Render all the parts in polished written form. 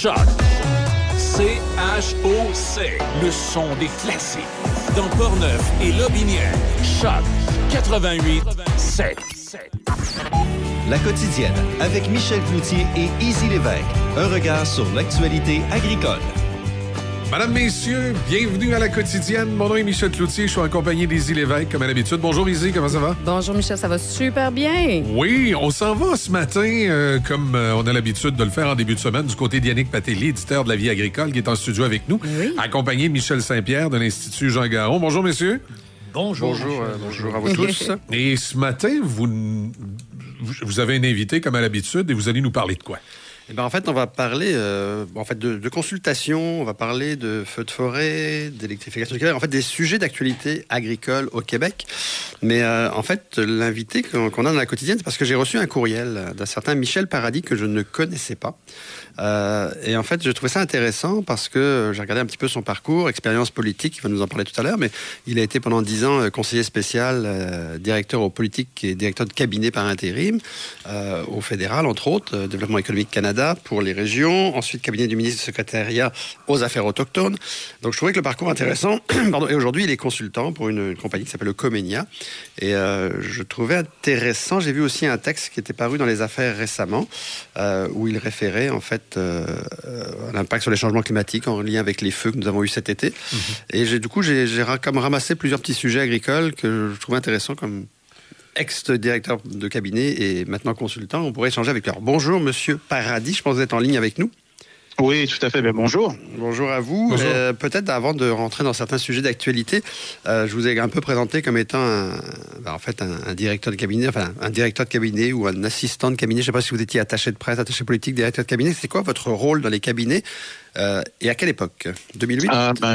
Choc. C-H-O-C. Le son des classiques. Dans Portneuf et Lotbinière. Choc 88-7. La quotidienne avec Michel Cloutier et Izzy Lévesque. Un regard sur l'actualité agricole. Madame, messieurs, bienvenue à La Quotidienne. Mon nom est Michel Cloutier. Je suis en compagnie d'Izzy Lévesque, comme à l'habitude. Bonjour, Izzy. Comment ça va? Bonjour, Michel. Ça va super bien. Oui, on s'en va ce matin, comme on a l'habitude de le faire en début de semaine, du côté d'Yannick Patelli, éditeur de La Vie agricole, qui est en studio avec nous, accompagné de Michel Saint-Pierre de l'Institut Jean Garon. Bonjour, messieurs. Bonjour à vous tous. Et ce matin, vous avez un invité, comme à l'habitude, et vous allez nous parler de quoi? Eh bien, en fait, on va parler de consultation, on va parler de feux de forêt, d'électrification du Québec, en fait, des sujets d'actualité agricole au Québec. Mais en fait, l'invité qu'on a dans La Quotidienne, c'est parce que j'ai reçu un courriel d'un certain Michel Paradis que je ne connaissais pas. Et en fait, je trouvais ça intéressant parce que j'ai regardé un petit peu son parcours, expérience politique, il va nous en parler tout à l'heure, mais il a été pendant 10 ans conseiller spécial, directeur aux politiques et directeur de cabinet par intérim, au fédéral, entre autres, Développement économique Canada pour les régions, ensuite cabinet du ministre du secrétariat aux affaires autochtones. Donc je trouvais que le parcours intéressant. Pardon. Et aujourd'hui, il est consultant pour une compagnie qui s'appelle le Comenia. Et je trouvais intéressant, j'ai vu aussi un texte qui était paru dans les affaires récemment, où il référait en fait l'impact sur les changements climatiques en lien avec les feux que nous avons eus cet été. Et j'ai comme ramassé plusieurs petits sujets agricoles que je trouvais intéressants, comme ex-directeur de cabinet et maintenant consultant. On pourrait échanger avec lui. Bonjour, Monsieur Paradis. Je pense que vous êtes en ligne avec nous. Oui, tout à fait. Bien, bonjour. Bonjour à vous. Peut-être avant de rentrer dans certains sujets d'actualité, je vous ai un peu présenté comme étant un directeur de cabinet, enfin un directeur de cabinet ou un assistant de cabinet. Je ne sais pas si vous étiez attaché de presse, attaché politique, directeur de cabinet. C'est quoi votre rôle dans les cabinets et à quelle époque? 2008?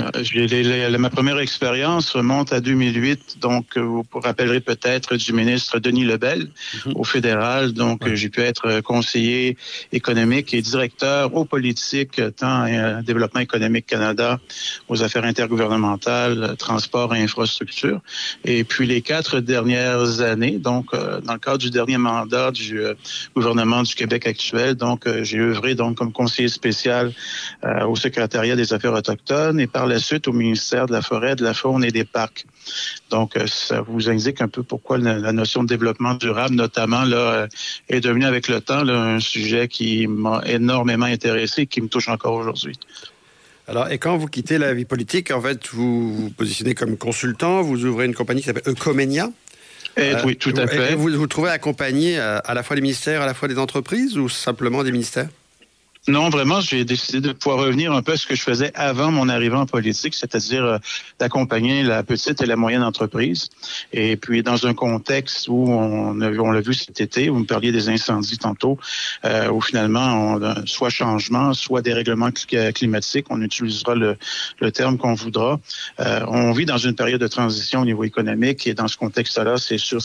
Ma première expérience remonte à 2008. Donc, vous vous rappellerez peut-être du ministre Denis Lebel au fédéral. Donc, j'ai pu être conseiller économique et directeur aux politiques, tant Développement économique Canada, aux affaires intergouvernementales, transport et infrastructure. Et puis, les 4 dernières années, donc, dans le cadre du dernier mandat du gouvernement du Québec actuel, donc, j'ai œuvré donc comme conseiller spécial au secrétariat des affaires autochtones et par la suite au ministère de la Forêt, de la Faune et des Parcs. Donc, ça vous indique un peu pourquoi la notion de développement durable, notamment, là, est devenue avec le temps là, un sujet qui m'a énormément intéressé et qui me touche encore aujourd'hui. Alors, et quand vous quittez la vie politique, en fait, vous vous positionnez comme consultant, vous ouvrez une compagnie qui s'appelle Comenia. Oui, tout à fait. Et vous trouvez accompagner à la fois les ministères, à la fois des entreprises ou simplement des ministères? Non, vraiment, j'ai décidé de pouvoir revenir un peu à ce que je faisais avant mon arrivée en politique, c'est-à-dire d'accompagner la petite et la moyenne entreprise. Et puis, dans un contexte où on l'a vu cet été, vous me parliez des incendies tantôt, où finalement, soit changement, soit dérèglement climatique, on utilisera le terme qu'on voudra. On vit dans une période de transition au niveau économique et dans ce contexte-là, c'est sur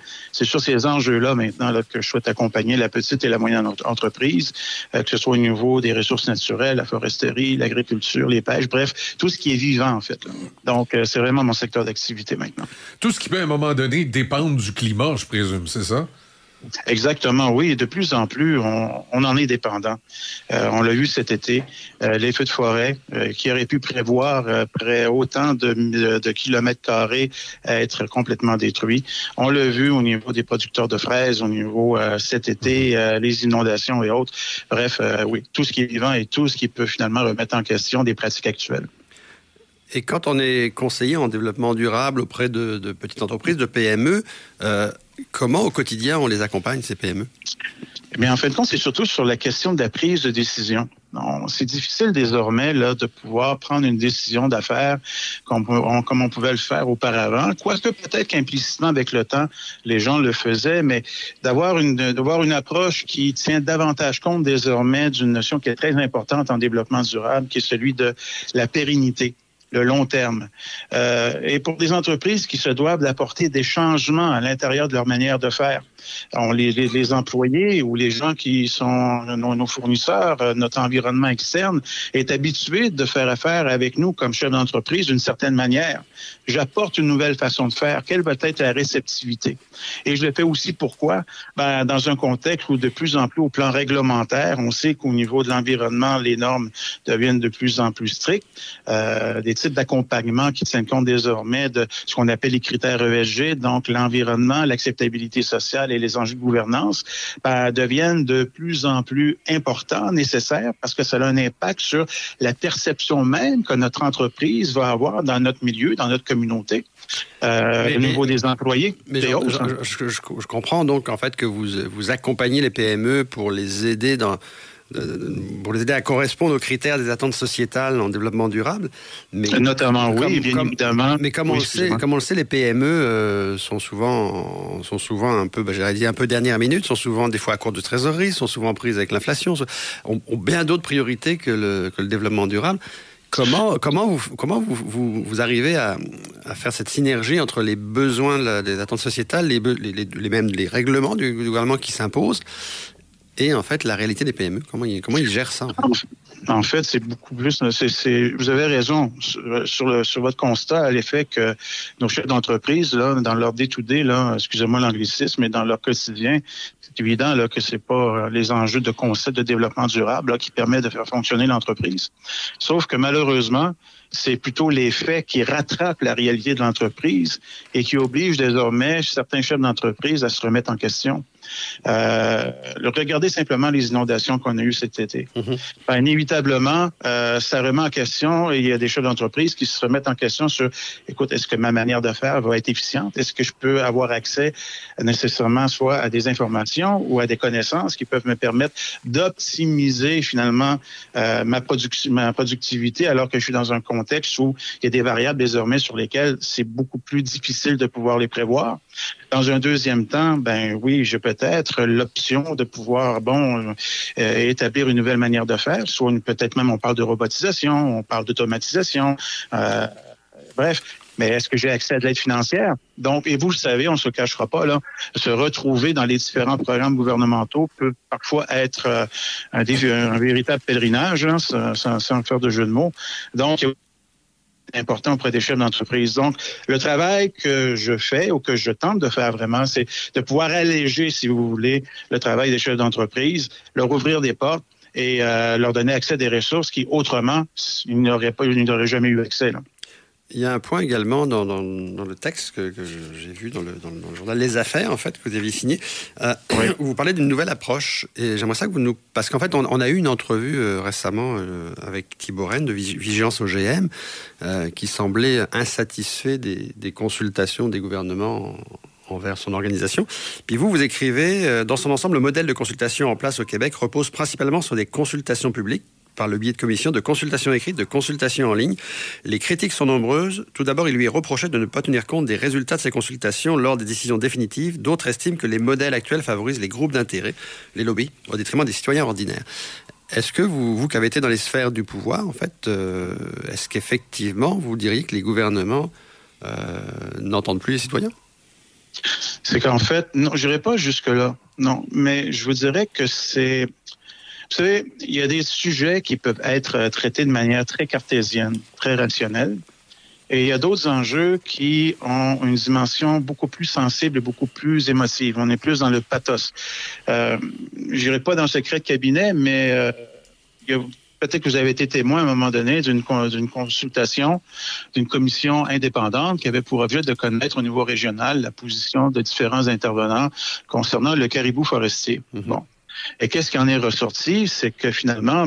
ces enjeux-là maintenant là, que je souhaite accompagner la petite et la moyenne entreprise, que ce soit au niveau des ressources naturelles, la foresterie, l'agriculture, les pêches, bref, tout ce qui est vivant, en fait. Là. Donc, c'est vraiment mon secteur d'activité maintenant. Tout ce qui peut, à un moment donné, dépendre du climat, je présume, c'est ça? Exactement, oui. Et de plus en plus, on en est dépendant. On l'a vu cet été, les feux de forêt qui auraient pu prévoir autant de kilomètres carrés à être complètement détruits. On l'a vu au niveau des producteurs de fraises, au niveau cet été, les inondations et autres. Bref, oui, tout ce qui est vivant et tout ce qui peut finalement remettre en question des pratiques actuelles. Et quand on est conseiller en développement durable auprès de petites entreprises, de PME, comment au quotidien on les accompagne, ces PME? Eh bien, en fin de compte, c'est surtout sur la question de la prise de décision. Non, c'est difficile désormais là, de pouvoir prendre une décision d'affaires comme on pouvait le faire auparavant. Quoique peut-être qu'implicitement avec le temps, les gens le faisaient, mais d'avoir une approche qui tient davantage compte désormais d'une notion qui est très importante en développement durable, qui est celui de la pérennité. le long terme. Et pour des entreprises qui se doivent d'apporter des changements à l'intérieur de leur manière de faire. Les employés ou les gens qui sont nos fournisseurs, notre environnement externe, est habitué de faire affaire avec nous comme chef d'entreprise d'une certaine manière. J'apporte une nouvelle façon de faire. Quelle va être la réceptivité? Et je le fais aussi pourquoi? Dans un contexte où de plus en plus au plan réglementaire, on sait qu'au niveau de l'environnement, les normes deviennent de plus en plus strictes. Des types d'accompagnement qui tiennent compte désormais de ce qu'on appelle les critères ESG, donc l'environnement, l'acceptabilité sociale et les enjeux de gouvernance, deviennent de plus en plus importants, nécessaires, parce que ça a un impact sur la perception même que notre entreprise va avoir dans notre milieu, dans notre communauté, au niveau des employés. Mais je comprends donc en fait que vous accompagnez les PME pour les aider à correspondre aux critères des attentes sociétales en développement durable. Mais notamment, oui, bien évidemment. Mais comme on le sait, les PME sont souvent un peu, j'aurais dit un peu dernière minute, sont souvent des fois à court de trésorerie, sont souvent prises avec l'inflation, ont bien d'autres priorités que le développement durable. Comment vous arrivez à faire cette synergie entre les besoins des attentes sociétales, même les règlements du gouvernement qui s'imposent, et en fait la réalité des PME? Comment ils gèrent ça? En fait, c'est beaucoup plus. Vous avez raison sur votre constat à l'effet que nos chefs d'entreprise, là, dans leur day-to-day, là, excusez-moi l'anglicisme, mais dans leur quotidien, c'est évident là que c'est pas les enjeux de concept de développement durable là, qui permettent de faire fonctionner l'entreprise. Sauf que malheureusement, c'est plutôt les faits qui rattrapent la réalité de l'entreprise et qui obligent désormais certains chefs d'entreprise à se remettre en question. Regardez simplement les inondations qu'on a eues cet été. Inévitablement, ça remet en question, et il y a des chefs d'entreprise qui se remettent en question sur, écoute, est-ce que ma manière de faire va être efficiente? Est-ce que je peux avoir accès nécessairement soit à des informations ou à des connaissances qui peuvent me permettre d'optimiser finalement ma productivité alors que je suis dans un contexte où il y a des variables désormais sur lesquelles c'est beaucoup plus difficile de pouvoir les prévoir. Dans un deuxième temps, oui, j'ai peut-être l'option de pouvoir, établir une nouvelle manière de faire, soit peut-être même on parle de robotisation, on parle d'automatisation, bref. Mais est-ce que j'ai accès à de l'aide financière? Donc, et vous le savez, on ne se cachera pas, là, se retrouver dans les différents programmes gouvernementaux peut parfois être un véritable pèlerinage, hein, sans faire de jeu de mots. Donc, important auprès des chefs d'entreprise. Donc, le travail que je fais ou que je tente de faire vraiment, c'est de pouvoir alléger, si vous voulez, le travail des chefs d'entreprise, leur ouvrir des portes et leur donner accès à des ressources qui, autrement, ils n'auraient jamais eu accès, là. Il y a un point également dans le texte que j'ai vu dans le journal Les Affaires, en fait, que vous avez signé, où vous parlez d'une nouvelle approche. Et j'aimerais ça que vous nous... Parce qu'en fait, on a eu une entrevue récemment avec Thibault Rennes de Vigilance OGM qui semblait insatisfait des consultations des gouvernements envers son organisation. Puis vous écrivez, dans son ensemble, le modèle de consultation en place au Québec repose principalement sur des consultations publiques, par le biais de commissions, de consultations écrites, de consultations en ligne. Les critiques sont nombreuses. Tout d'abord, il lui est reproché de ne pas tenir compte des résultats de ces consultations lors des décisions définitives. D'autres estiment que les modèles actuels favorisent les groupes d'intérêt, les lobbies, au détriment des citoyens ordinaires. Est-ce que vous qui avez été dans les sphères du pouvoir, en fait, est-ce qu'effectivement, vous diriez que les gouvernements n'entendent plus les citoyens? C'est qu'en fait, non, je n'irai pas jusque-là, non. Mais je vous dirais que c'est... Vous savez, il y a des sujets qui peuvent être traités de manière très cartésienne, très rationnelle. Et il y a d'autres enjeux qui ont une dimension beaucoup plus sensible et beaucoup plus émotive. On est plus dans le pathos. Je n'irai pas dans le secret de cabinet, mais peut-être que vous avez été témoin à un moment donné d'une consultation d'une commission indépendante qui avait pour objet de connaître au niveau régional la position de différents intervenants concernant le caribou forestier. Bon. Et qu'est-ce qui en est ressorti? C'est que finalement,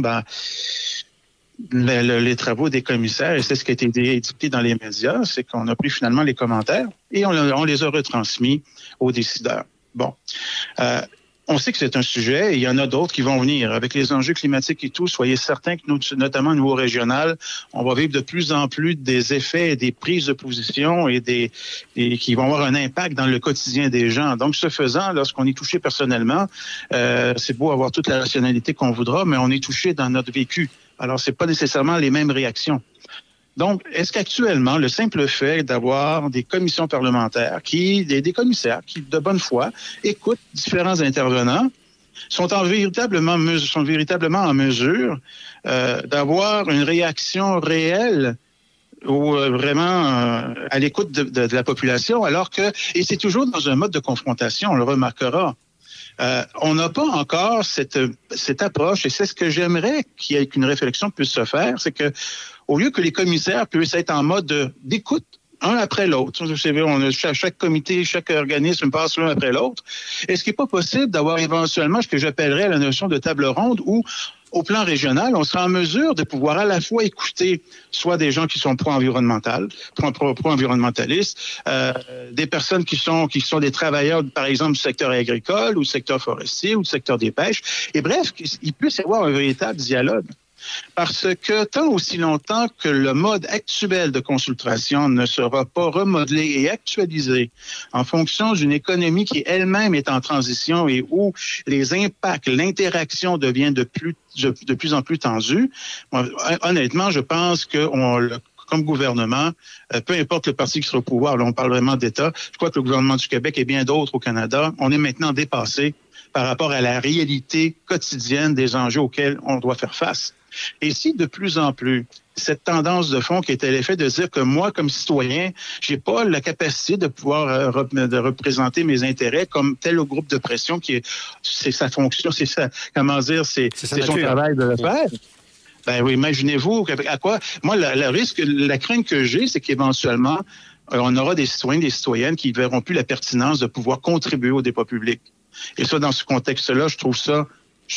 les travaux des commissaires, et c'est ce qui a été édicté dans les médias, c'est qu'on a pris finalement les commentaires et on les a retransmis aux décideurs. Bon. On sait que c'est un sujet, et il y en a d'autres qui vont venir. Avec les enjeux climatiques et tout, soyez certains que nous, notamment au niveau régional, on va vivre de plus en plus des effets et des prises de position et qui vont avoir un impact dans le quotidien des gens. Donc, ce faisant, lorsqu'on est touché personnellement, c'est beau avoir toute la rationalité qu'on voudra, mais on est touché dans notre vécu. Alors, c'est pas nécessairement les mêmes réactions. Donc, est-ce qu'actuellement, le simple fait d'avoir des commissions parlementaires, des commissaires qui, de bonne foi, écoutent différents intervenants, sont véritablement en mesure d'avoir une réaction réelle ou vraiment à l'écoute de la population, alors que, et c'est toujours dans un mode de confrontation, on le remarquera, on n'a pas encore cette approche, et c'est ce que j'aimerais qu'une réflexion puisse se faire, c'est que au lieu que les commissaires puissent être en mode d'écoute, un après l'autre. Vous savez, chaque comité, chaque organisme passe l'un après l'autre. Est-ce qu'il n'est pas possible d'avoir éventuellement ce que j'appellerais la notion de table ronde où, au plan régional, on sera en mesure de pouvoir à la fois écouter soit des gens qui sont pro-environnementalistes, des personnes qui sont des travailleurs, par exemple, du secteur agricole ou du secteur forestier ou du secteur des pêches. Et bref, il peut y avoir un véritable dialogue. Parce que tant aussi longtemps que le mode actuel de consultation ne sera pas remodelé et actualisé en fonction d'une économie qui elle-même est en transition et où les impacts, l'interaction devient de plus en plus tendue, honnêtement, je pense que comme gouvernement, peu importe le parti qui sera au pouvoir, là, on parle vraiment d'État, je crois que le gouvernement du Québec et bien d'autres au Canada, on est maintenant dépassé par rapport à la réalité quotidienne des enjeux auxquels on doit faire face. Et si de plus en plus, cette tendance de fond qui était l'effet de dire que moi, comme citoyen, j'ai pas la capacité de pouvoir de représenter mes intérêts comme tel groupe de pression c'est sa fonction, c'est ça, comment dire, c'est son travail de le faire. Ben oui, imaginez-vous à quoi. Moi, la crainte que j'ai, c'est qu'éventuellement, on aura des citoyens, des citoyennes qui ne verront plus la pertinence de pouvoir contribuer au débat public. Et ça, dans ce contexte-là, je trouve ça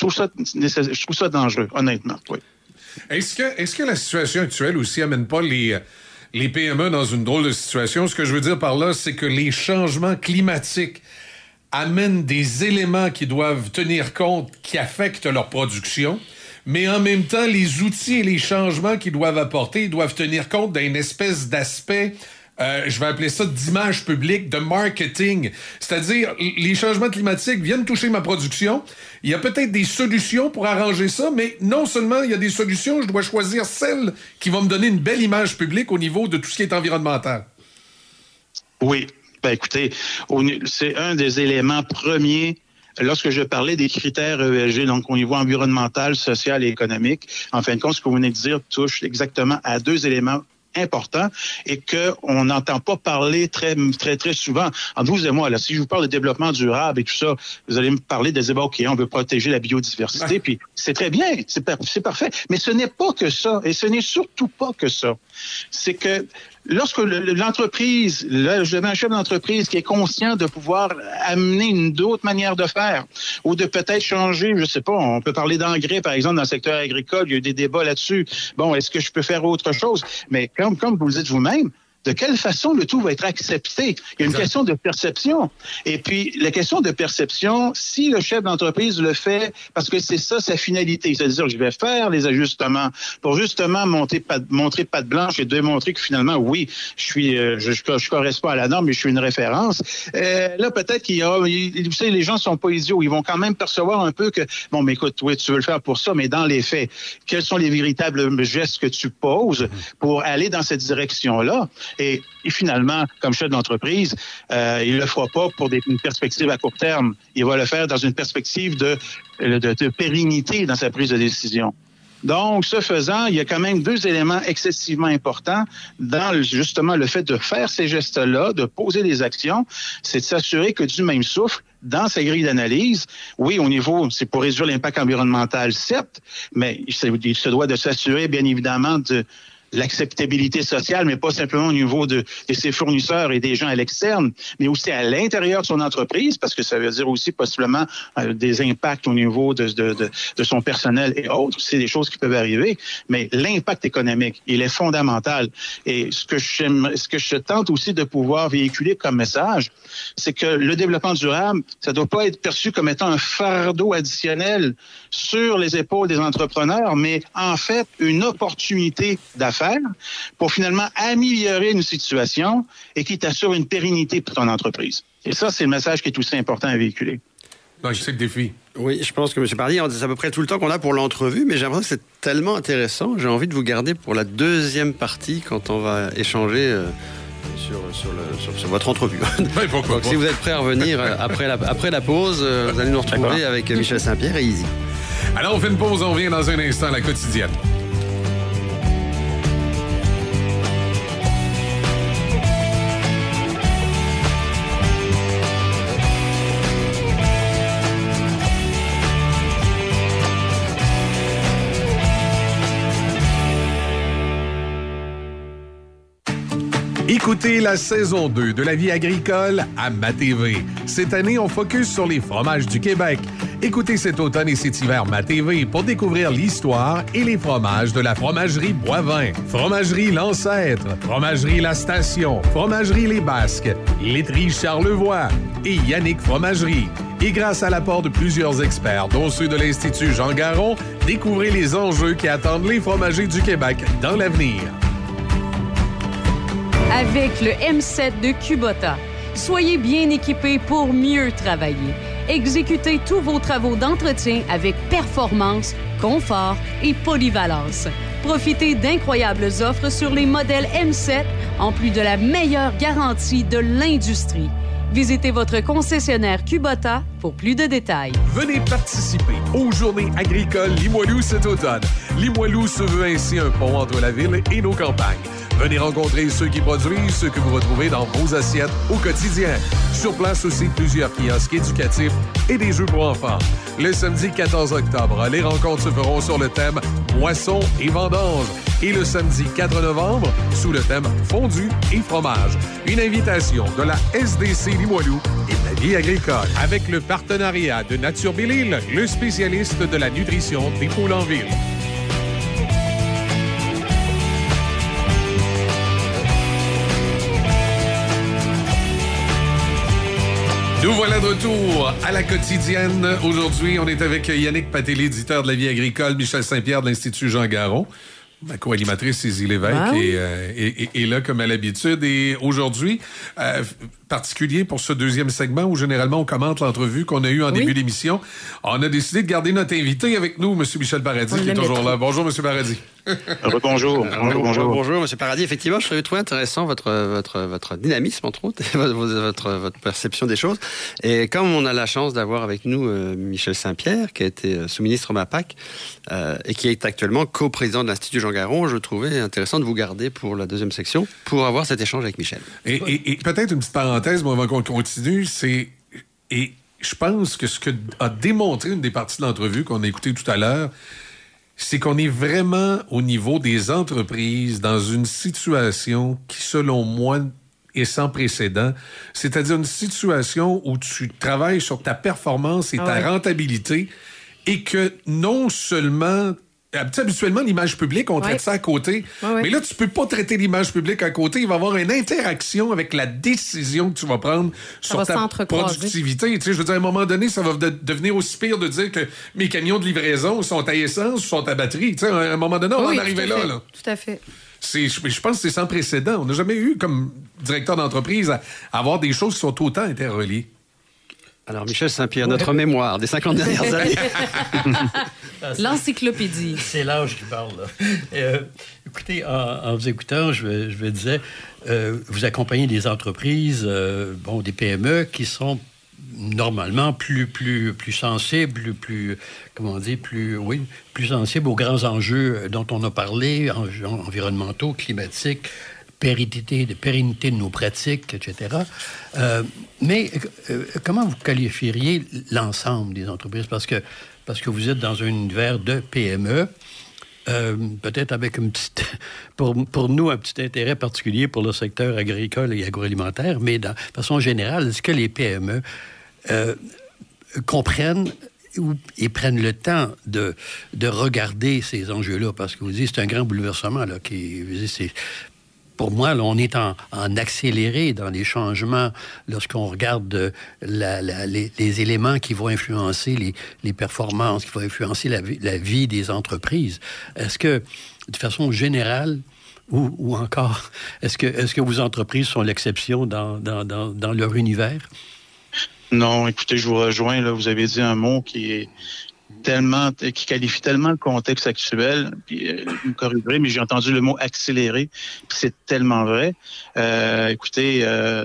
dangereux, honnêtement. Oui. Est-ce que la situation actuelle aussi amène pas les PME dans une drôle de situation? Ce que je veux dire par là, c'est que les changements climatiques amènent des éléments qui doivent tenir compte, qui affectent leur production, mais en même temps, les outils et les changements qu'ils doivent apporter doivent tenir compte d'une espèce d'aspect, je vais appeler ça d'image publique, de marketing. C'est-à-dire, les changements climatiques viennent toucher ma production. Il y a peut-être des solutions pour arranger ça, mais non seulement il y a des solutions, je dois choisir celle qui va me donner une belle image publique au niveau de tout ce qui est environnemental. Oui. Ben, écoutez, c'est un des éléments premiers. Lorsque je parlais des critères ESG, donc au niveau environnemental, social et économique, en fin de compte, ce que vous venez de dire touche exactement à deux éléments important et qu'on n'entend pas parler très, très, très souvent. Entre vous et moi, là, si je vous parle de développement durable et tout ça, vous allez me parler des débats, OK, on veut protéger la biodiversité, puis c'est très bien, c'est parfait. Mais ce n'est pas que ça, et ce n'est surtout pas que ça. C'est que lorsque l'entreprise, là, je devais un chef d'entreprise qui est conscient de pouvoir amener une autre manière de faire ou de peut-être changer, je sais pas, on peut parler d'engrais, par exemple, dans le secteur agricole, il y a eu des débats là-dessus. Bon, est-ce que je peux faire autre chose? Mais comme vous le dites vous-même, de quelle façon le tout va être accepté? Il y a une question de perception. Et puis, la question de perception, si le chef d'entreprise le fait, parce que c'est ça sa finalité, c'est-à-dire je vais faire les ajustements pour justement montrer patte blanche et démontrer que finalement, oui, je correspond à la norme, mais je suis une référence. Là, peut-être vous savez, les gens sont pas idiots. Ils vont quand même percevoir un peu que, bon, mais écoute, oui, tu veux le faire pour ça, mais dans les faits, quels sont les véritables gestes que tu poses pour aller dans cette direction-là? Et finalement, comme chef d'entreprise, il ne le fera pas pour une perspective à court terme. Il va le faire dans une perspective de pérennité dans sa prise de décision. Donc, ce faisant, il y a quand même deux éléments excessivement importants dans justement le fait de faire ces gestes-là, de poser des actions, c'est de s'assurer que du même souffle, dans sa grille d'analyse, oui, au niveau, c'est pour réduire l'impact environnemental, certes, mais il se doit de s'assurer, bien évidemment, de l'acceptabilité sociale, mais pas simplement au niveau de ses fournisseurs et des gens à l'externe, mais aussi à l'intérieur de son entreprise, parce que ça veut dire aussi possiblement des impacts au niveau de son personnel et autres. C'est des choses qui peuvent arriver, mais l'impact économique, il est fondamental. Et ce que je tente aussi de pouvoir véhiculer comme message, c'est que le développement durable, ça doit pas être perçu comme étant un fardeau additionnel sur les épaules des entrepreneurs, mais en fait une opportunité d'affaires pour finalement améliorer une situation et qui t'assure une pérennité pour ton entreprise. Et ça, c'est le message qui est aussi important à véhiculer. Donc, c'est le défi. Oui, je pense que M. Paradis, c'est à peu près tout le temps qu'on a pour l'entrevue, mais j'ai l'impression que c'est tellement intéressant. J'ai envie de vous garder pour la deuxième partie quand on va échanger sur votre entrevue. Oui, pourquoi Donc, pas. si vous êtes prêts à revenir après la pause, vous allez nous retrouver avec Michel Saint-Pierre et Izzy. Alors, on fait une pause, on revient dans un instant à la quotidienne. Écoutez la saison 2 de La vie agricole à MaTV. Cette année, on focus sur les fromages du Québec. Écoutez cet automne et cet hiver MaTV pour découvrir l'histoire et les fromages de la fromagerie Boivin, fromagerie L'Ancêtre, fromagerie La Station, fromagerie Les Basques, laiterie Charlevoix et Yannick Fromagerie. Et grâce à l'apport de plusieurs experts, dont ceux de l'Institut Jean Garon, découvrez les enjeux qui attendent les fromagers du Québec dans l'avenir. Avec le M7 de Kubota, soyez bien équipés pour mieux travailler. Exécutez tous vos travaux d'entretien avec performance, confort et polyvalence. Profitez d'incroyables offres sur les modèles M7, en plus de la meilleure garantie de l'industrie. Visitez votre concessionnaire Kubota pour plus de détails. Venez participer aux Journées agricoles Limoilou cet automne. Limoilou se veut ainsi un pont entre la ville et nos campagnes. Venez rencontrer ceux qui produisent ce que vous retrouvez dans vos assiettes au quotidien. Sur place aussi, plusieurs kiosques éducatifs et des jeux pour enfants. Le samedi 14 octobre, les rencontres se feront sur le thème Moisson et vendange. Et le samedi 4 novembre, sous le thème Fondu et fromage. Une invitation de la SDC Limoilou et de la vie agricole. Avec le partenariat de Nature Belle-Île, le spécialiste de la nutrition des poules en ville. Nous voilà de retour à la quotidienne. Aujourd'hui, on est avec Yannick Paté, éditeur de La vie agricole, Michel Saint-Pierre de l'Institut Jean Garon. Ma co-animatrice, Izzy Lévesque, est là comme à l'habitude. Et aujourd'hui, particulier pour ce deuxième segment où généralement on commente l'entrevue qu'on a eue en début d'émission, on a décidé de garder notre invité avec nous, M. Michel Paradis, qui est toujours là. Bonjour, M. Paradis. Bonjour. Bonjour, M. Paradis. Effectivement, je trouvais intéressant votre dynamisme, entre autres, votre perception des choses. Et comme on a la chance d'avoir avec nous Michel Saint-Pierre, qui a été sous-ministre MAPAC et qui est actuellement co-président de l'Institut Jean Garon, je trouvais intéressant de vous garder pour la deuxième section pour avoir cet échange avec Michel. Et peut-être une petite parenthèse, moi, avant qu'on continue, et je pense que ce que a démontré une des parties de l'entrevue qu'on a écoutée tout à l'heure, c'est qu'on est vraiment au niveau des entreprises dans une situation qui, selon moi, est sans précédent. C'est-à-dire une situation où tu travailles sur ta performance et ta rentabilité et que non seulement... Habituellement, l'image publique, on traite ça à côté. Mais là, tu peux pas traiter l'image publique à côté. Il va y avoir une interaction avec la décision que tu vas prendre sur ta productivité. Tu sais, je veux dire, à un moment donné, ça va devenir aussi pire de dire que mes camions de livraison sont à essence ou sont à batterie. Tu sais, à un moment donné, on va en arriver là. Tout à fait. Je pense que c'est sans précédent. On n'a jamais eu, comme directeur d'entreprise, à avoir des choses qui sont autant interreliées. Alors, Michel Saint-Pierre, notre mémoire des 50 dernières années. L'encyclopédie. C'est l'âge qui parle, là. Écoutez, en vous écoutant, je me disais, vous accompagnez des entreprises, des PME qui sont normalement plus sensibles, plus sensibles aux grands enjeux dont on a parlé, environnementaux, climatiques, pérennité de nos pratiques, etc. Mais comment vous qualifieriez l'ensemble des entreprises? Parce que vous êtes dans un univers de PME, peut-être avec pour nous, un petit intérêt particulier pour le secteur agricole et agroalimentaire, mais de façon générale, est-ce que les PME comprennent et prennent le temps de regarder ces enjeux-là? Parce que vous dites, c'est un grand bouleversement, là, pour moi, là, on est en accéléré dans les changements lorsqu'on regarde les éléments qui vont influencer les performances, qui vont influencer la vie des entreprises. Est-ce que, de façon générale, ou encore, est-ce que vos entreprises sont l'exception dans leur univers? Non, écoutez, je vous rejoins. Là, vous avez dit un mot qui qualifie tellement le contexte actuel. Puis, vous me corrigerez, mais j'ai entendu le mot accéléré. Puis c'est tellement vrai. Écoutez,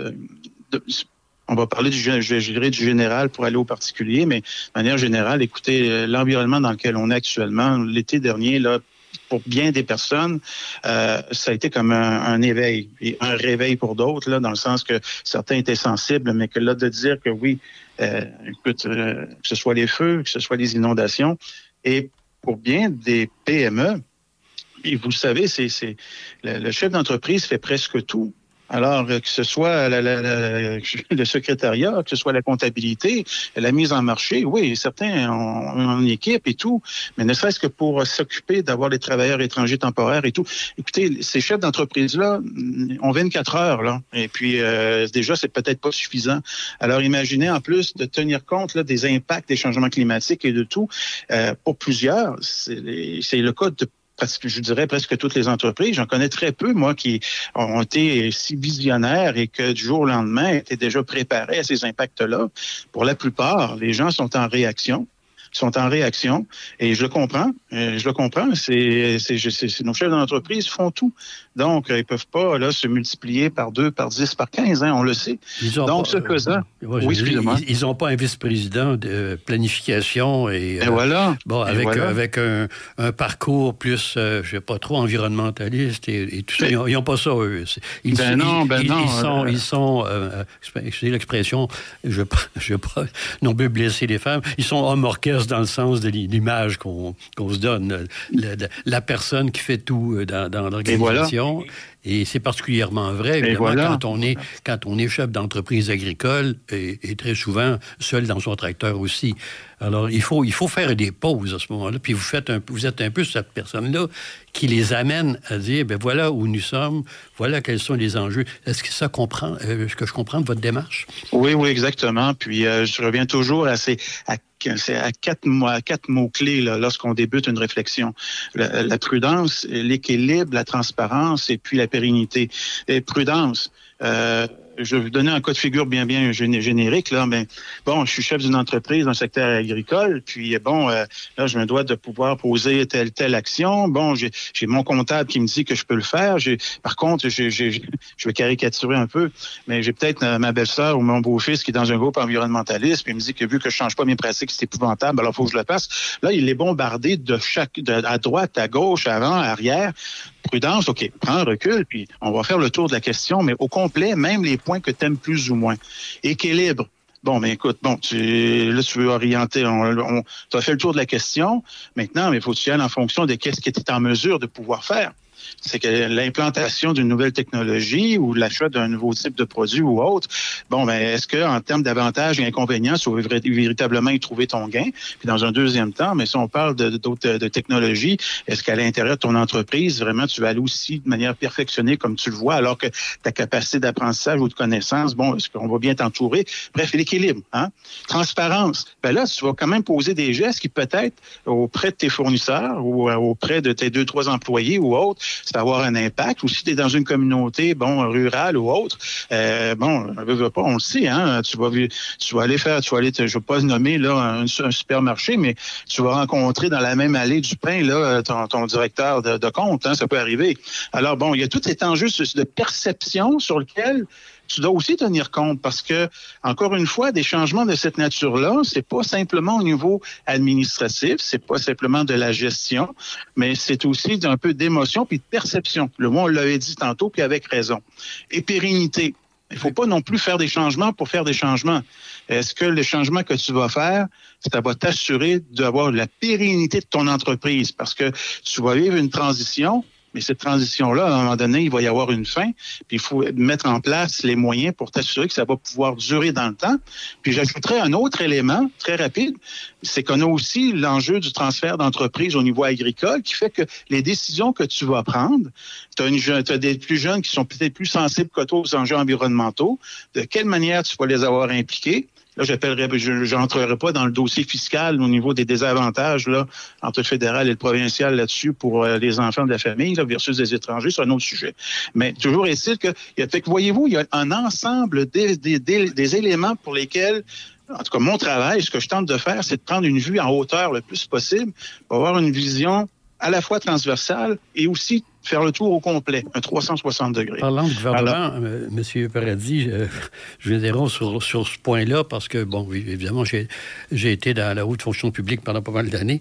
on va parler du général pour aller au particulier, mais de manière générale, écoutez, l'environnement dans lequel on est actuellement, l'été dernier, là, pour bien des personnes, ça a été comme un éveil, et un réveil pour d'autres, là, dans le sens que certains étaient sensibles, mais que là, de dire que oui, écoute, que ce soit les feux, que ce soit les inondations, et pour bien des PME, et vous le savez, le chef d'entreprise fait presque tout. Alors, que ce soit le secrétariat, que ce soit la comptabilité, la mise en marché, oui, certains ont une équipe et tout, mais ne serait-ce que pour s'occuper d'avoir des travailleurs étrangers temporaires et tout. Écoutez, ces chefs d'entreprise-là ont 24 heures, là, et puis déjà, c'est peut-être pas suffisant. Alors, imaginez en plus de tenir compte là, des impacts des changements climatiques et de tout, pour plusieurs, c'est le cas de je dirais presque toutes les entreprises. J'en connais très peu, moi, qui ont été si visionnaires et que du jour au lendemain étaient déjà préparés à ces impacts-là. Pour la plupart, les gens sont en réaction. Et je le comprends. Nos chefs d'entreprise font tout. Donc, ils peuvent pas là se multiplier par 2, par 10, par 15, hein, on le sait. Donc, ce faisant... Oui, excusez-moi. Ils n'ont pas un vice-président de planification et voilà. Bon, avec un parcours plus, je sais pas trop, environnementaliste et tout ça. Ils n'ont pas ça, eux. Ils sont, excusez l'expression, je veux pas non plus blesser les femmes, ils sont hommes orchestre dans le sens de l'image qu'on se donne. La personne qui fait tout dans l'organisation. Et c'est particulièrement vrai, évidemment, quand on est chef d'entreprise agricole et très souvent seul dans son tracteur aussi. Alors, il faut faire des pauses à ce moment-là. Puis vous êtes un peu cette personne-là qui les amène à dire, ben voilà où nous sommes, voilà quels sont les enjeux. Est-ce que ça comprend, ce que je comprends de votre démarche? Oui, exactement. Puis je reviens toujours à quatre mots-clés là, lorsqu'on débute une réflexion. La prudence, l'équilibre, la transparence et puis la pérennité. Et prudence, je vais vous donner un cas de figure bien générique. Là, mais bon, je suis chef d'une entreprise dans le secteur agricole, puis bon, là, je me dois de pouvoir poser telle action. Bon, j'ai mon comptable qui me dit que je peux le faire. Par contre, je vais caricaturer un peu, mais j'ai peut-être ma belle-sœur ou mon beau-fils qui est dans un groupe environnementaliste, puis il me dit que vu que je change pas mes pratiques, c'est épouvantable, alors il faut que je le fasse. Là, il est bombardé à droite, à gauche, avant, arrière. Prudence, OK, prends un recul, puis on va faire le tour de la question, mais au complet, même les points que tu aimes plus ou moins. Équilibre. Bon, mais écoute, tu veux orienter. Tu as fait le tour de la question. Maintenant, il faut que tu y ailles en fonction de qu'est-ce que tu es en mesure de pouvoir faire. C'est que l'implantation d'une nouvelle technologie ou l'achat d'un nouveau type de produit ou autre, bon, ben, est-ce que en termes d'avantages et inconvénients, tu vas véritablement y trouver ton gain? Puis dans un deuxième temps, mais si on parle de technologie, est-ce qu'à l'intérieur de ton entreprise, vraiment, tu vas aller aussi de manière perfectionnée comme tu le vois, alors que ta capacité d'apprentissage ou de connaissance, bon, est-ce qu'on va bien t'entourer? Bref, l'équilibre, hein? Transparence. Ben là, tu vas quand même poser des gestes qui peut-être auprès de tes fournisseurs ou auprès de tes 2-3 employés ou autres, ça va avoir un impact. Ou si tu es dans une communauté, bon, rurale ou autre, on le sait, hein, tu vas aller, je vais pas nommer là un supermarché, mais tu vas rencontrer dans la même allée du pain là ton directeur de compte, hein, ça peut arriver. Alors bon, il y a tout cet enjeu de perception sur lequel tu dois aussi tenir compte parce que, encore une fois, des changements de cette nature-là, c'est pas simplement au niveau administratif, c'est pas simplement de la gestion, mais c'est aussi d'un peu d'émotion puis de perception. Le mot, on l'avait dit tantôt, puis avec raison. Et pérennité. Il faut pas non plus faire des changements pour faire des changements. Est-ce que les changements que tu vas faire, ça va t'assurer d'avoir la pérennité de ton entreprise? Parce que tu vas vivre une transition. Mais cette transition-là, à un moment donné, il va y avoir une fin. Puis il faut mettre en place les moyens pour t'assurer que ça va pouvoir durer dans le temps. Puis j'ajouterais un autre élément très rapide, c'est qu'on a aussi l'enjeu du transfert d'entreprise au niveau agricole qui fait que les décisions que tu vas prendre, tu as des plus jeunes qui sont peut-être plus sensibles que toi aux enjeux environnementaux. De quelle manière tu vas les avoir impliqués? Là, je n'entrerai pas dans le dossier fiscal au niveau des désavantages là entre le fédéral et le provincial là-dessus pour les enfants de la famille là, versus des étrangers, c'est un autre sujet. Mais toujours est-il que voyez-vous, il y a un ensemble des éléments pour lesquels en tout cas, mon travail, ce que je tente de faire, c'est de prendre une vue en hauteur le plus possible pour avoir une vision à la fois transversale et aussi faire le tour au complet, un 360 degrés. Parlant du gouvernement, M. Paradis, je vais dire sur ce point-là, parce que, bon, évidemment, j'ai été dans la haute fonction publique pendant pas mal d'années.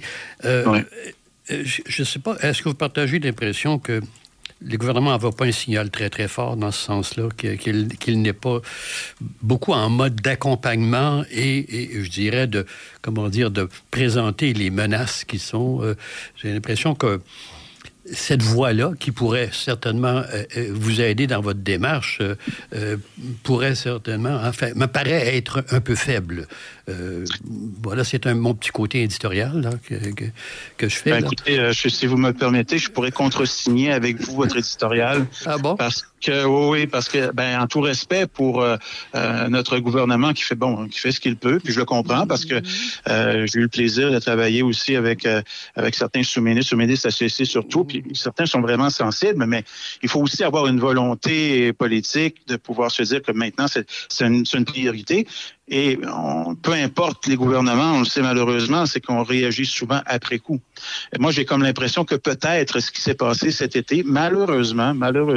Je ne sais pas, est-ce que vous partagez l'impression que le gouvernement n'envoie pas un signal très, très fort dans ce sens-là, qu'il n'est pas beaucoup en mode d'accompagnement et je dirais, de présenter les menaces qui sont... j'ai l'impression que cette voie-là, qui pourrait certainement vous aider dans votre démarche, pourrait certainement, me paraît être un peu faible. Voilà, c'est mon petit côté éditorial là, que je fais. Écoutez, si vous me le permettez, je pourrais contresigner avec vous votre éditorial. Ah bon? Parce que, en tout respect pour notre gouvernement qui fait ce qu'il peut, puis je le comprends parce que j'ai eu le plaisir de travailler aussi avec certains sous-ministres associés surtout, puis certains sont vraiment sensibles, mais il faut aussi avoir une volonté politique de pouvoir se dire que maintenant c'est une priorité. Et peu importe les gouvernements, on le sait malheureusement, c'est qu'on réagit souvent après coup. Et moi, j'ai comme l'impression que peut-être ce qui s'est passé cet été, malheureusement,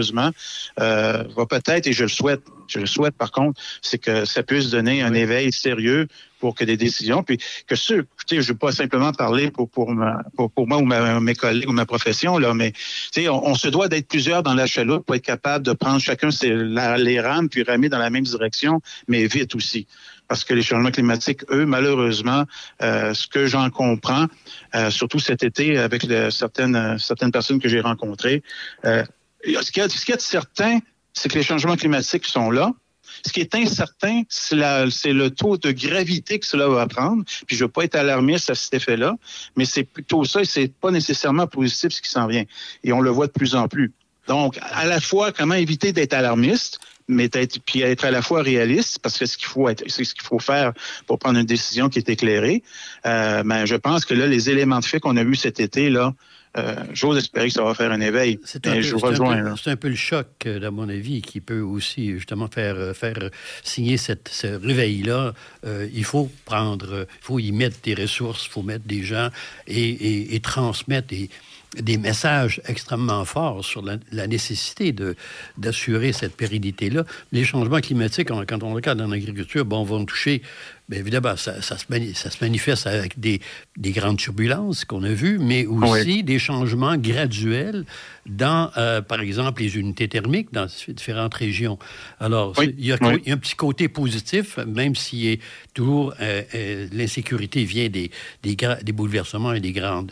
va peut-être, et je le souhaite par contre, c'est que ça puisse donner un éveil sérieux pour que des décisions, puis que écoutez, je ne veux pas simplement parler pour moi ou mes collègues ou ma profession, là, mais on se doit d'être plusieurs dans la chaloupe pour être capable de prendre chacun les rames puis ramer dans la même direction, mais vite aussi. Parce que les changements climatiques, eux, malheureusement, ce que j'en comprends, surtout cet été avec certaines personnes que j'ai rencontrées, ce qu'il y a de certain, c'est que les changements climatiques sont là. Ce qui est incertain, c'est le taux de gravité que cela va prendre. Puis je ne veux pas être alarmiste à cet effet-là, mais c'est plutôt ça et c'est pas nécessairement positif ce qui s'en vient. Et on le voit de plus en plus. Donc, à la fois, comment éviter d'être alarmiste, mais être à la fois réaliste, parce que c'est ce qu'il faut faire pour prendre une décision qui est éclairée. Je pense que là, les éléments de fait qu'on a vus cet été, là, j'ose espérer que ça va faire un éveil. C'est un peu le choc, à mon avis, qui peut aussi justement faire signer ce réveil-là. Il faut y mettre des ressources, il faut mettre des gens et transmettre des messages extrêmement forts sur la nécessité d'assurer cette pérennité-là. Les changements climatiques, quand on regarde dans l'agriculture, vont toucher, bien évidemment, ça se manifeste avec des grandes turbulences qu'on a vues, mais aussi des changements graduels dans, par exemple, les unités thermiques dans différentes régions. Alors, il y a un petit côté positif, même si toujours l'insécurité vient des bouleversements et des grandes,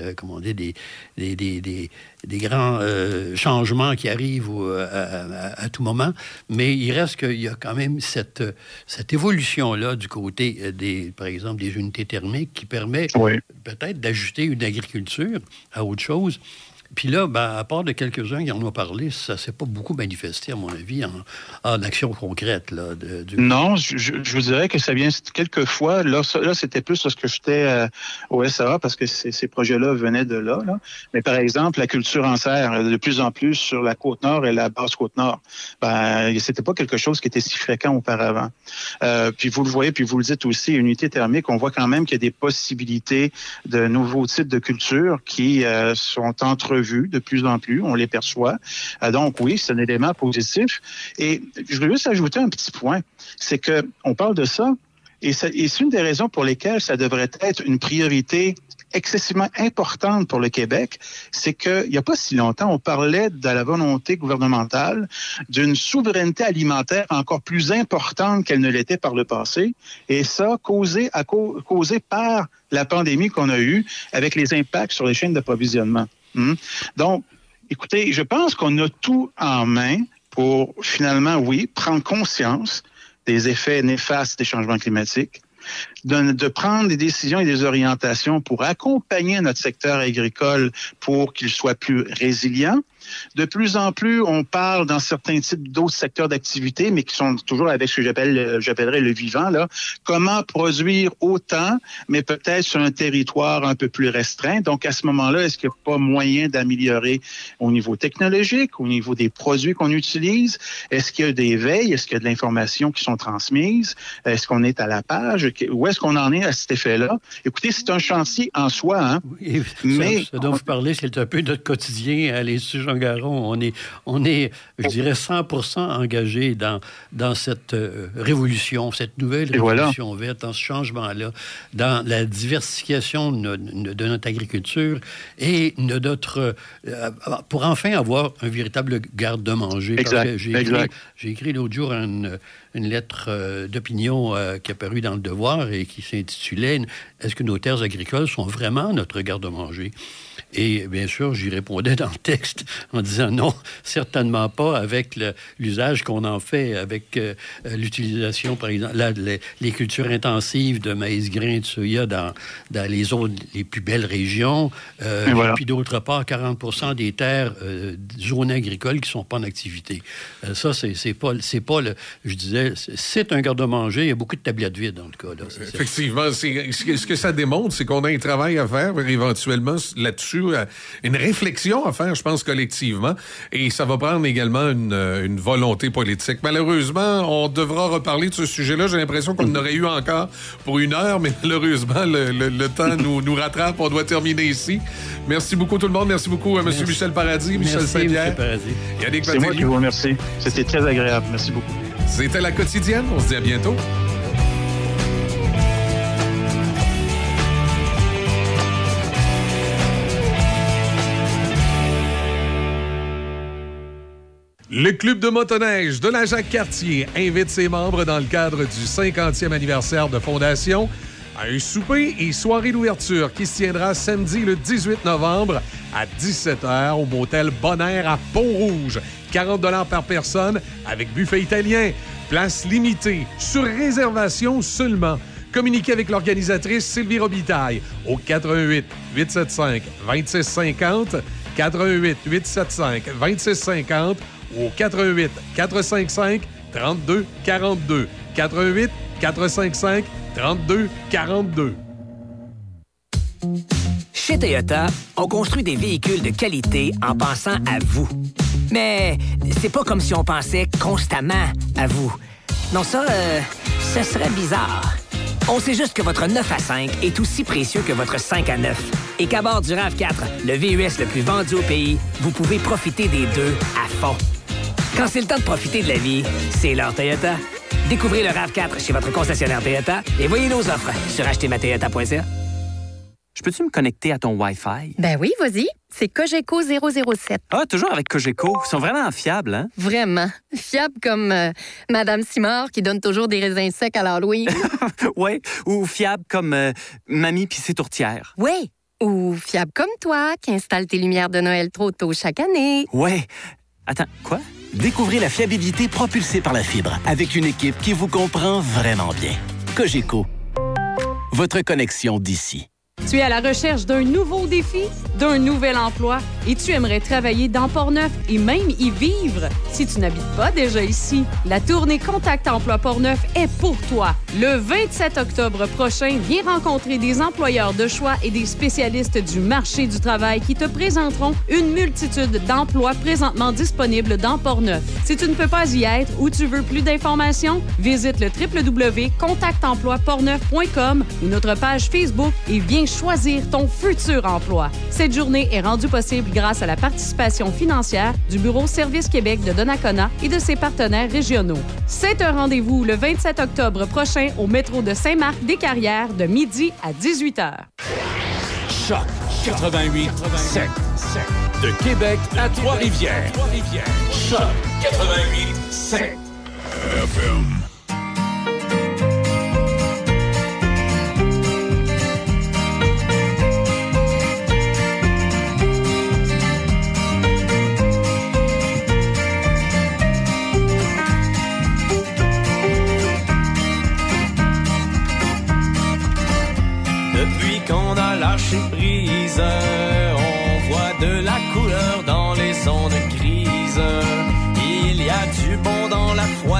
des grands changements qui arrivent à tout moment, mais il reste qu'il y a quand même cette évolution-là du côté par exemple, des unités thermiques qui permet peut-être d'ajuster une agriculture à autre chose. Puis là, à part de quelques-uns qui en ont parlé, ça ne s'est pas beaucoup manifesté, à mon avis, en action concrète. Là, Non, je vous dirais que ça vient quelquefois. Là c'était plus lorsque j'étais au SAA, parce que ces projets-là venaient de là. Mais par exemple, la culture en serre, de plus en plus sur la Côte-Nord et la Basse-Côte-Nord, c'était pas quelque chose qui était si fréquent auparavant. Puis vous le voyez, puis vous le dites aussi, unité thermique, on voit quand même qu'il y a des possibilités de nouveaux types de cultures qui sont entrevues de plus en plus, on les perçoit. Donc oui, c'est un élément positif. Et je veux juste ajouter un petit point, c'est que on parle de ça, et c'est une des raisons pour lesquelles ça devrait être une priorité excessivement importante pour le Québec, c'est qu'il n'y a pas si longtemps, on parlait de la volonté gouvernementale d'une souveraineté alimentaire encore plus importante qu'elle ne l'était par le passé, et ça causé par la pandémie qu'on a eue avec les impacts sur les chaînes d'approvisionnement. Donc, écoutez, je pense qu'on a tout en main pour finalement, prendre conscience des effets néfastes des changements climatiques, de prendre des décisions et des orientations pour accompagner notre secteur agricole pour qu'il soit plus résilient De plus en plus, on parle dans certains types d'autres secteurs d'activité, mais qui sont toujours avec ce que j'appellerais le vivant, là. Comment produire autant, mais peut-être sur un territoire un peu plus restreint. Donc, à ce moment-là, est-ce qu'il n'y a pas moyen d'améliorer au niveau technologique, au niveau des produits qu'on utilise? Est-ce qu'il y a des veilles? Est-ce qu'il y a de l'information qui sont transmises? Est-ce qu'on est à la page? Où est-ce qu'on en est à cet effet-là? Écoutez, c'est un chantier en soi, hein? Oui, mais ce dont vous parlez, c'est un peu notre quotidien à l'Institut Jean Garon. On est, je dirais, 100% engagé dans cette révolution, cette nouvelle révolution verte, dans ce changement-là, dans la diversification de notre agriculture et de notre... pour enfin avoir un véritable garde-manger. Exact. J'ai écrit l'autre jour une lettre d'opinion qui est parue dans Le Devoir et qui s'intitulait « Est-ce que nos terres agricoles sont vraiment notre garde-manger? » Et bien sûr, j'y répondais dans le texte en disant non, certainement pas avec l'usage qu'on en fait, avec l'utilisation, par exemple, les cultures intensives de maïs grain, de soya dans les zones les plus belles régions. Puis d'autre part, 40% des terres zones agricoles qui ne sont pas en activité. Ça, c'est pas le... Je disais, c'est un garde-manger. Il y a beaucoup de tablettes vides, dans le cas. Là. Effectivement. Ce que ça démontre, c'est qu'on a un travail à faire éventuellement là-dessus, une réflexion à faire, je pense, collectivement. Et ça va prendre également une volonté politique. Malheureusement, on devra reparler de ce sujet-là. J'ai l'impression qu'on en aurait eu encore pour 1 heure, mais malheureusement, le temps nous rattrape. On doit terminer ici. Merci beaucoup tout le monde. Merci beaucoup à M. Michel Paradis, Michel Saint-Pierre. Yannick C'est moi qui vous remercie. C'était très agréable. Merci beaucoup. C'était La Quotidienne. On se dit à bientôt. Le Club de motoneige de la Jacques-Cartier invite ses membres dans le cadre du 50e anniversaire de fondation à un souper et soirée d'ouverture qui se tiendra samedi le 18 novembre à 17h au motel Bonaire à Pont-Rouge. 40 $ par personne avec buffet italien. Place limitée, sur réservation seulement. Communiquez avec l'organisatrice Sylvie Robitaille au 88 875 2650, 88 875 2650 ou au 88 455 32 42, 88 455 32 42. Chez Toyota, on construit des véhicules de qualité en pensant à vous. Mais c'est pas comme si on pensait constamment à vous. Non, ça serait bizarre. On sait juste que votre 9 à 5 est aussi précieux que votre 5 à 9. Et qu'à bord du RAV4, le VUS le plus vendu au pays, vous pouvez profiter des deux à fond. Quand c'est le temps de profiter de la vie, c'est l'heure Toyota. Découvrez le RAV4 chez votre concessionnaire Toyota et voyez nos offres sur achetermatoyota.ca. Je peux-tu me connecter à ton Wi-Fi? Ben oui, vas-y. C'est Cogeco 007. Ah, toujours avec Cogeco. Ils sont vraiment fiables, hein? Vraiment. Fiables comme Madame Simard qui donne toujours des raisins secs à l'Halloween. Oui, ou fiables comme Mamie pis ses tourtières. Oui, ou fiables comme toi qui installe tes lumières de Noël trop tôt chaque année. Ouais. Attends, quoi? Découvrez la fiabilité propulsée par la fibre avec une équipe qui vous comprend vraiment bien. Cogeco. Votre connexion d'ici. Tu es à la recherche d'un nouveau défi, d'un nouvel emploi et tu aimerais travailler dans Portneuf et même y vivre? Si tu n'habites pas déjà ici, la tournée Contact Emploi Portneuf est pour toi. Le 27 octobre prochain, viens rencontrer des employeurs de choix et des spécialistes du marché du travail qui te présenteront une multitude d'emplois présentement disponibles dans Portneuf. Si tu ne peux pas y être ou tu veux plus d'informations, visite le www.contactemploiportneuf.com ou notre page Facebook et viens choisir ton futur emploi. Cette journée est rendue possible grâce à la participation financière du Bureau Service Québec de Donnacona et de ses partenaires régionaux. C'est un rendez-vous le 27 octobre prochain au métro de Saint-Marc-des-Carrières de midi à 18h. Choc 88 7. De Québec à Trois-Rivières. Choc 88 7. FM. Depuis qu'on a lâché prise, on voit de la couleur dans les ondes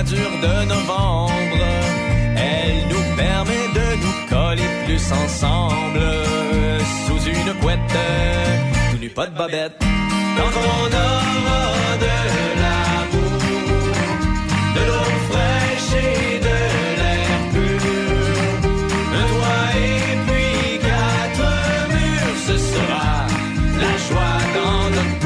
dure de novembre, elle nous permet de nous coller plus ensemble. Sous une couette, tout nu pas de bobette. Quand on aura de l'amour, de l'eau fraîche et de l'air pur, un toit et puis 4 murs, ce sera la joie dans notre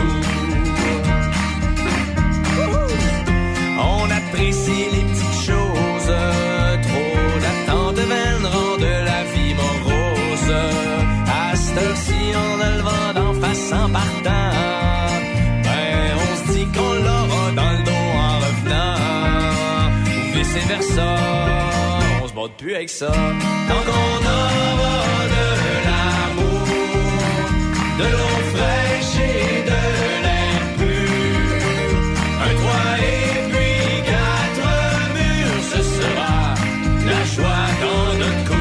cour. On apprécie les petites choses, trop d'attente vaine rend de la vie morose. À cette heure-ci, on a le vent d'en face en partant, ben on se dit qu'on l'aura dans le dos en revenant, ou vice-versa, on se bat plus avec ça. Tant qu'on aura de l'amour, de l'eau fraîche et de l'air pur, un toit et puis 4 murs, ce sera la joie dans notre cour.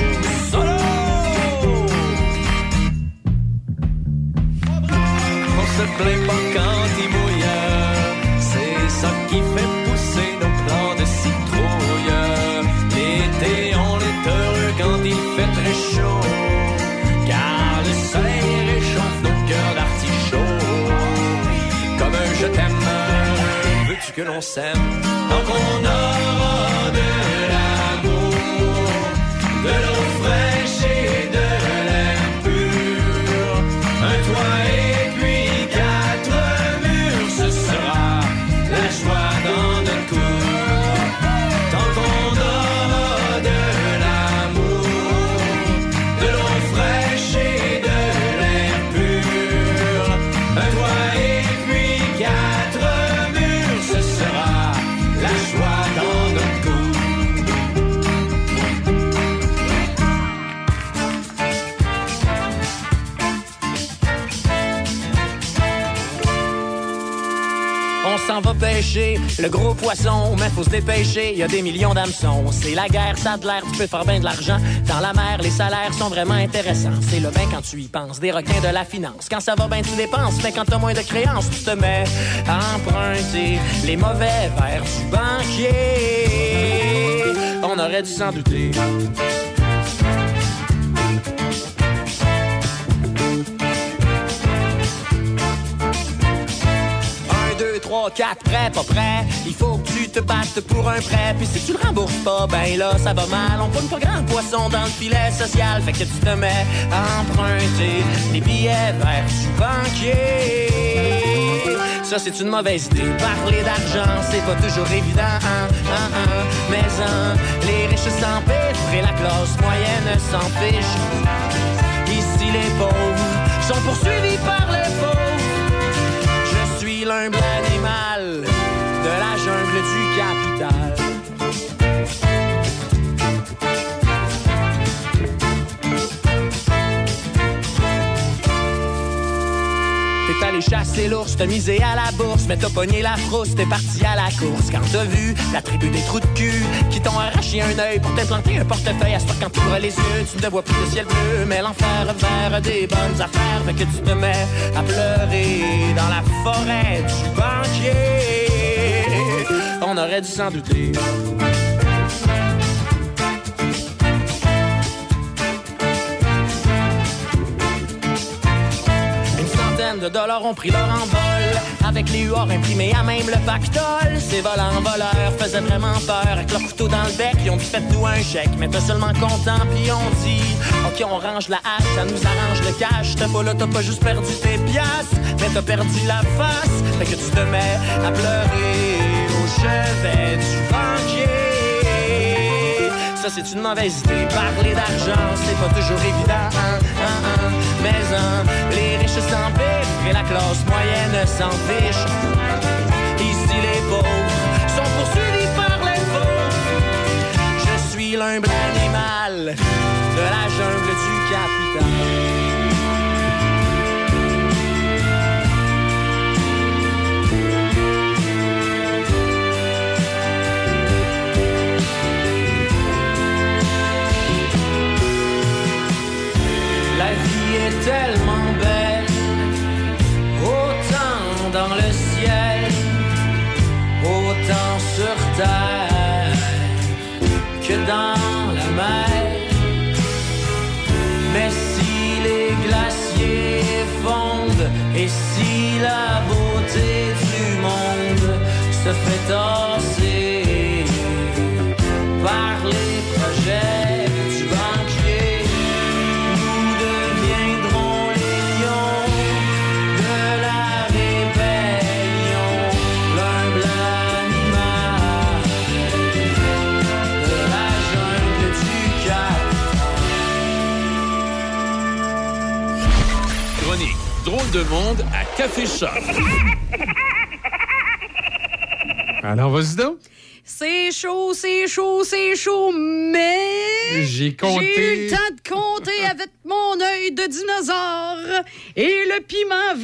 On se plaint pas quand il mouille, c'est ça qui fait pousser nos plants de citrouille. L'été on est heureux quand il fait très chaud, car le soleil réchauffe nos cœurs d'artichaut. Comme un je t'aime, veux-tu que l'on s'aime? Tant qu'on aura de l'amour, de l'eau fraîche et de l'air pur, un toit et puis 4 murs, ce sera la joie dans notre cour. Tant qu'on aura de l'amour, de l'eau fraîche et de l'air pur, un toit et puis 4 murs, ce sera la joie dans notre cour. On s'en va pêcher le gros poisson, mais faut se dépêcher, y a des millions d'hameçons. C'est la guerre, ça a de l'air, tu peux faire bien de l'argent. Dans la mer, les salaires sont vraiment intéressants. C'est le bain quand tu y penses, des requins de la finance. Quand ça va bien, tu dépenses, mais quand t'as moins de créances, tu te mets à emprunter les mauvais vers du banquier. On aurait dû s'en douter. 3, 4, prêt, pas prêt. Il faut que tu te battes pour un prêt. Puis si tu le rembourses pas, ben là, ça va mal. On pogne pas grand poisson dans le filet social. Fait que tu te mets à emprunter les billets vers du banquier. Ça, c'est une mauvaise idée. Parler d'argent, c'est pas toujours évident. Mais les riches s'empiffrent et la classe moyenne s'en fiche. Ici, les pauvres sont poursuivis par les pauvres. Je suis l'humble animal de la jungle du capital. T'es allé chasser l'ours, t'as misé à la bourse, mais t'as pogné la frousse, t'es parti à la course. Quand t'as vu la tribu des trous de cul qui t'ont arraché un œil pour t'implanter un portefeuille, à ce quand t'ouvres les yeux, tu ne vois plus le ciel bleu, mais l'enfer vers des bonnes affaires. Fait que tu te mets à pleurer dans la forêt du banquier. On aurait dû s'en douter. De dollars ont pris leur envol avec les huards imprimés à même le pactole. Ces voleurs faisaient vraiment peur. Avec leur couteau dans le bec, ils ont dit faites-nous un chèque. Mais t'es seulement content, puis on dit ok, on range la hache, ça nous arrange le cash. T'es pas là, t'as pas juste perdu tes piastres, mais t'as perdu la face. Fait que tu te mets à pleurer au chevet du banquier. Ça, c'est une mauvaise idée. Parler d'argent, c'est pas toujours évident. Mais les riches s'empiffrent et la classe moyenne s'en fiche. Ici, les pauvres sont poursuivis par les pauvres. Je suis l'humble animal de la jungle du capital. La vie est tellement belle, autant dans le ciel, autant sur terre. terre que dans la mer. Mais si les glaciers fondent et si la beauté du monde se fait tasser par les projets du banquier, nous deviendrons les lions de la rébellion, l'humble animal de la jungle du Cap. Chronique Drôle de monde à Café Shop. Alors, vas-y donc. C'est chaud, c'est chaud, c'est chaud, mais... J'ai compté. J'ai eu le temps de compter avec mon œil de dinosaure. Et le piment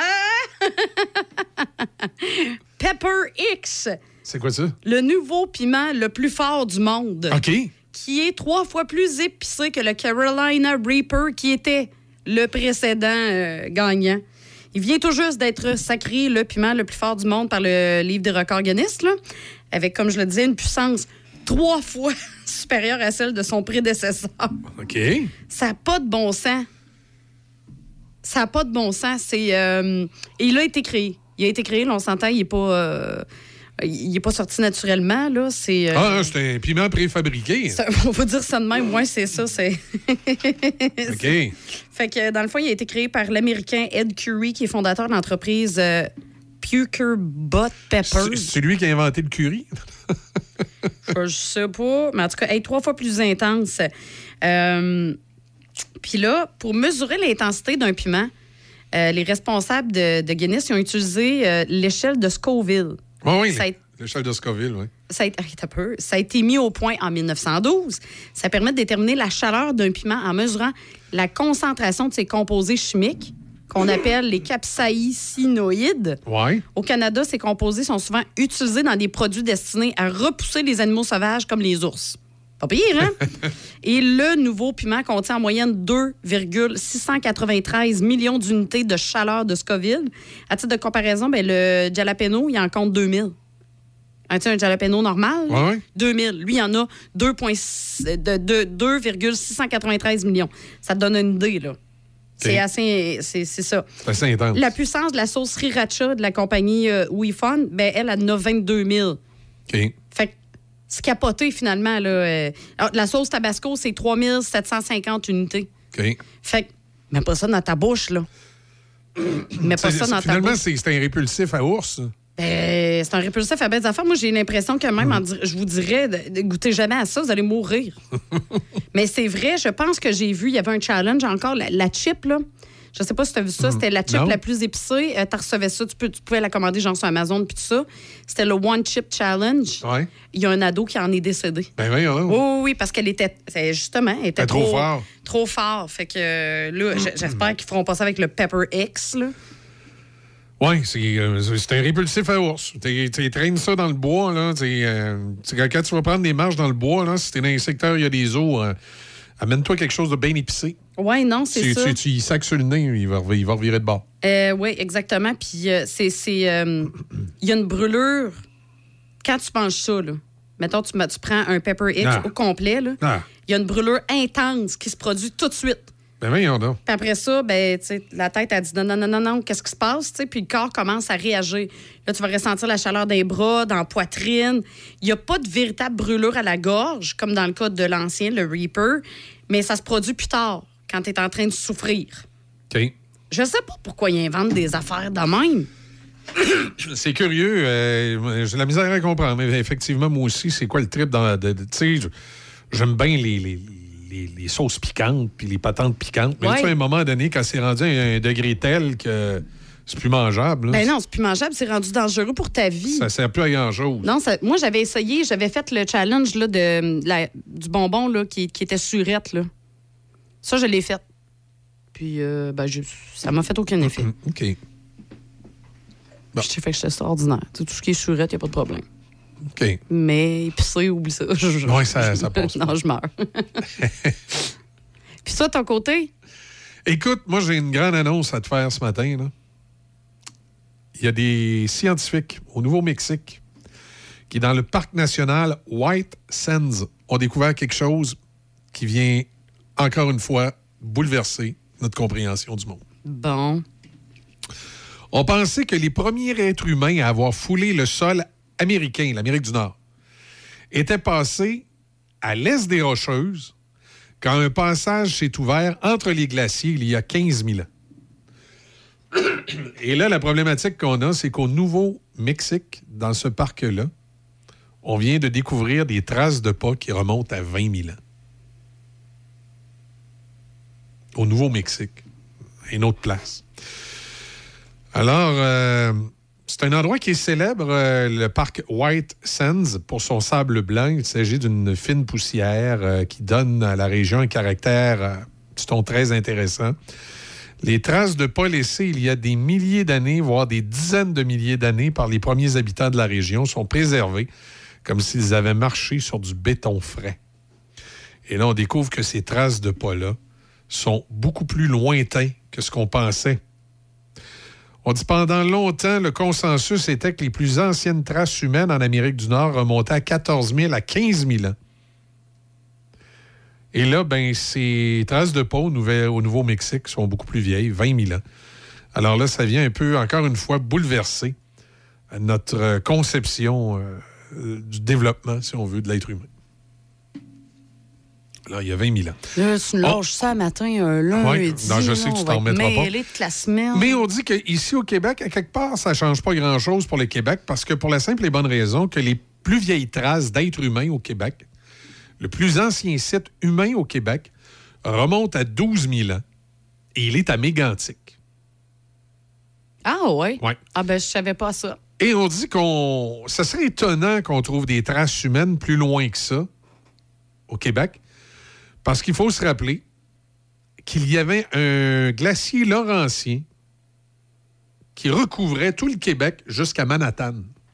va à... Pepper X. C'est quoi ça? Le nouveau piment le plus fort du monde. OK. Qui est 3 fois plus épicé que le Carolina Reaper, qui était le précédent gagnant. Il vient tout juste d'être sacré le piment le plus fort du monde par le livre des records Guinness, là, avec, comme je le disais, une puissance 3 fois supérieure à celle de son prédécesseur. OK. Ça n'a pas de bon sens. Ça n'a pas de bon sens. C'est, et il a été créé. Il a été créé, là, on s'entend, il n'est pas sorti naturellement, là. C'est c'est un piment préfabriqué. On va dire ça de même. Oui, c'est ça. C'est... OK. Fait que, dans le fond, il a été créé par l'Américain Ed Curry, qui est fondateur de l'entreprise Puker Butt Peppers. C'est lui qui a inventé le curry? Je sais pas. Mais en tout cas, 3 fois plus intense. Puis là, pour mesurer l'intensité d'un piment, les responsables de Guinness ils ont utilisé l'échelle de Scoville. Oui, l'échelle de Scoville, oui. Ça a été mis au point en 1912. Ça permet de déterminer la chaleur d'un piment en mesurant la concentration de ses composés chimiques, qu'on appelle les capsaïcinoïdes. Ouais. Au Canada, ces composés sont souvent utilisés dans des produits destinés à repousser les animaux sauvages comme les ours. Pas pire, hein? Et le nouveau piment contient en moyenne 2,693 millions d'unités de chaleur de Scoville. À titre de comparaison, le jalapeno, il en compte 2000. Un jalapeno normal, ouais. 2000. Lui, il en a 2,693 millions. Ça te donne une idée, là. C'est assez... C'est ça. C'est assez intense. La puissance de la sauce sriracha de la compagnie Wifon, elle en a 22 000. OK. Fait que c'est capoté, finalement, là. Alors, la sauce Tabasco, c'est 3750 unités. OK. Fait que, mets pas ça dans ta bouche, là. Mets pas ça dans ta bouche. Finalement, c'est un répulsif à ours. C'est un répulsif à belles affaires. Moi, j'ai l'impression que même, je vous dirais, de goûter jamais à ça, vous allez mourir. Mais c'est vrai, je pense que j'ai vu, il y avait un challenge encore, la chip, là. Je sais pas si tu as vu ça, c'était la chip la plus épicée. Tu recevais ça, tu pouvais la commander genre sur Amazon puis tout ça. C'était le One Chip Challenge. Ouais. Il y a un ado qui en est décédé. Ben oui, Oui, parce qu'elle était, justement, elle était trop fort. Trop fort. Fait que là, j'espère qu'ils feront pas ça avec le Pepper X, là. Oui, c'est un répulsif à ours. Tu traînes ça dans le bois, là. Quand tu vas prendre des marches dans le bois, là, si t'es dans un secteur, il y a des os, amène-toi quelque chose de bien épicé. Oui, non, c'est ça. Tu y sacs sur le nez, il va revirer de bord. Oui, exactement. Puis il y a une brûlure. Quand tu manges ça, là, mettons, tu prends un Pepper X au complet, là, il y a une brûlure intense qui se produit tout de suite. Ben voyons donc. Puis après ça, la tête a dit non, qu'est-ce qui se passe? Puis le corps commence à réagir. Là, tu vas ressentir la chaleur des bras, dans la poitrine. Il n'y a pas de véritable brûlure à la gorge, comme dans le cas de l'ancien, le Reaper, mais ça se produit plus tard, quand tu es en train de souffrir. OK. Je sais pas pourquoi ils inventent des affaires de même. C'est curieux. J'ai de la misère à comprendre, mais effectivement, moi aussi, c'est quoi le trip dans... Tu sais, j'aime bien les sauces piquantes puis les patentes piquantes. Mais à un moment donné, quand c'est rendu à un degré tel que c'est plus mangeable. Là, ben non, c'est plus mangeable. C'est rendu dangereux pour ta vie. Ça sert plus à grand-chose. Non, moi, j'avais essayé. J'avais fait le challenge là, du bonbon là, qui était surette. Là. Ça, je l'ai fait. Puis, ça m'a fait aucun effet. OK. Bon. J'ai fait que j'étais extraordinaire. Tout ce qui est surette, il n'y a pas de problème. OK. Mais épicé, oublie ça. Oui, ça passe. Non, je meurs. Puis ça, ton côté? Écoute, moi, j'ai une grande annonce à te faire ce matin. Là. Il y a des scientifiques au Nouveau-Mexique qui est dans le parc national White Sands, ont découvert quelque chose qui vient, encore une fois, bouleverser notre compréhension du monde. Bon. On pensait que les premiers êtres humains à avoir foulé le sol américain, l'Amérique du Nord, étaient passés à l'est des Rocheuses quand un passage s'est ouvert entre les glaciers il y a 15 000 ans. Et là, la problématique qu'on a, c'est qu'au Nouveau-Mexique, dans ce parc-là, on vient de découvrir des traces de pas qui remontent à 20 000 ans. Au Nouveau-Mexique, une autre place. Alors, c'est un endroit qui est célèbre, le parc White Sands, pour son sable blanc. Il s'agit d'une fine poussière qui donne à la région un caractère, disons, très intéressant. Les traces de pas laissées il y a des milliers d'années, voire des dizaines de milliers d'années par les premiers habitants de la région sont préservées comme s'ils avaient marché sur du béton frais. Et là, on découvre que ces traces de pas-là sont beaucoup plus lointains que ce qu'on pensait. On dit pendant longtemps, le consensus était que les plus anciennes traces humaines en Amérique du Nord remontaient à 14 000 à 15 000 ans. Et là, ben, ces traces de pas au Nouveau-Mexique sont beaucoup plus vieilles, 20 000 ans. Alors là, ça vient un peu, encore une fois, bouleverser notre conception du développement, si on veut, de l'être humain. Là, il y a 20 000 ans. Là, tu lâches ça matin, un lundi. Non, je sais que tu t'en remettras pas. Toute la semaine. Mais on dit qu'ici, au Québec, à quelque part, ça ne change pas grand-chose pour le Québec parce que pour la simple et bonne raison que les plus vieilles traces d'êtres humains au Québec, le plus ancien site humain au Québec, remonte à 12 000 ans et il est à Mégantic. Ah oui? Oui. Ah ben, je savais pas ça. Et on dit ça serait étonnant qu'on trouve des traces humaines plus loin que ça au Québec. Parce qu'il faut se rappeler qu'il y avait un glacier laurentien qui recouvrait tout le Québec jusqu'à Manhattan.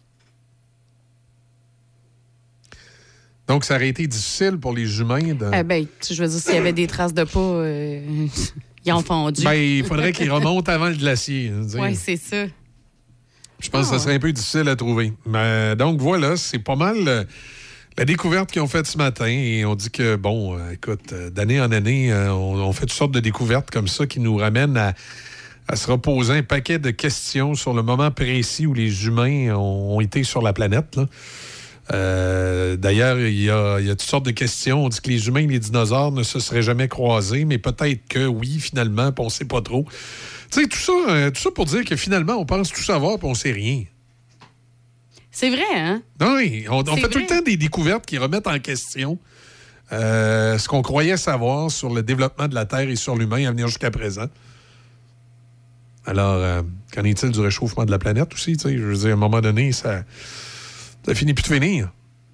Donc, ça aurait été difficile pour les humains de... Eh bien, je veux dire, s'il y avait des traces de pas, ils ont fondu. Ben, il faudrait qu'ils remontent avant le glacier. Oui, c'est ça. Je pense que ça serait un peu difficile à trouver. Mais, donc, voilà, c'est pas mal... La découverte qu'ils ont faite ce matin, et on dit que, bon, écoute, d'année en année, on fait toutes sortes de découvertes comme ça qui nous ramènent à se reposer un paquet de questions sur le moment précis où les humains ont été sur la planète. Là. D'ailleurs, il y a toutes sortes de questions. On dit que les humains et les dinosaures ne se seraient jamais croisés, mais peut-être que oui, finalement, puis on ne sait pas trop. Tu sais, tout ça pour dire que finalement, on pense tout savoir puis on ne sait rien. C'est vrai, hein? Oui, on fait tout le temps des découvertes qui remettent en question ce qu'on croyait savoir sur le développement de la Terre et sur l'humain à venir jusqu'à présent. Alors, qu'en est-il du réchauffement de la planète aussi? Je veux dire, à un moment donné, ça finit plus de finir.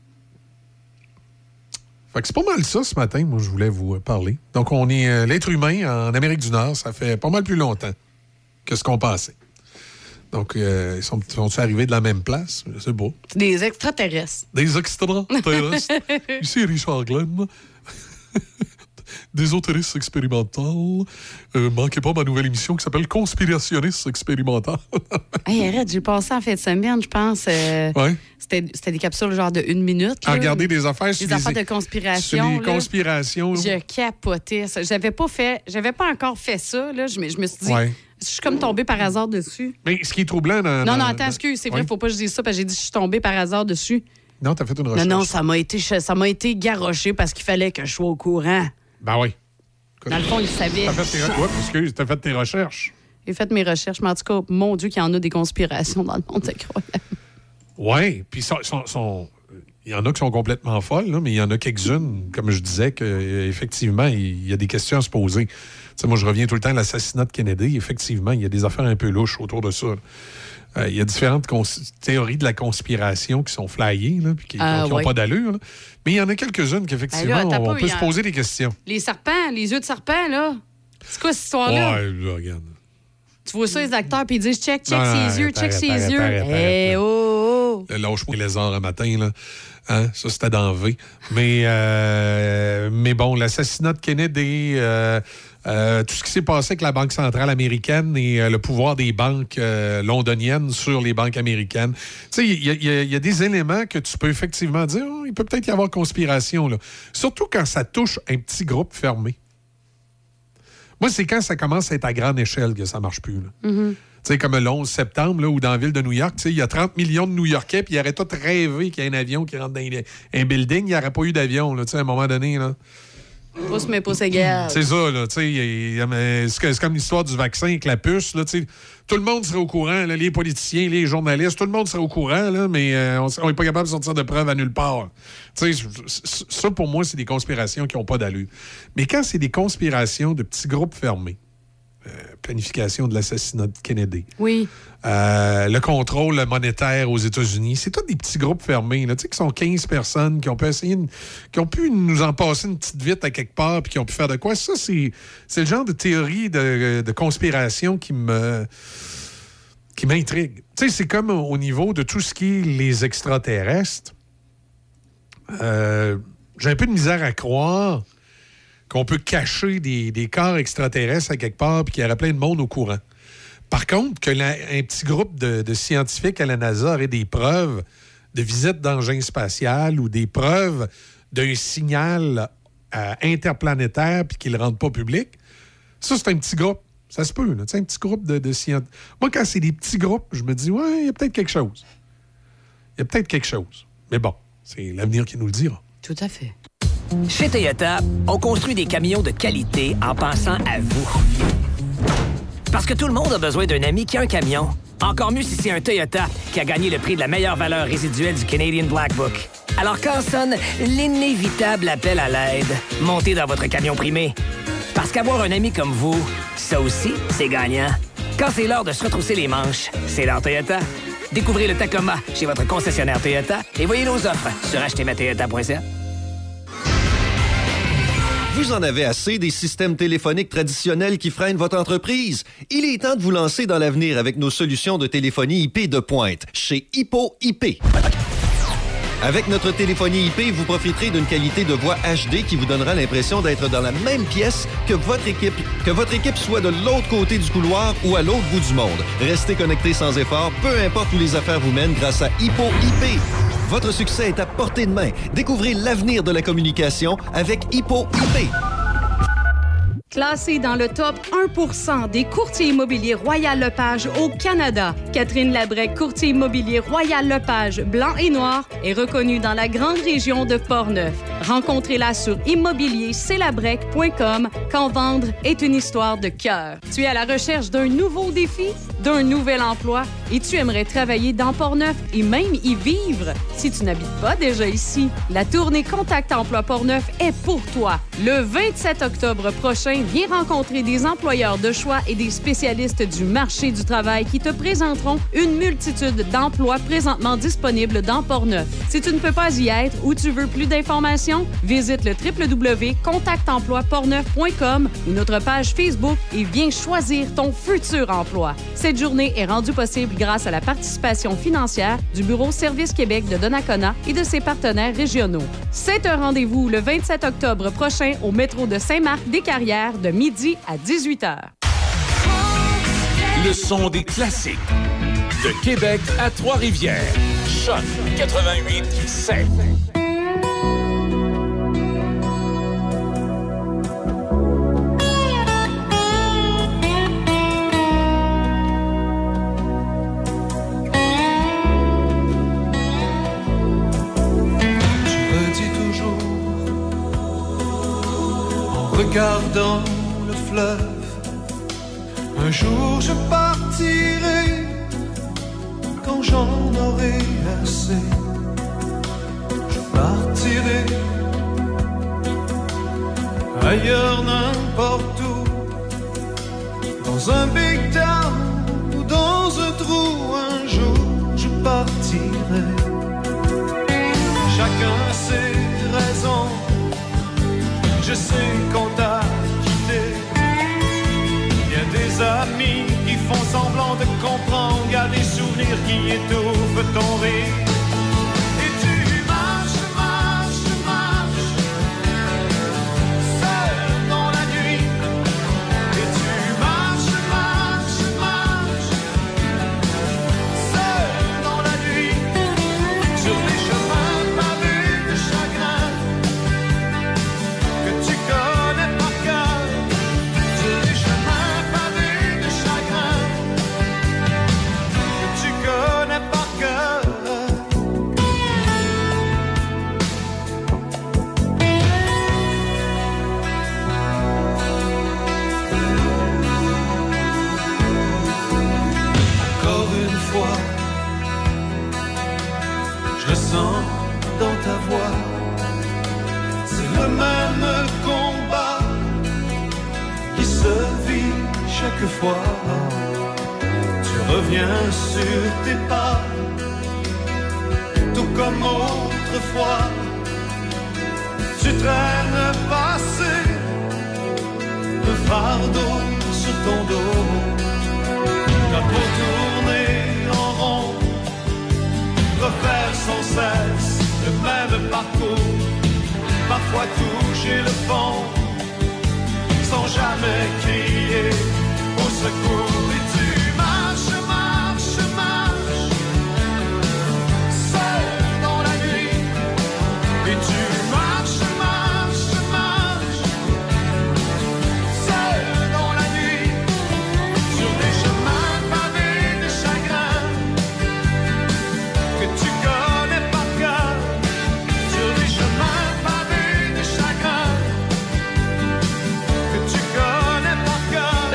Fait que c'est pas mal ça ce matin, moi, je voulais vous parler. Donc, on est l'être humain en Amérique du Nord, ça fait pas mal plus longtemps que ce qu'on pensait. Donc, ils sont-ils arrivés de la même place? C'est beau. Des extraterrestres. Des extraterrestres. Ici, Richard Glenn. Désotéristes expérimental. Manquez pas ma nouvelle émission qui s'appelle Conspirationniste expérimental. Hey, arrête, j'ai passé en fin de semaine, je pense. Ouais. C'était des capsules genre de 1 minute. À regarder des affaires sur affaires de conspiration. Sur les conspirations. Je capotais ça. J'avais pas encore fait ça. Là. Je me suis dit... Ouais. Je suis comme tombée par hasard dessus. Mais ce qui est troublant... Non, attends, excuse. C'est vrai, faut pas que je dise ça, parce que j'ai dit que je suis tombée par hasard dessus. Non, t'as fait une recherche. Non, ça m'a été garoché parce qu'il fallait que je sois au courant. Ben oui. Dans le fond, il savait. T'as fait tes recherches. J'ai fait mes recherches, mais en tout cas, mon Dieu, qu'il y en a des conspirations dans le monde, c'est incroyable. Oui, puis il y en a qui sont complètement folles, là, mais il y en a quelques-unes, comme je disais, qu'effectivement, il y a des questions à se poser. Tu sais, moi, je reviens tout le temps à l'assassinat de Kennedy. Effectivement, il y a des affaires un peu louches autour de ça. Il y a différentes théories de la conspiration qui sont flyées, là, puis qui n'ont pas d'allure. Là. Mais il y en a quelques-unes qu'effectivement, on peut se poser des questions. Les serpents, les yeux de serpent, là. C'est quoi cette histoire-là? Ouais, là, regarde. Tu vois ça, les acteurs, puis ils disent check ses yeux, check ses yeux. Lâche-moi les lézards un matin, là. Hein? Ça, c'était dans V. Mais bon, l'assassinat de Kennedy, tout ce qui s'est passé avec la Banque centrale américaine et le pouvoir des banques londoniennes sur les banques américaines. Tu sais, il y a des éléments que tu peux effectivement dire, il peut peut-être y avoir conspiration, là. Surtout quand ça touche un petit groupe fermé. Moi, c'est quand ça commence à être à grande échelle que ça marche plus, là. Mm-hmm. Tu sais, comme le 11 septembre, là, ou dans la ville de New York, il y a 30 millions de New-Yorkais, puis ils auraient tous rêvé qu'il y ait un avion qui rentre dans un building. Il n'y aurait pas eu d'avion, là, à un moment donné. Là. Pouce, mais pouce égal. C'est ça, là. C'est comme l'histoire du vaccin avec la puce. Là, tout le monde serait au courant, là, les politiciens, les journalistes, tout le monde serait au courant, là, mais on n'est pas capable de sortir de preuves à nulle part. Ça, pour moi, c'est des conspirations qui n'ont pas d'allure. Mais quand c'est des conspirations de petits groupes fermés, planification de l'assassinat de Kennedy. Oui. Le contrôle monétaire aux États-Unis. C'est tous des petits groupes fermés, là, qui sont 15 personnes, qui ont pu nous en passer une petite vite à quelque part, puis qui ont pu faire de quoi. Ça, c'est le genre de théorie de conspiration qui m'intrigue. C'est comme au niveau de tout ce qui est les extraterrestres. J'ai un peu de misère à croire qu'on peut cacher des corps extraterrestres à quelque part puis qu'il y aurait plein de monde au courant. Par contre, un petit groupe de scientifiques à la NASA aurait des preuves de visite d'engins spatials ou des preuves d'un signal interplanétaire puis qu'ils ne le rendent pas public, ça, c'est un petit groupe. Ça se peut, là. Un petit groupe de scientifiques. Moi, quand c'est des petits groupes, je me dis, ouais, il y a peut-être quelque chose. Il y a peut-être quelque chose. Mais bon, c'est l'avenir qui nous le dira. Tout à fait. Chez Toyota, on construit des camions de qualité en pensant à vous. Parce que tout le monde a besoin d'un ami qui a un camion. Encore mieux si c'est un Toyota qui a gagné le prix de la meilleure valeur résiduelle du Canadian Black Book. Alors quand sonne l'inévitable appel à l'aide, montez dans votre camion primé. Parce qu'avoir un ami comme vous, ça aussi, c'est gagnant. Quand c'est l'heure de se retrousser les manches, c'est l'heure Toyota. Découvrez le Tacoma chez votre concessionnaire Toyota et voyez nos offres sur achetezmatoyota.ca. Vous en avez assez des systèmes téléphoniques traditionnels qui freinent votre entreprise? Il est temps de vous lancer dans l'avenir avec nos solutions de téléphonie IP de pointe chez Hippo IP. Avec notre téléphonie IP, vous profiterez d'une qualité de voix HD qui vous donnera l'impression d'être dans la même pièce que votre équipe soit de l'autre côté du couloir ou à l'autre bout du monde. Restez connectés sans effort, peu importe où les affaires vous mènent grâce à Hippo IP. Votre succès est à portée de main. Découvrez l'avenir de la communication avec Hippo IP. Classée dans le top 1% des courtiers immobiliers Royal Lepage au Canada, Catherine Labrec, courtier immobilier Royal Lepage blanc et noir, est reconnue dans la grande région de Portneuf. Rencontrez-la sur immobilierclabrec.com quand vendre est une histoire de cœur. Tu es à la recherche d'un nouveau défi, d'un nouvel emploi et tu aimerais travailler dans Portneuf et même y vivre? Si tu n'habites pas déjà ici, la tournée Contact Emploi Portneuf est pour toi. Le 27 octobre prochain, viens rencontrer des employeurs de choix et des spécialistes du marché du travail qui te présenteront une multitude d'emplois présentement disponibles dans Portneuf. Si tu ne peux pas y être ou tu veux plus d'informations, visite le www.contactemploiportneuf.com ou notre page Facebook et viens choisir ton futur emploi. Cette journée est rendue possible grâce à la participation financière du Bureau Service Québec de Donnacona et de ses partenaires régionaux. C'est un rendez-vous le 27 octobre prochain au métro de Saint-Marc-des-Carrières de midi à 18h. Le son des classiques. De Québec à Trois-Rivières. Choc 88.7. Regardant le fleuve, un jour je partirai quand j'en aurai assez. Je partirai ailleurs, n'importe où, dans un big town ou dans un trou. Un jour je partirai. Chacun a ses raisons. Je sais qu'on t'a quitté. Il y a des amis qui font semblant de comprendre. Il y a des souvenirs qui étouffent ton rire. Et tu marches quelquefois tu reviens sur tes pas, tout comme autrefois. Tu traînes le passé, le fardeau sur ton dos. T'as beau tourner en rond, refaire sans cesse le même parcours, parfois toucher le fond, sans jamais crier au secours. Et tu marches, marches, marches, seul dans la nuit. Et tu marches, marches, marches, seul dans la nuit, sur des chemins pavés de chagrin que tu connais par cœur, sur des chemins pavés de chagrin que tu connais par cœur.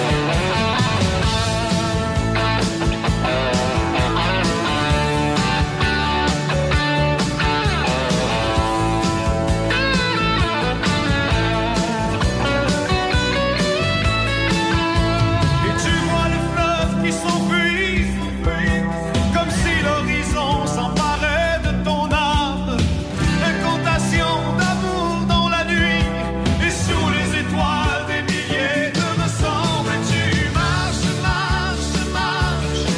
Et tu vois le fleuve qui s'enfuit, comme si l'horizon s'emparait de ton âme. Incantation d'amour dans la nuit, et sous les étoiles des milliers de me semble. Et tu marches, marches, marches,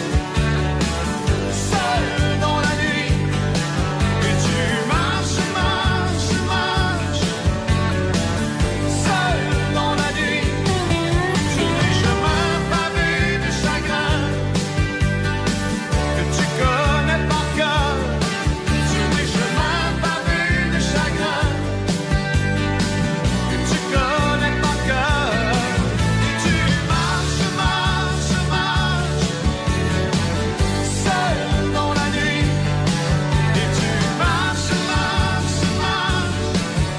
seul dans la nuit. Et tu marches, marches, marches, seul dans la nuit, sur des chemins pavés de chagrin que tu connais par cœur, sur des chemins pavés de chagrin que tu connais par cœur. Et tu marches, marches, marches, seul dans la nuit. Et tu marches, marches, marches,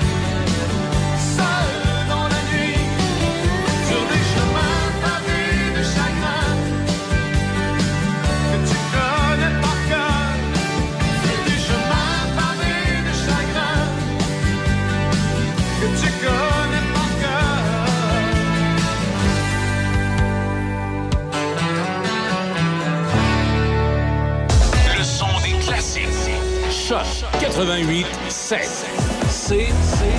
seul dans la nuit, sur des chemins pavés de chagrin que tu connais par cœur, sur des chemins pavés de chagrin que tu connais par cœur. Le son des classiques. Choc 88 7. C-H-H-O-C.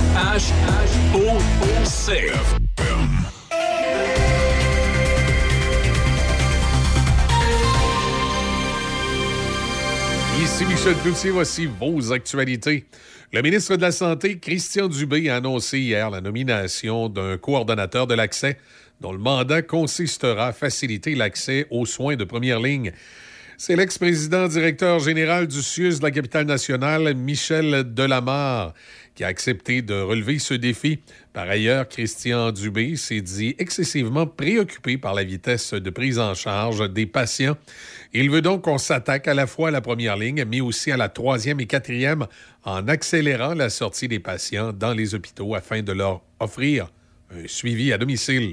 Ici Michel Cloutier, voici vos actualités. Le ministre de la Santé, Christian Dubé, a annoncé hier la nomination d'un coordonnateur de l'accès dont le mandat consistera à faciliter l'accès aux soins de première ligne. C'est l'ex-président directeur général du CIUS de la capitale nationale, Michel Delamarre, qui a accepté de relever ce défi. Par ailleurs, Christian Dubé s'est dit excessivement préoccupé par la vitesse de prise en charge des patients. Il veut donc qu'on s'attaque à la fois à la première ligne, mais aussi à la troisième et quatrième, en accélérant la sortie des patients dans les hôpitaux afin de leur offrir un suivi à domicile.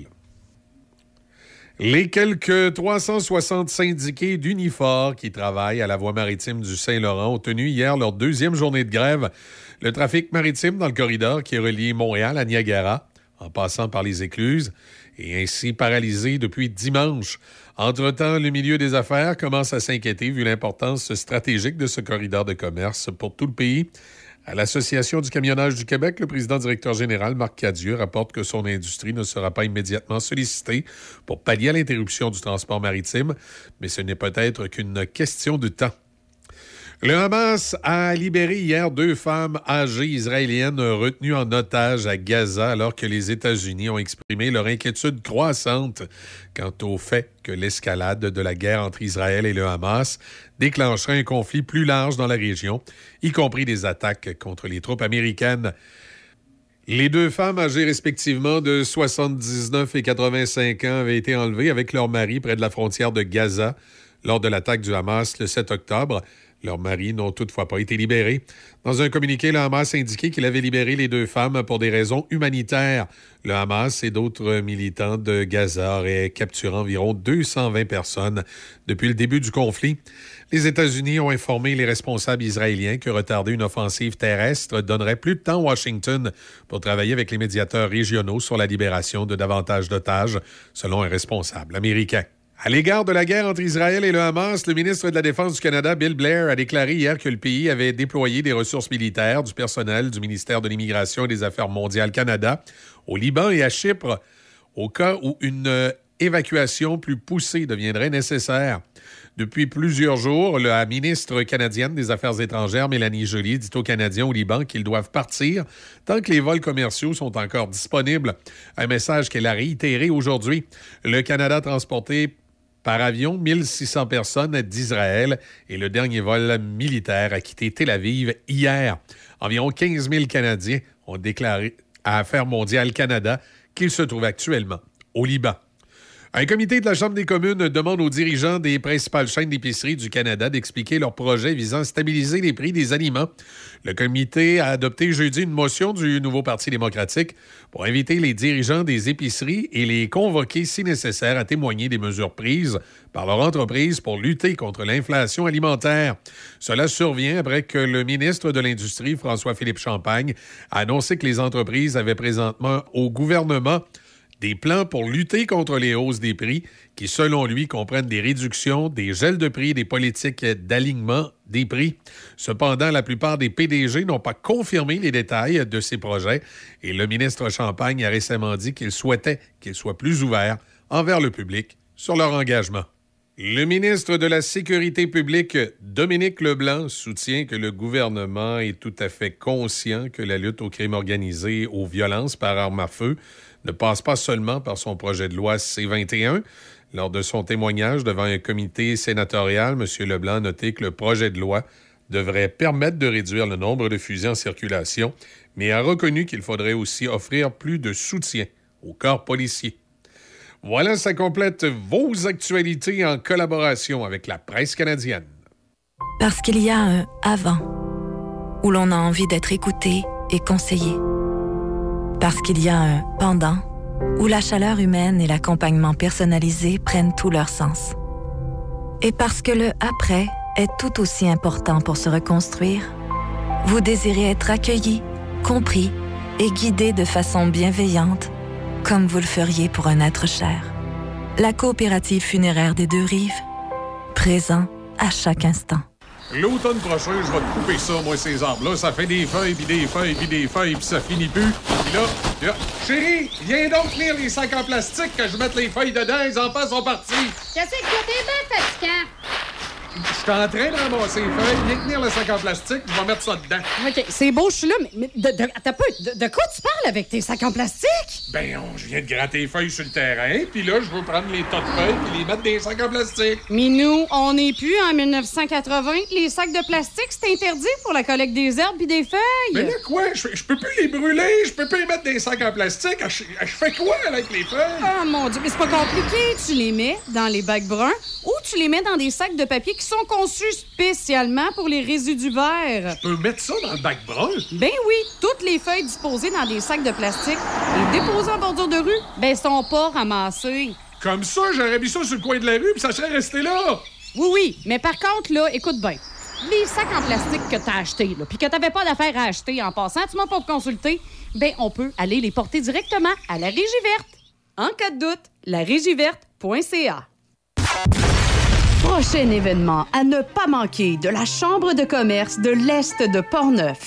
Les quelques 360 syndiqués d'Unifor qui travaillent à la voie maritime du Saint-Laurent ont tenu hier leur deuxième journée de grève. Le trafic maritime dans le corridor qui relie Montréal à Niagara, en passant par les écluses, est ainsi paralysé depuis dimanche. Entre-temps, le milieu des affaires commence à s'inquiéter vu l'importance stratégique de ce corridor de commerce pour tout le pays. À l'Association du camionnage du Québec, le président-directeur général, Marc Cadieux, rapporte que son industrie ne sera pas immédiatement sollicitée pour pallier à l'interruption du transport maritime, mais ce n'est peut-être qu'une question de temps. Le Hamas a libéré hier 2 femmes âgées israéliennes retenues en otage à Gaza alors que les États-Unis ont exprimé leur inquiétude croissante quant au fait que l'escalade de la guerre entre Israël et le Hamas déclencherait un conflit plus large dans la région, y compris des attaques contre les troupes américaines. Les 2 femmes âgées respectivement de 79 et 85 ans avaient été enlevées avec leur mari près de la frontière de Gaza lors de l'attaque du Hamas le 7 octobre. Leurs maris n'ont toutefois pas été libérés. Dans un communiqué, le Hamas a indiqué qu'il avait libéré les 2 femmes pour des raisons humanitaires. Le Hamas et d'autres militants de Gaza auraient capturé environ 220 personnes depuis le début du conflit. Les États-Unis ont informé les responsables israéliens que retarder une offensive terrestre donnerait plus de temps à Washington pour travailler avec les médiateurs régionaux sur la libération de davantage d'otages, selon un responsable américain. À l'égard de la guerre entre Israël et le Hamas, le ministre de la Défense du Canada, Bill Blair, a déclaré hier que le pays avait déployé des ressources militaires, du personnel du ministère de l'Immigration et des Affaires mondiales Canada, au Liban et à Chypre, au cas où une évacuation plus poussée deviendrait nécessaire. Depuis plusieurs jours, la ministre canadienne des Affaires étrangères, Mélanie Joly, dit aux Canadiens au Liban qu'ils doivent partir tant que les vols commerciaux sont encore disponibles. Un message qu'elle a réitéré aujourd'hui. Le Canada a transporté par avion 1600 personnes d'Israël et le dernier vol militaire a quitté Tel Aviv hier. Environ 15 000 Canadiens ont déclaré à Affaires mondiales Canada qu'ils se trouvent actuellement au Liban. Un comité de la Chambre des communes demande aux dirigeants des principales chaînes d'épicerie du Canada d'expliquer leur projet visant à stabiliser les prix des aliments. Le comité a adopté jeudi une motion du nouveau Parti démocratique pour inviter les dirigeants des épiceries et les convoquer, si nécessaire, à témoigner des mesures prises par leur entreprise pour lutter contre l'inflation alimentaire. Cela survient après que le ministre de l'Industrie, François-Philippe Champagne, a annoncé que les entreprises avaient présentement au gouvernement des plans pour lutter contre les hausses des prix qui, selon lui, comprennent des réductions, des gels de prix, des politiques d'alignement des prix. Cependant, la plupart des PDG n'ont pas confirmé les détails de ces projets et le ministre Champagne a récemment dit qu'il souhaitait qu'ils soient plus ouverts envers le public sur leur engagement. Le ministre de la Sécurité publique, Dominique Leblanc, soutient que le gouvernement est tout à fait conscient que la lutte au crime organisé, aux violences par arme à feu, ne passe pas seulement par son projet de loi C-21. Lors de son témoignage devant un comité sénatorial, M. Leblanc a noté que le projet de loi devrait permettre de réduire le nombre de fusils en circulation, mais a reconnu qu'il faudrait aussi offrir plus de soutien aux corps policiers. Voilà, ça complète vos actualités en collaboration avec la presse canadienne. Parce qu'il y a un avant, où l'on a envie d'être écouté et conseillé. Parce qu'il y a un pendant, où la chaleur humaine et l'accompagnement personnalisé prennent tout leur sens. Et parce que le après est tout aussi important pour se reconstruire, vous désirez être accueilli, compris et guidé de façon bienveillante, comme vous le feriez pour un être cher. La coopérative funéraire des Deux-Rives, présent à chaque instant. L'automne prochain, je vais te couper ça, moi, ces arbres-là. Ça fait des feuilles, puis des feuilles, puis des feuilles, puis ça finit plus. Puis là, chérie, viens donc lire les sacs en plastique que je mette les feuilles dedans, les enfants sont partis. Qu'est-ce que t'es bien fatigant? Je suis en train de ramasser les feuilles, viens tenir le sac en plastique, je vais mettre ça dedans. OK, c'est beau, je suis là, mais de quoi tu parles avec tes sacs en plastique? Ben, je viens de gratter les feuilles sur le terrain, puis là, je veux prendre les tas de feuilles puis les mettre dans les sacs en plastique. Mais nous, on n'est plus en 1980. Les sacs de plastique, c'est interdit pour la collecte des herbes puis des feuilles. Mais là, quoi? Je peux plus les brûler, je peux plus les mettre dans les sacs en plastique. Je fais quoi avec les feuilles? Oh mon Dieu, mais c'est pas compliqué. Tu les mets dans les bacs bruns ou tu les mets dans des sacs de papier qui sont conçus spécialement pour les résidus verts. Je peux mettre ça dans le bac brun? Ben oui, toutes les feuilles disposées dans des sacs de plastique et déposées en bordure de rue, ben sont pas ramassées. Comme ça, j'aurais mis ça sur le coin de la rue puis ça serait resté là. Oui, mais par contre, là, écoute bien. Les sacs en plastique que t'as achetés, là, puis que t'avais pas d'affaire à acheter en passant, tu m'as pas consulté, ben on peut aller les porter directement à la Régie verte. En cas de doute, larégieverte.ca. Prochain événement à ne pas manquer de la Chambre de commerce de l'Est de Portneuf.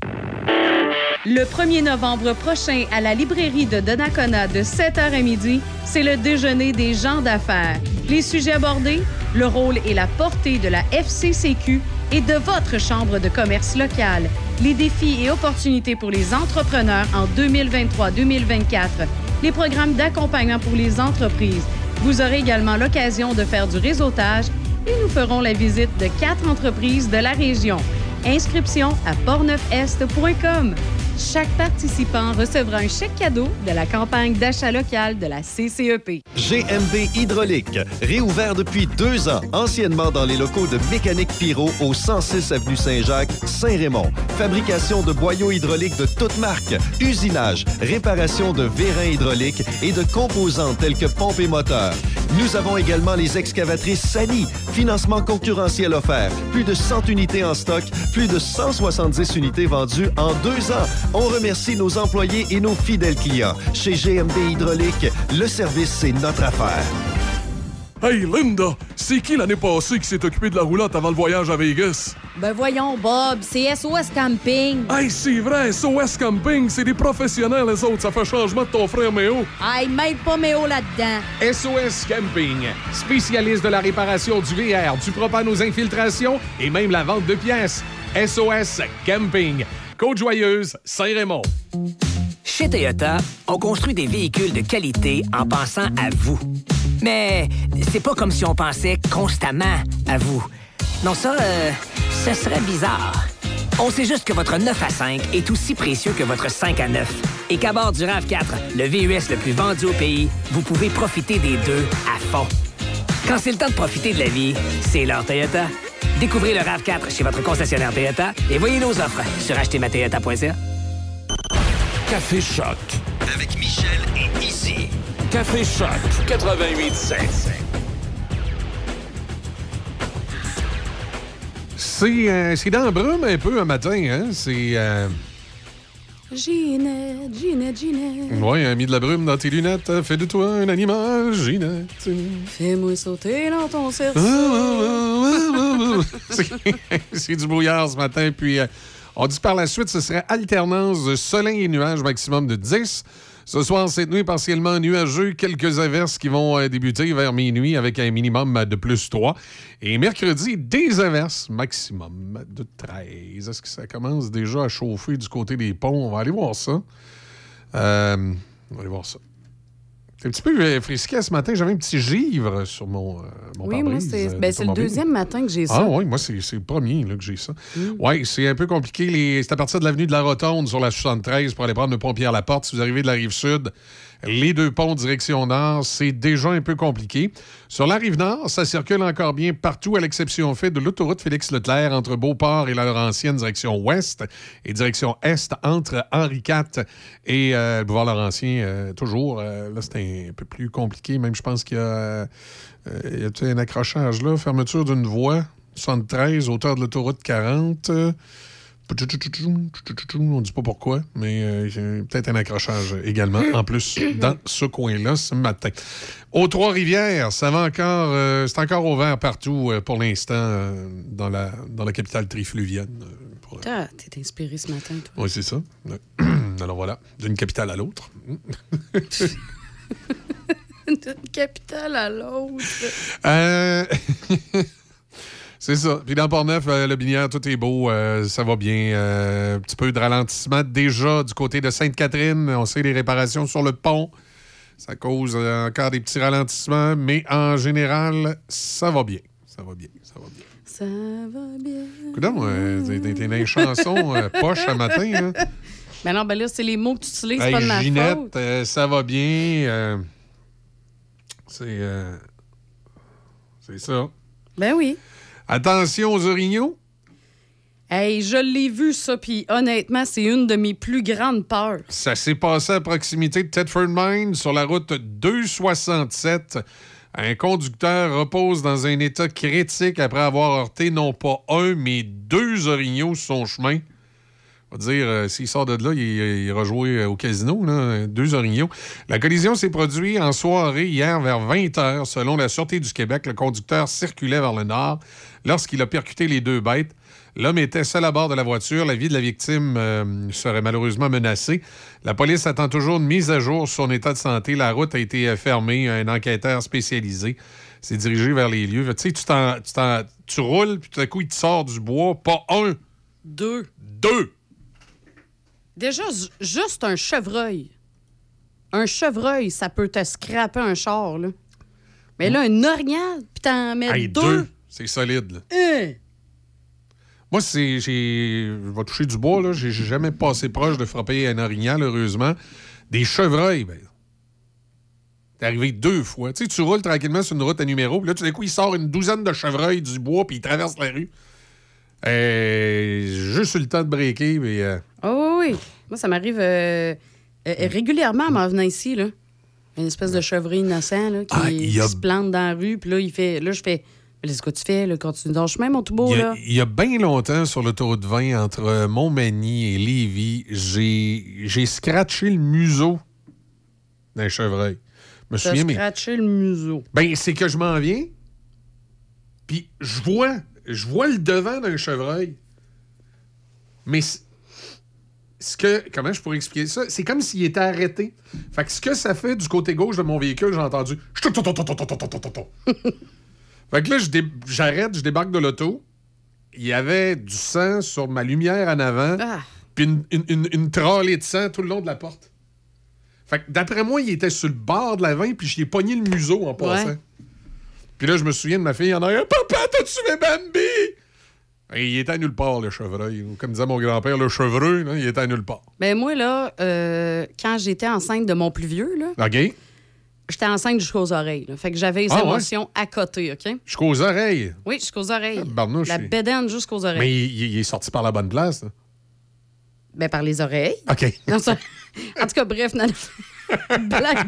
Le 1er novembre prochain, à la librairie de Donnacona de 7h à midi, c'est le déjeuner des gens d'affaires. Les sujets abordés, le rôle et la portée de la FCCQ et de votre Chambre de commerce locale, les défis et opportunités pour les entrepreneurs en 2023-2024, les programmes d'accompagnement pour les entreprises. Vous aurez également l'occasion de faire du réseautage et nous ferons la visite de 4 entreprises de la région. Inscription à portneufest.com. Chaque participant recevra un chèque cadeau de la campagne d'achat local de la CCEP. GMB Hydraulique, réouvert depuis 2 ans, anciennement dans les locaux de Mécanique Pyro au 106 avenue Saint-Jacques, Saint-Raymond. Fabrication de boyaux hydrauliques de toutes marques, usinage, réparation de vérins hydrauliques et de composants tels que pompes et moteurs. Nous avons également les excavatrices Sani, financement concurrentiel offert, plus de 100 unités en stock, plus de 170 unités vendues en 2 ans. On remercie nos employés et nos fidèles clients. Chez GMB Hydraulique, le service, c'est notre affaire. Hey, Linda, c'est qui l'année passée qui s'est occupé de la roulotte avant le voyage à Vegas? Ben voyons, Bob, c'est SOS Camping. Hey, c'est vrai, SOS Camping, c'est des professionnels, les autres. Ça fait changement de ton frère Méo. Hey, mêle pas Méo là-dedans. SOS Camping, spécialiste de la réparation du VR, du propane aux infiltrations et même la vente de pièces. SOS Camping. Côte-Joyeuse, Saint-Raymond. Chez Toyota, on construit des véhicules de qualité en pensant à vous. Mais c'est pas comme si on pensait constamment à vous. Non, ça serait bizarre. On sait juste que votre 9 à 5 est aussi précieux que votre 5 à 9. Et qu'à bord du RAV4, le VUS le plus vendu au pays, vous pouvez profiter des deux à fond. Quand c'est le temps de profiter de la vie, c'est l'heure Toyota. Découvrez le RAV4 chez votre concessionnaire Toyota et voyez nos offres sur achetermatoyota.ca. Café Choc. Avec Michel et Izzy. Café Choc 88.7. C'est dans la brume un peu un matin, hein? C'est... Ginette. Oui, mis de la brume dans tes lunettes. Fais de toi un animal, Ginette. Fais-moi sauter dans ton cerceau. C'est du brouillard ce matin, puis... on dit par la suite, ce serait alternance de soleil et nuages, maximum de 10. Ce soir, cette nuit, partiellement nuageux, quelques averses qui vont débuter vers minuit avec un minimum de plus 3. Et mercredi, des averses, maximum de 13. Est-ce que ça commence déjà à chauffer du côté des ponts? On va aller voir ça. C'est un petit peu frisqué ce matin. J'avais un petit givre sur mon oui, moi, c'est le deuxième matin que j'ai ça. Ah oui, moi, c'est le premier là, que j'ai ça. Oui, c'est un peu compliqué. C'est à partir de l'avenue de la Rotonde sur la 73 pour aller prendre le pont Pierre-Laporte. Si vous arrivez de la Rive-Sud, les deux ponts direction nord, c'est déjà un peu compliqué. Sur la Rive-Nord, ça circule encore bien partout, à l'exception faite de l'autoroute Félix-Leclerc entre Beauport et la Laurentienne, direction ouest, et direction est entre Henri IV et le boulevard Laurentien, toujours. Là, c'est un peu plus compliqué. Même, je pense qu'il y a un accrochage là, fermeture d'une voie, 73, hauteur de l'autoroute 40. On ne dit pas pourquoi, mais peut-être un accrochage également, en plus, dans ce coin-là ce matin. Aux Trois-Rivières, ça va encore, c'est encore ouvert partout pour l'instant dans la capitale trifluvienne. T'es inspiré ce matin, toi. Oui, c'est ça. Alors voilà, d'une capitale à l'autre. D'une capitale à l'autre. C'est ça. Puis dans Port-Neuf, le Binière, tout est beau. Ça va bien. Un petit peu de ralentissement déjà du côté de Sainte-Catherine. On sait les réparations sur le pont. Ça cause encore des petits ralentissements. Mais en général, ça va bien. Ça va bien. Coudonc, t'es dans les chansons poche ce matin. Hein? Ben non, là, c'est les mots que tu utilises, c'est pas de ma Ginette, faute. ça va bien. C'est ça. Ben oui. Attention aux orignaux. Hey, je l'ai vu, ça, puis honnêtement, c'est une de mes plus grandes peurs. Ça s'est passé à proximité de Thetford Mines, sur la route 267. Un conducteur repose dans un état critique après avoir heurté non pas un, mais 2 orignaux sur son chemin. On va dire, s'il sort de là, il ira jouer au casino, là, 2 orignaux. La collision s'est produite en soirée hier vers 20h. Selon la Sûreté du Québec, le conducteur circulait vers le nord lorsqu'il a percuté les 2 bêtes. L'homme était seul à bord de la voiture. La vie de la victime serait malheureusement menacée. La police attend toujours une mise à jour sur son état de santé. La route a été fermée. Un enquêteur spécialisé s'est dirigé vers les lieux. Tu sais, tu roules, puis tout à coup, il te sort du bois. Pas 1. 2. 2. Déjà, juste un chevreuil. Un chevreuil, ça peut te scraper un char, là. Mais là, une orignal, puis t'en mets 2. C'est solide, là. Moi, je vais toucher du bois, là. J'ai jamais passé proche de frapper un orignal, heureusement. Des chevreuils, ben. T'es arrivé 2 fois. Tu sais, tu roules tranquillement sur une route à numéro, puis là, tout d'un coup, il sort une douzaine de chevreuils du bois, puis il traverse la rue. Juste eu le temps de breaker, mais... Oh oui. Moi, ça m'arrive régulièrement en m'en venant ici, là. Une espèce de chevreuil innocent, là, qui se plante dans la rue, puis là, il fait... Là, je fais... C'est ce que tu fais, là, quand tu dans le chemin, mon tout beau, là? Il y a bien longtemps, sur l'autoroute 20, entre Montmagny et Lévis, j'ai scratché le museau d'un chevreuil. Je me souviens, scratché le museau. Ben, c'est que je m'en viens, puis je vois le devant d'un chevreuil. Mais comment je pourrais expliquer ça? C'est comme s'il était arrêté. Fait que ce que ça fait du côté gauche de mon véhicule, j'ai entendu... Fait que là, j'arrête, je débarque de l'auto. Il y avait du sang sur ma lumière en avant, puis une tralée de sang tout le long de la porte. Fait que d'après moi, il était sur le bord de la 20, puis j'y ai pogné le museau en passant. Ouais. Puis là, je me souviens de ma fille en arrière. « Papa, t'as tué Bambi! » Et il était à nulle part, le chevreuil. Comme disait mon grand-père, le chevreuil, là, il était à nulle part. Ben moi, là, quand j'étais enceinte de mon plus vieux, là... OK. J'étais enceinte jusqu'aux oreilles. Là. Fait que j'avais les émotions à côté, OK? Jusqu'aux oreilles? Oui, jusqu'aux oreilles. Barnouche, la bédaine jusqu'aux oreilles. Mais il est sorti par la bonne place, là? Ben, par les oreilles. OK. Non, ça... En tout cas, bref, non. Blague.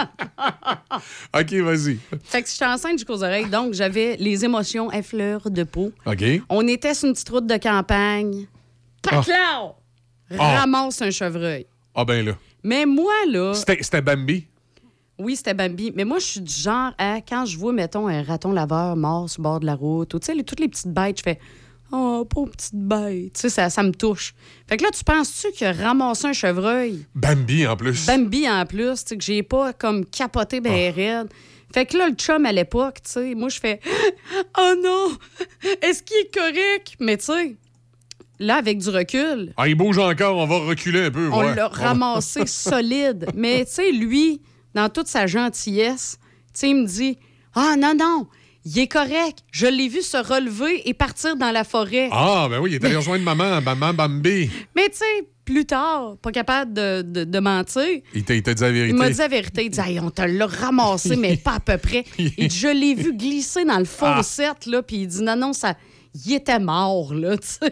OK, vas-y. Fait que j'étais enceinte jusqu'aux oreilles, donc j'avais les émotions à fleur de peau. OK. On était sur une petite route de campagne. Paclao! Ramasse un chevreuil. Ah, ben là. Mais moi, là... C'était Bambi? Oui, c'était Bambi. Mais moi, je suis du genre à, quand je vois, mettons, un raton laveur mort sur le bord de la route, ou tu sais, toutes les petites bêtes, je fais « Oh, pauvre petite bête. » Tu sais, ça me touche. Fait que là, tu penses-tu qu'il a ramassé un chevreuil? Bambi, en plus. Bambi, en plus. Tu sais, que j'ai pas comme capoté ben raide. Fait que là, le chum, à l'époque, tu sais, moi, je fais « Oh non! Est-ce qu'il est correct? » Mais tu sais... Là, avec du recul... Ah, il bouge encore, on va reculer un peu. On l'a ramassé solide. Mais, tu sais, lui, dans toute sa gentillesse, tu sais, il me dit « Ah, non, il est correct. Je l'ai vu se relever et partir dans la forêt. » Ah, ben oui, il est allé rejoindre maman Bambi. Mais, tu sais, plus tard, pas capable de mentir... Il t'a dit la vérité. Il m'a dit la vérité. Il dit hey, « On te l'a ramassé, mais pas à peu près. » Il dit « Je l'ai vu glisser dans le fossette, là. » Puis il dit « Non, ça... Il était mort, là, tu sais. »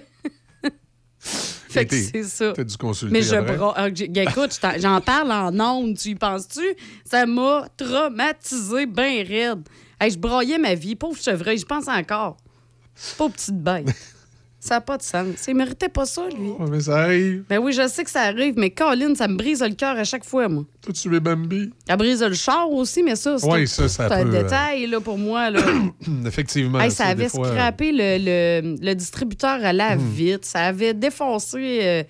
Fait que c'est ça. T'as dû consulter. Mais écoute, j'en parle en ondes, tu y penses-tu? Ça m'a traumatisé bien raide. Hey, je broyais ma vie. Pauvre chevreuil, je pense encore. Pauvre petite bête. Ça n'a pas de sens. Il méritait pas ça, lui. Oh, mais ça arrive. Ben oui, je sais que ça arrive, mais Colin, ça me brise le cœur à chaque fois, moi. Toi, tu es Bambi. Ça brise le char aussi, mais ça, c'est un détail là, pour moi. Là. Effectivement. Hey, ça avait scrappé le distributeur à la vitre. Ça avait défoncé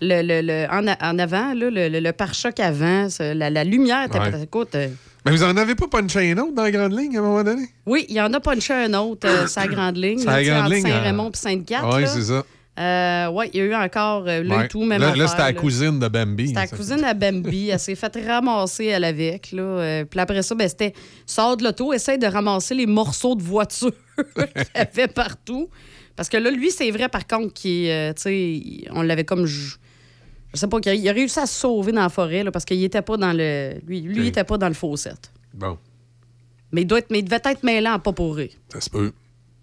en avant, là, le pare-choc avant. La lumière. Écoute... Mais vous en avez pas punché un autre dans la grande ligne à un moment donné? Oui, il y en a punché un autre, sur la grande ligne. Sur la grande ligne. Saint-Raymond et Sainte-Cathe. Oui, c'est ça. Oui, il y a eu encore là tout, même là, c'était la cousine de Bambi. C'était la cousine de Bambi. Elle s'est fait ramasser, elle, avec. Là. Puis après ça, c'était sort de l'auto, essaye de ramasser les morceaux de voiture qu'il y avait partout. Parce que là, lui, c'est vrai, par contre, on l'avait comme... Je sais pas, il a réussi à se sauver dans la forêt là, parce qu'il était pas dans le... Lui, il était pas dans le fossette. Bon. Mais il devait être mêlant à pas pourrir. Ça se peut.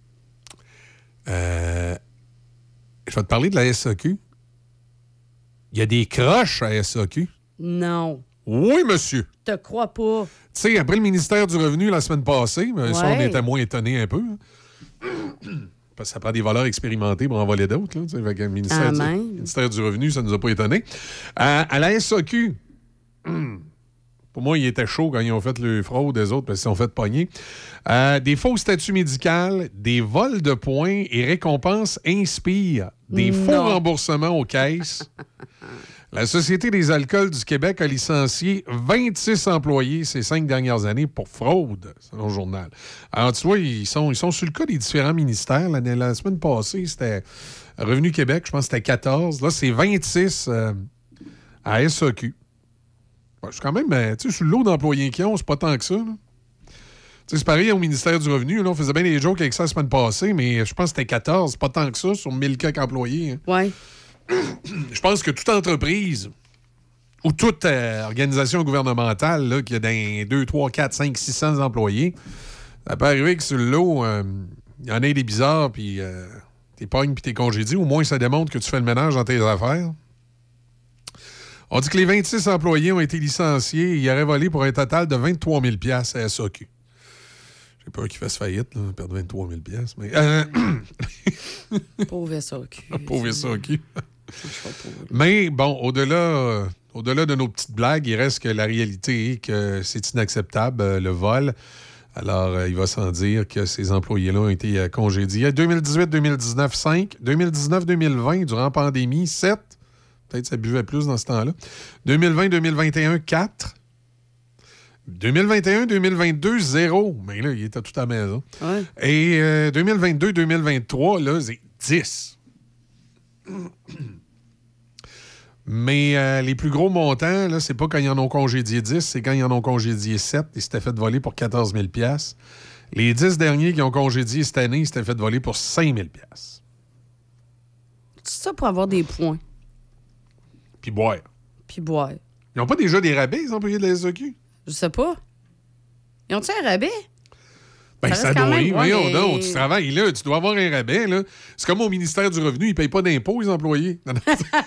Je vais te parler de la SAQ. Il y a des croches à la SAQ. Non. Oui, monsieur. Te crois pas. Tu sais, après le ministère du Revenu la semaine passée, ça, on était moins étonnés un peu. Parce que ça prend des voleurs expérimentés pour en voler d'autres. Avec le ministère du Revenu, ça ne nous a pas étonnés. À la SAQ, pour moi, il était chaud quand ils ont fait le fraude des autres parce qu'ils sont fait pogner. Des faux statuts médicaux, des vols de points et récompenses Inspire, des faux remboursements aux caisses. La Société des alcools du Québec a licencié 26 employés ces 5 dernières années pour fraude, selon le journal. Alors, tu vois, ils sont sur le cas des différents ministères. La semaine passée, c'était Revenu Québec, je pense que c'était 14. Là, c'est 26 à SAQ. C'est quand même, tu sais, sur le lot d'employés qu'ils ont, c'est pas tant que ça. Là. C'est pareil au ministère du Revenu. Là, on faisait bien des jokes avec ça la semaine passée, mais je pense que c'était 14, pas tant que ça, sur 1000 quelques employés. Hein. Oui. Je pense que toute entreprise ou toute organisation gouvernementale là, qui a 2, 3, 4, 5, 600 employés, ça peut arriver que sur le lot, il y en ait des bizarres, puis t'es pognes puis t'es congédié. Au moins, ça démontre que tu fais le ménage dans tes affaires. On dit que les 26 employés ont été licenciés et ils auraient volé pour un total de 23 000 $ à SAQ. J'ai peur qu'ils fassent faillite, là, perdre 23 000 $. Mais, Pauvre SAQ. Pauvre SAQ. Mais bon, au-delà de nos petites blagues, il reste que la réalité est que c'est inacceptable, le vol. Alors, il va sans dire que ces employés-là ont été congédiés. 2018-2019, 5. 2019-2020, durant la pandémie, 7. Peut-être que ça buvait plus dans ce temps-là. 2020-2021, 4. 2021-2022, 0. Mais là, il était tout à la maison. Ouais. Et 2022-2023, là, c'est 10. Mais les plus gros montants, là, c'est pas quand ils en ont congédié 10, c'est quand ils en ont congédié 7. Ils s'étaient fait voler pour 14 000 $. Les 10 derniers qui ont congédié cette année, ils s'étaient fait voler pour 5 000 $. C'est ça pour avoir des points. Puis boire. Puis boire. Ils n'ont pas déjà des rabais, les employés de la SAQ? Je sais pas. Ils ont-tu un rabais? Ben, ça doit. même, Voyons mais... donc, tu travailles là, tu dois avoir un rabais. Là. C'est comme au ministère du Revenu, ils ne payent pas d'impôts, les employés. Non, non.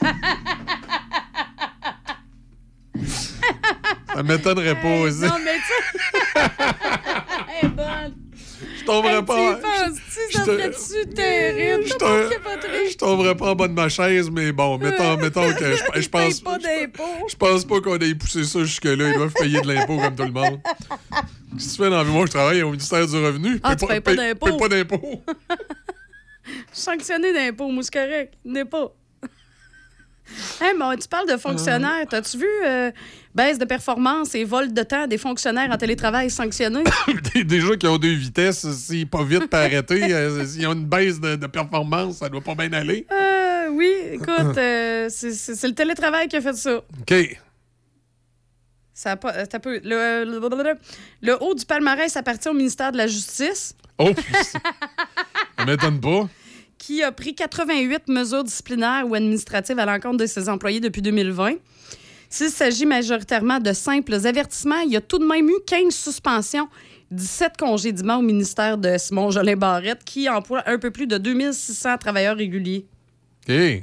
Ça m'étonnerait pas aussi. Non, mais tu Elle est bonne. Je tomberais pas. Ça serait-tu terrible? Je tomberais pas en bas de ma chaise, mais bon, mettons que je pense. Je pense pas qu'on ait poussé ça jusque-là. Ils doivent payer de l'impôt comme tout le monde. Qu'est-ce que tu fais dans la vie? Moi, je travaille au ministère du Revenu. Ah, tu payes pas d'impôt. Paye pas d'impôt. Je suis sanctionné d'impôt, moi, c'est correct. N'est pas. Hey, mais tu parles de fonctionnaires. T'as-tu vu baisse de performance et vol de temps des fonctionnaires en télétravail sanctionnés? Déjà qu'ils ont 2 vitesses, s'ils pas vite pour arrêter, s'ils ont une baisse de performance, ça doit pas bien aller. Oui, écoute, c'est le télétravail qui a fait ça. OK. Ça a pas, ça peut, le haut du palmarès appartient au ministère de la Justice. Oh, ça m'étonne pas. Qui a pris 88 mesures disciplinaires ou administratives à l'encontre de ses employés depuis 2020. S'il s'agit majoritairement de simples avertissements, il y a tout de même eu 15 suspensions, 17 congédiements au ministère de Simon-Jolin Barrette, qui emploie un peu plus de 2600 travailleurs réguliers. OK.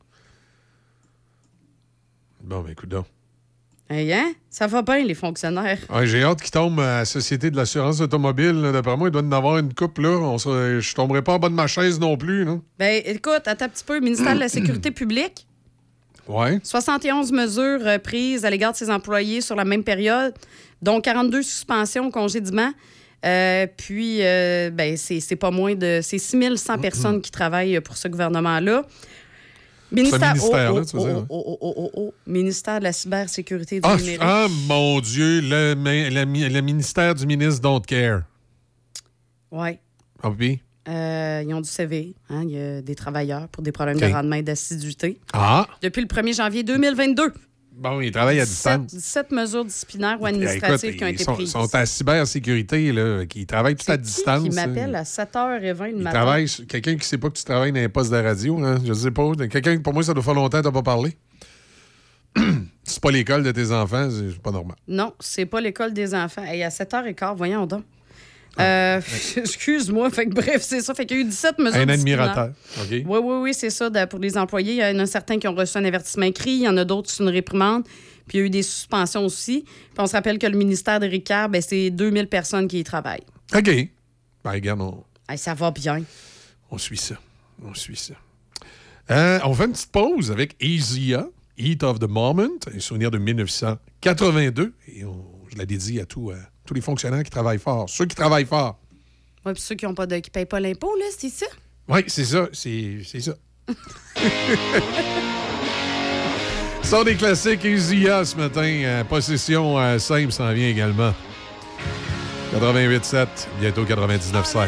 Bon, ben, écoute donc. Hey, hein? Ça va bien, les fonctionnaires. Ouais, j'ai hâte qu'ils tombent à la Société de l'assurance automobile. Là. D'après moi, il doit en avoir une coupe, là. Je tomberai pas en bas de ma chaise non plus, là. Ben, écoute, attends un petit peu. Le ministère de la Sécurité publique. Ouais. 71 mesures prises à l'égard de ses employés sur la même période, dont 42 suspensions, congédiements. Puis, ben, c'est pas moins de... C'est 6100 personnes qui travaillent pour ce gouvernement-là. Ministère de la cybersécurité et du numérique. Ah, mon Dieu, le ministère du ministre Don't Care. Oui. Ah oui? Ils ont du CV. Hein? Il y a des travailleurs pour des problèmes de rendement et d'assiduité. Ah! Depuis le 1er janvier 2022. Bon, ils travaillent à distance. 17 mesures disciplinaires ou administratives qui ont été prises. Ils sont à cybersécurité, là, qui travaillent tout à distance. Qui m'appelle à 7h20 le matin. Quelqu'un qui ne sait pas que tu travailles dans un poste de radio, hein? Je ne sais pas. Quelqu'un, pour moi, ça doit faire longtemps que tu n'as pas parlé. C'est pas l'école de tes enfants, c'est pas normal. Non, c'est pas l'école des enfants. Et à 7h15, voyons donc. Excuse-moi. Fait que, bref, c'est ça. Fait qu'il y a eu 17 mesures. Un admirateur. OK. Oui, c'est ça. Pour les employés, il y en a certains qui ont reçu un avertissement écrit, il y en a d'autres qui sont une réprimande, puis il y a eu des suspensions aussi. Puis on se rappelle que le ministère de Ricard, ben, c'est 2000 personnes qui y travaillent. OK. Ben, regarde, ça va bien. On suit ça. On fait une petite pause avec Easy Heat of the Moment, un souvenir de 1982. Et je la dédie à tous les fonctionnaires qui travaillent fort. Ceux qui travaillent fort. Oui, puis ceux qui ne payent pas l'impôt, là, c'est ça? Oui, c'est ça. C'est ça. Sort des classiques Easy ce matin. Possession simple s'en vient également. 88.7, bientôt 99.5.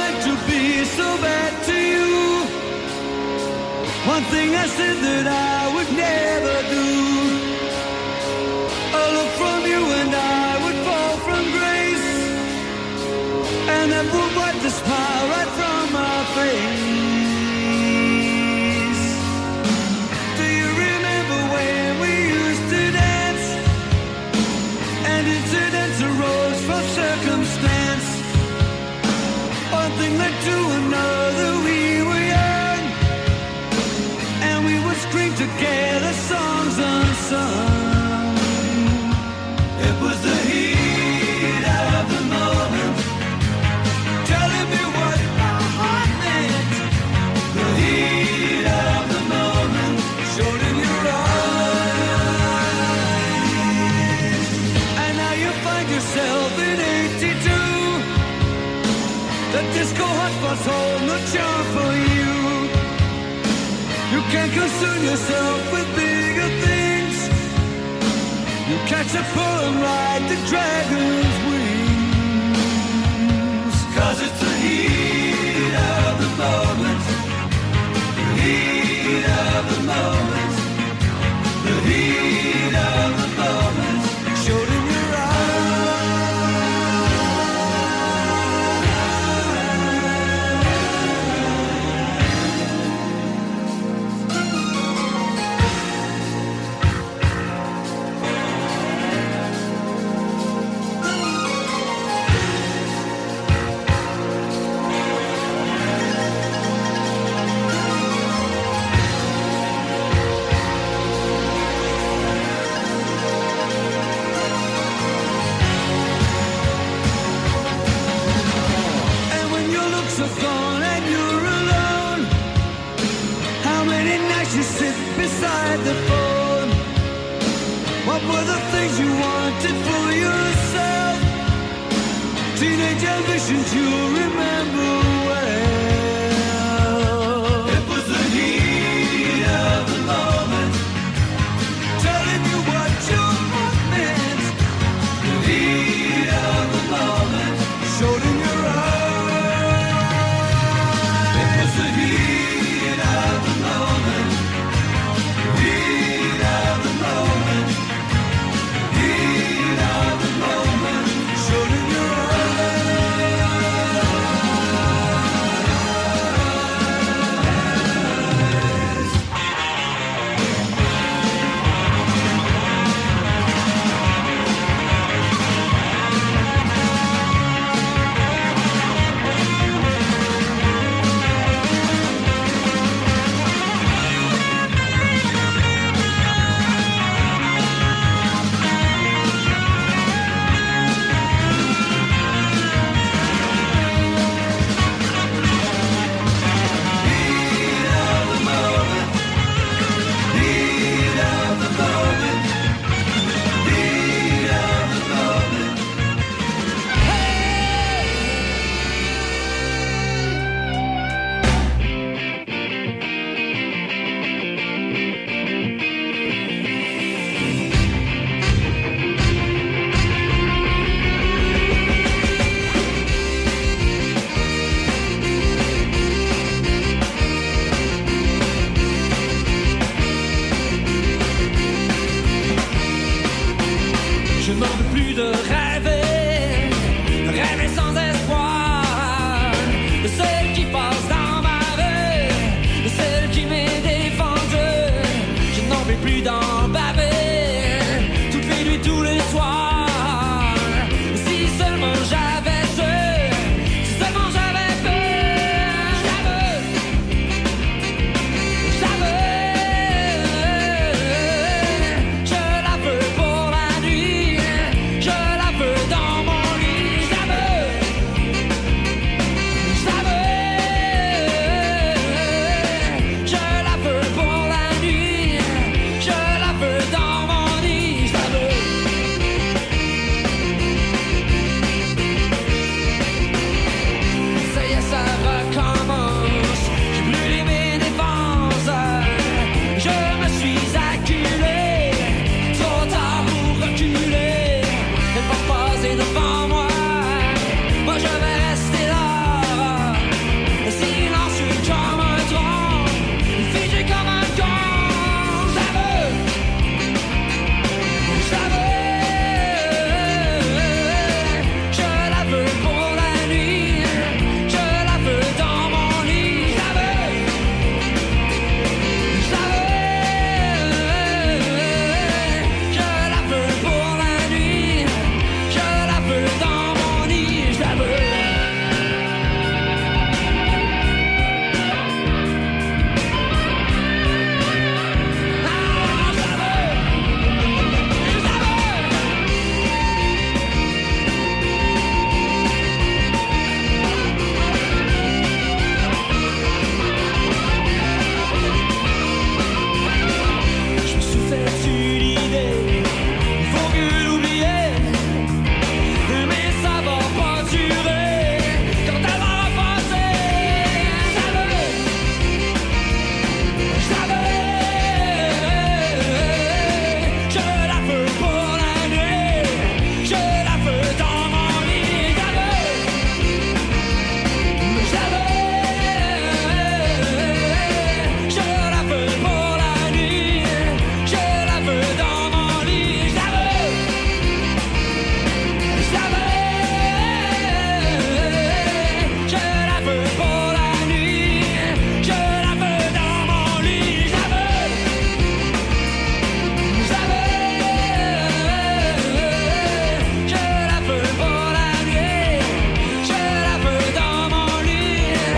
One thing I said that I would never do. A look from you and I would fall from grace. Time will wipe the smile right from my face. Do you remember when we used to dance? And incidents arose from circumstance. One thing led to another, we were young, and we would scream together songs unsung. It was the heat of the moment, telling me what my heart meant. The heat of the moment showed in your eyes. And now you find yourself in 82. The disco hotspots hold no charm for you. You can't concern yourself with bigger things. You catch a pull and ride the dragon's wings. 'Cause it's the heat of the moment. The heat of the moment. The heat of the moment showed in your are gone and you're alone. How many nights you sit beside the phone? What were the things you wanted for yourself? Teenage ambitions you remember well. It was the heat of the moment, telling you what your heart meant. The heat of the moment showed in your eyes. The heat of the moment, heat of the moment, heat of the moment, showed in your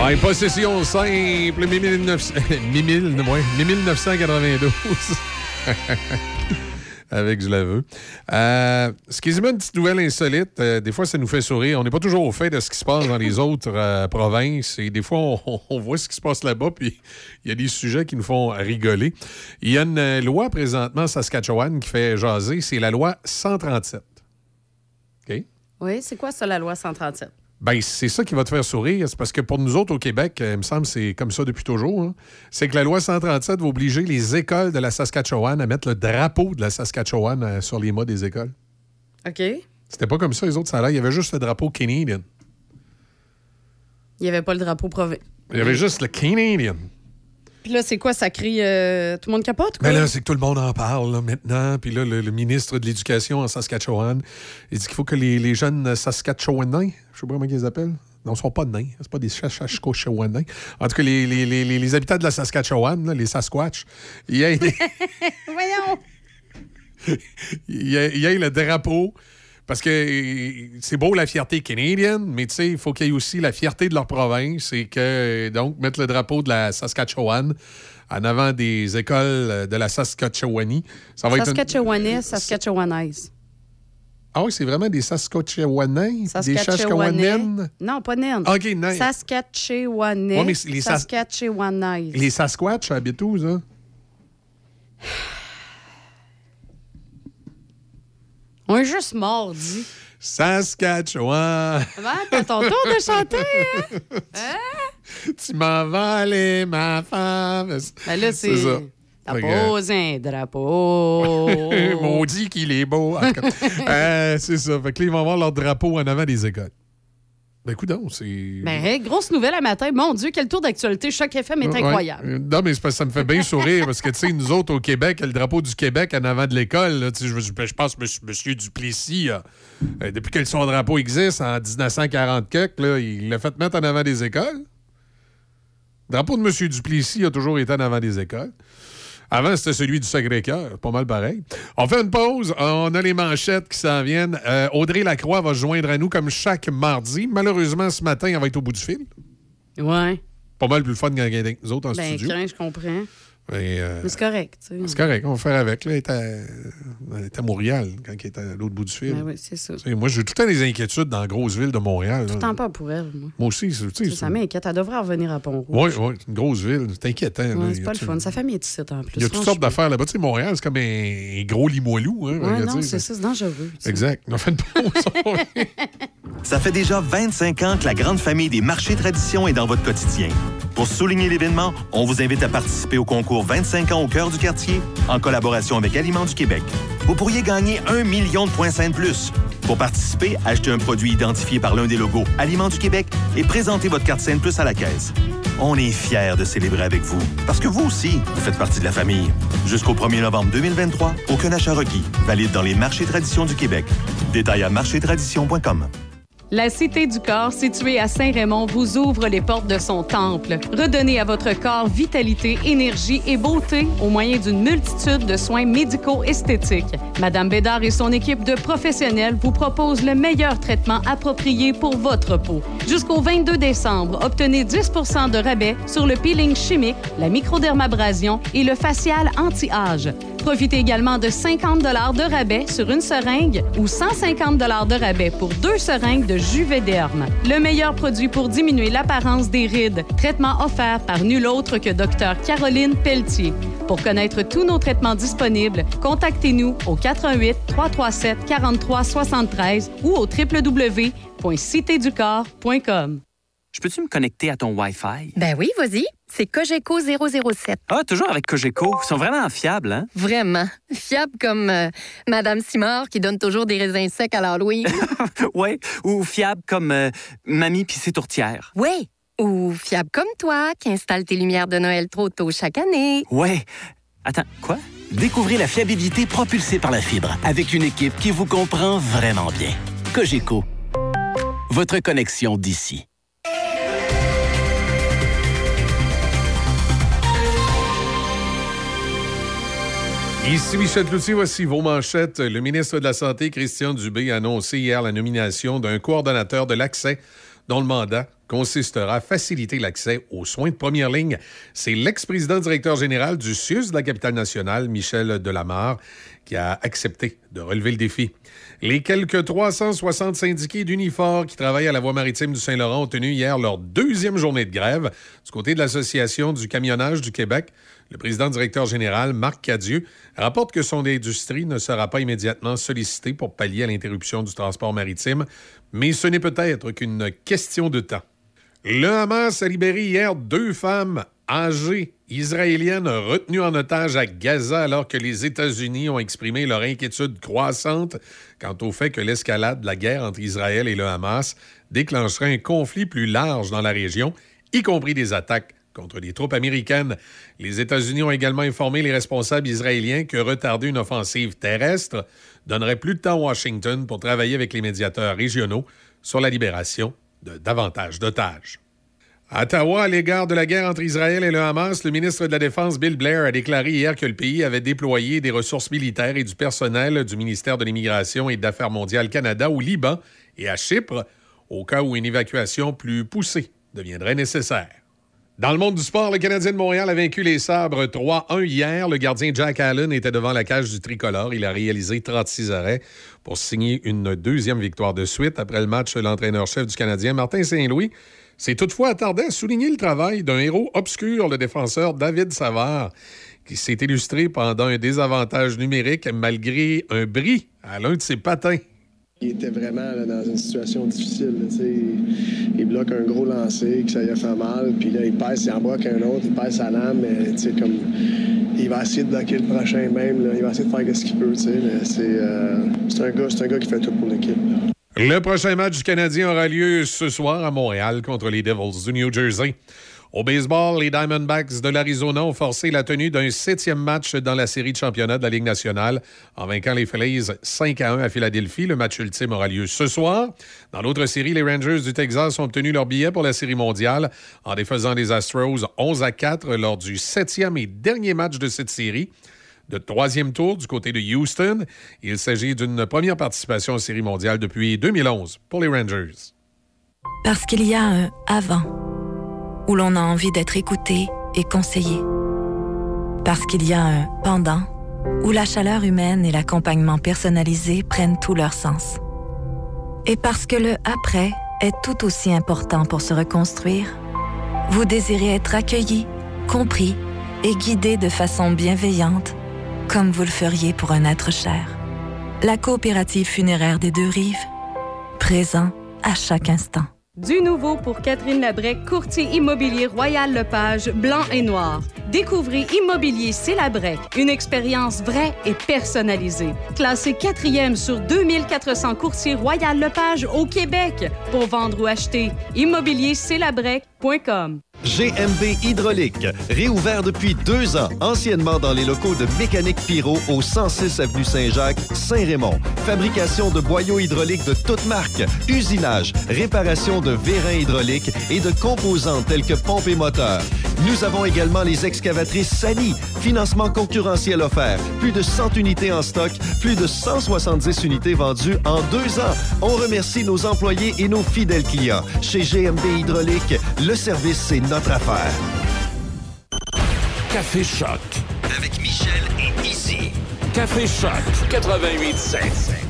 Ouais, possession simple, 1992. Avec je l'aveu. Ce qui est une petite nouvelle insolite, des fois, ça nous fait sourire. On n'est pas toujours au fait de ce qui se passe dans les autres provinces. Et des fois, on voit ce qui se passe là-bas, puis il y a des sujets qui nous font rigoler. Il y a une loi présentement à Saskatchewan qui fait jaser. C'est la loi 137. OK? Oui, c'est quoi ça, la loi 137? Bien, c'est ça qui va te faire sourire. C'est parce que pour nous autres au Québec, il me semble que c'est comme ça depuis toujours. Hein. C'est que la loi 137 va obliger les écoles de la Saskatchewan à mettre le drapeau de la Saskatchewan sur les mâts des écoles. OK. C'était pas comme ça, les autres, ça là. Il y avait juste le drapeau Canadian. Il n'y avait pas le drapeau provincial. Il y avait juste le Canadian. Puis là, c'est quoi? Ça crie... tout le monde capote, quoi? Mais là, c'est que tout le monde en parle là, maintenant. Puis là, le ministre de l'Éducation en Saskatchewan, il dit qu'il faut que les jeunes Saskatchewanais, je sais pas comment ils les appellent. Non, ils ne sont pas nains. C'est pas des Saskatchewanais. En tout cas, les habitants de la Saskatchewan, là, les Sasquatch, il y a Voyons! il y a le drapeau. Parce que c'est beau la fierté canadienne, mais tu sais, il faut qu'il y ait aussi la fierté de leur province et que, donc, mettre le drapeau de la Saskatchewan en avant des écoles de la Saskatchewanie. Ça va Saskatchewanais, Saskatchewanaises. Ah oui, c'est vraiment des Saskatchewanais? Des Saskatchewanaises? Non, pas naines. OK, naines. Saskatchewanais, Ouais, mais les Saskatchewanaises. Les Sasquatch habitent où, ça? On est juste mardi. Saskatchewan. T'as ton tour de chanter, hein? Tu m'en vas aller, ma femme. Ben là, c'est ça. T'as posé un drapeau. Maudit qu'il est beau. En tout cas, c'est ça. Fait que là, ils vont avoir leur drapeau en avant des écoles. Ben, écoute donc, c'est... Ben, grosse nouvelle à matin. Mon Dieu, quel tour d'actualité. Choc FM est incroyable. Ouais. Non, mais c'est parce que ça me fait bien sourire parce que, tu sais, nous autres, au Québec, le drapeau du Québec en avant de l'école, là, je pense que M. Duplessis, depuis que son drapeau existe, en 1940 là, il l'a fait mettre en avant des écoles. Le drapeau de M. Duplessis a toujours été en avant des écoles. Avant, c'était celui du Sacré-Cœur. Pas mal pareil. On fait une pause. On a les manchettes qui s'en viennent. Audrey Lacroix va se joindre à nous comme chaque mardi. Malheureusement, ce matin, elle va être au bout du fil. Ouais. Pas mal plus le fun qu'avec nous autres en studio. Ben, je comprends. Mais c'est correct. Tu sais. C'est correct, on va faire avec. Là, elle est à Montréal quand elle est à l'autre bout du fil. Ben oui, c'est ça. Moi, j'ai tout le temps des inquiétudes dans la grosse ville de Montréal. Tout le temps pas pour elle. Moi aussi. Ça m'inquiète. Elle devrait revenir à Pont-Rouge. Oui, c'est une grosse ville. C'est inquiétant. Ouais, c'est pas le fun. Sa famille est ici en plus. Il y a toutes sortes d'affaires là-bas. Tu sais, Montréal, c'est comme un gros Limoilou. Hein, ouais, non, c'est ça. C'est dangereux. Exact. On fait une pause. Ça fait déjà 25 ans que la grande famille des marchés tradition est dans votre quotidien. Pour souligner l'événement, on vous invite à participer au concours 25 ans au cœur du quartier en collaboration avec Aliments du Québec. Vous pourriez gagner 1 million de points Saint de plus. Pour participer, achetez un produit identifié par l'un des logos Aliments du Québec et présentez votre carte Saint de plus à la caisse. On est fiers de célébrer avec vous, parce que vous aussi, vous faites partie de la famille. Jusqu'au 1er novembre 2023, aucun achat requis. Valide dans les marchés tradition du Québec. Détails à marchétradition.com. La Cité du Corps, située à Saint-Raymond, vous ouvre les portes de son temple. Redonnez à votre corps vitalité, énergie et beauté au moyen d'une multitude de soins médico-esthétiques. Madame Bédard et son équipe de professionnels vous proposent le meilleur traitement approprié pour votre peau. Jusqu'au 22 décembre, obtenez 10 % de rabais sur le peeling chimique, la microdermabrasion et le facial anti-âge. Profitez également de 50 $ de rabais sur une seringue ou 150 $ de rabais pour 2 seringues de Juvederm. Le meilleur produit pour diminuer l'apparence des rides. Traitement offert par nul autre que Dr Caroline Pelletier. Pour connaître tous nos traitements disponibles, contactez-nous au 88 337 43 73 ou au www.citéducorps.com. Je peux-tu me connecter à ton Wi-Fi? Ben oui, vas-y. C'est Cogeco 007. Ah, toujours avec Cogeco. Ils sont vraiment fiables, hein? Vraiment. Fiables comme Madame Simard qui donne toujours des raisins secs à l'Halloween. Ouais. Ou fiables comme Mamie pis ses tourtières. Oui. Ou fiables comme toi qui installe tes lumières de Noël trop tôt chaque année. Ouais. Attends, quoi? Découvrez la fiabilité propulsée par la fibre avec une équipe qui vous comprend vraiment bien. Cogeco. Votre connexion d'ici. Ici Michel Cloutier, voici vos manchettes. Le ministre de la Santé, Christian Dubé, a annoncé hier la nomination d'un coordonnateur de l'accès dont le mandat consistera à faciliter l'accès aux soins de première ligne. C'est l'ex-président directeur général du CIUS de la capitale nationale, Michel Delamarre, qui a accepté de relever le défi. Les quelques 360 syndiqués d'Unifor qui travaillent à la voie maritime du Saint-Laurent ont tenu hier leur 2e journée de grève. Du côté de l'Association du camionnage du Québec, le président directeur général, Marc Cadieux, rapporte que son industrie ne sera pas immédiatement sollicitée pour pallier à l'interruption du transport maritime, mais ce n'est peut-être qu'une question de temps. Le Hamas a libéré hier 2 femmes âgées israéliennes retenues en otage à Gaza alors que les États-Unis ont exprimé leur inquiétude croissante quant au fait que l'escalade de la guerre entre Israël et le Hamas déclencherait un conflit plus large dans la région, y compris des attaques contre les troupes américaines. Les États-Unis ont également informé les responsables israéliens que retarder une offensive terrestre donnerait plus de temps à Washington pour travailler avec les médiateurs régionaux sur la libération de davantage d'otages. À Ottawa, à l'égard de la guerre entre Israël et le Hamas, le ministre de la Défense, Bill Blair, a déclaré hier que le pays avait déployé des ressources militaires et du personnel du ministère de l'Immigration et d'Affaires mondiales Canada au Liban et à Chypre, au cas où une évacuation plus poussée deviendrait nécessaire. Dans le monde du sport, le Canadien de Montréal a vaincu les Sabres 3-1 hier. Le gardien Jack Allen était devant la cage du tricolore. Il a réalisé 36 arrêts pour signer une 2e victoire de suite. Après le match, l'entraîneur-chef du Canadien, Martin Saint-Louis, s'est toutefois attardé à souligner le travail d'un héros obscur, le défenseur David Savard, qui s'est illustré pendant un désavantage numérique malgré un bris à l'un de ses patins. Il était vraiment là, dans une situation difficile. Là, il bloque un gros lancer, que ça lui a fait mal, puis là, il pèse, il en bloque un autre, il pèse sa lame, mais comme il va essayer de bloquer le prochain même, là, il va essayer de faire ce qu'il peut. Mais c'est un gars qui fait tout pour l'équipe. Le prochain match du Canadien aura lieu ce soir à Montréal contre les Devils du New Jersey. Au baseball, les Diamondbacks de l'Arizona ont forcé la tenue d'un 7e match dans la série de championnat de la Ligue nationale en vainquant les Phillies 5-1 à Philadelphie. Le match ultime aura lieu ce soir. Dans l'autre série, les Rangers du Texas ont obtenu leur billet pour la série mondiale en défaisant les Astros 11-4 lors du 7e et dernier match de cette série. De 3e tour du côté de Houston. Il s'agit d'une première participation en série mondiale depuis 2011 pour les Rangers. Parce qu'il y a un avant où l'on a envie d'être écouté et conseillé. Parce qu'il y a un pendant où la chaleur humaine et l'accompagnement personnalisé prennent tout leur sens. Et parce que le après est tout aussi important pour se reconstruire, vous désirez être accueilli, compris et guidé de façon bienveillante, comme vous le feriez pour un être cher. La coopérative funéraire des Deux-Rives, présent à chaque instant. Du nouveau pour Catherine Labrec, courtier immobilier Royal Lepage, blanc et noir. Découvrez Immobilier C'est Labrec, une expérience vraie et personnalisée. Classé 4e sur 2400 courtiers Royal Lepage au Québec. Pour vendre ou acheter, immobiliercestlabrec.com. GMB Hydraulique, réouvert depuis 2 ans, anciennement dans les locaux de Mécanique Pyro au 106 avenue Saint-Jacques, Saint-Raymond. Fabrication de boyaux hydrauliques de toutes marques, usinage, réparation de vérins hydrauliques et de composants tels que pompes et moteurs. Nous avons également les excavatrices Sani, financement concurrentiel offert, plus de 100 unités en stock, plus de 170 unités vendues en 2 ans. On remercie nos employés et nos fidèles clients. Chez GMB Hydraulique, le service, c'est notre affaire. Café Choc. Avec Michel et Izzy. Café Choc 88.7.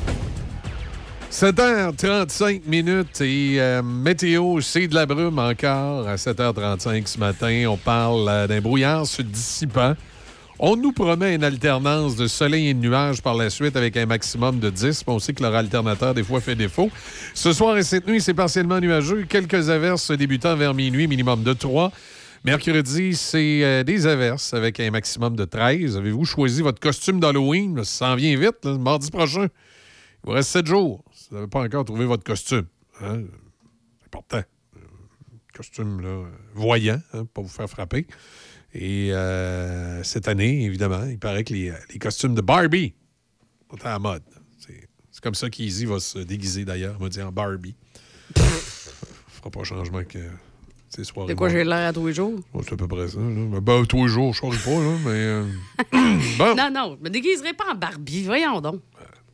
7h35 minutes et météo, c'est de la brume encore à 7h35 ce matin. On parle d'un brouillard se dissipant. On nous promet une alternance de soleil et de nuages par la suite avec un maximum de 10. On sait que leur alternateur, des fois, fait défaut. Ce soir et cette nuit, c'est partiellement nuageux. Quelques averses débutant vers minuit, minimum de 3. Mercredi, c'est des averses avec un maximum de 13. Avez-vous choisi votre costume d'Halloween? Ça s'en vient vite, là, mardi prochain. Il vous reste 7 jours. Si vous n'avez pas encore trouvé votre costume. Hein? C'est important. Costume là, voyant, hein, pour vous faire frapper. Et cette année, évidemment, il paraît que les costumes de Barbie sont à la mode. C'est comme ça qu'Easy va se déguiser, d'ailleurs. Il m'a dit en Barbie. Il ne fera pas changement que ces soirées. De quoi j'ai l'air à tous les jours? Bon, c'est à peu près ça. Là. Ben, tous les jours, je ne saurais pas, là, mais... bon. Non, je me déguiserai pas en Barbie. Voyons donc. Ce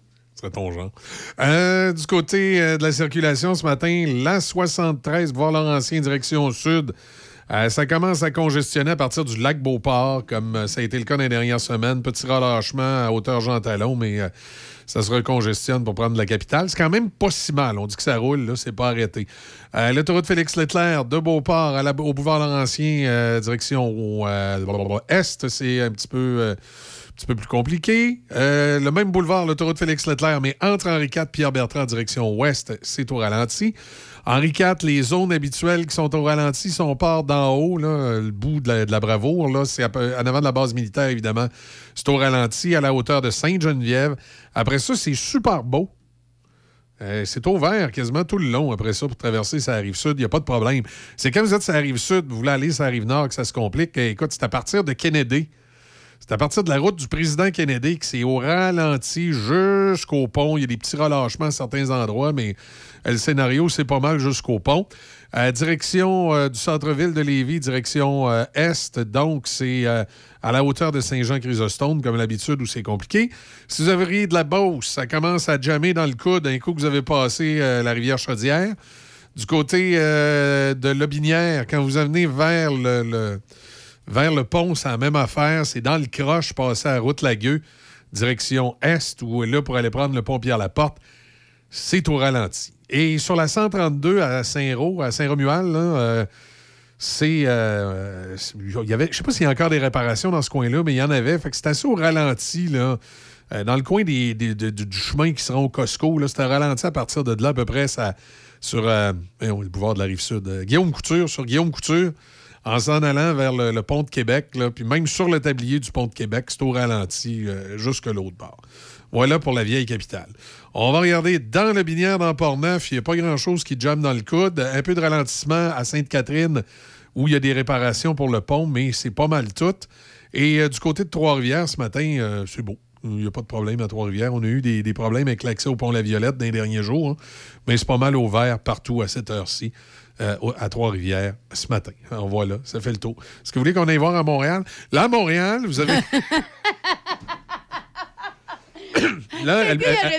serait ton genre. Du côté de la circulation ce matin, la 73, boulevard Laurentien, direction sud. Ça commence à congestionner à partir du lac Beauport, comme ça a été le cas dans les dernières semaines. Petit relâchement à hauteur Jean Talon, mais ça se recongestionne pour prendre la capitale. C'est quand même pas si mal. On dit que ça roule, là, c'est pas arrêté. L'autoroute Félix-Leclerc de Beauport au boulevard Laurentien, direction est, c'est un petit peu plus compliqué. Le même boulevard, l'autoroute Félix-Leclerc, mais entre Henri IV et Pierre-Bertrand en direction ouest, c'est au ralenti. Henri IV, les zones habituelles qui sont au ralenti, si on part d'en haut, là, le bout de la Bravoure, là, c'est en avant de la base militaire, évidemment. C'est au ralenti à la hauteur de Sainte-Geneviève. Après ça, c'est super beau. C'est ouvert quasiment tout le long après ça pour traverser sa Rive-Sud. Il n'y a pas de problème. C'est quand vous êtes sur la Rive-Sud, vous voulez aller sur la Rive-Nord que ça se complique. Écoute, c'est à partir de Kennedy. C'est à partir de la route du président Kennedy que c'est au ralenti jusqu'au pont. Il y a des petits relâchements à certains endroits, mais le scénario, c'est pas mal jusqu'au pont. Direction du centre-ville de Lévis, direction est. Donc, c'est à la hauteur de Saint-Jean-Chrysostome, comme l'habitude, où c'est compliqué. Si vous avez de la Beauce, ça commence à jammer dans le coude d'un coup que vous avez passé la rivière Chaudière. Du côté de Lobinière, quand vous venez vers le pont, c'est la même affaire. C'est dans le croche, passer à la route Lagueux, direction est, où là, pour aller prendre le pont Pierre-Laporte, c'est au ralenti. Et sur la 132 à Saint-Romuald, là, il y avait, je sais pas s'il y a encore des réparations dans ce coin-là, mais il y en avait. Fait que c'est assez au ralenti, là. Dans le coin du chemin qui sera au Costco, là, c'était ralenti à partir de là, à peu près, sur le boulevard de la Rive-Sud. Sur Guillaume Couture, en s'en allant vers le pont de Québec, là, puis même sur le tablier du pont de Québec, c'est au ralenti jusque l'autre bord. Voilà pour la vieille capitale. On va regarder dans le Binière, dans Port-Neuf. Il n'y a pas grand-chose qui jamme dans le coude. Un peu de ralentissement à Sainte-Catherine, où il y a des réparations pour le pont, mais c'est pas mal tout. Et du côté de Trois-Rivières, ce matin, c'est beau. Il n'y a pas de problème à Trois-Rivières. On a eu des problèmes avec l'accès au pont La Violette dans les derniers jours, hein. Mais c'est pas mal au vert partout à cette heure-ci. À Trois-Rivières ce matin. Alors voilà, ça fait le tour. Est-ce que vous voulez qu'on aille voir à Montréal? Là, à Montréal, vous avez... Là,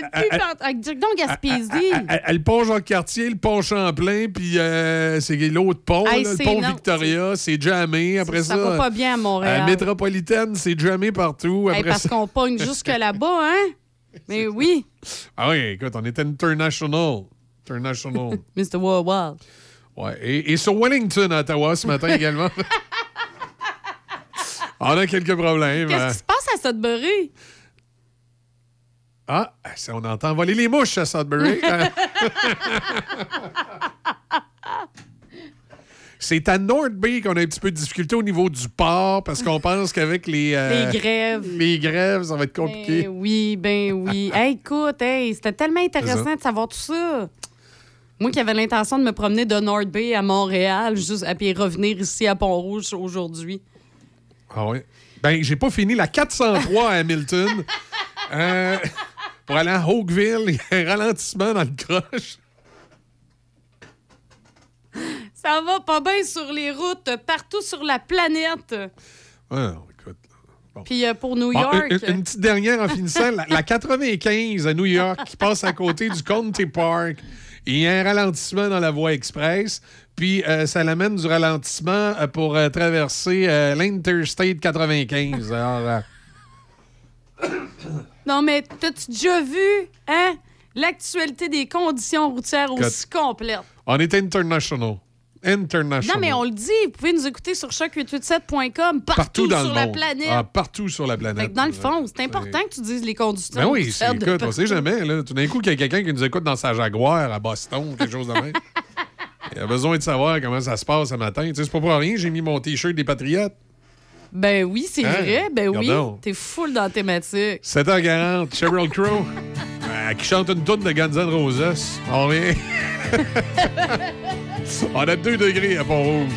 le pont Jacques-Cartier, le pont Champlain, puis c'est l'autre pont, le pont Victoria, c'est jammé. Après ça va pas bien à Montréal. La métropolitaine, c'est jammé partout. Après parce qu'on pogne jusque là-bas, hein? Mais oui. Ah oui, écoute, on est international. Mr. Worldwide. Ouais. Et sur Wellington, à Ottawa, ce matin également. On a quelques problèmes. Qu'est-ce qui se passe à Sudbury? Ah, on entend voler les mouches à Sudbury. C'est à North Bay qu'on a un petit peu de difficulté au niveau du port parce qu'on pense qu'avec les grèves, ça va être compliqué. Ben oui. Hey, écoute, c'était tellement intéressant de savoir tout ça. Moi qui avais l'intention de me promener de North Bay à Montréal, puis revenir ici à Pont-Rouge aujourd'hui. Ah oui? Ben, j'ai pas fini la 403 à Hamilton. Pour aller à Oakville, il y a un ralentissement dans le croche. Ça va pas bien sur les routes, partout sur la planète. Ouais, écoute. Bon. Puis pour New York... Une petite dernière en finissant. la 95 à New York qui passe à côté du County Park. Il y a un ralentissement dans la voie express. Puis ça l'amène du ralentissement pour traverser l'Interstate 95. Alors... Non, mais t'as-tu déjà vu, hein, l'actualité des conditions routières aussi complète? On est international. Non, mais on le dit, vous pouvez nous écouter sur choc887.com partout dans sur le la monde. planète. Ah, partout sur la planète. Fait que dans le fond, c'est important que tu dises les conditions routières. Ben oui, écoute, on sait jamais. Là. Tout d'un coup, il y a quelqu'un qui nous écoute dans sa Jaguar à Boston, quelque chose de même. Il a besoin de savoir comment ça se passe ce matin. Tu sais, c'est pas pour rien, j'ai mis mon T-shirt des Patriotes. Ben oui, c'est vrai. Ben Regardons. Oui, t'es full dans la thématique. 7h40, Sheryl Crow, qui chante une toune de Guns N' Roses. On revient. On a 2 degrés à Pont-Rouge.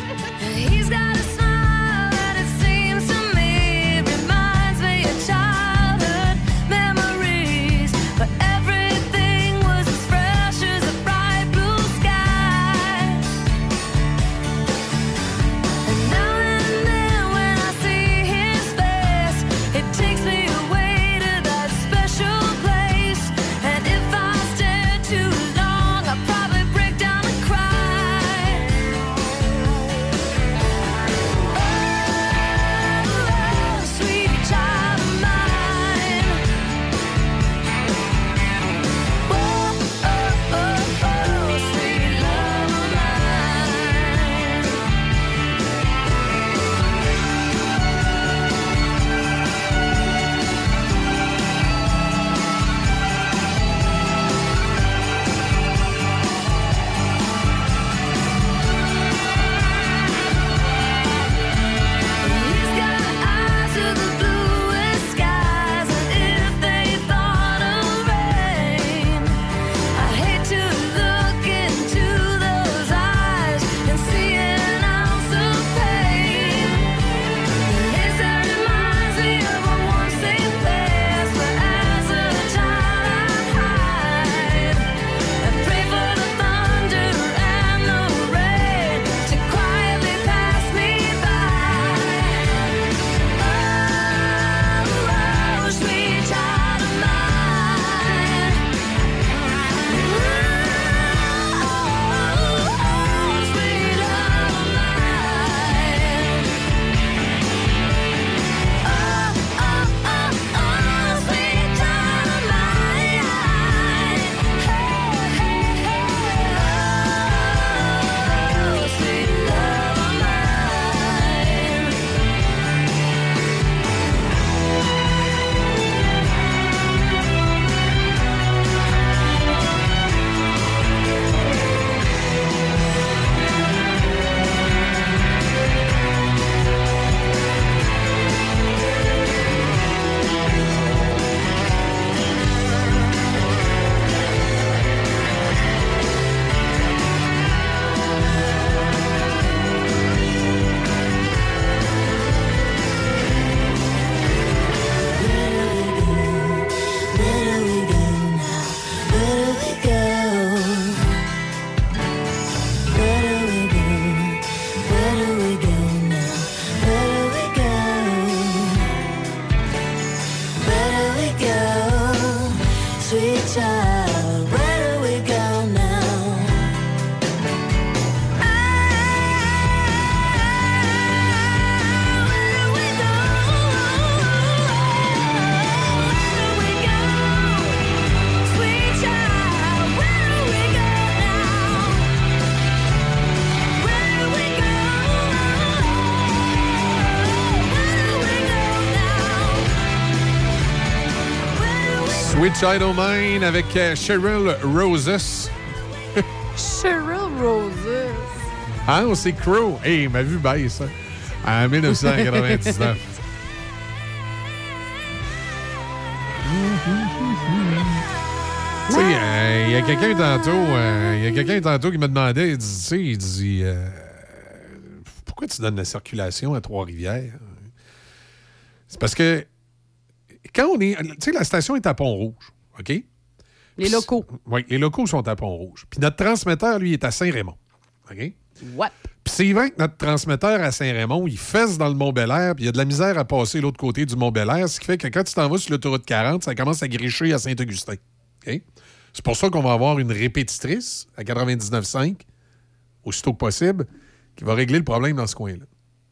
Sweet Child O' Mine avec Cheryl Roses. Cheryl Roses. Ah, c'est Crow. Hey, m'a vu baisse, en 1999. Tu sais, il y a quelqu'un tantôt qui me demandait, il dit, pourquoi tu donnes la circulation à Trois-Rivières? C'est parce que quand on est... Tu sais, la station est à Pont-Rouge, OK? Les locaux. Oui, les locaux sont à Pont-Rouge. Puis notre transmetteur, lui, est à Saint-Raymond, OK? Ouais. Puis c'est vrai que notre transmetteur à Saint-Raymond, il fesse dans le Mont-Belair, puis il y a de la misère à passer l'autre côté du Mont-Belair, ce qui fait que quand tu t'en vas sur l'autoroute 40, ça commence à gricher à Saint-Augustin. OK? C'est pour ça qu'on va avoir une répétitrice à 99.5, aussitôt que possible, qui va régler le problème dans ce coin-là.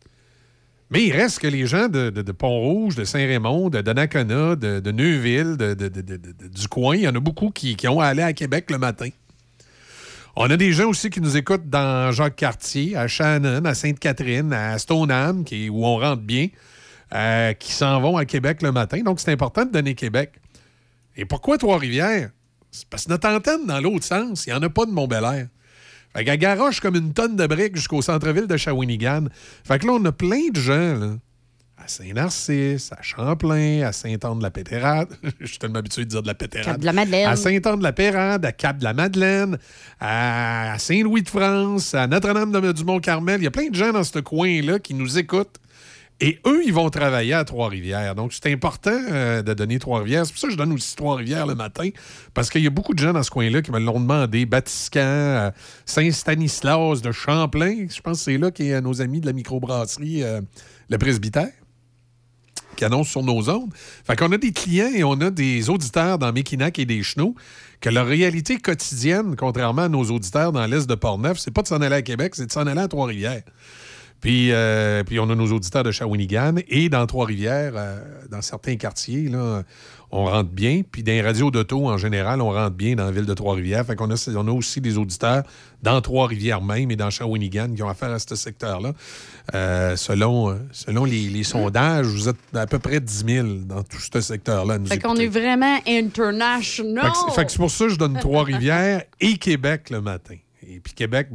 Mais il reste que les gens de Pont-Rouge, de Saint-Raymond, de Donnacona, de Neuville, du coin, il y en a beaucoup qui ont à aller à Québec le matin. On a des gens aussi qui nous écoutent dans Jacques-Cartier, à Shannon, à Sainte-Catherine, à Stoneham, où on rentre bien, qui s'en vont à Québec le matin. Donc, c'est important de donner Québec. Et pourquoi Trois-Rivières? C'est parce que notre antenne, dans l'autre sens, il n'y en a pas de Mont-Belair. Fait qu'elle garoche comme une tonne de briques jusqu'au centre-ville de Shawinigan. Fait que là, on a plein de gens, là, à Saint-Narcisse, à Champlain, à Saint-Anne-de-la-Pétérade. Je suis tellement habitué de dire de la Pétérade. Cap-de-la-Madeleine. À Saint-Anne-de-la-Pérade, à Cap-de-la-Madeleine, à Saint-Louis-de-France, à Notre-Dame-du-Mont-Carmel. Il y a plein de gens dans ce coin-là qui nous écoutent. Et eux, ils vont travailler à Trois-Rivières. Donc, c'est important de donner Trois-Rivières. C'est pour ça que je donne aussi Trois-Rivières le matin, parce qu'il y a beaucoup de gens dans ce coin-là qui me l'ont demandé. Batiscan, Saint-Stanislas de Champlain. Je pense que c'est là qu'il y a nos amis de la microbrasserie Le Presbytère qui annoncent sur nos ondes. Fait qu'on a des clients et on a des auditeurs dans Mekinac et des Chenaux que leur réalité quotidienne, contrairement à nos auditeurs dans l'est de Portneuf, c'est pas de s'en aller à Québec, c'est de s'en aller à Trois-Rivières. Puis on a nos auditeurs de Shawinigan et dans Trois-Rivières, dans certains quartiers, là, on rentre bien. Puis dans les radios d'auto, en général, on rentre bien dans la ville de Trois-Rivières. Fait qu'on on a aussi des auditeurs dans Trois-Rivières même et dans Shawinigan qui ont affaire à ce secteur-là. Selon les sondages, vous êtes à peu près 10 000 dans tout ce secteur-là. Fait qu'on est vraiment international. Fait que c'est pour ça que je donne Trois-Rivières et Québec le matin. Et puis Québec,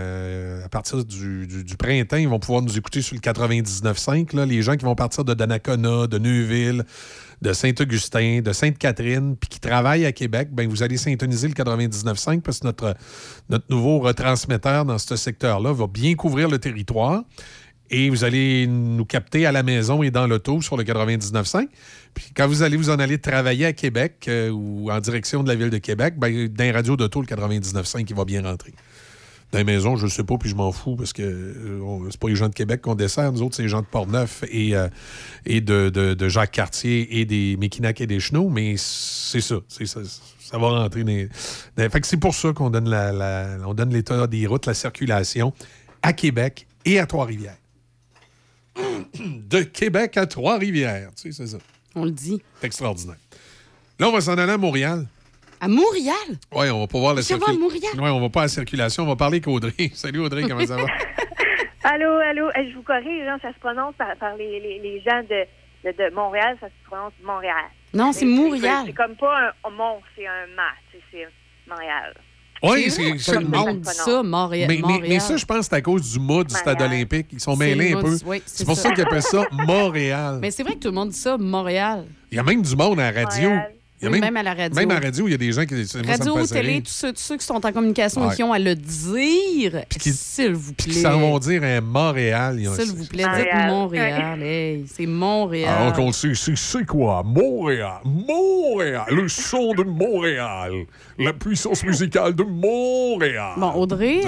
à partir du printemps, ils vont pouvoir nous écouter sur le 99.5. Là, les gens qui vont partir de Donnacona, de Neuville, de Saint-Augustin, de Sainte-Catherine, puis qui travaillent à Québec, vous allez syntoniser le 99.5 parce que notre nouveau retransmetteur dans ce secteur-là va bien couvrir le territoire. Et vous allez nous capter à la maison et dans l'auto sur le 99.5. Puis quand vous allez vous en aller travailler à Québec ou en direction de la ville de Québec, dans les radios d'auto, le 99.5, il va bien rentrer. Dans les maisons, je ne sais pas, puis je m'en fous, parce que c'est pas les gens de Québec qu'on dessert. Nous autres, c'est les gens de Portneuf et de Jacques-Cartier et des Mekinac et des Chenaux, mais c'est ça. Ça va rentrer fait que c'est pour ça qu'on donne on donne l'état des routes, la circulation à Québec et à Trois-Rivières. De Québec à Trois-Rivières. Tu sais, c'est ça. On le dit. C'est extraordinaire. Là, on va s'en aller à Montréal. À Montréal? Oui, on va pas voir la circulation. On va à Montréal? Oui, on va pas à la circulation. On va parler avec Audrey. Salut Audrey, comment ça va? Allô. Je vous corrige, ça se prononce par les gens de Montréal, ça se prononce Montréal. Non, c'est Montréal. C'est comme pas un mont, c'est un mat. C'est Montréal. Oui, c'est le monde dit ça, Montréal. Mais ça, je pense que c'est à cause du mât du stade olympique. Ils sont mêlés un peu. Oui, c'est pour ça qu'ils appellent ça Montréal. Mais c'est vrai que tout le monde dit ça, Montréal. Il y a même du monde à la radio. Même à la radio. Même à la radio, il y a des gens qui... Radio, télé, tous ceux qui sont en communication et qui ont à le dire, s'il vous plaît. Qui s'en vont dire à Montréal. S'il vous plaît, dites Montréal. Hey, c'est Montréal. Alors qu'on sait, c'est quoi? Montréal. Montréal. Le son de Montréal. La puissance musicale de Montréal. Bon, Audrey...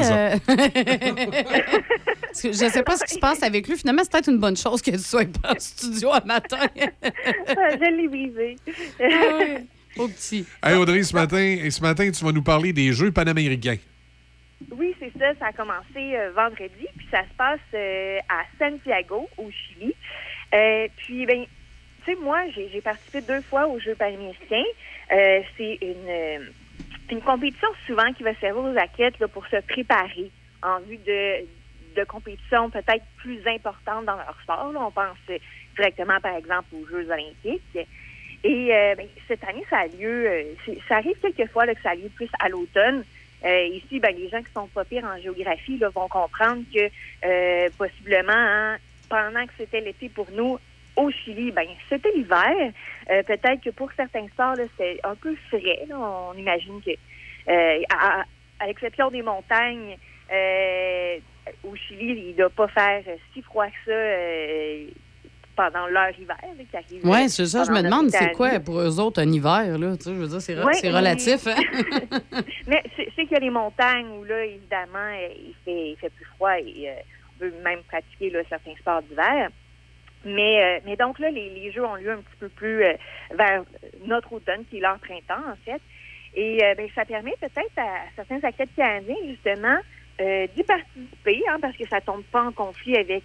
je ne sais pas ce qui se passe avec lui. Finalement, c'est peut-être une bonne chose que tu sois pas en studio à matin. Je l'ai visé. Au petit. Hey Audrey, ce matin, tu vas nous parler des Jeux panaméricains. Oui, c'est ça. Ça a commencé vendredi, puis ça se passe à Santiago, au Chili. Puis, tu sais, moi, j'ai participé 2 fois aux Jeux panaméricains. C'est une compétition souvent qui va servir aux athlètes là, pour se préparer en vue de compétitions peut-être plus importantes dans leur sport. Là. On pense directement, par exemple, aux Jeux olympiques. Et cette année, ça a lieu, ça arrive quelquefois là, que ça a lieu plus à l'automne. Ici, les gens qui sont pas pires en géographie là, vont comprendre que possiblement, pendant que c'était l'été pour nous, au Chili, c'était l'hiver. Peut-être que pour certains sports, là, c'est un peu frais. Là. On imagine que, à l'exception des montagnes, au Chili, il ne doit pas faire si froid que ça pendant leur hiver. Oui, c'est ça. Je me demande, c'est quoi pour eux autres un hiver? Là? Tu sais, je veux dire, c'est relatif. Hein? Mais c'est qu'il y a les montagnes où, là, évidemment, il fait plus froid et on peut même pratiquer là, certains sports d'hiver. Mais donc là, les Jeux ont lieu un petit peu plus vers notre automne, qui est leur printemps, en fait. Et ça permet peut-être à certains athlètes canadiens, justement, d'y participer, parce que ça tombe pas en conflit avec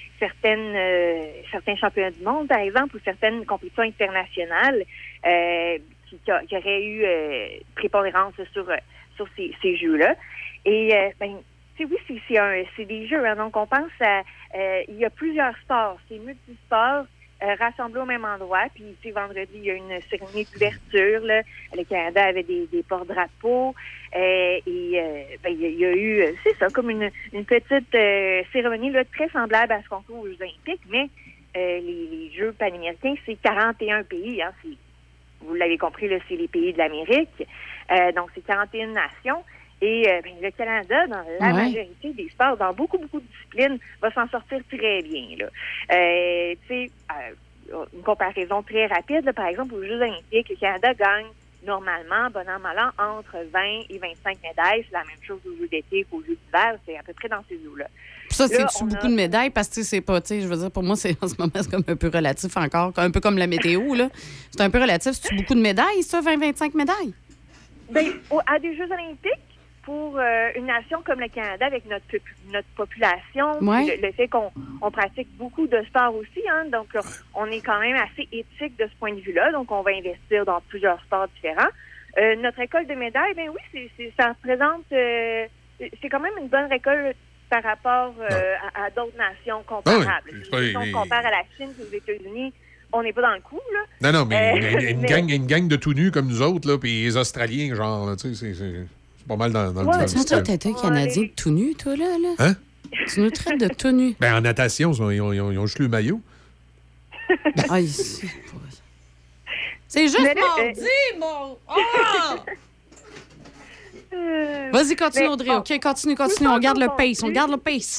certains championnats du monde, par exemple, ou certaines compétitions internationales qui auraient eu prépondérance sur ces Jeux-là. Et oui, c'est des jeux. Donc, on pense à... il y a plusieurs sports. C'est multisports rassemblés au même endroit. Puis, vendredi, il y a une cérémonie d'ouverture. Là. Le Canada avait des porte-drapeaux. Il y a eu, c'est ça, comme une petite cérémonie là, très semblable à ce qu'on trouve aux Jeux olympiques. Mais les Jeux panaméricains, c'est 41 pays. Hein, vous l'avez compris, là, c'est les pays de l'Amérique. Donc, c'est 41 nations. Et le Canada, dans la majorité des sports, dans beaucoup, beaucoup de disciplines, va s'en sortir très bien. Là. Une comparaison très rapide, là, par exemple, aux Jeux olympiques, le Canada gagne normalement, bon an, mal an, entre 20 et 25 médailles. C'est la même chose aux Jeux d'été qu'aux Jeux d'hiver. C'est à peu près dans ces eaux-là. Ça, c'est-tu beaucoup de médailles? Parce que c'est pas, je veux dire, pour moi, en ce moment, c'est comme un peu relatif encore, un peu comme la météo, là. C'est un peu relatif. C'est-tu beaucoup de médailles, ça, 20-25 médailles? À des Jeux olympiques, pour une nation comme le Canada, avec notre population, le fait qu'on pratique beaucoup de sports aussi, donc on est quand même assez éthique de ce point de vue-là, donc on va investir dans plusieurs sports différents. Notre récolte de médailles, ça représente, c'est quand même une bonne récolte par rapport à d'autres nations comparables. Si on compare à la Chine et aux États-Unis, on n'est pas dans le coup, là. Non, mais une gang de tout nus comme nous autres, là, puis les Australiens, genre, là, tu sais, c'est pas mal dans le système. Tu t'es un Canadien de tout nu, toi, là? Hein? Tu nous traites de tout nu. En natation, ils ont juste le maillot. Ici. C'est juste mardi, mon... Oh! Vas-y, continue, Audrey, OK? Continue. On garde le pace.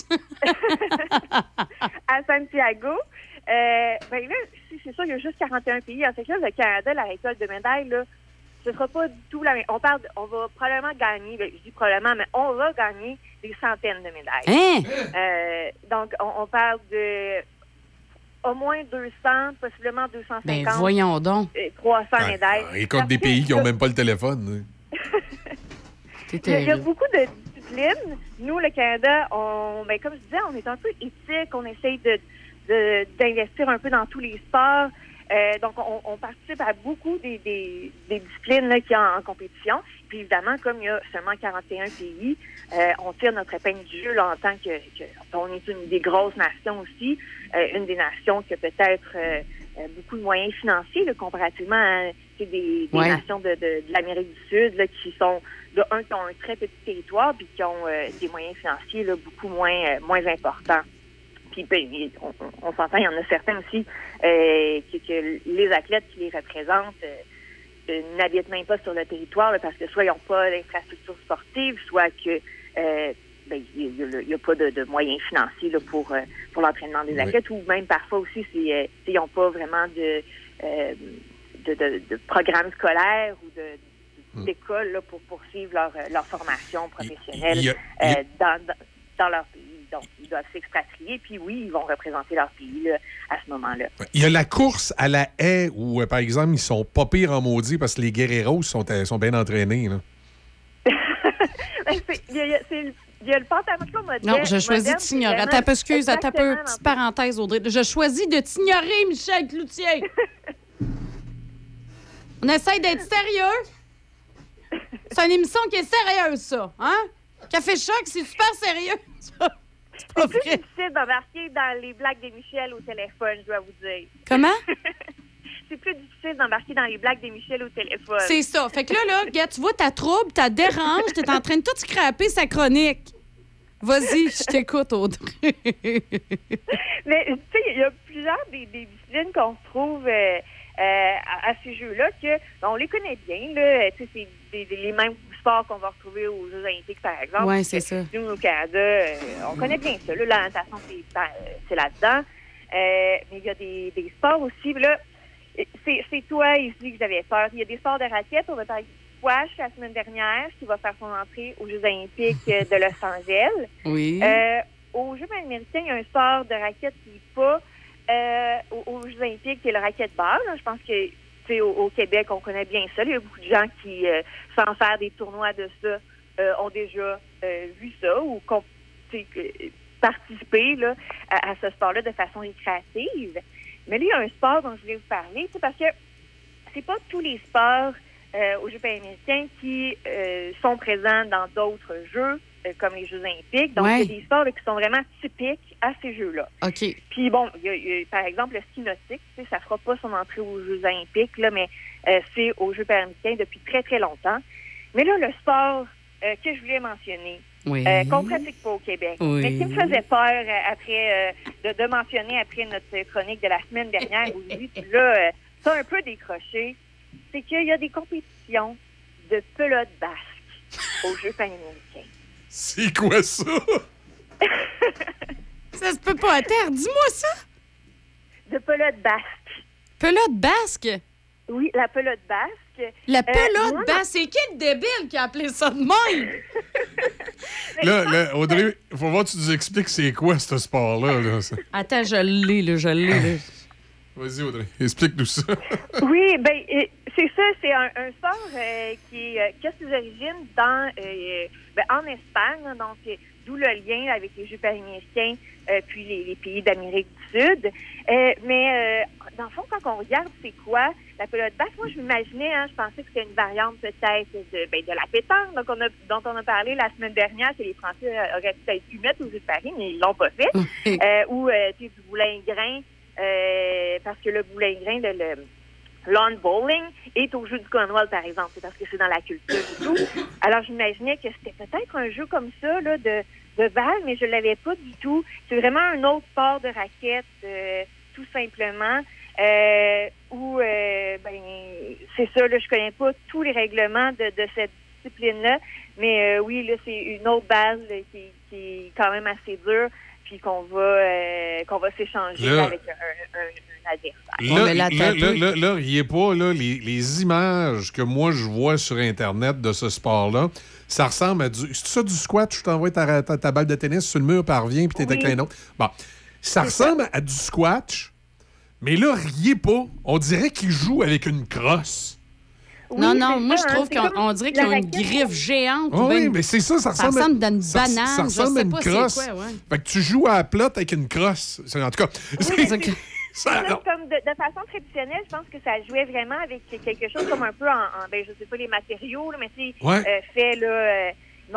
À Santiago, là, c'est sûr, il y a juste 41 pays. En fait, là, le Canada, la récolte de médailles, là, ce sera pas du tout la même. On va probablement gagner, je dis probablement, mais on va gagner des centaines de médailles. Donc, on parle de au moins 200, possiblement 250. Voyons donc. 300 médailles. Récolte des pays qui n'ont même pas le téléphone. Il y a beaucoup de disciplines. Nous, le Canada, comme je disais, on est un peu éthique. On essaye d'investir un peu dans tous les sports. Donc, on participe à beaucoup des disciplines là, qu'il y a en compétition. Puis, évidemment, comme il y a seulement 41 pays, on tire notre épingle du jeu là, en tant qu'on est une des grosses nations aussi, une des nations qui a peut-être beaucoup de moyens financiers là, comparativement à des nations de l'Amérique du Sud là, qui sont, qui ont un très petit territoire puis qui ont des moyens financiers là, beaucoup moins importants. Puis, on s'entend, il y en a certains aussi que les athlètes qui les représentent n'habitent même pas sur le territoire là, parce que soit ils n'ont pas d'infrastructure sportive, soit que il n'y a pas de moyens financiers là, pour l'entraînement des athlètes, ou même parfois aussi ils n'ont pas vraiment de programme scolaire ou d'école là, pour poursuivre leur formation professionnelle dans leur pays. Donc, ils doivent s'expatrier, puis oui, ils vont représenter leur pays là, à ce moment-là. Il y a la course à la haie où, par exemple, ils sont pas pires en maudit parce que les guerreros sont bien entraînés. Là. Il y a le pentathlon moderne. Non, je choisis de t'ignorer. Attends un peu, excuse, attends un peu, petite parenthèse, Audrey. Je choisis de t'ignorer, Michel Cloutier. On essaye d'être sérieux. C'est une émission qui est sérieuse, ça. Hein? Café Choc, c'est super sérieux. C'est plus difficile d'embarquer dans les blagues de Michel au téléphone, je dois vous dire. Comment? c'est plus difficile d'embarquer dans les blagues des Michel au téléphone. C'est ça. Fait que là, regarde, tu vois, ta trouble, ta dérange, t'es en train de tout scraper sa chronique. Vas-y, je t'écoute, Audrey. Mais, tu sais, il y a plusieurs des disciplines qu'on retrouve à ces jeux-là que on les connaît bien. Là. Tu sais, c'est les mêmes sports qu'on va retrouver aux Jeux olympiques, par exemple. Oui, c'est ça. Nous, au Canada, on connaît bien ça. Là, la natation, c'est là-dedans. Mais il y a des sports aussi. Là, c'est toi ici que j'avais peur. Il y a des sports de raquettes. On va parler du squash la semaine dernière, qui va faire son entrée aux Jeux olympiques de Los Angeles. Oui. Aux Jeux américains, il y a un sport de raquette qui n'est pas aux Jeux olympiques, qui est le racquetball. Je pense que au Québec, on connaît bien ça. Il y a beaucoup de gens qui, sans faire des tournois de ça, ont déjà vu ça ou participé là, à ce sport-là de façon récréative. Mais là, il y a un sport dont je voulais vous parler, parce que c'est pas tous les sports aux Jeux américains qui sont présents dans d'autres jeux, comme les Jeux olympiques. Donc, il y a des sports là, qui sont vraiment typiques à ces jeux-là. OK. Puis bon, il y a, par exemple, le ski nautique, ça fera pas son entrée aux Jeux olympiques, là, mais c'est aux Jeux américains depuis très, très longtemps. Mais là, le sport que je voulais mentionner, qu'on pratique pas au Québec, mais qui me faisait peur après de mentionner après notre chronique de la semaine dernière, où lui, là, t'as un peu décroché, c'est qu'il y a des compétitions de pelote basque aux Jeux panaméricains. C'est quoi ça? Ça se peut pas à terre. Dis-moi ça. De pelote basque. Pelote basque? Oui, la pelote basque. La pelote basque. C'est qui le débile qui a appelé ça de même? Là, Audrey, il faut voir que tu nous expliques c'est quoi ce sport-là. Là. Attends, je l'ai. Vas-y, Audrey, explique-nous ça. Oui, bien, c'est ça, c'est un sport qui a ses origines en Espagne, là, donc d'où le lien avec les Jeux panaméricains puis les pays d'Amérique du Sud. Mais dans le fond, quand on regarde c'est quoi la pelote basque, moi je m'imaginais, je pensais que c'était une variante peut-être de la pétanque, dont on a parlé la semaine dernière, que les Français auraient peut-être pu mettre aux Jeux de Paris, mais ils l'ont pas fait. Ou du boulingrin. Parce que le boulingrin, le lawn bowling, est au jeu du Cornwall, par exemple. C'est parce que c'est dans la culture et tout. Alors, j'imaginais que c'était peut-être un jeu comme ça, là, de balle, mais je ne l'avais pas du tout. C'est vraiment un autre sport de raquette, tout simplement. Où, c'est ça, là, je connais pas tous les règlements de cette discipline-là. Mais oui, là, c'est une autre base là, qui est quand même assez dure. Puis qu'on va s'échanger avec un adversaire. Là, riez pas, là, les images que moi je vois sur Internet de ce sport-là, ça ressemble à du... C'est ça du squat? Je t'envoie ta balle de tennis sur le mur, puis elle revient, puis t'es avec un autre. Bon, ça ressemble à du squash, mais là, riez pas. On dirait qu'il joue avec une crosse. Oui, non, moi, je trouve qu'on dirait qu'ils ont une griffe géante. Oui, mais c'est ça, ça ressemble à une banane. Ça ressemble à une crosse. Fait que tu joues à la plotte avec une crosse. En tout cas, comme de façon traditionnelle, je pense que ça jouait vraiment avec quelque chose comme un peu je sais pas les matériaux, là, mais c'est fait là,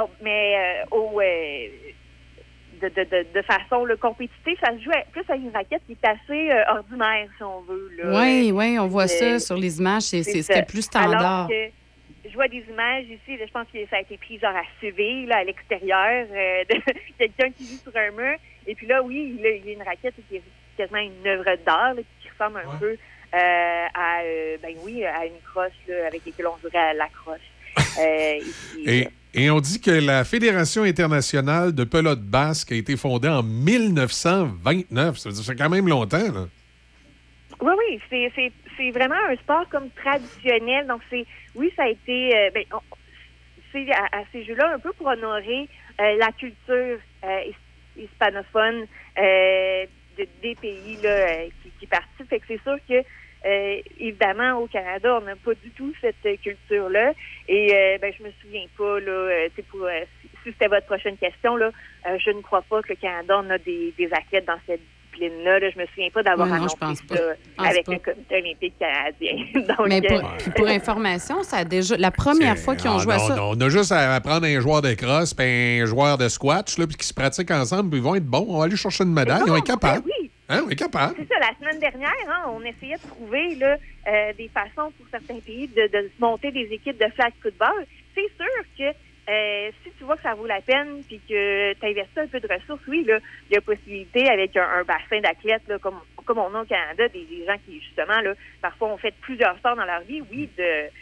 de façon compétitive, ça se joue plus avec une raquette qui est assez ordinaire, si on veut. Oui, on voit ça sur les images. C'était plus standard. Alors que je vois des images ici, là, je pense que ça a été pris genre à Séville, là, à l'extérieur, de quelqu'un qui joue sur un mur. Et puis là, oui, il y a une raquette qui est quasiment une œuvre d'art là, qui ressemble un peu à une crosse là, avec laquelle on dirait à la crosse. Ici, Et on dit que la Fédération internationale de pelote basque a été fondée en 1929. Ça veut dire que c'est quand même longtemps, là. Oui, c'est vraiment un sport comme traditionnel. Donc, ça a été... c'est à ces jeux-là un peu pour honorer la culture hispanophone des pays là, qui participent. Fait que c'est sûr que évidemment, au Canada, on n'a pas du tout cette culture-là. Et je me souviens pas, là, si c'était votre prochaine question, là, je ne crois pas que le Canada on a des athlètes dans cette discipline-là. Là. Je me souviens pas d'avoir annoncé ça avec le Comité olympique canadien. Donc, mais pour information, ça a déjà la première fois qu'ils ont joué à ça. Non, on a juste à prendre un joueur de crosse et un joueur de squash, là, puis qui se pratiquent ensemble, puis ils vont être bons. On va aller chercher une médaille, ils vont être capables. Oui. Hein, on est capable. C'est ça, la semaine dernière, on essayait de trouver là, des façons pour certains pays de monter des équipes de flag football. C'est sûr que si tu vois que ça vaut la peine puis que tu investis un peu de ressources, oui, là, il y a possibilité avec un bassin d'athlètes là, comme on a au Canada, des gens qui, justement, là, parfois ont fait plusieurs sports dans leur vie, oui,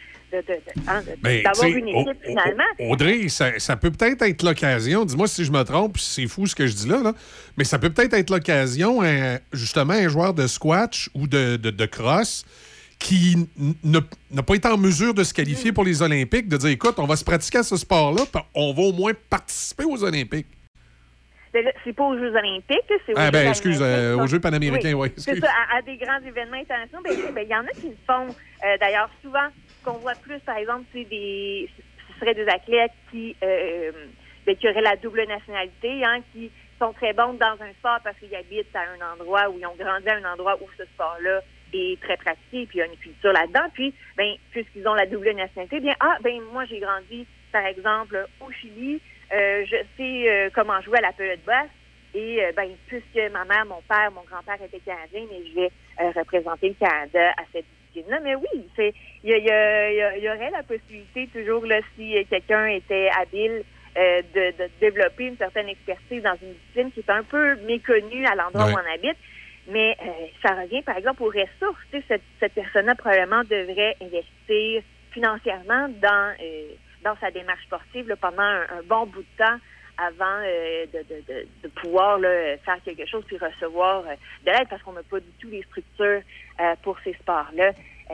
d'avoir une équipe, finalement. Audrey, ça peut peut-être être l'occasion, dis-moi si je me trompe, c'est fou ce que je dis là, mais ça peut peut-être être l'occasion, justement, un joueur de squash ou de cross qui n'a pas été en mesure de se qualifier pour les Olympiques, de dire, écoute, on va se pratiquer à ce sport-là, on va au moins participer aux Olympiques. C'est pas aux Jeux olympiques, c'est aux Jeux panaméricains, oui. C'est ça, à des grands événements internationaux. Il y en a qui le font. D'ailleurs, souvent, ce qu'on voit plus, par exemple, ce seraient des athlètes qui auraient la double nationalité, qui sont très bons dans un sport parce qu'ils habitent à un endroit où ils ont grandi à un endroit où ce sport-là est très pratiqué, puis il y a une culture là-dedans. Puis, puisqu'ils ont la double nationalité, moi, j'ai grandi, par exemple, au Chili. Je sais comment jouer à la pelote basse et puisque ma mère, mon père, mon grand-père étaient canadiens, mais je vais représenter le Canada à cette discipline-là. Mais oui, il y aurait la possibilité toujours là, si quelqu'un était habile de développer une certaine expertise dans une discipline qui est un peu méconnue à l'endroit où on habite. Mais ça revient, par exemple, aux ressources. Tu sais, cette personne-là probablement devrait investir financièrement dans sa démarche sportive là, pendant un bon bout de temps avant de pouvoir là, faire quelque chose puis recevoir de l'aide parce qu'on n'a pas du tout les structures pour ces sports-là.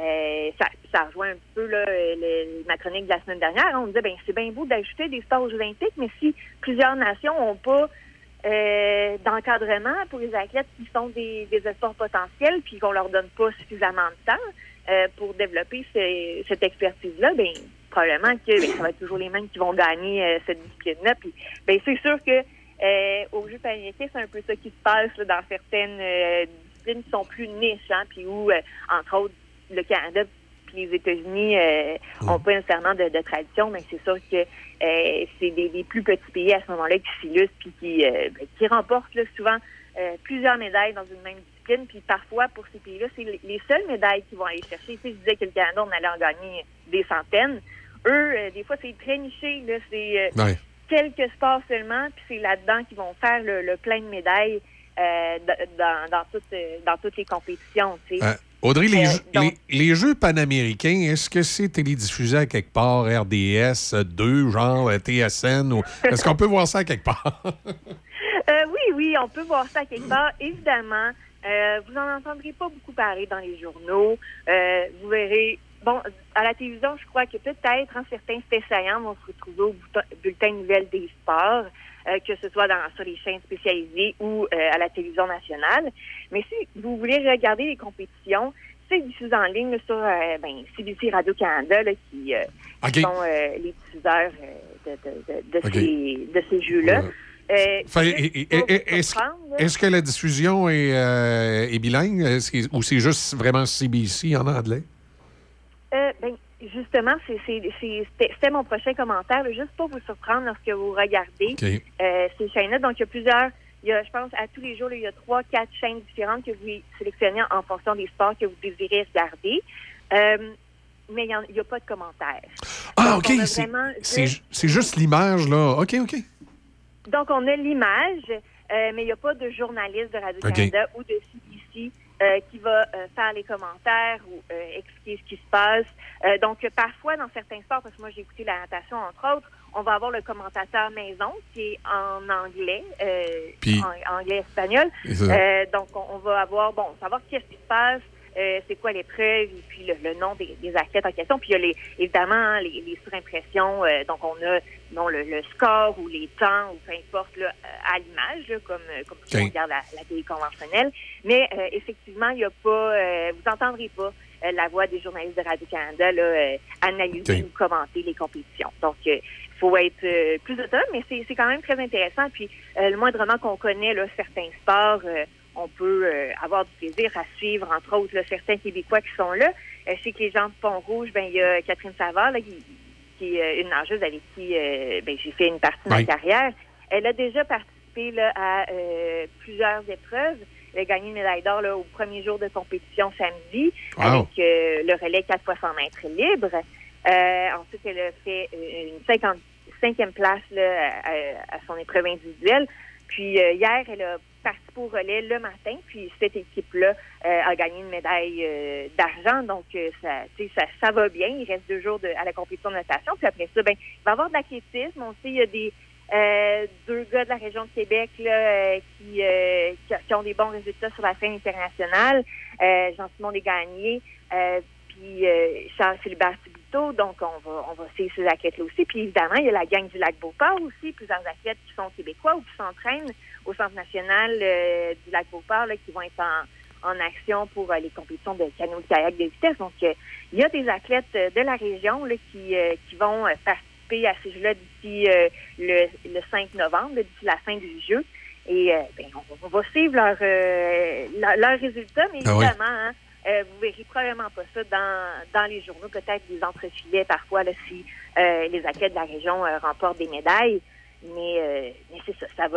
Ça rejoint un peu là, ma chronique de la semaine dernière. On disait, c'est bien beau d'ajouter des sports aux Jeux olympiques, mais si plusieurs nations n'ont pas d'encadrement pour les athlètes qui sont des espoirs potentiels puis qu'on leur donne pas suffisamment de temps pour développer cette expertise-là, probablement que ça va être toujours les mêmes qui vont gagner cette discipline-là. Puis, c'est sûr que aux Jeux panaméricains, c'est un peu ça qui se passe là, dans certaines disciplines qui sont plus niches, puis où, entre autres, le Canada puis les États-Unis n'ont pas nécessairement de tradition, mais c'est sûr que c'est des plus petits pays à ce moment-là qui s'illustrent puis qui remportent là, souvent plusieurs médailles dans une même discipline. Puis parfois, pour ces pays-là, c'est les seules médailles qu'ils vont aller chercher. Tu sais, je disais que le Canada, on allait en gagner des centaines. Eux, des fois, c'est très niché. Là, c'est quelques sports seulement, puis c'est là-dedans qu'ils vont faire le plein de médailles dans toutes les compétitions. Tu sais. Audrey, les Jeux panaméricains, est-ce que c'est télédiffusé à quelque part, RDS 2, genre TSN, ou est-ce qu'on peut voir ça à quelque part? Oui, on peut voir ça à quelque part, évidemment. Vous n'en entendrez pas beaucoup parler dans les journaux. Vous verrez, à la télévision, je crois que peut-être certains faits saillants vont se retrouver au bulletin de nouvelles des sports, que ce soit sur les chaînes spécialisées ou à la télévision nationale. Mais si vous voulez regarder les compétitions, c'est diffusé en ligne là, sur CBC Radio-Canada là, qui sont les diffuseurs de ces jeux-là. Est-ce que la diffusion est bilingue ou c'est juste vraiment CBC en anglais? Justement, c'était mon prochain commentaire, là, juste pour vous surprendre lorsque vous regardez ces chaînes-là. Donc, il y a plusieurs, je pense, à tous les jours, là, il y a 3-4 chaînes différentes que vous sélectionnez en fonction des sports que vous désirez regarder. Mais il n'y a pas de commentaires. Ah, OK. C'est juste l'image, là. OK. Donc, on a l'image, mais il n'y a pas de journaliste de Radio-Canada ou de CBC qui va faire les commentaires ou expliquer ce qui se passe. Donc, parfois, dans certains sports, parce que moi, j'ai écouté la natation, entre autres, on va avoir le commentateur maison qui est en anglais, en anglais-espagnol. Donc, on va avoir, savoir qu'est-ce qui se passe, c'est quoi l'épreuve, et puis le nom des athlètes en question. Puis, il y a évidemment les surimpressions. Donc, on a le score ou les temps, ou peu importe, là, à l'image, là, comme si on regarde la télé conventionnelle. Mais effectivement, il n'y a pas... vous n'entendrez pas la voix des journalistes de Radio-Canada là, analyser ou commenter les compétitions. Donc, il faut être plus autonome, mais c'est quand même très intéressant. Puis, le moindrement qu'on connaît là, certains sports... on peut avoir du plaisir à suivre, entre autres, là, certains Québécois qui sont là. Je sais que les gens de Pont-Rouge, il y a Catherine Savard, là, qui est une nageuse avec qui j'ai fait une partie de ma carrière. Elle a déjà participé là, à plusieurs épreuves. Il a gagné une médaille d'or là, au premier jour de compétition samedi Wow. avec le relais 4 fois 100 mètres libre. Ensuite, elle a fait une 55e place là, à son épreuve individuelle. Puis hier, elle a participé au relais le matin. Puis cette équipe-là a gagné une médaille d'argent. Donc, ça va bien. Il reste 2 jours à la compétition de natation. Puis après ça, il va y avoir de l'athlétisme. On sait il y a des 2 gars de la région de Québec là, qui ont des bons résultats sur la scène internationale. Jean-Simon Desgagnés, puis Charles-Philibert Thibodeau. Donc, on va essayer ces athlètes-là aussi. Puis évidemment, il y a la gang du Lac-Beauport aussi, plusieurs athlètes qui sont québécois ou qui s'entraînent au Centre national du Lac-Beauport là, qui vont être en action pour les compétitions de canoë-kayak de vitesse. Donc, il y a des athlètes de la région là, qui vont participer à ces Jeux-là d'ici le 5 novembre, là, d'ici la fin du jeu. Et on va suivre leurs résultats, mais évidemment, vous verrez probablement pas ça dans les journaux, peut-être des entrefilets parfois là, si les athlètes de la région remportent des médailles. Mais c'est ça, ça va.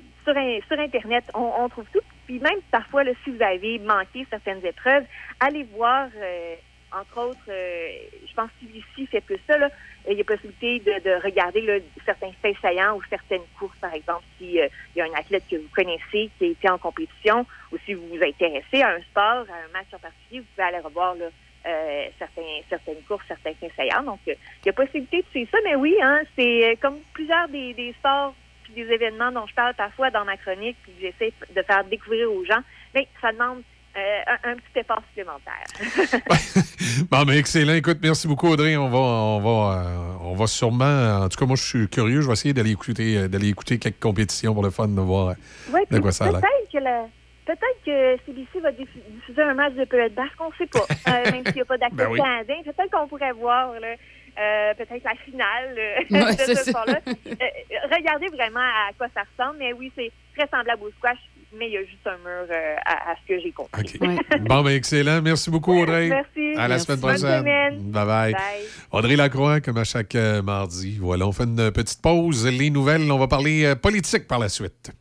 Sur Internet, on trouve tout. Puis même parfois, là, si vous avez manqué certaines épreuves, allez voir, entre autres, je pense que CBC fait plus ça, là. Il y a possibilité de regarder là, certains faits saillants ou certaines courses, par exemple, si y a un athlète que vous connaissez qui a été en compétition ou si vous vous intéressez à un sport, à un match en particulier, vous pouvez aller revoir là, certaines courses, certains faits saillants. Donc, il y a possibilité de suivre ça. Mais oui, hein, c'est comme plusieurs des sports puis des événements dont je parle parfois dans ma chronique puis que j'essaie de faire découvrir aux gens, mais ça demande un petit effort supplémentaire. Bon, mais excellent. Écoute, merci beaucoup, Audrey. On va sûrement... En tout cas, moi, je suis curieux. Je vais essayer d'aller écouter quelques compétitions pour le fun, de voir de quoi ça a l'air. Peut-être que CBC va diffuser un match de pelote basque, on ne sait pas. Même s'il n'y a pas d'acteur canadien, peut-être qu'on pourrait voir là, peut-être la finale de ce sport-là. Regardez vraiment à quoi ça ressemble. Mais oui, c'est très semblable au squash, mais il y a juste un mur à ce que j'ai compris. Okay. Bon, ben excellent. Merci beaucoup, Audrey. Merci. À la semaine prochaine. Bye-bye. Audrey Lacroix, comme à chaque mardi. Voilà, on fait une petite pause. Les nouvelles, on va parler politique par la suite.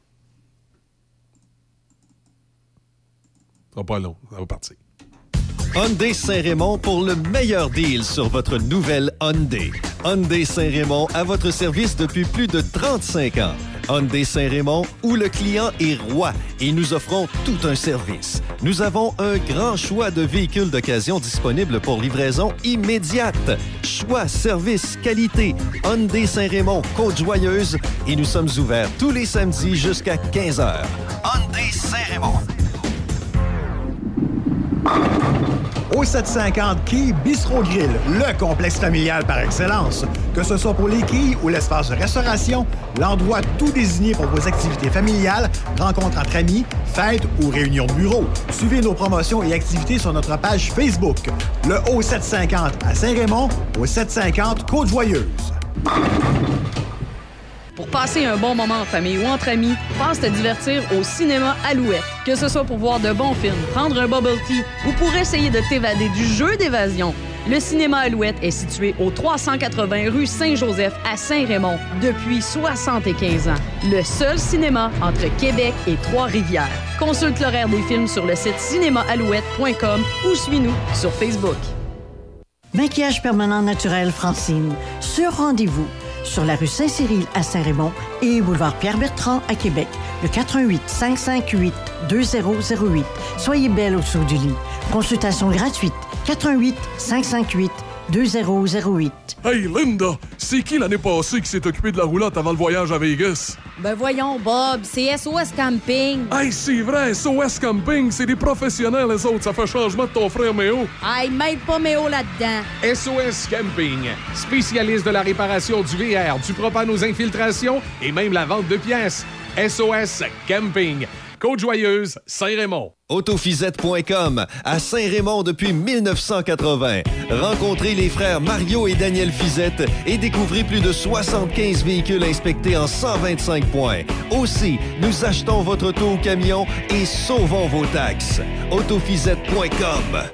Ça va pas long, ça va partir. Hyundai Saint-Raymond pour le meilleur deal sur votre nouvelle Hyundai. Hyundai Saint-Raymond à votre service depuis plus de 35 ans. Hyundai Saint-Raymond, où le client est roi et nous offrons tout un service. Nous avons un grand choix de véhicules d'occasion disponibles pour livraison immédiate. Choix, service, qualité. Hyundai Saint-Raymond, Côte-Joyeuse et nous sommes ouverts tous les samedis jusqu'à 15h. Hyundai Saint-Raymond. Au 750 Quai Bistro Grill, le complexe familial par excellence. Que ce soit pour les quilles ou l'espace de restauration, l'endroit tout désigné pour vos activités familiales, rencontres entre amis, fêtes ou réunions de bureau. Suivez nos promotions et activités sur notre page Facebook. Le Haut-750 à Saint-Raymond, au 750 Côte-Joyeuse. Pour passer un bon moment en famille ou entre amis, passe te divertir au cinéma Alouette. Que ce soit pour voir de bons films, prendre un bubble tea ou pour essayer de t'évader du jeu d'évasion, le cinéma Alouette est situé au 380 rue Saint-Joseph à Saint-Raymond depuis 75 ans. Le seul cinéma entre Québec et Trois-Rivières. Consulte l'horaire des films sur le site cinémaalouette.com ou suis-nous sur Facebook. Maquillage permanent naturel Francine, sur rendez-vous. Sur la rue Saint-Cyril à Saint-Raymond et boulevard Pierre-Bertrand à Québec, le 418-558-2008. Soyez belle au-dessous du lit. Consultation gratuite, 418-558-2008. Hey, Linda, c'est qui l'année passée qui s'est occupé de la roulotte avant le voyage à Vegas? Ben voyons, Bob, c'est SOS Camping. Hey, c'est vrai, SOS Camping, c'est des professionnels, les autres. Ça fait changement de ton frère Méo. Hey, mêle pas Méo là-dedans. SOS Camping, spécialiste de la réparation du VR, du propane aux infiltrations et même la vente de pièces. SOS Camping. Côte-Joyeuse, Saint-Raymond. Autofisette.com à Saint-Raymond depuis 1980. Rencontrez les frères Mario et Daniel Fizette et découvrez plus de 75 véhicules inspectés en 125 points. Aussi, nous achetons votre auto ou camion et sauvons vos taxes. Autofisette.com.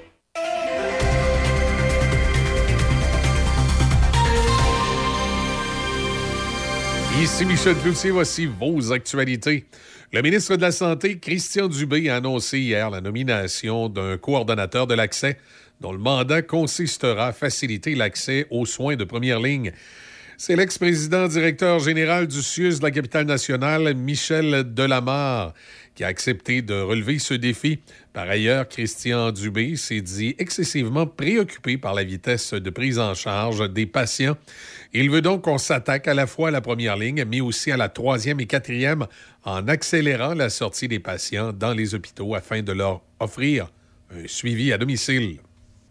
Ici Michel Cloutier, voici vos actualités. Le ministre de la Santé, Christian Dubé, a annoncé hier la nomination d'un coordonnateur de l'accès dont le mandat consistera à faciliter l'accès aux soins de première ligne. C'est l'ex-président directeur général du CIUS de la capitale nationale, Michel Delamarre, qui a accepté de relever ce défi. Par ailleurs, Christian Dubé s'est dit excessivement préoccupé par la vitesse de prise en charge des patients. Il veut donc qu'on s'attaque à la fois à la première ligne, mais aussi à la troisième et quatrième, en accélérant la sortie des patients dans les hôpitaux afin de leur offrir un suivi à domicile.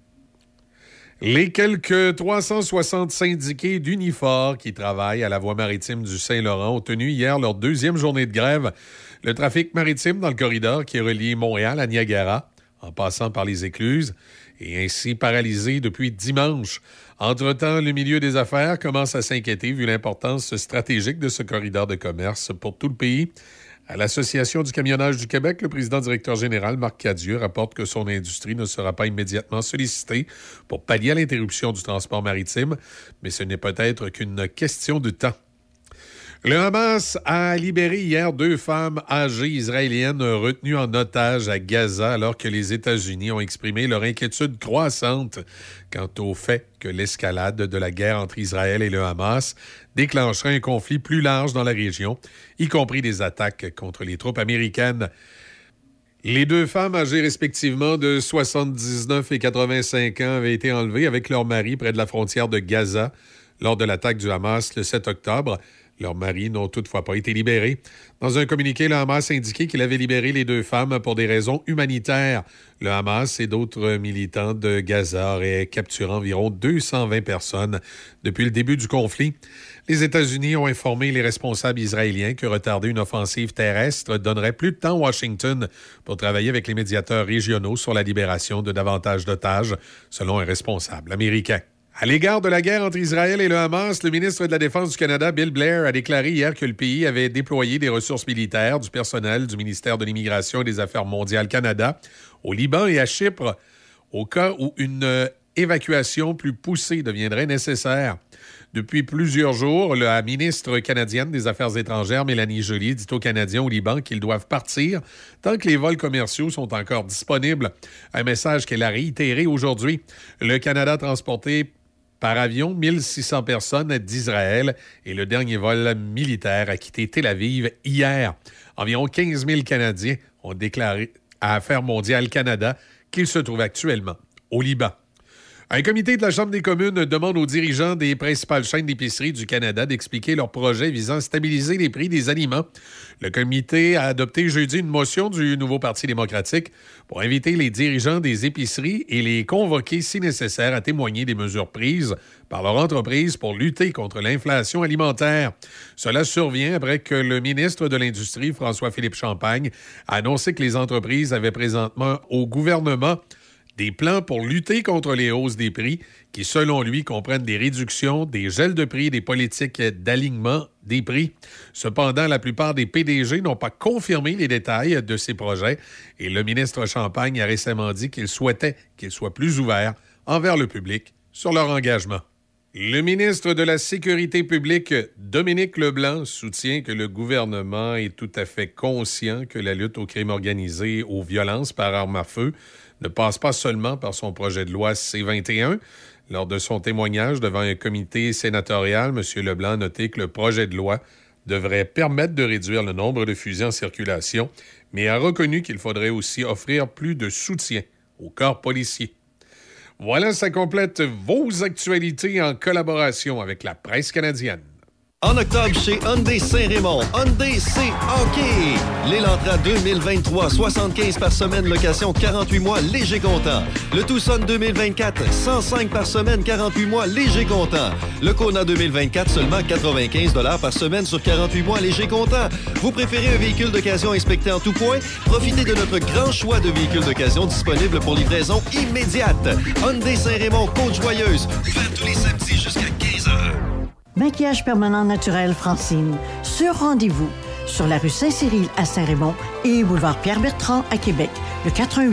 Les quelques 360 syndiqués d'Unifor qui travaillent à la voie maritime du Saint-Laurent ont tenu hier leur deuxième journée de grève. Le trafic maritime dans le corridor qui relie Montréal à Niagara, en passant par les écluses, est ainsi paralysé depuis dimanche. Entre-temps, le milieu des affaires commence à s'inquiéter vu l'importance stratégique de ce corridor de commerce pour tout le pays. À l'Association du camionnage du Québec, le président-directeur général, Marc Cadieux, rapporte que son industrie ne sera pas immédiatement sollicitée pour pallier à l'interruption du transport maritime, mais ce n'est peut-être qu'une question de temps. Le Hamas a libéré hier 2 femmes âgées israéliennes retenues en otage à Gaza alors que les États-Unis ont exprimé leur inquiétude croissante quant au fait que l'escalade de la guerre entre Israël et le Hamas déclencherait un conflit plus large dans la région, y compris des attaques contre les troupes américaines. Les 2 femmes âgées respectivement de 79 et 85 ans avaient été enlevées avec leur mari près de la frontière de Gaza lors de l'attaque du Hamas le 7 octobre. Leurs maris n'ont toutefois pas été libérés. Dans un communiqué, le Hamas a indiqué qu'il avait libéré les 2 femmes pour des raisons humanitaires. Le Hamas et d'autres militants de Gaza auraient capturé environ 220 personnes depuis le début du conflit. Les États-Unis ont informé les responsables israéliens que retarder une offensive terrestre donnerait plus de temps à Washington pour travailler avec les médiateurs régionaux sur la libération de davantage d'otages, selon un responsable américain. À l'égard de la guerre entre Israël et le Hamas, le ministre de la Défense du Canada, Bill Blair, a déclaré hier que le pays avait déployé des ressources militaires, du personnel du ministère de l'Immigration et des Affaires mondiales Canada, au Liban et à Chypre, au cas où une évacuation plus poussée deviendrait nécessaire. Depuis plusieurs jours, la ministre canadienne des Affaires étrangères, Mélanie Joly, dit aux Canadiens au Liban qu'ils doivent partir tant que les vols commerciaux sont encore disponibles. Un message qu'elle a réitéré aujourd'hui. Le Canada a transporté par avion 1600 personnes d'Israël et le dernier vol militaire a quitté Tel Aviv hier. Environ 15 000 Canadiens ont déclaré à Affaires mondiales Canada qu'ils se trouvent actuellement au Liban. Un comité de la Chambre des communes demande aux dirigeants des principales chaînes d'épicerie du Canada d'expliquer leur projet visant à stabiliser les prix des aliments. Le comité a adopté jeudi une motion du nouveau Parti démocratique pour inviter les dirigeants des épiceries et les convoquer, si nécessaire, à témoigner des mesures prises par leur entreprise pour lutter contre l'inflation alimentaire. Cela survient après que le ministre de l'Industrie, François-Philippe Champagne, a annoncé que les entreprises avaient présentement au gouvernement des plans pour lutter contre les hausses des prix qui, selon lui, comprennent des réductions, des gels de prix et des politiques d'alignement des prix. Cependant, la plupart des PDG n'ont pas confirmé les détails de ces projets et le ministre Champagne a récemment dit qu'il souhaitait qu'ils soient plus ouverts envers le public sur leur engagement. Le ministre de la Sécurité publique, Dominique Leblanc, soutient que le gouvernement est tout à fait conscient que la lutte au crime organisé et aux violences par arme à feu ne passe pas seulement par son projet de loi C-21. Lors de son témoignage devant un comité sénatorial, M. Leblanc a noté que le projet de loi devrait permettre de réduire le nombre de fusils en circulation, mais a reconnu qu'il faudrait aussi offrir plus de soutien aux corps policiers. Voilà, ça complète vos actualités en collaboration avec la presse canadienne. En octobre, chez Hyundai Saint-Raymond, Hyundai c'est hockey! L'Elantra 2023, 75 par semaine, location 48 mois, léger comptant. Le Tucson 2024, 105 par semaine, 48 mois, léger comptant. Le Kona 2024, seulement 95 $ par semaine sur 48 mois, léger comptant. Vous préférez un véhicule d'occasion inspecté en tout point? Profitez de notre grand choix de véhicules d'occasion disponibles pour livraison immédiate. Hyundai Saint-Raymond, Côte-Joyeuse, ouvert tous les samedis jusqu'à 15h. Maquillage permanent naturel Francine. Sur rendez-vous. Sur la rue Saint-Cyril à Saint-Raymond et boulevard Pierre-Bertrand à Québec. Le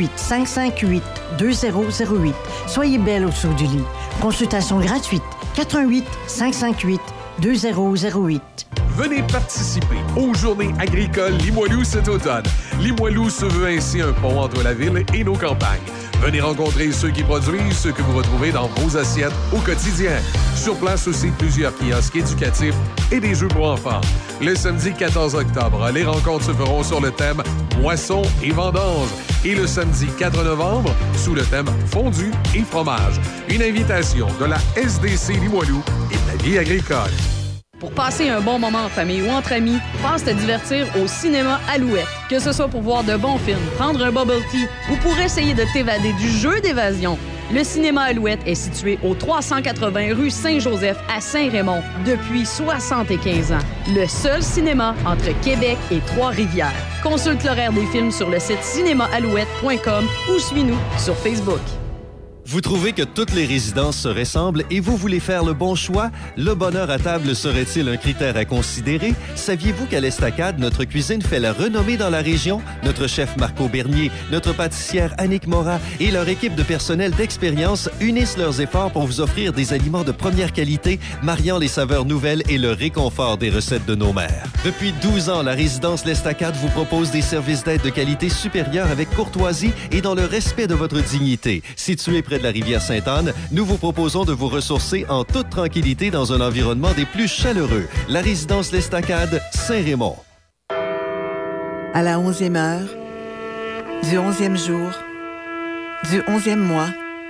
418-558-2008. Soyez belle au-dessous du lit. Consultation gratuite. 418-558-2008. Venez participer aux Journées agricoles Limoilou cet automne. Limoilou se veut ainsi un pont entre la ville et nos campagnes. Venez rencontrer ceux qui produisent ce que vous retrouvez dans vos assiettes au quotidien. Sur place aussi, plusieurs kiosques éducatifs et des jeux pour enfants. Le samedi 14 octobre, les rencontres se feront sur le thème Moisson et vendange. Et le samedi 4 novembre, sous le thème Fondu et fromage. Une invitation de la SDC Limoilou et de la vie agricole. Pour passer un bon moment en famille ou entre amis, passe te divertir au cinéma Alouette. Que ce soit pour voir de bons films, prendre un bubble tea ou pour essayer de t'évader du jeu d'évasion, le cinéma Alouette est situé au 380 rue Saint-Joseph à Saint-Raymond depuis 75 ans. Le seul cinéma entre Québec et Trois-Rivières. Consulte l'horaire des films sur le site cinémaalouette.com ou suis-nous sur Facebook. Vous trouvez que toutes les résidences se ressemblent et vous voulez faire le bon choix? Le bonheur à table serait-il un critère à considérer? Saviez-vous qu'à l'Estacade, notre cuisine fait la renommée dans la région? Notre chef Marco Bernier, notre pâtissière Annick Morat et leur équipe de personnel d'expérience unissent leurs efforts pour vous offrir des aliments de première qualité, mariant les saveurs nouvelles et le réconfort des recettes de nos mères. Depuis 12 ans, la résidence l'Estacade vous propose des services d'aide de qualité supérieure avec courtoisie et dans le respect de votre dignité. Situé près de la rivière Sainte-Anne, nous vous proposons de vous ressourcer en toute tranquillité dans un environnement des plus chaleureux. La résidence l'Estacade, Saint-Raymond. À la 11e heure, du 11e jour, du 11e mois,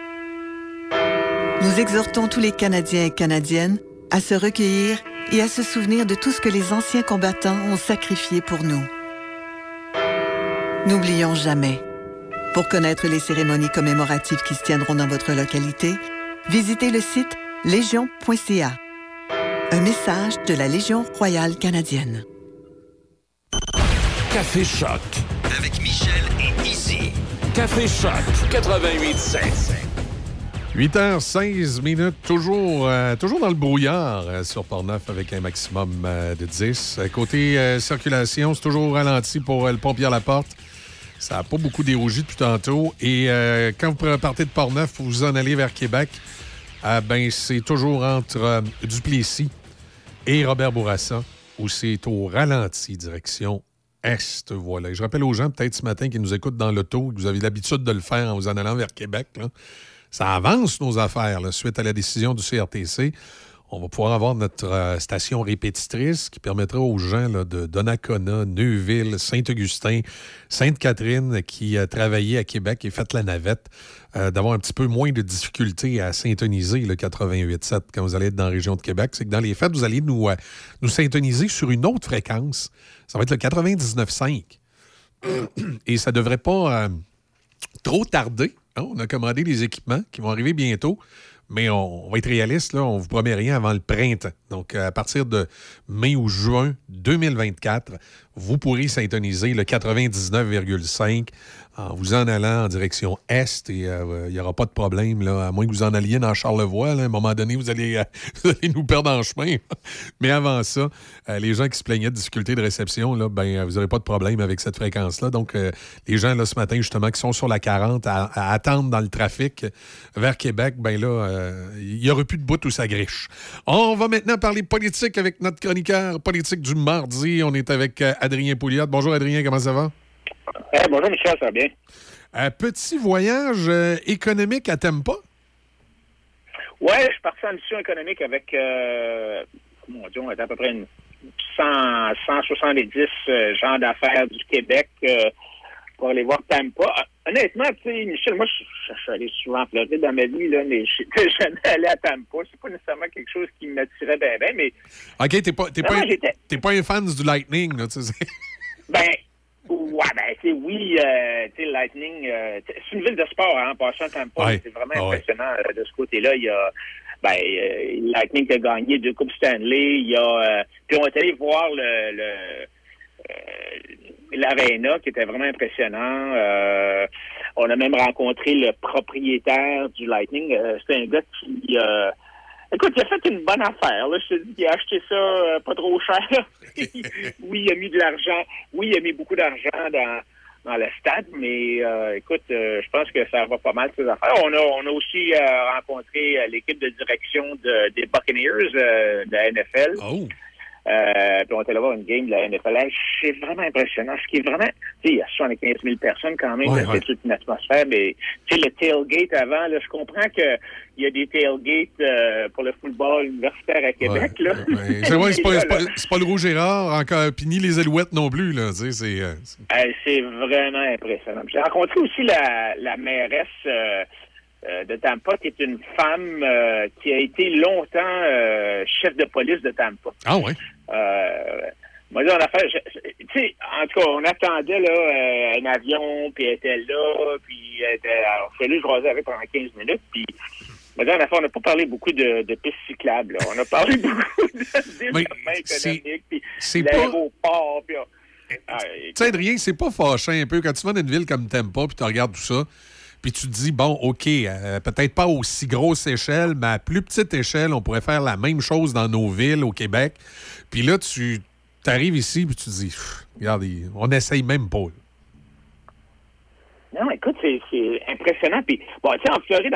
nous exhortons tous les Canadiens et Canadiennes à se recueillir et à se souvenir de tout ce que les anciens combattants ont sacrifié pour nous. N'oublions jamais. Pour connaître les cérémonies commémoratives qui se tiendront dans votre localité, visitez le site légion.ca. Un message de la Légion royale canadienne. Café Choc. Avec Michel et Izzy. Café Choc 88.7. 8h16, toujours dans le brouillard sur Port-Neuf avec un maximum de 10. Côté circulation, c'est toujours ralenti pour le pont Pierre-Laporte. Ça n'a pas beaucoup dérougi depuis tantôt. Et quand vous partez de Port-Neuf, vous en allez vers Québec, c'est toujours entre Duplessis et Robert-Bourassa, où c'est au ralenti, direction Est. Voilà. Et je rappelle aux gens, peut-être ce matin, qui nous écoutent dans l'auto, que vous avez l'habitude de le faire en vous en allant vers Québec. Là. Ça avance nos affaires là, suite à la décision du CRTC. On va pouvoir avoir notre station répétitrice qui permettra aux gens là, de Donnacona, Neuville, Saint-Augustin, Sainte-Catherine qui travaillaient à Québec et fait la navette, d'avoir un petit peu moins de difficultés à syntoniser le 88.7 quand vous allez être dans la région de Québec. C'est que dans les fêtes, vous allez nous syntoniser sur une autre fréquence. Ça va être le 99.5. Et ça ne devrait pas trop tarder. Hein? On a commandé les équipements qui vont arriver bientôt. Mais on va être réaliste, là, on ne vous promet rien avant le printemps. Donc, à partir de mai ou juin 2024, vous pourrez syntoniser le 99,5 en vous en allant en direction Est et il n'y aura pas de problème, là, à moins que vous en alliez dans Charlevoix. Là, à un moment donné, vous allez nous perdre en chemin. Mais avant ça, les gens qui se plaignaient de difficultés de réception, là, vous n'aurez pas de problème avec cette fréquence-là. Donc, les gens, là, ce matin, justement, qui sont sur la 40 à attendre dans le trafic vers Québec, il n'y aura plus de bout où ça griche. On va maintenant parler politique avec notre chroniqueur politique du mardi. On est avec Adrien Pouliot. Bonjour, Adrien, comment ça va? Bonjour, Michel, ça va bien? Petit voyage économique à Tampa? Oui, je suis parti en mission économique avec, mon Dieu, on était à peu près 170 gens d'affaires du Québec pour aller voir Tampa. Honnêtement, tu sais, Michel, moi, je suis allé souvent en Floride dans ma vie, là, mais je n'étais jamais allé à Tampa. C'est pas nécessairement quelque chose qui m'attirait bien, mais... OK, t'es pas un fan du Lightning, là, tu sais. Oui, tu sais, Lightning, c'est une ville de sport, hein, en passant Tampa. Ouais. C'est vraiment impressionnant de ce côté-là. Il y a, Lightning qui a gagné 2 Coupes Stanley. Il y a, puis on est allé voir l'Arena, qui était vraiment impressionnant. On a même rencontré le propriétaire du Lightning. C'était un gars qui... écoute, il a fait une bonne affaire. Là. Je te dis qu'il a acheté ça pas trop cher. Oui, il a mis de l'argent. Oui, il a mis beaucoup d'argent dans le stade, mais écoute, je pense que ça va pas mal, ces affaires. On a aussi rencontré l'équipe de direction des Buccaneers de la NFL. Oh. Puis on était là voir une game de la NFL. C'est vraiment impressionnant. Ce qui est vraiment... Tu sais, il y a 75 000 personnes quand même. C'est toute une atmosphère. Mais tu sais, le tailgate avant, là, je comprends qu'il y a des tailgates pour le football universitaire à Québec. Là. C'est vrai, c'est pas le Rouge et Rare, encore, puis ni les Alouettes non plus. Là, c'est vraiment impressionnant. J'ai rencontré aussi la mairesse de Tampa, qui est une femme qui a été longtemps chef de police de Tampa. Ah oui? Moi, on a fait... Tu sais, en tout cas, on attendait là un avion, puis elle était là, puis alors, je suis allé jaser avec pendant 15 minutes, puis... On n'a pas parlé beaucoup de pistes cyclables. Là. On a parlé beaucoup de développement économique, puis l'aéroport, puis... Tu sais, Adrien, c'est pas fâchant un peu quand tu vas dans une ville comme Tampa, puis tu regardes tout ça, puis tu te dis, bon, OK, peut-être pas aussi grosse échelle, mais à plus petite échelle, on pourrait faire la même chose dans nos villes au Québec. Puis là, tu arrives ici, puis tu te dis, regarde, on n'essaye même pas. Non, écoute, c'est impressionnant. Puis, bon, tu sais, en Floride,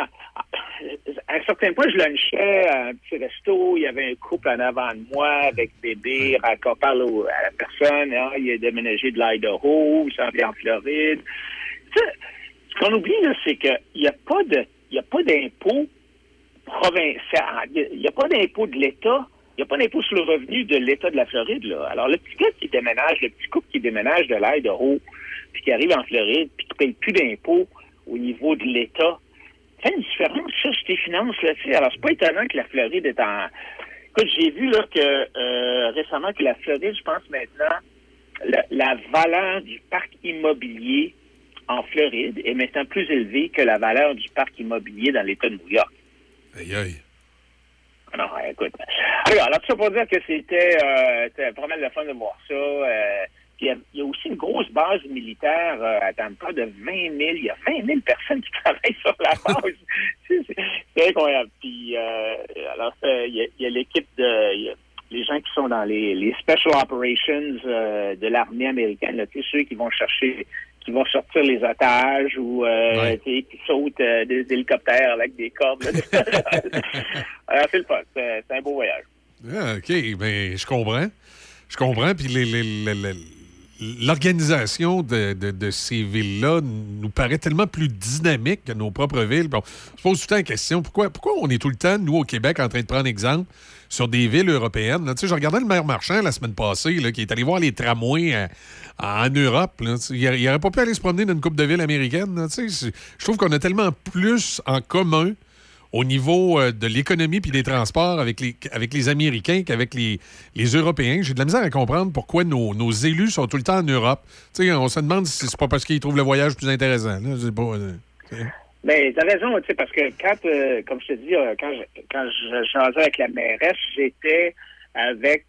à un certain point, je lunchais à un petit resto. Il y avait un couple en avant de moi avec bébé. On parle à la personne. Hein, il a déménagé de l'Idaho. Il s'en vient en Floride. Tu sais, ce qu'on oublie, là, c'est qu'il n'y a pas d'impôt provincial. Il n'y a pas d'impôt de l'État. Il n'y a pas d'impôt sur le revenu de l'État de la Floride. Là. Alors, le petit couple qui déménage de l'Idaho, puis qui arrive en Floride, puis qui ne paye plus d'impôts au niveau de l'État, ça fait une différence, ça, sur tes finances. Là, tu sais. Alors, c'est pas étonnant que la Floride est en... Écoute, j'ai vu là que récemment que la Floride, je pense maintenant, la valeur du parc immobilier en Floride est maintenant plus élevée que la valeur du parc immobilier dans l'État de New York. Aïe, aïe. Non, écoute. Alors, tout ça pour dire que c'était vraiment le fun de voir ça. Il y a aussi une grosse base militaire à Tampa de 20 000. Il y a 20 000 personnes qui travaillent sur la base. c'est incroyable. Puis, alors, il y a l'équipe les gens qui sont dans les Special Operations de l'armée américaine, là, ceux qui vont sortir les otages ou qui sautent des hélicoptères avec des cordes. Alors, c'est le fun. C'est un beau voyage. Ah, OK. Ben, je comprends. Puis l'organisation de ces villes-là nous paraît tellement plus dynamique que nos propres villes. Bon, on se pose tout le temps la question, pourquoi on est tout le temps, nous, au Québec, en train de prendre exemple sur des villes européennes? Tu sais, je regardais le maire Marchand la semaine passée, là, qui est allé voir les tramways en Europe. Là. Il n'aurait pas pu aller se promener dans une couple de villes américaines. Là, tu sais, je trouve qu'on a tellement plus en commun au niveau de l'économie puis des transports avec les Américains qu'avec les Européens. J'ai de la misère à comprendre pourquoi nos élus sont tout le temps en Europe. Tu sais, on se demande si c'est pas parce qu'ils trouvent le voyage plus intéressant. Là. C'est pas... Mais t'as raison, tu sais, parce que quand, comme je te dis, quand je changeais avec la mairesse, j'étais avec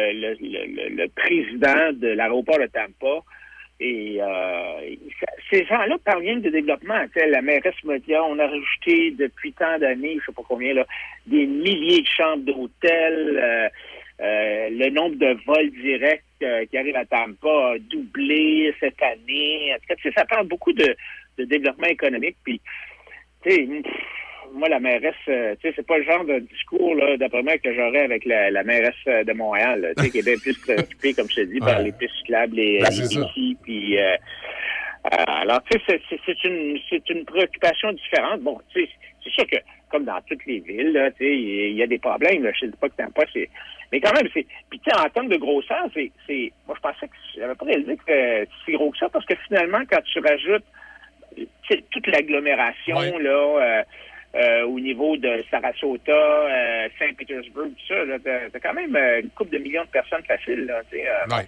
le président de l'aéroport de Tampa. Et ces gens-là parviennent de développement. Tu sais, la mairesse me dit, on a rajouté depuis tant d'années, je sais pas combien, là, des milliers de chambres d'hôtel. Le nombre de vols directs qui arrivent à Tampa a doublé cette année. En tout cas, ça parle beaucoup de développement économique. Puis, tu sais, moi, la mairesse, tu sais, c'est pas le genre de discours, là, d'après moi, que j'aurais avec la mairesse de Montréal, là, tu sais, qui est bien plus préoccupée, comme je te dis, par les pistes cyclables, les ici, puis... alors, tu sais, c'est une préoccupation différente. Bon, tu sais, c'est sûr que, comme dans toutes les villes, là, tu sais, il y a des problèmes, là, je ne dis pas que Tampa, c'est... Mais quand même, c'est... Puis, tu sais, en termes de grosseur, c'est... Moi, je pensais que j'avais pas réalisé que c'est si gros que ça, parce que finalement, quand tu rajoutes toute l'agglomération, là... au niveau de Sarasota, Saint-Pétersbourg, tout ça, là, t'as quand même une couple de millions de personnes faciles, là, tu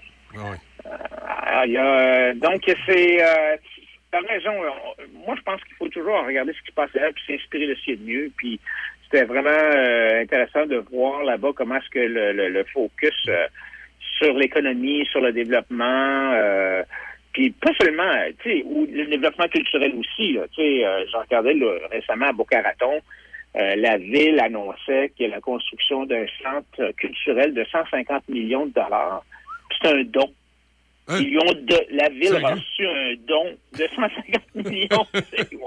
sais. Donc, c'est... t'as raison. Moi, je pense qu'il faut toujours regarder ce qui se passe là, puis s'inspirer de ce qu'il y a de mieux, puis c'était vraiment intéressant de voir là-bas comment est-ce que le focus sur l'économie, sur le développement... puis pas seulement, tu sais, ou le développement culturel aussi, là, tu sais, j'en regardais là, récemment à Boca Raton, la ville annonçait qu'il y a la construction d'un centre culturel de 150 millions de dollars. C'est un don. La ville a reçu un don de 150 millions. Wow!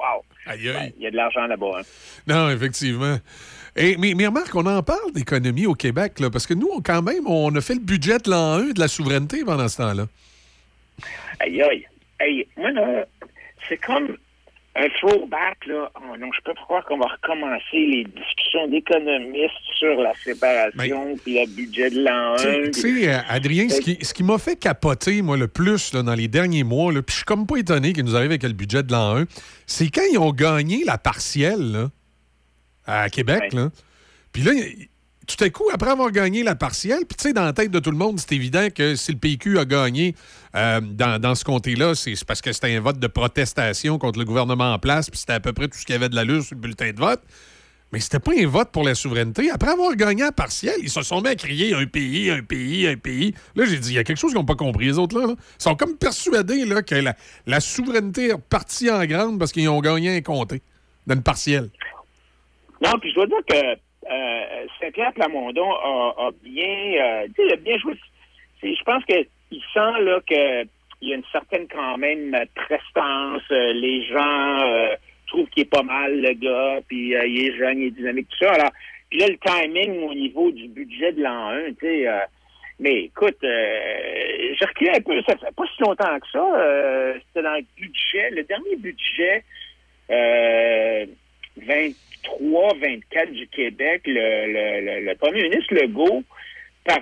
Aïe, aïe. Il y a de l'argent là-bas. Hein. Non, effectivement. Mais remarque, on en parle d'économie au Québec, là, parce que nous, quand même, on a fait le budget de l'an 1 de la souveraineté pendant ce temps-là. Aïe, aïe. Hey, moi, là, c'est comme un throwback, là. Oh non, je peux pas croire qu'on va recommencer les discussions d'économistes sur la séparation puis le budget de l'an 1. Tu sais, Adrien, ce qui m'a fait capoter, moi, le plus là, dans les derniers mois, puis je suis comme pas étonné qu'ils nous arrivent avec le budget de l'an 1, c'est quand ils ont gagné la partielle, là, à Québec, là. Puis là, tout à coup, après avoir gagné la partielle, puis tu sais, dans la tête de tout le monde, c'est évident que si le PQ a gagné dans ce comté-là, c'est parce que c'était un vote de protestation contre le gouvernement en place, puis c'était à peu près tout ce qu'il y avait de l'allure sur le bulletin de vote. Mais c'était pas un vote pour la souveraineté. Après avoir gagné la partielle, ils se sont mis à crier « un pays, un pays, un pays ». Là, j'ai dit, il y a quelque chose qu'ils n'ont pas compris, les autres, là. Ils sont comme persuadés là, que la souveraineté est repartie en grande parce qu'ils ont gagné un comté d'une partielle. Non, puis je dois dire que Saint-Pierre Plamondon a bien joué. Je pense qu'il sent là qu'il y a une certaine quand même prestance. Les gens trouvent qu'il est pas mal, le gars, puis il est jeune, il est dynamique, tout ça. Alors, puis là, le timing au niveau du budget de l'an 1, tu sais... mais écoute, j'ai reculé un peu, ça fait pas si longtemps que ça. C'était dans le budget, le dernier budget 23-24 du Québec, le premier ministre Legault a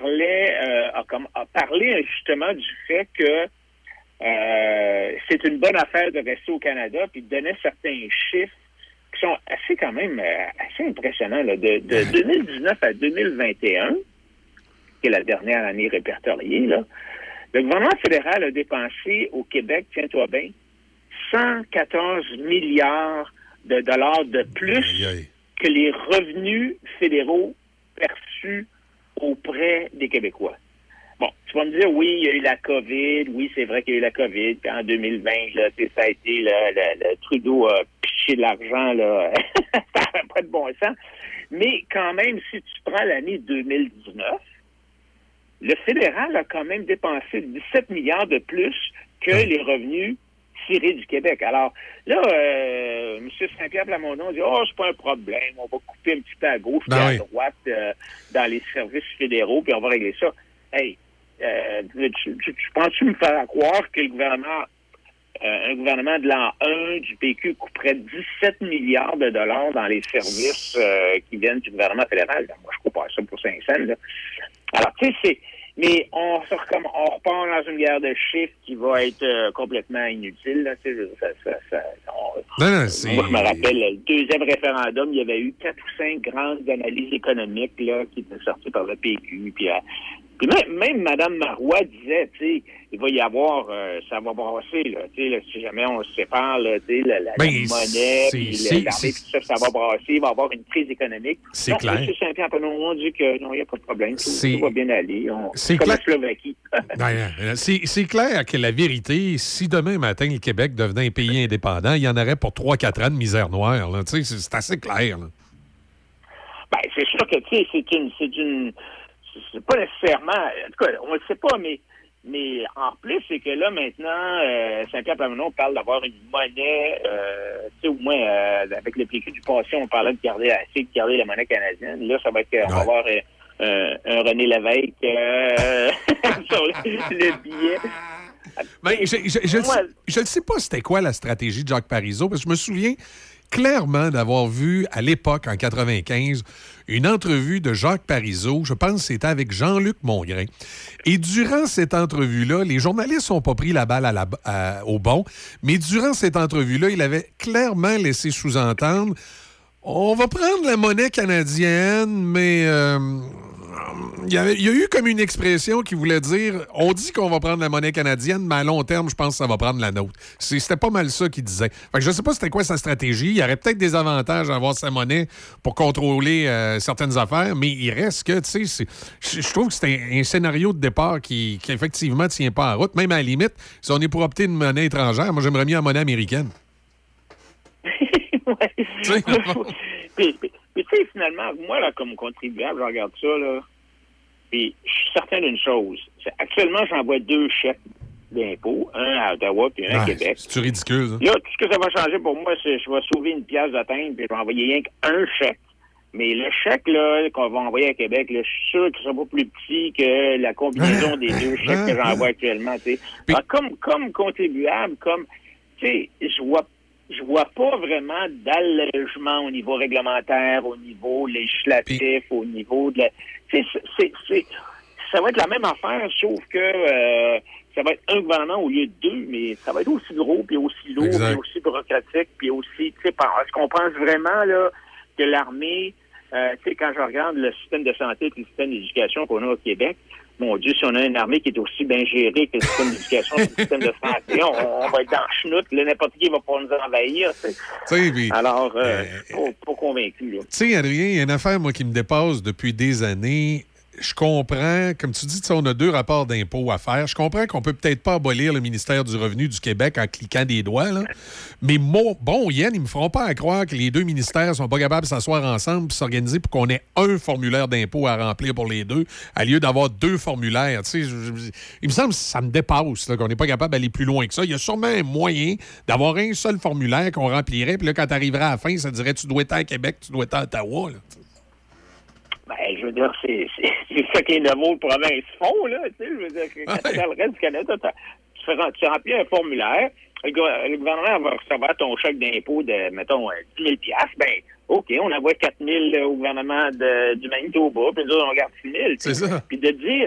parlé justement du fait que c'est une bonne affaire de rester au Canada, puis donnait certains chiffres qui sont assez quand même assez impressionnants. Là, de 2019 à 2021, qui est la dernière année répertoriée, là, le gouvernement fédéral a dépensé au Québec, tiens-toi bien, 114 milliards de dollars de plus que les revenus fédéraux perçus auprès des Québécois. Bon, tu vas me dire, oui, il y a eu la COVID, oui, c'est vrai qu'il y a eu la COVID, puis en 2020, là, ça a été, le Trudeau a piché de l'argent, là, ça n'avait pas de bon sens. Mais quand même, si tu prends l'année 2019, le fédéral a quand même dépensé 17 milliards de plus que les revenus tirés du Québec. Alors, là, M. Saint-Pierre Plamondon dit « Oh, c'est pas un problème, on va couper un petit peu à gauche et à droite dans les services fédéraux, puis on va régler ça. » Hey, tu penses-tu me faire croire que le gouvernement, un gouvernement de l'an 1 du PQ couperait 17 milliards de dollars dans les services qui viennent du gouvernement fédéral? Moi, je ne crois pas ça pour 5 cents. Là. Alors, tu sais, c'est... Mais on repart dans une guerre de chiffres qui va être complètement inutile. Là, moi, je me rappelle, le deuxième référendum, il y avait eu 4 ou 5 grandes analyses économiques là, qui étaient sorties par le PQ. Puis même Mme Marois disait, tu sais, il va y avoir, ça va brasser, là, tu sais, si jamais on se sépare, là, tu sais, la monnaie, puis l'armée, tout ça, ça va brasser, il va y avoir une crise économique. C'est clair. M. Saint-Pierre Plamondon dit que non, il n'y a pas de problème, tout va bien aller. C'est comme clair. la Slovaquie. C'est clair que la vérité, si demain matin le Québec devenait un pays indépendant, il y en aurait pour 3-4 ans de misère noire. Là. C'est assez clair. Là. Ben, c'est sûr que, tu sais, c'est pas nécessairement... En tout cas, on le sait pas, mais en plus, c'est que là, maintenant, Saint-Pierre Plamondon parle d'avoir une monnaie, tu sais, au moins, avec le PQ du passé, on parlait de garder la monnaie canadienne. Là, ça va être qu'on va avoir un René Lévesque sur le billet. Ben, je ne sais pas c'était quoi la stratégie de Jacques Parizeau, parce que je me souviens clairement d'avoir vu à l'époque, en 95, une entrevue de Jacques Parizeau, je pense que c'était avec Jean-Luc Mongrain. Et durant cette entrevue-là, les journalistes n'ont pas pris la balle au bon, mais durant cette entrevue-là, il avait clairement laissé sous-entendre « On va prendre la monnaie canadienne, mais... il y a eu comme une expression qui voulait dire « On dit qu'on va prendre la monnaie canadienne, mais à long terme, je pense que ça va prendre la nôtre. » C'était pas mal ça qu'il disait. Fait que je sais pas c'était quoi sa stratégie. Il y aurait peut-être des avantages à avoir sa monnaie pour contrôler certaines affaires, mais il reste que, tu sais, je trouve que c'est un scénario de départ qui effectivement tient pas en route. Même à la limite, si on est pour opter une monnaie étrangère, moi, j'aimerais mieux la monnaie américaine. Puis, tu sais, finalement, moi, là, comme contribuable, je regarde ça, là, puis je suis certain d'une chose. Actuellement, j'envoie 2 chèques d'impôt, un à Ottawa puis un à Québec. C'est ridicule, ça. Là, tout ce que ça va changer pour moi, c'est que je vais sauver une pièce de teinte puis je vais envoyer rien qu'un chèque. Mais le chèque là qu'on va envoyer à Québec, là, je suis sûr qu'il sera pas plus petit que la combinaison des deux chèques que j'envoie actuellement. Alors, comme contribuable, tu sais, je vois pas vraiment d'allègement au niveau réglementaire, au niveau législatif, au niveau de la... Ça va être la même affaire, sauf que ça va être un gouvernement au lieu de deux, mais ça va être aussi gros, puis aussi lourd, puis aussi bureaucratique, puis aussi, tu sais, est-ce qu'on pense vraiment là que l'armée, tu sais, quand je regarde le système de santé et le système d'éducation qu'on a au Québec, mon Dieu, si on a une armée qui est aussi bien gérée que le système d'éducation et le système de santé, on va être dans le chenoute, là, n'importe qui va pas nous envahir. Alors, pas convaincu. Tu sais, Adrien, il y a une affaire, moi, qui me dépasse depuis des années. Je comprends, comme tu dis, on a 2 rapports d'impôts à faire. Je comprends qu'on peut peut-être pas abolir le ministère du Revenu du Québec en cliquant des doigts, là. Mais Yann, ils me feront pas à croire que les 2 ministères sont pas capables de s'asseoir ensemble et s'organiser pour qu'on ait un formulaire d'impôt à remplir pour les deux, à lieu d'avoir 2 formulaires. Tu sais, il me semble que ça me dépasse, là, qu'on n'est pas capable d'aller plus loin que ça. Il y a sûrement un moyen d'avoir un seul formulaire qu'on remplirait, puis là, quand tu arriverais à la fin, ça dirait tu dois être à Québec, tu dois être à Ottawa, là. Ben, je veux dire, c'est ça que les nouveaux provinces font, là, tu sais, je veux dire, quand tu es dans le reste du Canada, tu remplis un formulaire, le gouvernement va recevoir ton chèque d'impôt de, mettons, 10 000 $, ben, OK, on envoie 4 000 au gouvernement du Manitoba, puis nous autres, on garde 6 000. C'est ça. Puis de dire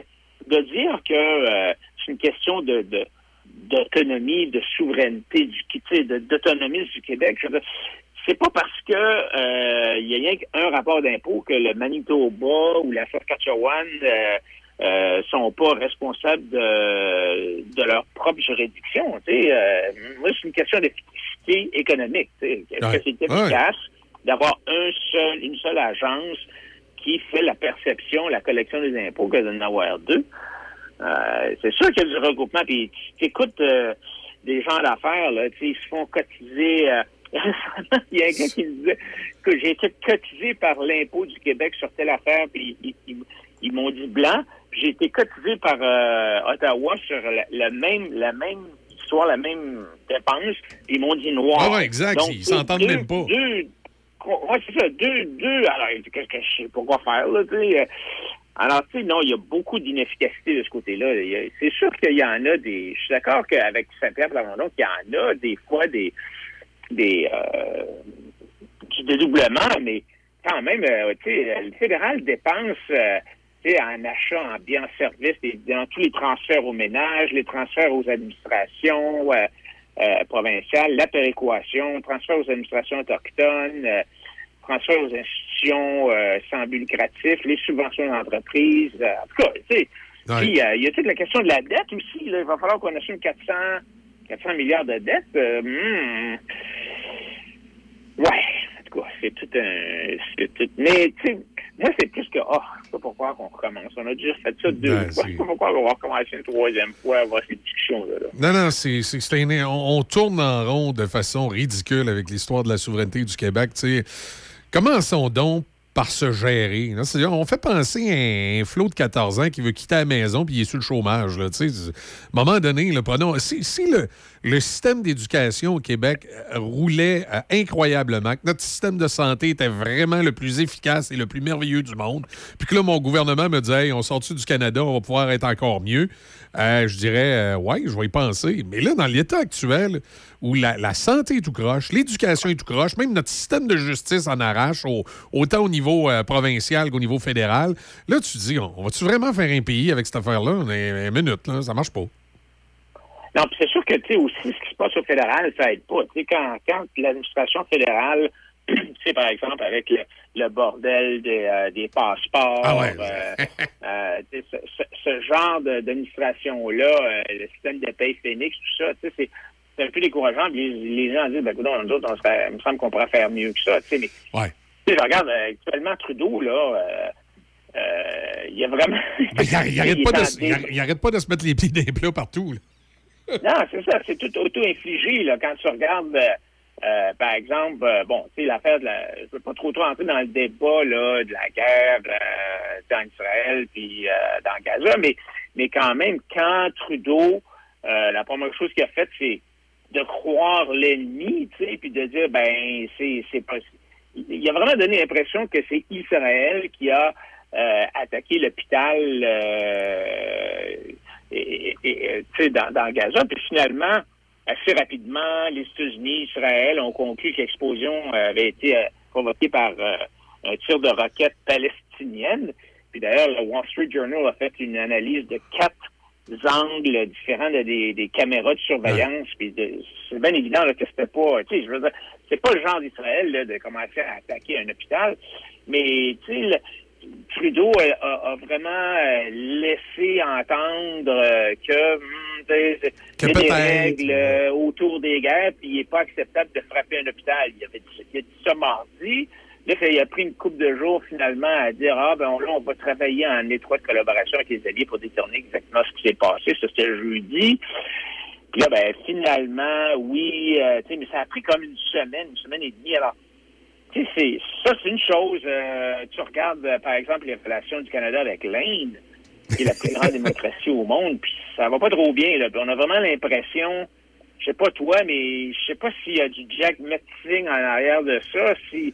que c'est une question d'autonomie, de souveraineté, d'autonomie du Québec, je veux dire, c'est pas parce que il y a rien qu'un rapport d'impôt que le Manitoba ou la Saskatchewan sont pas responsables de leur propre juridiction. Moi, c'est une question d'efficacité économique. Est-ce que c'est efficace d'avoir une seule agence qui fait la perception, la collection des impôts que d'en avoir 2? C'est sûr qu'il y a du regroupement. Puis tu écoutes des gens d'affaires, là, ils se font cotiser... il y a un gars qui me disait que j'ai été cotisé par l'impôt du Québec sur telle affaire, puis ils m'ont dit blanc, puis j'ai été cotisé par Ottawa sur la même histoire, la même dépense, puis ils m'ont dit noir. Ah ouais, exact, donc, ils s'entendent même pas. C'est ça, deux, alors qu'est-ce que je sais pas quoi faire, là, tu sais. Alors, tu sais, non, il y a beaucoup d'inefficacité de ce côté-là. C'est sûr qu'il y en a des... Je suis d'accord qu'avec Saint-Pierre Plamondon, qu'il y en a des fois du dédoublement, mais quand même, tu sais, le fédéral dépense en achat, en biens, en services, dans tous les transferts aux ménages, les transferts aux administrations provinciales, la péréquation, transferts aux administrations autochtones, transferts aux institutions sans but lucratif, les subventions d'entreprise. En tout cas, tu sais, puis il y a toute la question de la dette aussi. Là, il va falloir qu'on assume 400 milliards de dettes. Ouais, en tout cas, c'est tout un... Mais, tu sais, moi, c'est plus que... je sais pas pourquoi on recommence. On a déjà fait ça 2 fois. Je sais pas pourquoi on va recommencer une 3e fois à avoir ces discussions-là. Non, on tourne en rond de façon ridicule avec l'histoire de la souveraineté du Québec. Tu sais, commençons donc par se gérer. Là, on fait penser à un Flo de 14 ans qui veut quitter la maison puis il est sur le chômage. Là, à un moment donné, si le système d'éducation au Québec roulait incroyablement, que notre système de santé était vraiment le plus efficace et le plus merveilleux du monde, puis que là, mon gouvernement me disait hey, on sort-tu du Canada, on va pouvoir être encore mieux, je dirais ouais, je vais y penser. Mais là, dans l'état actuel, où la santé est tout croche, l'éducation est tout croche, même notre système de justice en arrache, autant au niveau provincial qu'au niveau fédéral, là, tu te dis, on va-tu vraiment faire un pays avec cette affaire-là? Une minute, là, ça marche pas. Non, puis c'est sûr que, tu sais, aussi, ce qui se passe au fédéral, ça aide pas. Tu sais, quand l'administration fédérale, tu sais, par exemple, avec le bordel des passeports, ce genre d'administration-là, le système de paye Phoenix, tout ça, tu sais, c'est un peu décourageant. Les gens disent, écoute, nous autres, il me semble qu'on pourrait faire mieux que ça, tu sais, mais... Ouais. Tu sais, je regarde, actuellement, Trudeau, là... il y a vraiment... Il arrête pas de se mettre les pieds dans les plats partout, là. Non, c'est ça, c'est tout auto-infligé, là, quand tu regardes, par exemple, tu sais, l'affaire je veux pas trop entrer dans le débat, là, de la guerre dans Israël puis dans Gaza, mais quand même, quand Trudeau la première chose qu'il a faite, c'est de croire l'ennemi, tu sais, puis de dire, ben, c'est pas... Il a vraiment donné l'impression que c'est Israël qui a attaqué l'hôpital dans Gaza. Puis finalement, assez rapidement, les États-Unis, Israël ont conclu que l'explosion avait été provoquée par un tir de roquette palestinienne. Puis d'ailleurs, le Wall Street Journal a fait une analyse de 4 angles différents des caméras de surveillance. Puis c'est bien évident là, que c'était pas, tu sais, je veux dire, c'est pas le genre d'Israël là, de commencer à attaquer un hôpital, mais tu sais, Trudeau a vraiment laissé entendre que il y a des règles autour des guerres, puis il n'est pas acceptable de frapper un hôpital. Il a dit ça mardi. Là, il a pris une couple de jours, finalement, à dire, on va travailler en étroite collaboration avec les alliés pour déterminer exactement ce qui s'est passé. Ça, c'était jeudi. Puis là, finalement, oui, mais ça a pris comme une semaine et demie. Alors, c'est une chose. Tu regardes, par exemple, les relations du Canada avec l'Inde, qui est la plus grande démocratie au monde, puis ça va pas trop bien, là. Puis on a vraiment l'impression, je sais pas toi, mais je sais pas s'il y a du Jack Metzing en arrière de ça,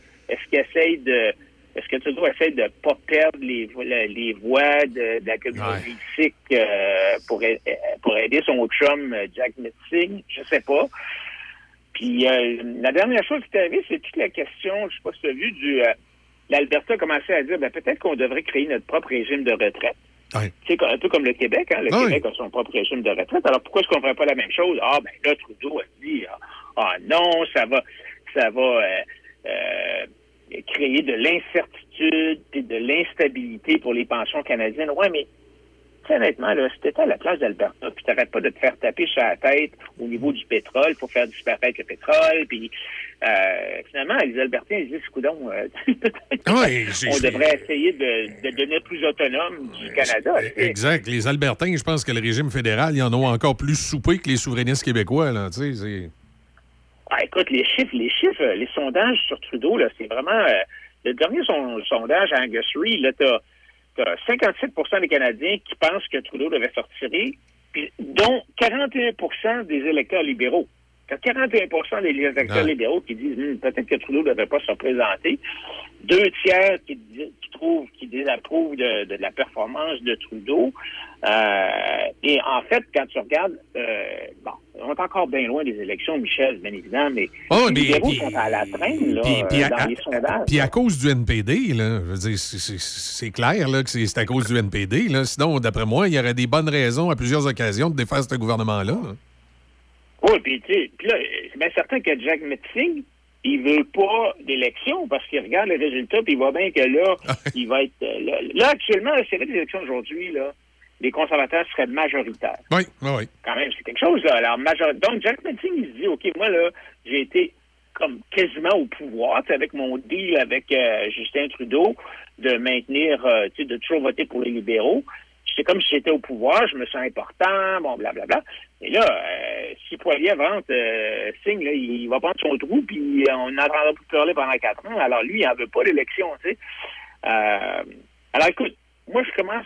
est-ce que Trudeau essaie de pas perdre les voix de la communauté sikh pour aider son chum Jack Metzing? Je sais pas. Puis la dernière chose qui est arrivée, c'est toute la question, je sais pas si tu as vu, l'Alberta a commencé à dire peut-être qu'on devrait créer notre propre régime de retraite. C'est un peu comme le Québec, hein? Le Québec a son propre régime de retraite. Alors pourquoi est-ce qu'on ne ferait pas la même chose? Là, Trudeau a dit non, ça va créer de l'incertitude et de l'instabilité pour les pensions canadiennes. Ouais, mais honnêtement, là, si t'étais à la place d'Alberta, puis t'arrêtes pas de te faire taper sur la tête au niveau du pétrole pour faire disparaître le pétrole, puis finalement, les Albertains, ils disent, coudonc, on devrait essayer de devenir plus autonome du Canada. Exact. Les Albertains, je pense que le régime fédéral, ils en ont encore plus soupé que les souverainistes québécois, là, tu sais, écoute, les chiffres, les sondages sur Trudeau, là, c'est vraiment... le dernier sondage à Angus Reid, là, t'as 57 des Canadiens qui pensent que Trudeau devait sortir, puis dont 41 des électeurs libéraux. T'as 41 des électeurs libéraux qui disent peut-être que Trudeau ne devait pas se représenter. 2 tiers qui désapprouvent de la performance de Trudeau. Et en fait, quand tu regardes, on est encore bien loin des élections, Michel, bien évidemment, mais les libéraux sont à la traîne là, dans les sondages. Puis à cause du NPD, là, je veux dire, c'est clair là, que c'est à cause du NPD. Là. Sinon, d'après moi, il y aurait des bonnes raisons à plusieurs occasions de défaire ce gouvernement-là. Oui, puis là, c'est bien certain que Jack Metzing, il veut pas d'élection parce qu'il regarde les résultats puis il voit bien que là, il va être... Là, actuellement, c'est vrai que les élections aujourd'hui, là, les conservateurs seraient majoritaires. Oui. Quand même, c'est quelque chose, là. Alors, donc, Jack Metzing, il se dit, OK, moi, là, j'ai été comme quasiment au pouvoir, avec mon deal avec Justin Trudeau, de maintenir, de toujours voter pour les libéraux. C'est comme si j'étais au pouvoir, je me sens important, bon, blablabla. Et là, si Poilievre rentre, signe, là, il va prendre son trou, puis on n'entendra plus parler pendant 4 ans. Alors lui, il n'en veut pas d'élection, tu sais. Alors écoute, moi, je commence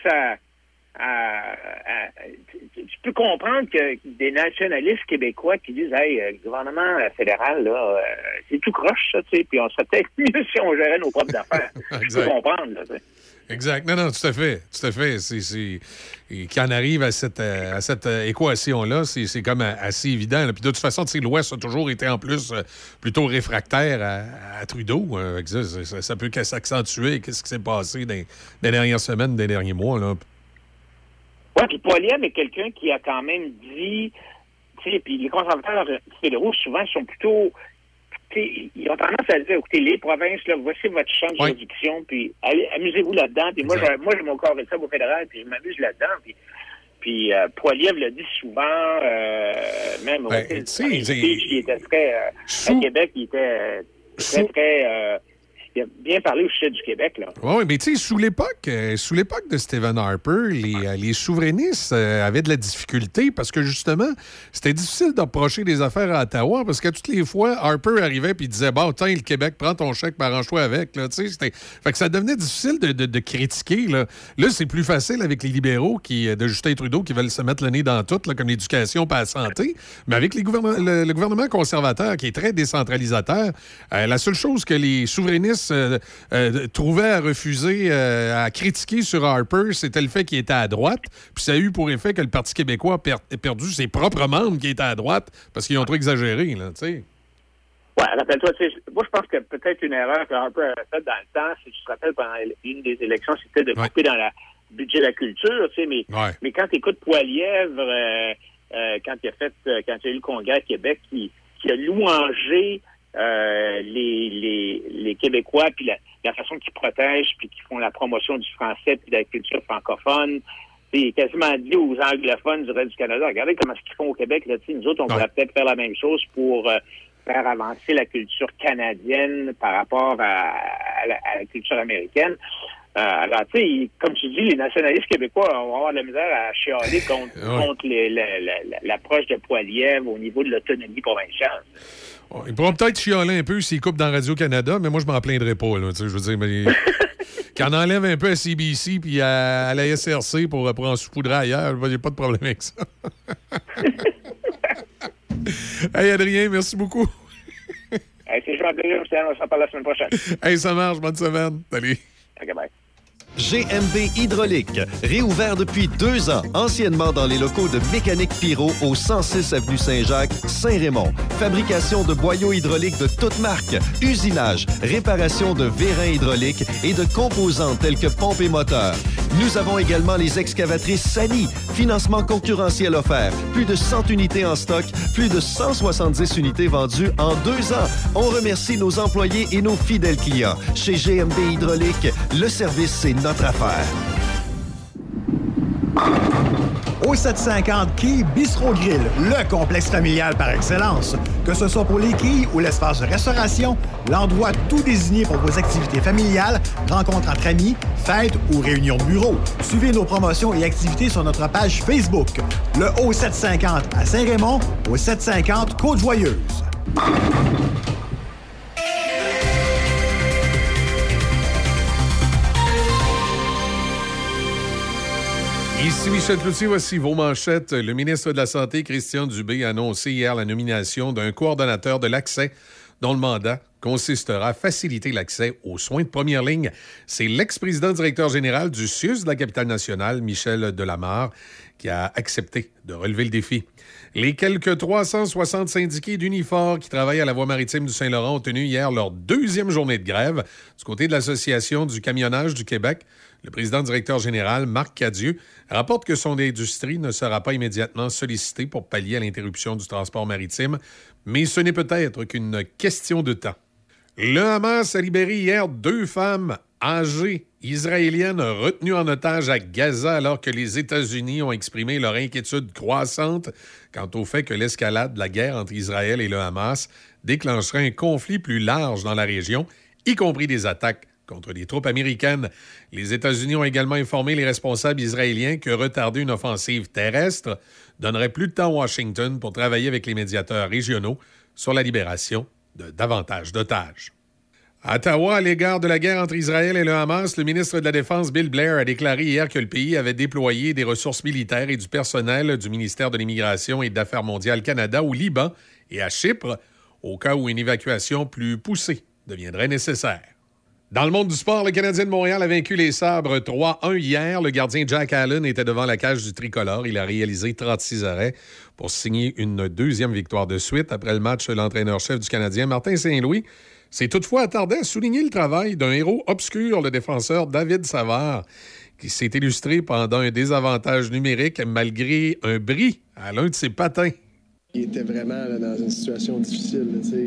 tu peux comprendre que des nationalistes québécois qui disent, hey, le gouvernement fédéral, là, c'est tout croche, ça, tu sais, puis on serait peut-être mieux si on gérait nos propres affaires. Je peux comprendre, là, tu sais. Exact. Non, tout à fait. Et quand on arrive à cette équation-là, c'est comme assez évident. Là. Puis de toute façon, l'Ouest a toujours été en plus plutôt réfractaire à Trudeau. Ça peut s'accentuer. Qu'est-ce qui s'est passé dans les dernières semaines, des derniers mois, là? Oui, puis Poilievre est quelqu'un qui a quand même dit, tu sais, puis les conservateurs fédéraux, souvent, sont plutôt... Ils ont tendance à dire, écoutez, les provinces, là, voici votre champ de juridiction, puis allez, amusez-vous là-dedans. Puis moi, j'ai mon corps de au fédéral, puis je m'amuse là-dedans. Puis Poilievre le dit souvent, même au Speech, il était très... à Québec, il était très il a bien parlé au sujet du Québec, là. Oui, mais tu sais, sous l'époque de Stephen Harper, les souverainistes avaient de la difficulté parce que, justement, c'était difficile d'approcher des affaires à Ottawa parce que toutes les fois, Harper arrivait et disait « Bon, tiens, le Québec, prends ton chèque, arrange-toi avec. » Fait que ça devenait difficile de critiquer. Là, c'est plus facile avec les libéraux de Justin Trudeau qui veulent se mettre le nez dans tout, là, comme l'éducation et la santé. Mais avec le gouvernement conservateur qui est très décentralisateur, la seule chose que les souverainistes trouvait à refuser, à critiquer sur Harper, c'était le fait qu'il était à droite. Puis ça a eu pour effet que le Parti québécois a perdu ses propres membres qui étaient à droite parce qu'ils ont trop exagéré, là, tu sais. Ouais, rappelle-toi, moi, je pense que peut-être une erreur que Harper avait faite dans le temps, si tu te rappelles, pendant une des élections, c'était de couper dans le budget de la culture, tu sais, mais quand tu écoutes Poilievre, quand il a eu le Congrès à Québec, qui a louangé les Québécois, puis la façon qu'ils protègent, puis qu'ils font la promotion du français, puis de la culture francophone. Il a quasiment dit aux anglophones du reste du Canada, regardez comment ils font au Québec. Là, nous autres, on pourrait peut-être faire la même chose pour faire avancer la culture canadienne par rapport à la culture américaine. Alors, tu sais, comme tu dis, les nationalistes québécois vont avoir de la misère à chialer contre l'approche de Poilievre au niveau de l'autonomie provinciale. Ils pourront peut-être chialer un peu s'ils coupent dans Radio-Canada, mais moi, je m'en plaindrai pas. Là, je veux dire, mais qu'on enlève un peu à CBC puis à la SRC pour en saupoudrer ailleurs, j'ai pas de problème avec ça. Hey, Adrien, merci beaucoup. Hey, c'est Jean Plaisir, on s'en parle la semaine prochaine. Hey, ça marche. Bonne semaine. Salut. OK, bye. GMB Hydraulique, réouvert depuis 2 ans, anciennement dans les locaux de Mécanique Pyro au 106 avenue Saint-Jacques, Saint-Raymond. Fabrication de boyaux hydrauliques de toutes marques, usinage, réparation de vérins hydrauliques et de composantes telles que pompes et moteurs. Nous avons également les excavatrices Sani, financement concurrentiel offert, plus de 100 unités en stock, plus de 170 unités vendues en 2 ans. On remercie nos employés et nos fidèles clients. Chez GMB Hydraulique, le service, c'est notre affaire. Au 750 Quai Bistro Grill, le complexe familial par excellence. Que ce soit pour les quilles ou l'espace de restauration, l'endroit tout désigné pour vos activités familiales, rencontres entre amis, fêtes ou réunions de bureau. Suivez nos promotions et activités sur notre page Facebook. Le O750 à Saint-Raymond, au 750 Côte-Joyeuse. Ici Michel Cloutier, voici vos manchettes. Le ministre de la Santé, Christian Dubé, a annoncé hier la nomination d'un coordonnateur de l'accès dont le mandat consistera à faciliter l'accès aux soins de première ligne. C'est l'ex-président directeur général du CIUS de la capitale nationale, Michel Delamarre, qui a accepté de relever le défi. Les quelques 360 syndiqués d'Unifor qui travaillent à la voie maritime du Saint-Laurent ont tenu hier leur 2e journée de grève. Du côté de l'Association du camionnage du Québec, le président directeur général, Marc Cadieux, rapporte que son industrie ne sera pas immédiatement sollicitée pour pallier à l'interruption du transport maritime, mais ce n'est peut-être qu'une question de temps. Le Hamas a libéré hier 2 femmes âgées israéliennes retenues en otage à Gaza alors que les États-Unis ont exprimé leur inquiétude croissante quant au fait que l'escalade de la guerre entre Israël et le Hamas déclencherait un conflit plus large dans la région, y compris des attaques contre les troupes américaines. Les États-Unis ont également informé les responsables israéliens que retarder une offensive terrestre donnerait plus de temps à Washington pour travailler avec les médiateurs régionaux sur la libération de davantage d'otages. À Ottawa, à l'égard de la guerre entre Israël et le Hamas, le ministre de la Défense, Bill Blair, a déclaré hier que le pays avait déployé des ressources militaires et du personnel du ministère de l'Immigration et d'Affaires mondiales Canada au Liban et à Chypre, au cas où une évacuation plus poussée deviendrait nécessaire. Dans le monde du sport, le Canadien de Montréal a vaincu les Sabres 3-1 hier. Le gardien Jack Allen était devant la cage du tricolore. Il a réalisé 36 arrêts pour signer une 2e victoire de suite. Après le match, l'entraîneur-chef du Canadien, Martin Saint-Louis, s'est toutefois attardé à souligner le travail d'un héros obscur, le défenseur David Savard, qui s'est illustré pendant un désavantage numérique malgré un bris à l'un de ses patins. Il était vraiment là, dans une situation difficile. Là,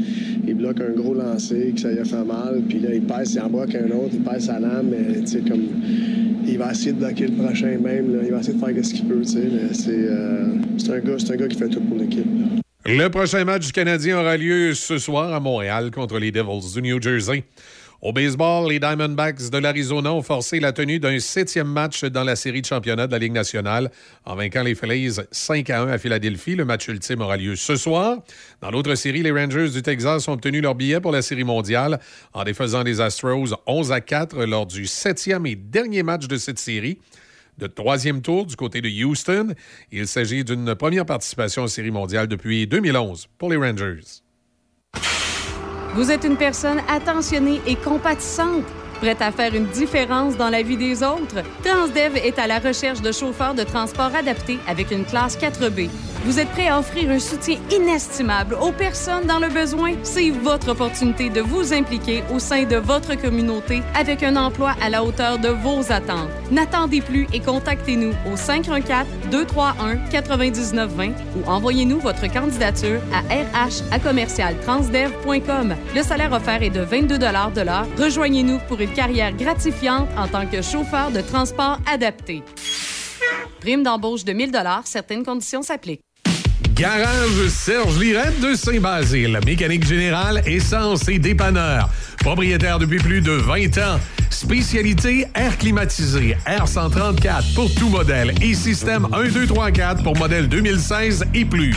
il bloque un gros lancer, que ça lui a fait mal, puis là, il pèse, il en bloque un autre, il pèse sa lame, mais comme il va essayer de bloquer le prochain même, là, il va essayer de faire ce qu'il peut, mais c'est un gars qui fait tout pour l'équipe. Le prochain match du Canadien aura lieu ce soir à Montréal contre les Devils du New Jersey. Au baseball, les Diamondbacks de l'Arizona ont forcé la tenue d'un 7e match dans la série de championnat de la Ligue nationale en vainquant les Phillies 5-1 à Philadelphie. Le match ultime aura lieu ce soir. Dans l'autre série, les Rangers du Texas ont obtenu leur billet pour la série mondiale en défaisant les Astros 11-4 lors du 7e et dernier match de cette série. De troisième tour du côté de Houston. Il s'agit d'une première participation en série mondiale depuis 2011 pour les Rangers. Vous êtes une personne attentionnée et compatissante, prête à faire une différence dans la vie des autres? Transdev est à la recherche de chauffeurs de transport adaptés avec une classe 4B. Vous êtes prêt à offrir un soutien inestimable aux personnes dans le besoin? C'est votre opportunité de vous impliquer au sein de votre communauté avec un emploi à la hauteur de vos attentes. N'attendez plus et contactez-nous au 514-231-9920 ou envoyez-nous votre candidature à rh@commercialtransdev.com. Le salaire offert est de 22 $ de l'heure. Rejoignez-nous pour une carrière gratifiante en tant que chauffeur de transport adapté. Prime d'embauche de 1 000 $, certaines conditions s'appliquent. Garage Serge Lirette de Saint-Basile. Mécanique générale, essence et dépanneur. Propriétaire depuis plus de 20 ans. Spécialité air climatisé, R134 pour tout modèle et système 1, 2, 3, 4 pour modèle 2016 et plus.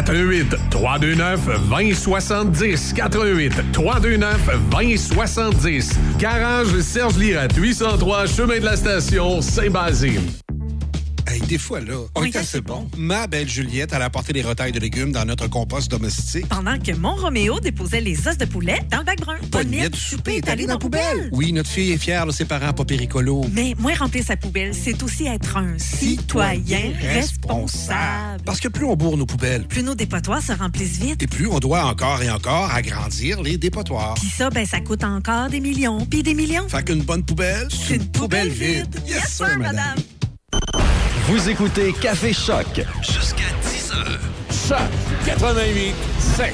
418-329-2070. 418-329-2070. Garage Serge Lirette, 803 Chemin de la Station, Saint-Basile. Hey, des fois, là, on est assez bon. Ma belle Juliette, elle a apporté des retailles de légumes dans notre compost domestique. Pendant que mon Roméo déposait les os de poulet dans le bac brun. Pas du souper est allé dans la poubelle. Oui, notre fille est fière de ses parents pas péricolos. Mais moi, remplir sa poubelle, c'est aussi être un citoyen responsable. Parce que plus on bourre nos poubelles, plus nos dépotoirs se remplissent vite. Et plus on doit encore et encore agrandir les dépotoirs. Puis ça, ben ça coûte encore des millions, puis des millions. Fait qu'une bonne poubelle, c'est une poubelle vide. Yes, sir, madame. Vous écoutez Café Choc jusqu'à 10h. Choc 88.7.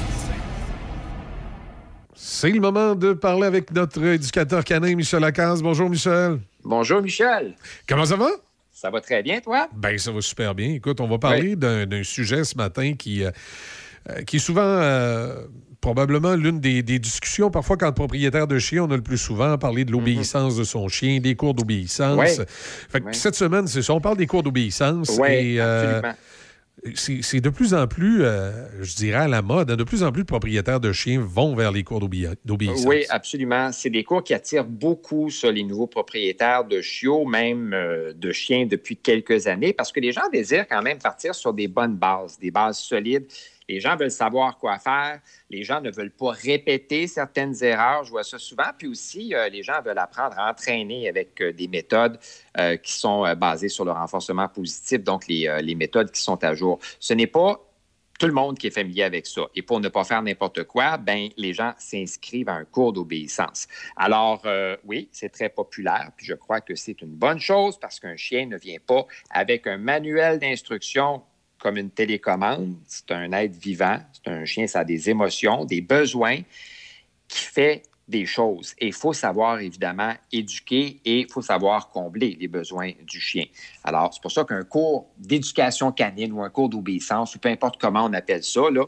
C'est le moment de parler avec notre éducateur canin, Michel Lacaze. Bonjour, Michel. Bonjour, Michel. Comment ça va? Ça va très bien, toi? Bien, ça va super bien. Écoute, on va parler d'un sujet ce matin qui est souvent... probablement l'une des discussions, parfois, quand propriétaire de chien, on a le plus souvent parlé de l'obéissance de son chien, des cours d'obéissance. Oui. Fait que cette semaine, c'est ça, on parle des cours d'obéissance. Oui, et, absolument. C'est de plus en plus, je dirais, à la mode. Hein, de plus en plus de propriétaires de chiens vont vers les cours d'obéissance. Oui, absolument. C'est des cours qui attirent beaucoup ça, les nouveaux propriétaires de chiots, même de chiens depuis quelques années, parce que les gens désirent quand même partir sur des bonnes bases, des bases solides. Les gens veulent savoir quoi faire. Les gens ne veulent pas répéter certaines erreurs. Je vois ça souvent. Puis aussi, les gens veulent apprendre à entraîner avec des méthodes qui sont basées sur le renforcement positif, donc les méthodes qui sont à jour. Ce n'est pas tout le monde qui est familier avec ça. Et pour ne pas faire n'importe quoi, ben les gens s'inscrivent à un cours d'obéissance. Alors, oui, c'est très populaire. Puis je crois que c'est une bonne chose parce qu'un chien ne vient pas avec un manuel d'instruction comme une télécommande. C'est un être vivant, c'est un chien, ça a des émotions, des besoins, qui fait des choses. Et il faut savoir, évidemment, éduquer et il faut savoir combler les besoins du chien. Alors, c'est pour ça qu'un cours d'éducation canine ou un cours d'obéissance, ou peu importe comment on appelle ça, là,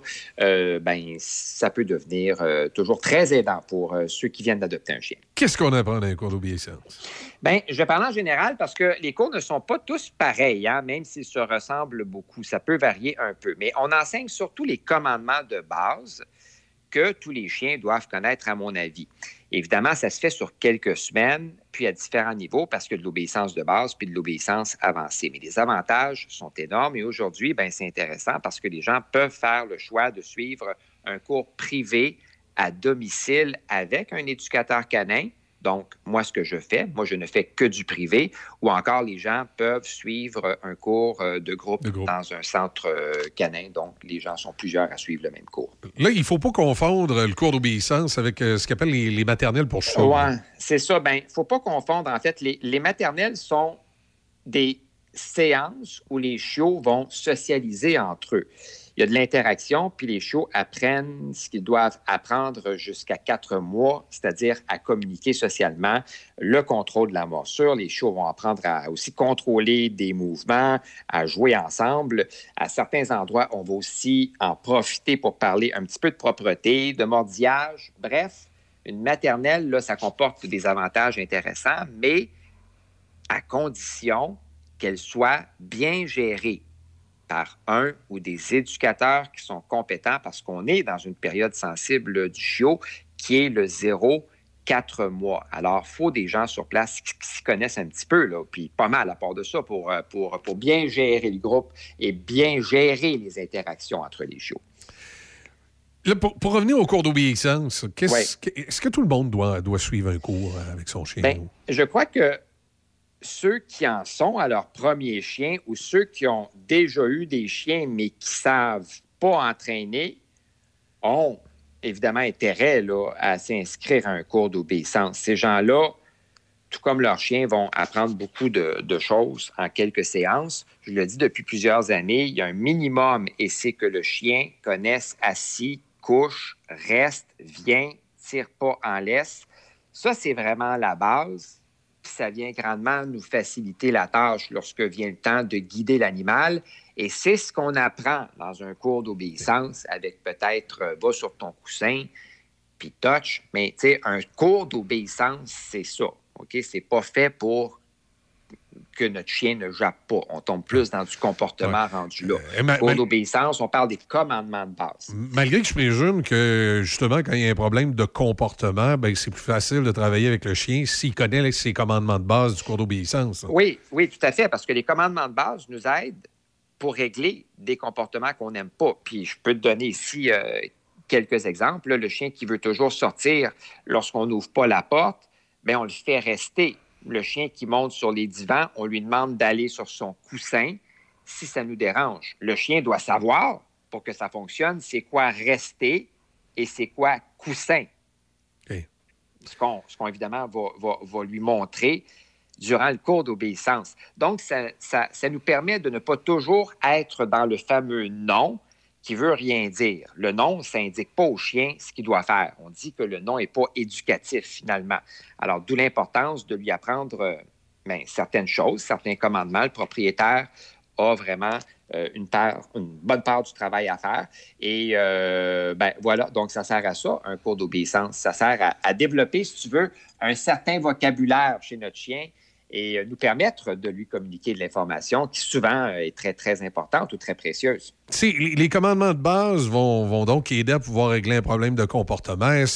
ça peut devenir toujours très aidant pour ceux qui viennent d'adopter un chien. Qu'est-ce qu'on apprend dans un cours d'obéissance? Bien, je vais parler en général parce que les cours ne sont pas tous pareils, hein, même s'ils se ressemblent beaucoup. Ça peut varier un peu. Mais on enseigne surtout les commandements de base que tous les chiens doivent connaître, à mon avis. Évidemment, ça se fait sur quelques semaines, puis à différents niveaux, parce que de l'obéissance de base puis de l'obéissance avancée. Mais les avantages sont énormes. Et aujourd'hui, c'est intéressant parce que les gens peuvent faire le choix de suivre un cours privé à domicile avec un éducateur canin. Donc, moi, ce que je fais, je ne fais que du privé, ou encore les gens peuvent suivre un cours de groupe dans un centre canin. Donc, les gens sont plusieurs à suivre le même cours. Là, il ne faut pas confondre le cours d'obéissance avec ce qu'on appelle les maternelles pour chiots. Oui, c'est ça. Il ne faut pas confondre. En fait, les maternelles sont des séances où les chiots vont socialiser entre eux. Il y a de l'interaction, puis les chiots apprennent ce qu'ils doivent apprendre jusqu'à 4 mois, c'est-à-dire à communiquer socialement, le contrôle de la morsure. Les chiots vont apprendre à aussi contrôler des mouvements, à jouer ensemble. À certains endroits, on va aussi en profiter pour parler un petit peu de propreté, de mordillage. Bref, Une maternelle, là, ça comporte des avantages intéressants, mais à condition qu'elle soit bien gérée par un ou des éducateurs qui sont compétents, parce qu'on est dans une période sensible du chiot qui est le 0-4 mois. Alors, il faut des gens sur place qui s'y connaissent un petit peu, là, puis pas mal à part de ça, pour bien gérer le groupe et bien gérer les interactions entre les chiots. Là, pour revenir au cours d'obéissance, est-ce que tout le monde doit suivre un cours avec son chien? Bien, je crois que ceux qui en sont à leur premier chien ou ceux qui ont déjà eu des chiens mais qui ne savent pas entraîner ont évidemment intérêt là, à s'inscrire à un cours d'obéissance. Ces gens-là, tout comme leurs chiens, vont apprendre beaucoup de choses en quelques séances. Je le dis depuis plusieurs années, il y a un minimum et c'est que le chien connaisse assis, couche, reste, vient, tire pas en laisse. Ça, c'est vraiment la base. Puis ça vient grandement nous faciliter la tâche lorsque vient le temps de guider l'animal. Et c'est ce qu'on apprend dans un cours d'obéissance avec peut-être va sur ton coussin, puis touch. Mais tu sais, un cours d'obéissance, c'est ça. OK? C'est pas fait pour que notre chien ne jappe pas. On tombe plus dans du comportement rendu là. Cours d'obéissance, on parle des commandements de base. Malgré que je présume que, justement, quand il y a un problème de comportement, bien, c'est plus facile de travailler avec le chien s'il connaît ses commandements de base du cours d'obéissance. Oui, tout à fait, parce que les commandements de base nous aident pour régler des comportements qu'on n'aime pas. Puis je peux te donner ici quelques exemples. Là, le chien qui veut toujours sortir lorsqu'on n'ouvre pas la porte, bien, on le fait rester. Le chien qui monte sur les divans, on lui demande d'aller sur son coussin si ça nous dérange. Le chien doit savoir, pour que ça fonctionne, c'est quoi rester et c'est quoi coussin. Okay. Ce qu'on évidemment, va lui montrer durant le cours d'obéissance. Donc, ça nous permet de ne pas toujours être dans le fameux « non » qui veut rien dire. Le non, ça n'indique pas au chien ce qu'il doit faire. On dit que le non n'est pas éducatif, finalement. Alors, d'où l'importance de lui apprendre certaines choses, certains commandements. Le propriétaire a vraiment une bonne part du travail à faire. Et voilà, donc ça sert à ça, un cours d'obéissance. Ça sert à développer, si tu veux, un certain vocabulaire chez notre chien et nous permettre de lui communiquer de l'information qui souvent est très, très importante ou très précieuse. Les commandements de base vont donc aider à pouvoir régler un problème de comportement. Est-ce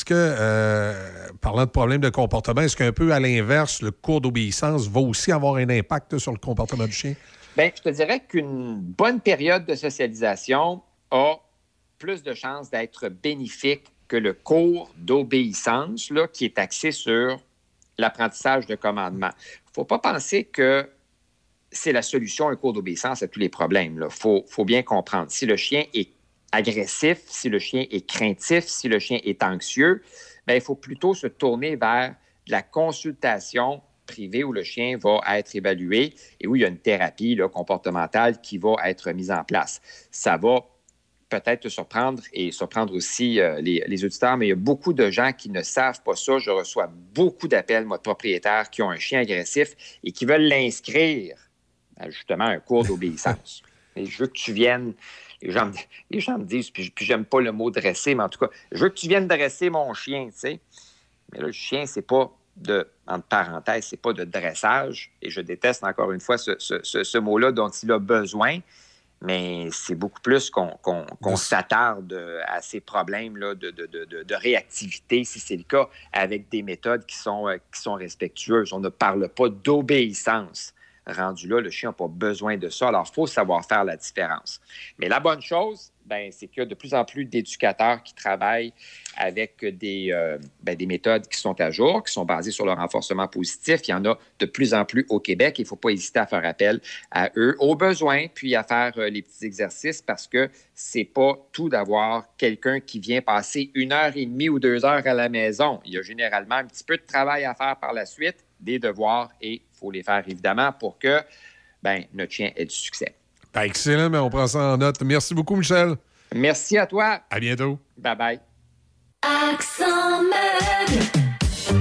que, parlant de problème de comportement, est-ce qu'un peu à l'inverse, le cours d'obéissance va aussi avoir un impact sur le comportement du chien? Bien, je te dirais qu'une bonne période de socialisation a plus de chances d'être bénéfique que le cours d'obéissance là, qui est axé sur l'apprentissage de commandement. Il ne faut pas penser que c'est la solution, un cours d'obéissance à tous les problèmes. Il faut bien comprendre. Si le chien est agressif, si le chien est craintif, si le chien est anxieux, bien, il faut plutôt se tourner vers de la consultation privée où le chien va être évalué et où il y a une thérapie là, comportementale qui va être mise en place. Ça va peut-être te surprendre et surprendre aussi les auditeurs, mais il y a beaucoup de gens qui ne savent pas ça. Je reçois beaucoup d'appels, moi, de propriétaires qui ont un chien agressif et qui veulent l'inscrire à justement un cours d'obéissance. Et je veux que tu viennes, les gens me disent, puis j'aime pas le mot dresser, mais en tout cas, je veux que tu viennes dresser mon chien, tu sais. Mais là, le chien, c'est pas entre parenthèses, c'est pas de dressage, et je déteste encore une fois ce mot-là dont il a besoin. Mais c'est beaucoup plus qu'on s'attarde à ces problèmes-là de réactivité, si c'est le cas, avec des méthodes qui sont respectueuses. On ne parle pas d'obéissance. Rendu là, le chien n'a pas besoin de ça. Alors, il faut savoir faire la différence. Mais la bonne chose, c'est qu'il y a de plus en plus d'éducateurs qui travaillent avec des méthodes qui sont à jour, qui sont basées sur le renforcement positif. Il y en a de plus en plus au Québec. Il ne faut pas hésiter à faire appel à eux au besoin, puis à faire les petits exercices parce que c'est pas tout d'avoir quelqu'un qui vient passer 1h30 ou 2 heures à la maison. Il y a généralement un petit peu de travail à faire par la suite, des devoirs, et il faut les faire évidemment pour que notre chien ait du succès. Excellent, mais on prend ça en note. Merci beaucoup, Michel. Merci à toi. À bientôt. Bye-bye. Accent Med.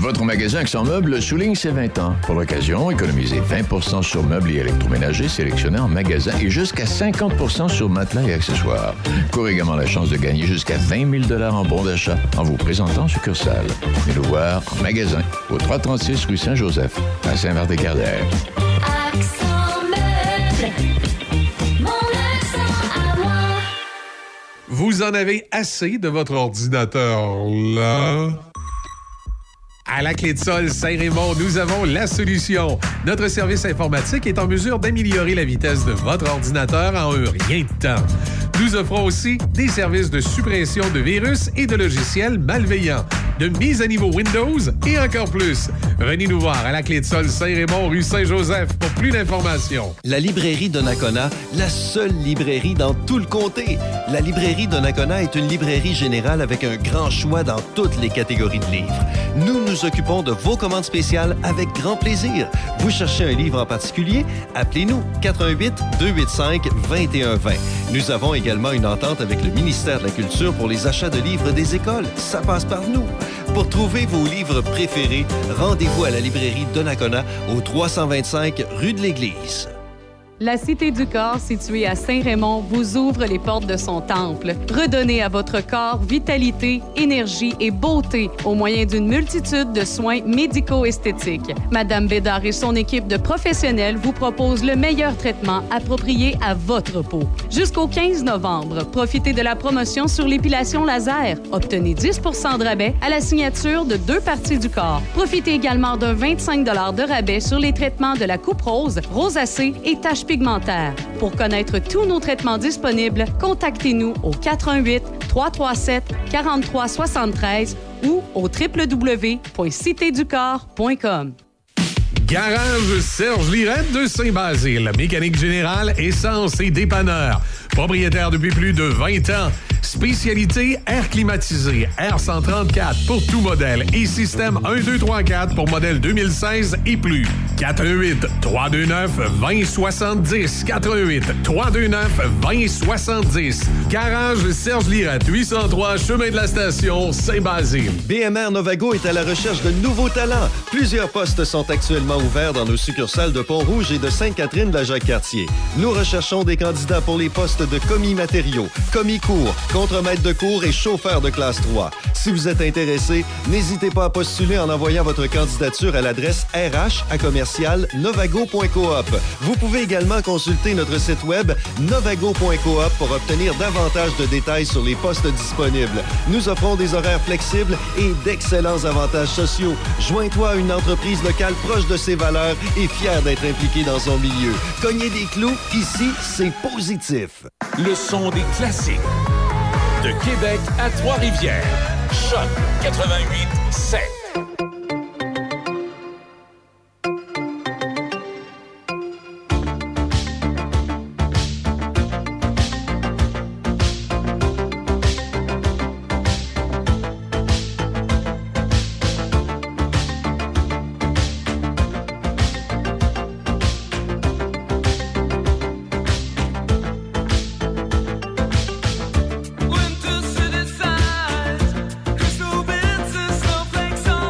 Votre magasin Accent Meubles souligne ses 20 ans. Pour l'occasion, économisez 20 sur meubles et électroménagers sélectionnés en magasin et jusqu'à 50 sur matelas et accessoires. Courez également la chance de gagner jusqu'à 20 000 $ en bons d'achat en vous présentant en succursale. Venez nous voir en magasin au 336 rue Saint-Joseph à Saint-Martin-Carrière. Accent Meubles, mon accent à moi. Vous en avez assez de votre ordinateur, là? À la Clé de Sol Saint-Raymond, nous avons la solution. Notre service informatique est en mesure d'améliorer la vitesse de votre ordinateur en un rien de temps. Nous offrons aussi des services de suppression de virus et de logiciels malveillants, de mise à niveau Windows et encore plus. Venez nous voir à la Clé de Sol Saint-Raymond, rue Saint-Joseph pour plus d'informations. La librairie Donnacona, la seule librairie dans tout le comté. La librairie Donnacona est une librairie générale avec un grand choix dans toutes les catégories de livres. Nous nous occupons de vos commandes spéciales avec grand plaisir. Vous cherchez un livre en particulier? Appelez-nous 418-285-2120. Nous avons également une entente avec le ministère de la Culture pour les achats de livres des écoles. Ça passe par nous. Pour trouver vos livres préférés, rendez-vous à la librairie Donnacona au 325 rue de l'Église. La Cité du Corps, située à Saint-Raymond, vous ouvre les portes de son temple. Redonnez à votre corps vitalité, énergie et beauté au moyen d'une multitude de soins médico-esthétiques. Madame Bédard et son équipe de professionnels vous proposent le meilleur traitement approprié à votre peau. Jusqu'au 15 novembre, profitez de la promotion sur l'épilation laser. Obtenez 10 % de rabais à la signature de 2 parties du corps. Profitez également d'un 25 $ de rabais sur les traitements de la coupe rose, rosacée et taches pigmentaire. Pour connaître tous nos traitements disponibles, contactez-nous au 418-337-4373 ou au www.citéducorps.com. Garage Serge Lirette de Saint-Basile. Mécanique générale, essence et dépanneur. Propriétaire depuis plus de 20 ans. Spécialité air climatisé, R134 pour tout modèle et système 1, 2, 3, 4 pour modèle 2016 et plus. 418-329-2070. 418-329-2070. Garage Serge Lirette, 803 Chemin de la Station, Saint-Basile. BMR Novago est à la recherche de nouveaux talents. Plusieurs postes sont actuellement ouverts dans nos succursales de Pont-Rouge et de Sainte-Catherine de la Jacques-Cartier. Nous recherchons des candidats pour les postes de commis matériaux, commis cours, contremaître de cours et chauffeur de classe 3. Si vous êtes intéressé, n'hésitez pas à postuler en envoyant votre candidature à l'adresse rh@novago.coop. Vous pouvez également consulter notre site web novago.coop pour obtenir davantage de détails sur les postes disponibles. Nous offrons des horaires flexibles et d'excellents avantages sociaux. Joins-toi à une entreprise locale proche de ses valeurs et fière d'être impliquée dans son milieu. Cognez des clous, ici, c'est positif. Le son des classiques. De Québec à Trois-Rivières. Choc 88.7. Winter city size, crystal bits and snowflakes on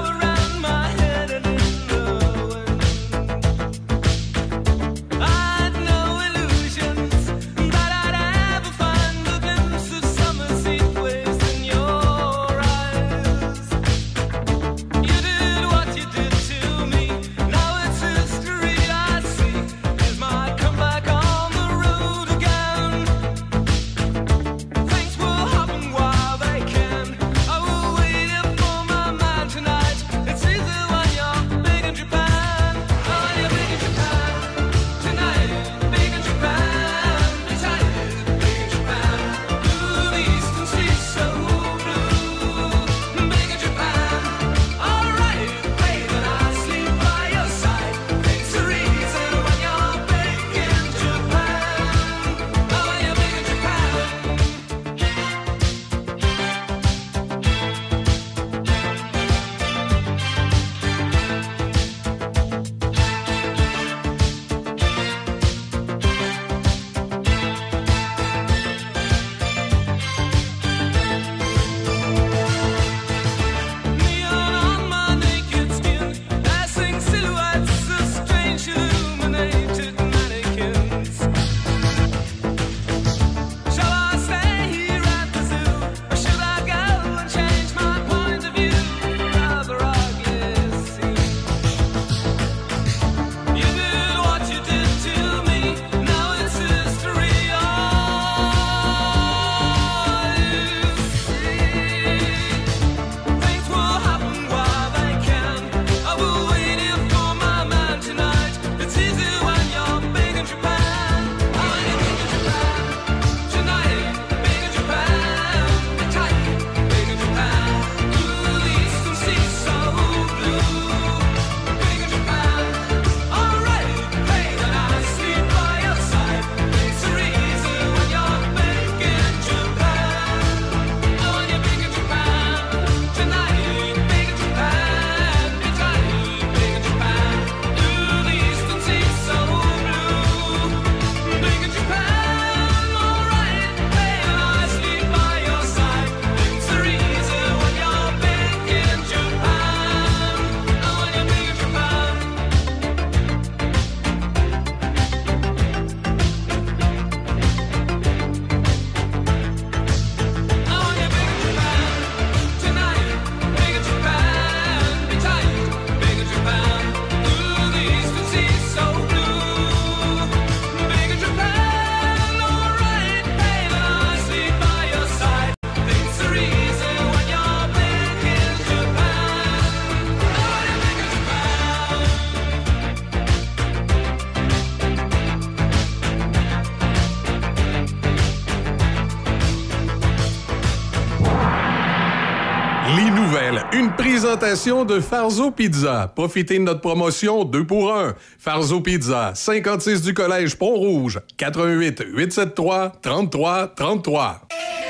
Les nouvelles, une présentation de Farzo Pizza. Profitez de notre promotion 2 pour 1. Farzo Pizza, 56 du Collège Pont-Rouge, 88 873 33 33.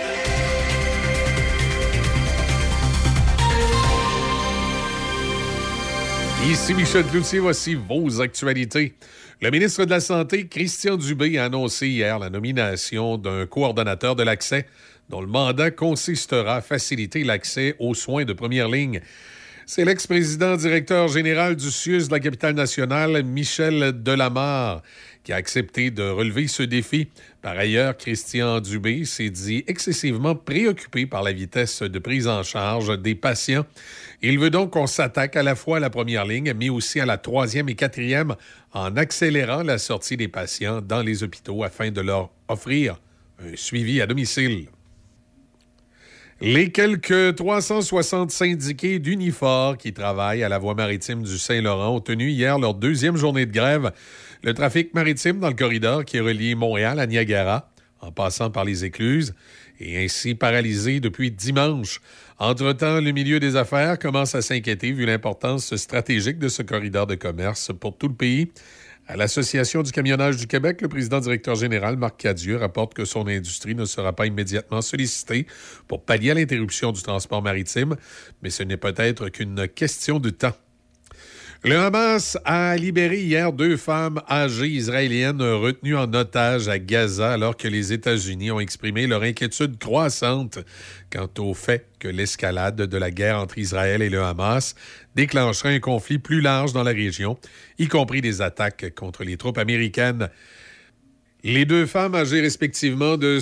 Ici Michel Cloutier, voici vos actualités. Le ministre de la Santé, Christian Dubé, a annoncé hier la nomination d'un coordonnateur de l'accès dont le mandat consistera à faciliter l'accès aux soins de première ligne. C'est l'ex-président directeur général du CIUS de la capitale nationale, Michel Delamarre, qui a accepté de relever ce défi. Par ailleurs, Christian Dubé s'est dit excessivement préoccupé par la vitesse de prise en charge des patients. Il veut donc qu'on s'attaque à la fois à la première ligne, mais aussi à la troisième et quatrième, en accélérant la sortie des patients dans les hôpitaux afin de leur offrir un suivi à domicile. Les quelques 360 syndiqués d'Unifor qui travaillent à la voie maritime du Saint-Laurent ont tenu hier leur deuxième journée de grève. Le trafic maritime dans le corridor qui relie Montréal à Niagara, en passant par les écluses, est ainsi paralysé depuis dimanche. Entre-temps, le milieu des affaires commence à s'inquiéter vu l'importance stratégique de ce corridor de commerce pour tout le pays. À l'Association du camionnage du Québec, le président-directeur général, Marc Cadieux, rapporte que son industrie ne sera pas immédiatement sollicitée pour pallier à l'interruption du transport maritime, mais ce n'est peut-être qu'une question de temps. Le Hamas a libéré hier 2 femmes âgées israéliennes retenues en otage à Gaza alors que les États-Unis ont exprimé leur inquiétude croissante quant au fait que l'escalade de la guerre entre Israël et le Hamas déclencherait un conflit plus large dans la région, y compris des attaques contre les troupes américaines. Les 2 femmes âgées respectivement de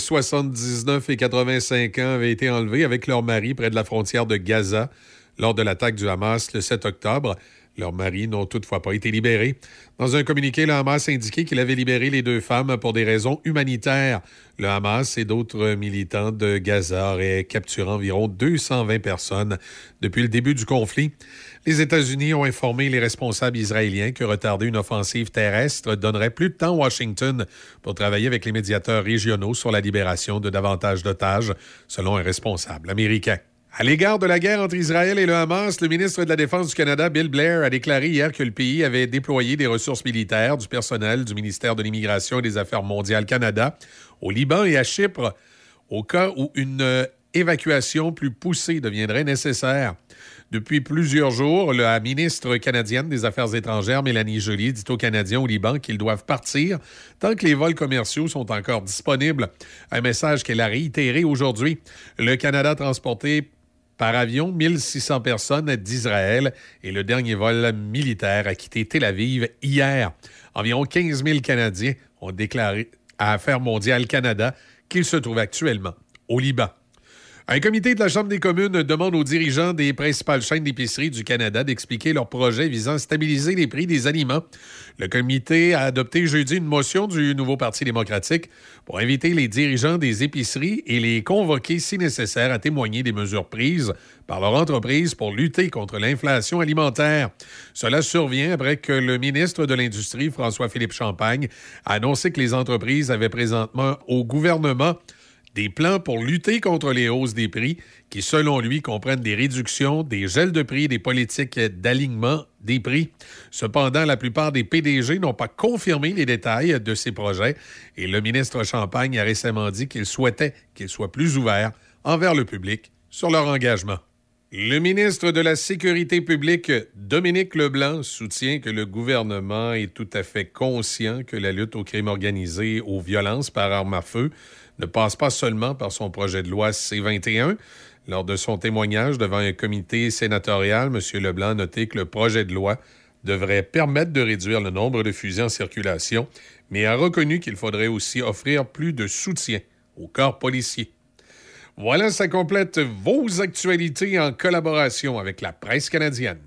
79 et 85 ans avaient été enlevées avec leur mari près de la frontière de Gaza lors de l'attaque du Hamas le 7 octobre. Leurs maris n'ont toutefois pas été libérés. Dans un communiqué, le Hamas a indiqué qu'il avait libéré les 2 femmes pour des raisons humanitaires. Le Hamas et d'autres militants de Gaza auraient capturé environ 220 personnes depuis le début du conflit. Les États-Unis ont informé les responsables israéliens que retarder une offensive terrestre donnerait plus de temps à Washington pour travailler avec les médiateurs régionaux sur la libération de davantage d'otages, selon un responsable américain. À l'égard de la guerre entre Israël et le Hamas, le ministre de la Défense du Canada, Bill Blair, a déclaré hier que le pays avait déployé des ressources militaires, du personnel du ministère de l'Immigration et des Affaires mondiales Canada, au Liban et à Chypre, au cas où une évacuation plus poussée deviendrait nécessaire. Depuis plusieurs jours, la ministre canadienne des Affaires étrangères, Mélanie Joly, dit aux Canadiens au Liban qu'ils doivent partir tant que les vols commerciaux sont encore disponibles. Un message qu'elle a réitéré aujourd'hui. Le Canada a transporté par avion 1600 personnes d'Israël et le dernier vol militaire a quitté Tel Aviv hier. Environ 15 000 Canadiens ont déclaré à Affaires mondiales Canada qu'ils se trouvent actuellement au Liban. Un comité de la Chambre des communes demande aux dirigeants des principales chaînes d'épicerie du Canada d'expliquer leur projet visant à stabiliser les prix des aliments. Le comité a adopté jeudi une motion du nouveau Parti démocratique pour inviter les dirigeants des épiceries et les convoquer, si nécessaire, à témoigner des mesures prises par leur entreprise pour lutter contre l'inflation alimentaire. Cela survient après que le ministre de l'Industrie, François-Philippe Champagne, a annoncé que les entreprises avaient présentement au gouvernement des plans pour lutter contre les hausses des prix qui, selon lui, comprennent des réductions, des gels de prix et des politiques d'alignement des prix. Cependant, la plupart des PDG n'ont pas confirmé les détails de ces projets et le ministre Champagne a récemment dit qu'il souhaitait qu'ils soient plus ouverts envers le public sur leur engagement. Le ministre de la Sécurité publique, Dominique Leblanc, soutient que le gouvernement est tout à fait conscient que la lutte au crime organisé et aux violences par arme à feu ne passe pas seulement par son projet de loi C-21. Lors de son témoignage devant un comité sénatorial, M. Leblanc a noté que le projet de loi devrait permettre de réduire le nombre de fusils en circulation, mais a reconnu qu'il faudrait aussi offrir plus de soutien aux corps policiers. Voilà, ça complète vos actualités en collaboration avec la presse canadienne.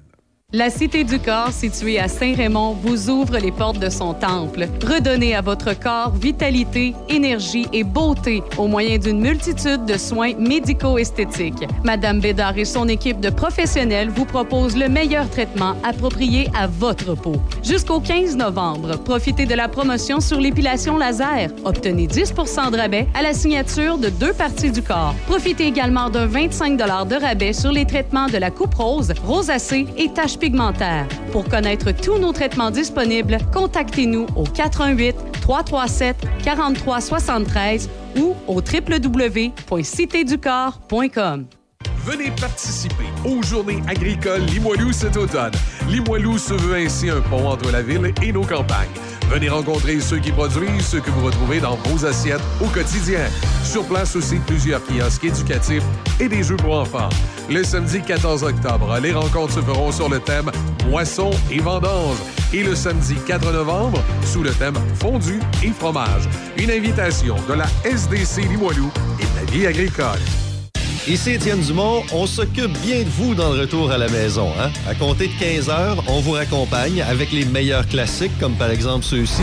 La Cité du Corps, située à Saint-Raymond, vous ouvre les portes de son temple. Redonnez à votre corps vitalité, énergie et beauté au moyen d'une multitude de soins médico-esthétiques. Madame Bédard et son équipe de professionnels vous proposent le meilleur traitement approprié à votre peau. Jusqu'au 15 novembre, profitez de la promotion sur l'épilation laser. Obtenez 10 % de rabais à la signature de 2 parties du corps. Profitez également d'un 25 $ de rabais sur les traitements de la coupe rose, rosacée et taches pigmentaires. Pour connaître tous nos traitements disponibles, contactez-nous au 88 337 43 73 ou au www.citéducorps.com. Venez participer aux Journées agricoles Limoilou cet automne. Limoilou se veut ainsi un pont entre la ville et nos campagnes. Venez rencontrer ceux qui produisent ce que vous retrouvez dans vos assiettes au quotidien. Sur place aussi, plusieurs kiosques éducatifs et des jeux pour enfants. Le samedi 14 octobre, les rencontres se feront sur le thème Moisson et vendange. Et le samedi 4 novembre, sous le thème Fondu et fromage. Une invitation de la SDC Limoilou et de la vie agricole. Ici Étienne Dumont, on s'occupe bien de vous dans le retour à la maison. Hein? À compter de 15 heures, on vous raccompagne avec les meilleurs classiques, comme par exemple ceux-ci.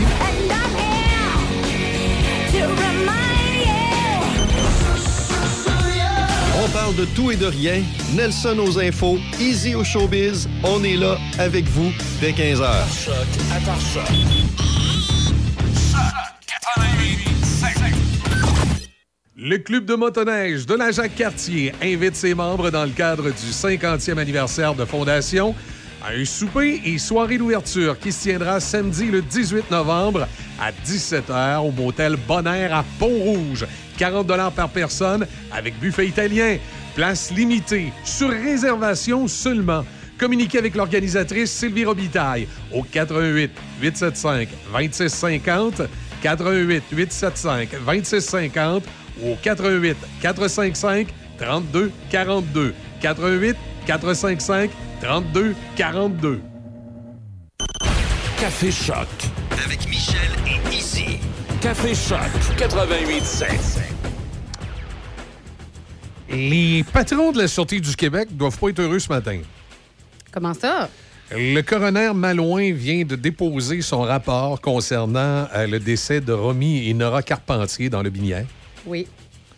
On parle de tout et de rien. Nelson aux infos, Easy au showbiz. On est là avec vous dès 15 heures. Choc à Choc. Choc 88.7. Le club de motoneige de la Jacques-Cartier invite ses membres dans le cadre du 50e anniversaire de fondation à un souper et soirée d'ouverture qui se tiendra samedi le 18 novembre à 17h au motel Bonaire à Pont-Rouge. 40 $ par personne avec buffet italien. Place limitée, sur réservation seulement. Communiquez avec l'organisatrice Sylvie Robitaille au 88 875 2650, 88 875 2650 ou au 88 455 32 42, 88 455 32 42. Café Choc. Avec Michel et Izzy. Café Choc 88.7. Les patrons de la Sûreté du Québec doivent pas être heureux ce matin. Comment ça? Le coroner Malouin vient de déposer son rapport concernant le décès de Romy et Nora Carpentier dans le Binière. Oui.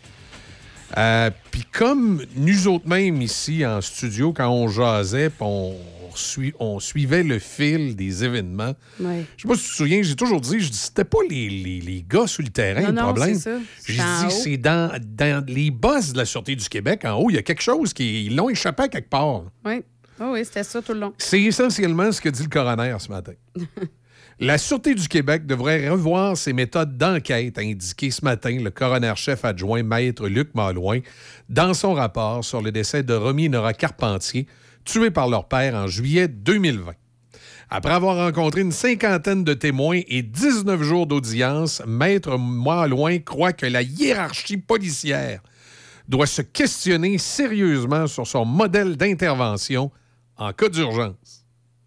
Puis comme nous autres même ici en studio, quand on jasait, on suivait le fil des événements. Oui. Je sais pas si tu te souviens, j'ai toujours dit, c'était pas les gars sur le terrain, le problème. C'est ça. J'ai dit, c'est dans les boss de la Sûreté du Québec, en haut, il y a quelque chose ils l'ont échappé à quelque part. Oui. Oh oui, c'était ça tout le long. C'est essentiellement ce que dit le coroner ce matin. La Sûreté du Québec devrait revoir ses méthodes d'enquête, a indiqué ce matin le coroner-chef adjoint Maître Luc Malouin dans son rapport sur le décès de Romy et Nora Carpentier, tués par leur père en juillet 2020. Après avoir rencontré une 50aine de témoins et 19 jours d'audience, Maître Malouin croit que la hiérarchie policière doit se questionner sérieusement sur son modèle d'intervention en cas d'urgence.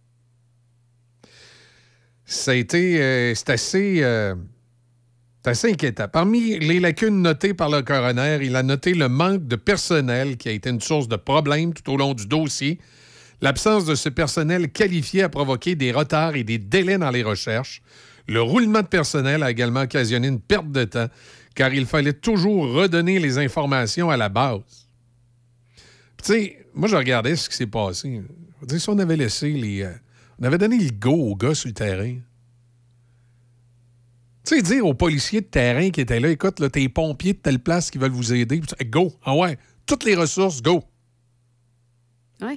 C'est assez inquiétant. Parmi les lacunes notées par le coroner, il a noté le manque de personnel qui a été une source de problème tout au long du dossier. L'absence de ce personnel qualifié a provoqué des retards et des délais dans les recherches. Le roulement de personnel a également occasionné une perte de temps, car il fallait toujours redonner les informations à la base. Tu sais, moi, je regardais ce qui s'est passé. Je veux dire, si on avait laissé on avait donné le go aux gars sur le terrain. Tu sais, dire aux policiers de terrain qui étaient là, écoute, là, t'es pompiers de telle place qui veulent vous aider. Go! Ah ouais, toutes les ressources, go! Ouais.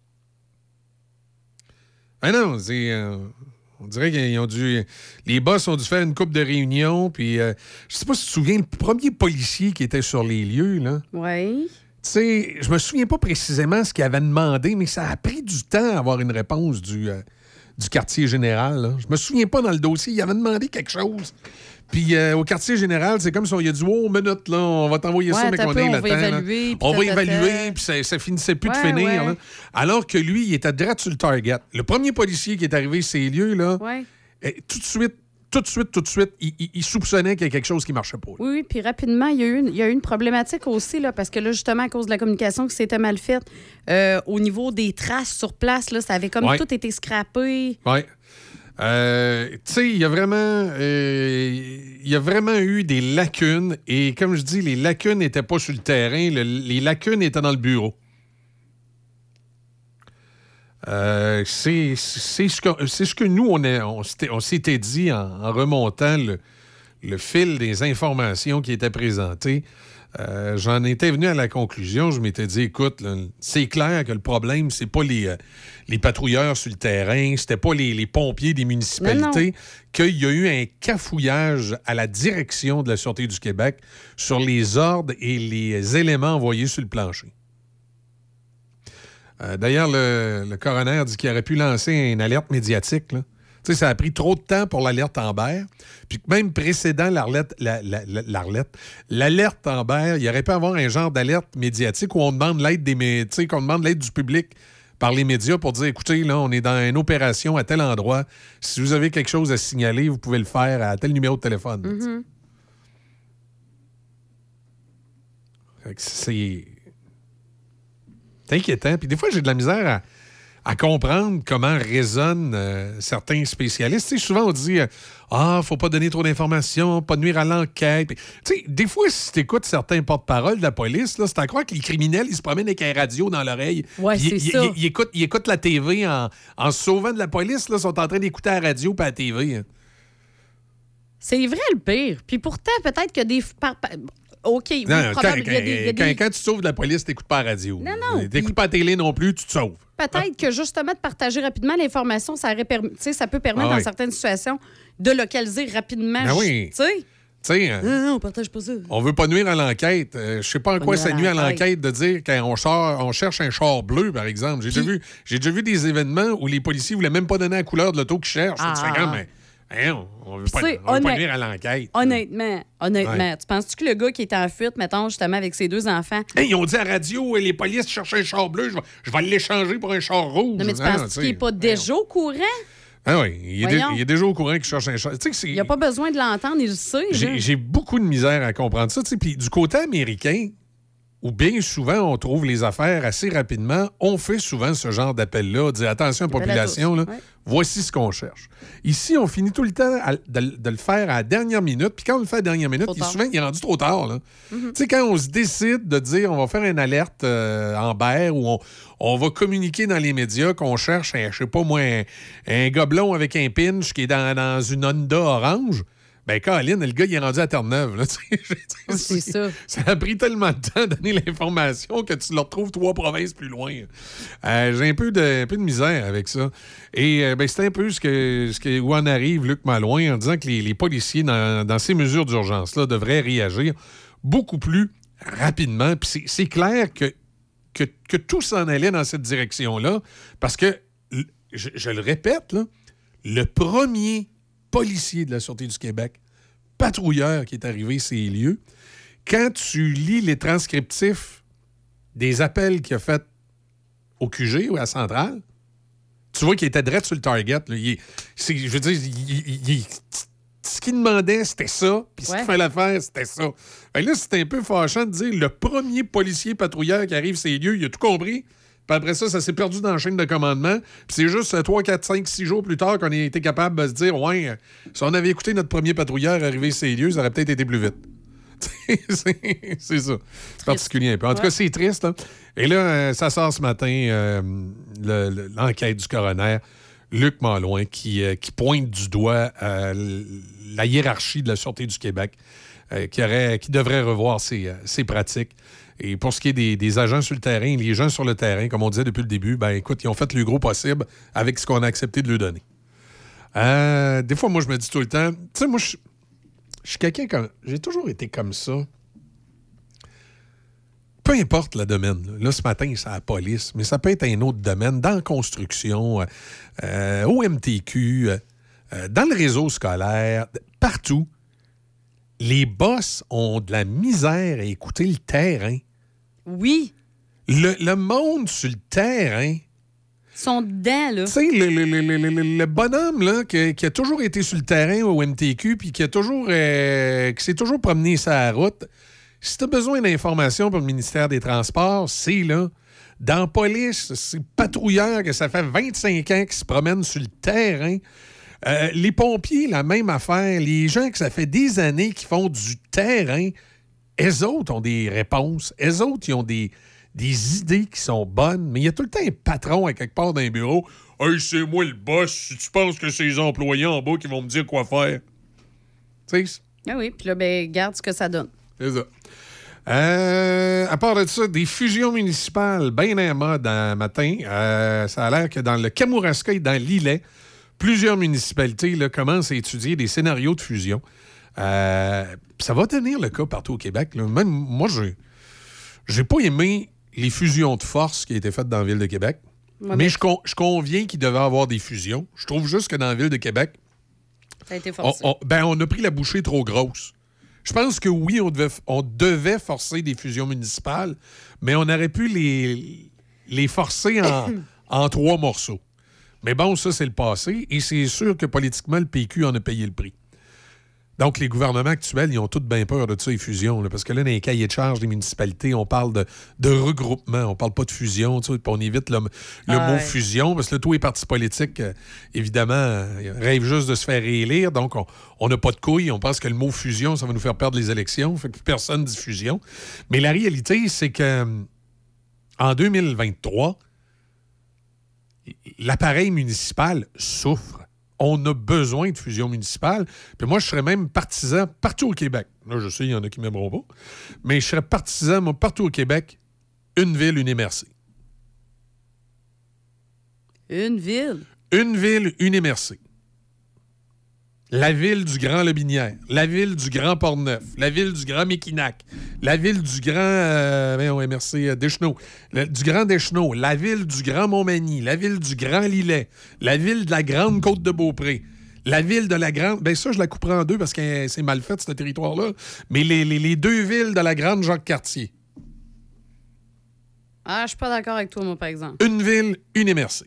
Ah non, on dirait qu'ils ont dû... Les boss ont dû faire une couple de réunions, puis je sais pas si tu te souviens, le premier policier qui était sur les lieux, là... Oui. Tu sais, je me souviens pas précisément ce qu'il avait demandé, mais ça a pris du temps à avoir une réponse du quartier général, là. Je me souviens pas dans le dossier, il avait demandé quelque chose. Puis au quartier général, c'est comme si on lui a dit « Oh, minute, là, on va t'envoyer ça, mais qu'on ait le temps. » On va évaluer, puis ça finissait plus de finir. Ouais. Là. Alors que lui, il était direct sur le target. Le premier policier qui est arrivé à ces lieux, là, tout de suite, tout de suite, il soupçonnait qu'il y a quelque chose qui ne marchait pas. Oui, puis rapidement, il y a eu une problématique aussi, là, parce que là, justement, à cause de la communication qui s'était mal faite, au niveau des traces sur place, là, ça avait comme tout été scrappé. Oui. Tu sais, il y a vraiment eu des lacunes, et comme je dis, les lacunes n'étaient pas sur le terrain, les lacunes étaient dans le bureau. C'est ce que nous, on s'était dit en remontant le fil des informations qui étaient présentées. J'en étais venu à la conclusion, je m'étais dit, écoute, là, c'est clair que le problème, c'est pas les patrouilleurs sur le terrain, c'était pas les pompiers des municipalités, qu'il y a eu un cafouillage à la direction de la Sûreté du Québec sur les ordres et les éléments envoyés sur le plancher. D'ailleurs, le coroner dit qu'il aurait pu lancer une alerte médiatique, là. Tu sais, ça a pris trop de temps pour l'alerte Amber. Puis même précédant l'alerte Amber, il aurait pu avoir un genre d'alerte médiatique où on demande l'aide qu'on demande l'aide du public par les médias pour dire, écoutez, là, on est dans une opération à tel endroit. Si vous avez quelque chose à signaler, vous pouvez le faire à tel numéro de téléphone. Mm-hmm. C'est inquiétant. Puis des fois, j'ai de la misère à comprendre comment raisonnent certains spécialistes. Tu sais, souvent, on dit faut pas donner trop d'informations, pas nuire à l'enquête. Tu sais, des fois, si tu écoutes certains porte-parole de la police, là, c'est à croire que les criminels, ils se promènent avec un radio dans l'oreille. Ouais, c'est ça. Ils écoutent la TV en se sauvant de la police, là, sont en train d'écouter la radio pas la TV. Hein. C'est vrai le pire. Puis pourtant, peut-être que des... OK. Oui, non, quand tu te sauves de la police, tu n'écoutes pas la radio. Non. Tu n'écoutes pas la télé non plus, tu te sauves. Peut-être que justement de partager rapidement l'information, ça peut permettre dans certaines situations de localiser rapidement. Ben oui. Tu sais. Non, on partage pas ça. On veut pas nuire à l'enquête. Je sais pas en quoi ça nuit à l'enquête de dire qu'on cherche un char bleu, par exemple. J'ai déjà vu des événements où les policiers voulaient même pas donner la couleur de l'auto qu'ils cherchent. Tu fais comme, on veut pas nuire à l'enquête. Honnêtement, tu penses-tu que le gars qui était en fuite, mettons, justement, avec ses 2 enfants... Ils ont dit à la radio, les policiers cherchaient un char bleu, je vais l'échanger pour un char rouge. Non, mais tu penses-tu qu'il n'est pas déjà au courant? Ah oui, il est déjà au courant qu'il cherche un char. Il n'a pas besoin de l'entendre, il le sait. J'ai beaucoup de misère à comprendre ça. Puis du côté américain, où bien souvent on trouve les affaires assez rapidement, on fait souvent ce genre d'appel-là, dire attention population, là, voici ce qu'on cherche. Ici, on finit tout le temps de le faire à la dernière minute, puis quand on le fait à la dernière minute, souvent il est rendu trop tard. Là. Mm-hmm. Tu sais, quand on se décide de dire on va faire une alerte Amber ou on va communiquer dans les médias qu'on cherche, je sais pas moi, un gobelon avec un pinch qui est dans une Honda orange, ben, Caroline, le gars, il est rendu à Terre-Neuve. Là, c'est ça. Ça a pris tellement de temps de donner l'information que tu le retrouves 3 provinces plus loin. J'ai un peu de misère avec ça. Et c'est un peu où en arrive Luc Malouin en disant que les policiers, dans ces mesures d'urgence-là, devraient réagir beaucoup plus rapidement. Puis c'est clair que tout s'en allait dans cette direction-là parce que, je le répète, là, le premier policier de la Sûreté du Québec, patrouilleur qui est arrivé ces lieux, quand tu lis les transcriptifs des appels qu'il a fait au QG ou à la centrale, tu vois qu'il était direct sur le target. Là. Je veux dire, ce qu'il demandait, c'était ça, puis ce qu'il fallait faire, c'était ça. Et là, c'était un peu fâchant de dire le premier policier patrouilleur qui arrive ces lieux, il a tout compris. Puis après ça s'est perdu dans la chaîne de commandement. Puis c'est juste 3, 4, 5, 6 jours plus tard qu'on a été capable de se dire si on avait écouté notre premier patrouilleur arriver ces lieux, ça aurait peut-être été plus vite. c'est ça. C'est particulier un peu. En tout cas, c'est triste. Là. Et là, ça sort ce matin, l'enquête du coroner, Luc Malouin, qui pointe du doigt la hiérarchie de la Sûreté du Québec, qui devrait revoir ses pratiques. Et pour ce qui est des agents sur le terrain, les gens sur le terrain, comme on disait depuis le début, écoute, ils ont fait le gros possible avec ce qu'on a accepté de leur donner. Des fois, moi, je me dis tout le temps, tu sais, moi, je suis quelqu'un j'ai toujours été comme ça. Peu importe le domaine. Là, ce matin, c'est la police, mais ça peut être un autre domaine, dans la construction, au MTQ, dans le réseau scolaire, partout. Les boss ont de la misère à écouter le terrain. Oui. Le monde sur le terrain, sont dedans, là. Tu sais, le bonhomme là, qui a toujours été sur le terrain au MTQ puis qui s'est toujours promené sur la route, si tu as besoin d'informations pour le ministère des Transports, c'est là. Dans la police, c'est patrouilleur que ça fait 25 ans qu'ils se promènent sur le terrain. Les pompiers, la même affaire. Les gens que ça fait des années qui font du terrain, eux autres ont des réponses. Eux autres, ils ont des idées qui sont bonnes, mais il y a tout le temps un patron à quelque part dans un bureau. « Hey, c'est moi le boss. Si tu penses que c'est les employés en bas qui vont me dire quoi faire. » Tu sais? Ah oui, puis là, ben, regarde ce que ça donne. C'est ça. À part de ça, des fusions municipales bien à la mode un matin. Ça a l'air que dans le Kamouraska et dans l'Îlet, plusieurs municipalités là, commencent à étudier des scénarios de fusion. Ça va devenir le cas partout au Québec. Là. Même moi, j'ai pas aimé les fusions de force qui ont été faites dans la Ville de Québec. Ouais, mais je conviens qu'il devait y avoir des fusions. Je trouve juste que dans la Ville de Québec, ça a été forcé. On a pris la bouchée trop grosse. Je pense que oui, on devait forcer des fusions municipales, mais on aurait pu les forcer en 3 morceaux. Mais bon, ça, c'est le passé, et c'est sûr que politiquement, le PQ en a payé le prix. Donc, les gouvernements actuels, ils ont tous bien peur de ça, les fusions, là, parce que là, dans les cahiers de charges des municipalités, on parle de regroupement, on parle pas de fusion, puis on évite le mot fusion, parce que là, tous les partis politiques, évidemment, rêvent juste de se faire réélire, donc on n'a pas de couilles, on pense que le mot fusion, ça va nous faire perdre les élections, fait que personne dit fusion. Mais la réalité, c'est que en 2023, l'appareil municipal souffre. On a besoin de fusion municipale. Puis moi, je serais même partisan partout au Québec. Là, je sais, il y en a qui m'aimeront pas. Mais je serais partisan, moi, partout au Québec, une ville, une MRC. Une ville? Une ville, une MRC. La ville du Grand Lobinière, la ville du Grand Portneuf, la ville du Grand Mekinac, la ville du Grand MRC Deschenaux, du Grand Deschenaux, la ville du Grand Montmagny, la ville du Grand Lillet, la ville de la Grande Côte-de-Beaupré, la ville de la Grande... Bien ça, je la couperai en deux parce que c'est mal fait, ce territoire-là. Mais les 2 villes de la Grande Jacques-Cartier. Ah, je suis pas d'accord avec toi, moi, par exemple. Une ville, une MRC.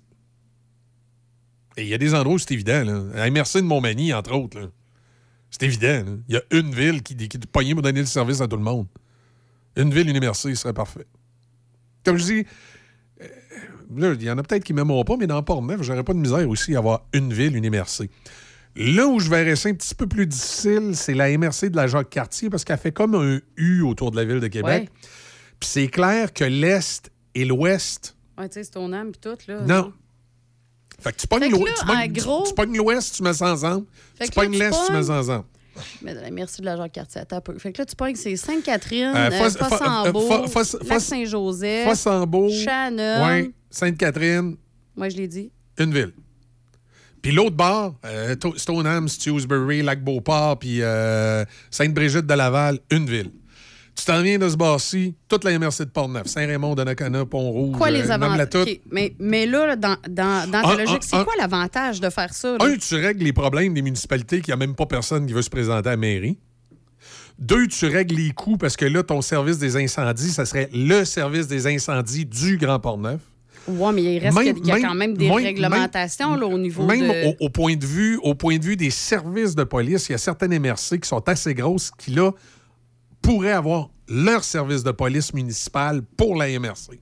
Et il y a des endroits où c'est évident. Là. À MRC de Montmagny, entre autres. Là. C'est évident. Là. Il y a une ville qui est pognée pour donner le service à tout le monde. Une ville, une MRC, serait parfait. Comme je dis, là, il y en a peut-être qui ne m'aimeront pas, mais dans Port-Neuf, j'aurais pas de misère aussi à avoir une ville, une MRC. Là où je verrais ça un petit peu plus difficile, c'est la MRC de la Jacques-Cartier, parce qu'elle fait comme un U autour de la ville de Québec. Ouais. Puis c'est clair que l'Est et l'Ouest... Ouais, tu sais, c'est ton âme, puis tout, là. Non. Fait que tu pognes l'Ouest, tu mets ça ensemble. Tu pognes l'Est, tu mets ça ensemble. Mais merci de la Jacques-Cartier, attends un peu. Fait que là, tu pognes, c'est Sainte-Catherine, Fossambeau, Lac-Saint-Joseph, Fossambeau, Shannon. Oui, Sainte-Catherine. Moi, je l'ai dit. Une ville. Puis l'autre bord, Stoneham, Stewsbury, Lac-Beauport, puis Sainte-Brigitte de Laval, une ville. Tu t'en viens de ce bord-ci, toute la MRC de Port-Neuf, Saint-Raymond, Donnacona, Pont-Rouge, quoi les avantages? Okay. Mais là, dans ta logique, c'est quoi l'avantage de faire ça? Là? 1, tu règles les problèmes des municipalités qu'il n'y a même pas personne qui veut se présenter à la mairie. 2, tu règles les coûts parce que là, ton service des incendies, ça serait le service des incendies du Grand Port-Neuf. Oui, mais il reste qu'il y a quand même des réglementations là, au niveau même au point de vue des services de police, il y a certaines MRC qui sont assez grosses qui, là, pourraient avoir leur service de police municipale pour la MRC.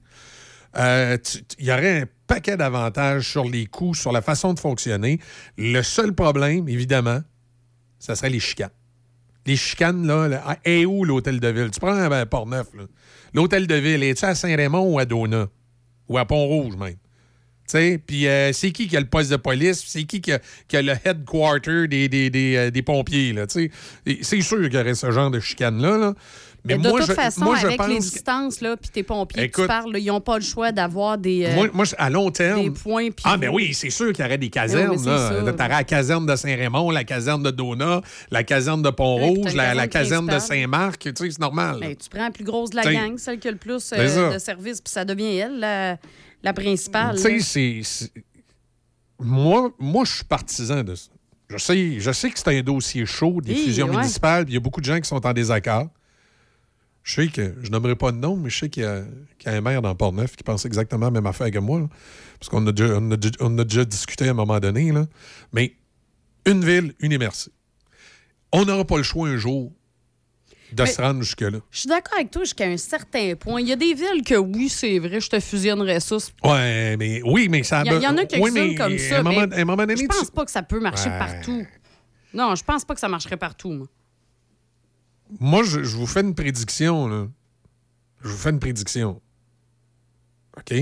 Il y aurait un paquet d'avantages sur les coûts, sur la façon de fonctionner. Le seul problème, évidemment, ça serait les chicanes. Les chicanes, là, est où l'hôtel de ville? Tu prends Port-Neuf, là. L'hôtel de ville, es-tu à Saint-Raymond ou à Donat? Ou à Pont-Rouge, même? Puis c'est qui a le poste de police? C'est qui a le headquarter des pompiers? Là, c'est sûr qu'il y aurait ce genre de chicane-là. Là. Mais de toute façon, avec les distances, puis tes pompiers, écoute, tu parles, ils n'ont pas le choix d'avoir des moi, à long terme, des points. Mais oui, c'est sûr qu'il y aurait des casernes. Tu aurais la caserne de Saint-Raymond, la caserne de Donat, la caserne de Pont-Rouge, la caserne de Saint-Marc. C'est normal. Tu prends la plus grosse de la gang, celle qui a le plus de services, puis ça devient elle, la principale. Tu sais, moi, je suis partisan de ça. Je sais que c'est un dossier chaud, des fusions municipales, puis il y a beaucoup de gens qui sont en désaccord. Je sais que, je nommerai pas de nom, mais je sais qu'il y a un maire dans Port-Neuf qui pense exactement la même affaire que moi. Là, parce qu'on a déjà discuté à un moment donné. Là. Mais une ville, une MRC. On n'aura pas le choix un jour de se rendre jusque-là. Je suis d'accord avec toi jusqu'à un certain point. Il y a des villes que, oui, c'est vrai, je te fusionnerais ça. Oui, mais ça... Il y en a quelques-unes comme ça, à un moment donné, je pense pas que ça peut marcher partout. Non, je pense pas que ça marcherait partout, moi. Moi, je vous fais une prédiction, là. Je vous fais une prédiction. OK?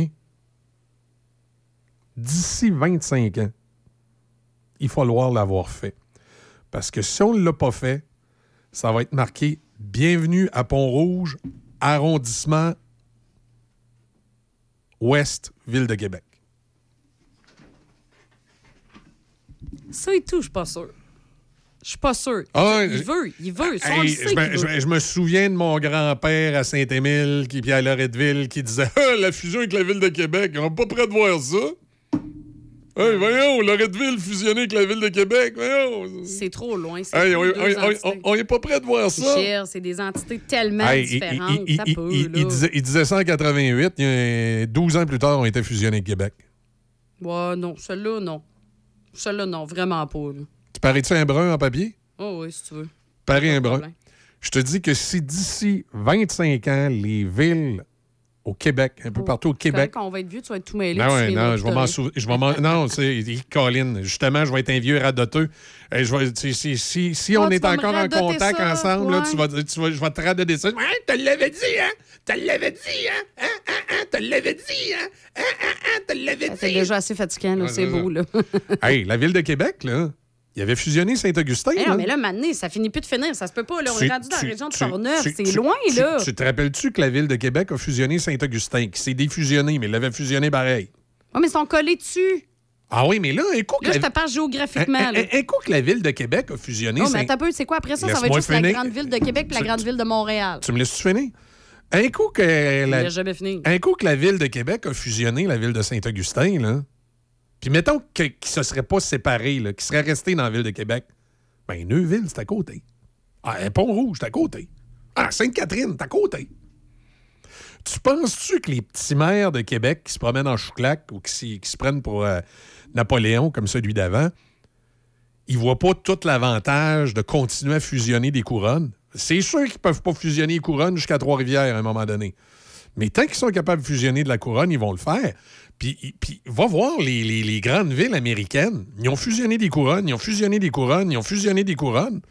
D'ici 25 ans, il va falloir l'avoir fait. Parce que si on ne l'a pas fait, ça va être marqué « Bienvenue à Pont-Rouge, arrondissement Ouest, Ville de Québec ». Ça et tout, je suis pas sûr. Je suis pas sûr. Il veut. Ça, on le sait qu'il veut. Je me souviens de mon grand-père à Saint-Émile puis à Loretteville qui disait « Ah, la fusion avec la Ville de Québec, on n'est pas prêt de voir ça. » Hey, voyons, Loretteville fusionné avec la Ville de Québec, voyons. C'est trop loin. On n'est pas prêt de voir ça. C'est cher, c'est des entités tellement différentes. Il disait ça en 88. 12 ans plus tard, on était fusionnés avec Québec. Ouais, non. Celle-là, non. Vraiment pas. Là. Tu parais-tu un brun en papier? Oh oui, si tu veux. Parais un brun. Je te dis que si d'ici 25 ans, les villes au Québec, un peu partout au Québec. Quand on va être vieux, tu vas être tout mêlé. Non, je vais m'en souvenir. Non, c'est Colin. Justement, je vais être un vieux radoteux. Si on est encore en contact ensemble, là, je vais te radoter ça. Ouais, te l'avais dit, hein? Te l'avais dit, hein? Te l'avais dit, hein? Te l'avais dit. C'est déjà assez fatigant, là. C'est beau, là. Hey, la Ville de Québec, là. Il avait fusionné Saint-Augustin. Non, mais là, maintenant, ça finit plus de finir. Ça se peut pas. Là. On est rendu dans la région de Portneuf. C'est loin, là. Tu te rappelles-tu que la Ville de Québec a fusionné Saint-Augustin, qui s'est défusionné, mais il l'avait fusionné pareil? Oui, mais ils sont collés dessus. Ah oui, mais là, un coup que... Là, je te parle géographiquement. Un coup que la Ville de Québec a fusionné... Oh, mais attends un peu, c'est quoi après ça? Ça va être juste la grande ville de Québec et la grande ville de Montréal. Tu me laisses-tu finir? Un coup que... Il n'a jamais fini. Un coup que la Ville de Québec a fusionné la Ville de Saint-Augustin, là... Puis mettons qu'ils ne se seraient pas séparés, qu'ils seraient restés dans la Ville de Québec. Bien, Neuville, c'est à côté. Pont-Rouge, c'est à côté. Sainte-Catherine, c'est à côté. Tu penses-tu que les petits maires de Québec qui se promènent en chouclac ou qui se prennent pour Napoléon, comme celui d'avant, ils voient pas tout l'avantage de continuer à fusionner des couronnes? C'est sûr qu'ils peuvent pas fusionner les couronnes jusqu'à Trois-Rivières à un moment donné. Mais tant qu'ils sont capables de fusionner de la couronne, ils vont le faire. Puis va voir les grandes villes américaines. Ils ont fusionné des couronnes, ils ont fusionné des couronnes, ils ont fusionné des couronnes.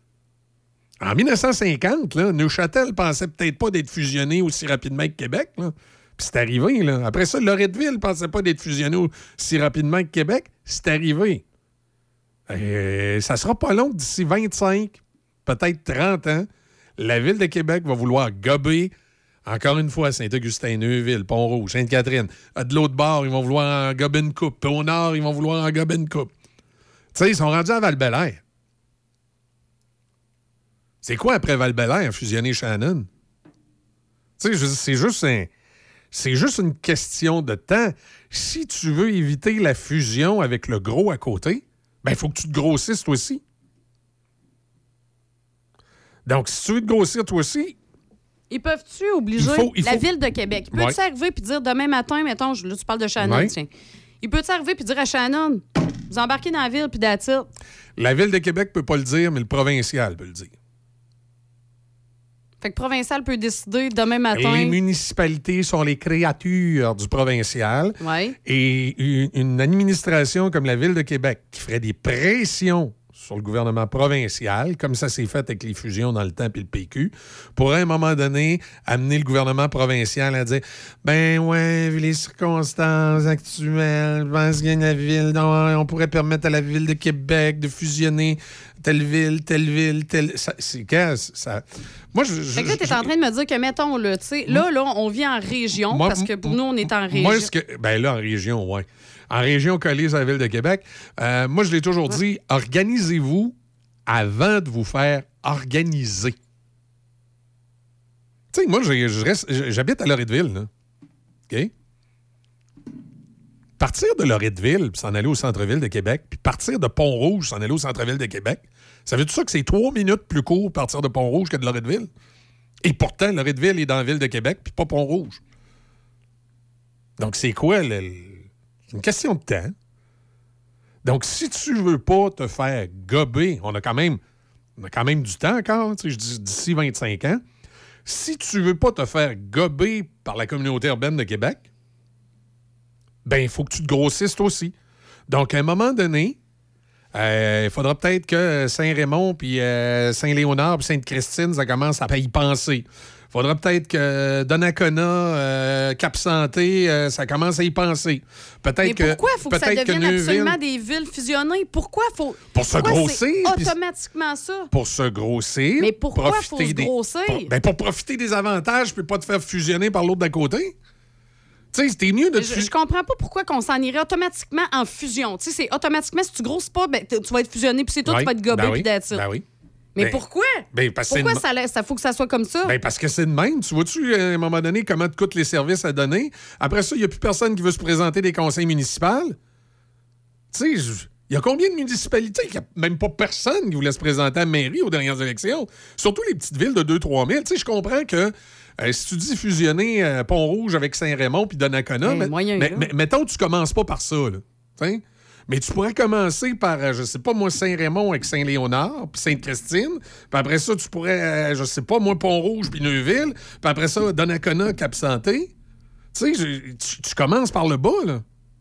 En 1950, là, Neuchâtel pensait peut-être pas d'être fusionné aussi rapidement que Québec. Là. Puis c'est arrivé. Là. Après ça, Loretteville pensait pas d'être fusionné aussi rapidement que Québec. C'est arrivé. Ça sera pas long, d'ici 25, peut-être 30 ans, la Ville de Québec va vouloir gober. Encore une fois, Saint-Augustin, Neuville, Pont-Rouge, Sainte-Catherine. De l'autre bord, ils vont vouloir en gober une coupe. Puis au nord, ils vont vouloir en gober une coupe. Tu sais, ils sont rendus à Val-Bélair. C'est quoi après Val-Bélair, fusionner Shannon? Tu sais, c'est juste une question de temps. Si tu veux éviter la fusion avec le gros à côté, ben il faut que tu te grossisses toi aussi. Donc, si tu veux te grossir toi aussi... Ils peuvent-tu obliger la Ville de Québec? Ils peuvent-tu arriver et dire demain matin, mettons, là, tu parles de Shannon, tiens. Ils peuvent-tu arriver et dire à Shannon, vous embarquez dans la ville puis that's it? La Ville de Québec peut pas le dire, mais le provincial peut le dire. Fait que le provincial peut décider demain matin... Les municipalités sont les créatures du provincial. Ouais. Et une administration comme la Ville de Québec qui ferait des pressions sur le gouvernement provincial, comme ça s'est fait avec les fusions dans le temps puis le PQ, pourrait à un moment donné amener le gouvernement provincial à dire ben ouais, vu les circonstances actuelles, je pense qu'il y a une ville dont on pourrait permettre à la Ville de Québec de fusionner telle ville. Moi, fait que là, t'es en train de me dire que, mettons, là, tu sais, là, on vit en région, parce que pour nous, on est en région. Moi, là, en région, oui. En région collée sur la Ville de Québec. Moi, je l'ai toujours dit, organisez-vous avant de vous faire organiser. Tu sais, moi, j'habite à Loretteville, là. OK? Partir de Loretteville, puis s'en aller au centre-ville de Québec, puis partir de Pont-Rouge, s'en aller au centre-ville de Québec, ça veut dire ça que c'est 3 minutes plus court partir de Pont-Rouge que de Loretteville? Et pourtant, Loretteville est dans la ville de Québec, puis pas Pont-Rouge. Donc, c'est quoi? C'est une question de temps. Donc, si tu veux pas te faire gober, on a quand même du temps encore, je dis d'ici 25 ans. Si tu veux pas te faire gober par la communauté urbaine de Québec, ben il faut que tu te grossisses toi aussi. Donc, à un moment donné, il faudra peut-être que Saint-Raymond, puis Saint-Léonard, puis Sainte-Christine, ça commence à y penser. Il faudra peut-être que Donnacona, Cap-Santé, ça commence à y penser. Mais pourquoi il faut que ça devienne absolument des villes fusionnées? Pourquoi faut... Pour se grossir. C'est automatiquement ça. Pour se grossir. Mais pourquoi il faut se grossir? Pour profiter des avantages, puis pas te faire fusionner par l'autre d'à côté. Tu sais, c'était mieux de... Je comprends pas pourquoi qu'on s'en irait automatiquement en fusion. Tu sais, c'est automatiquement, si tu grosses pas, ben, tu vas être fusionné, puis c'est tout, tu vas être gobé, puis that's it. Ben oui. Mais pourquoi? Pourquoi ça faut que ça soit comme ça? Ben parce que c'est de même. Tu vois-tu, à un moment donné, comment te coûtent les services à donner? Après ça, il n'y a plus personne qui veut se présenter des conseils municipaux. Tu sais, il y a combien de municipalités? Il n'y a même pas personne qui voulait se présenter à la mairie aux dernières élections. Surtout les petites villes de 2-3 000. Tu sais, je comprends que si tu dis fusionner Pont-Rouge avec Saint-Raymond puis Donnacona, mettons que tu commences pas par ça, là. T'sais? Mais tu pourrais commencer par, je sais pas, moi, Saint-Raymond avec Saint-Léonard, puis Sainte-Christine. Puis après ça, tu pourrais, je sais pas, moi, Pont-Rouge, puis Neuville. Puis après ça, Donnacona, Cap-Santé. Tu sais, tu commences par le bas, là.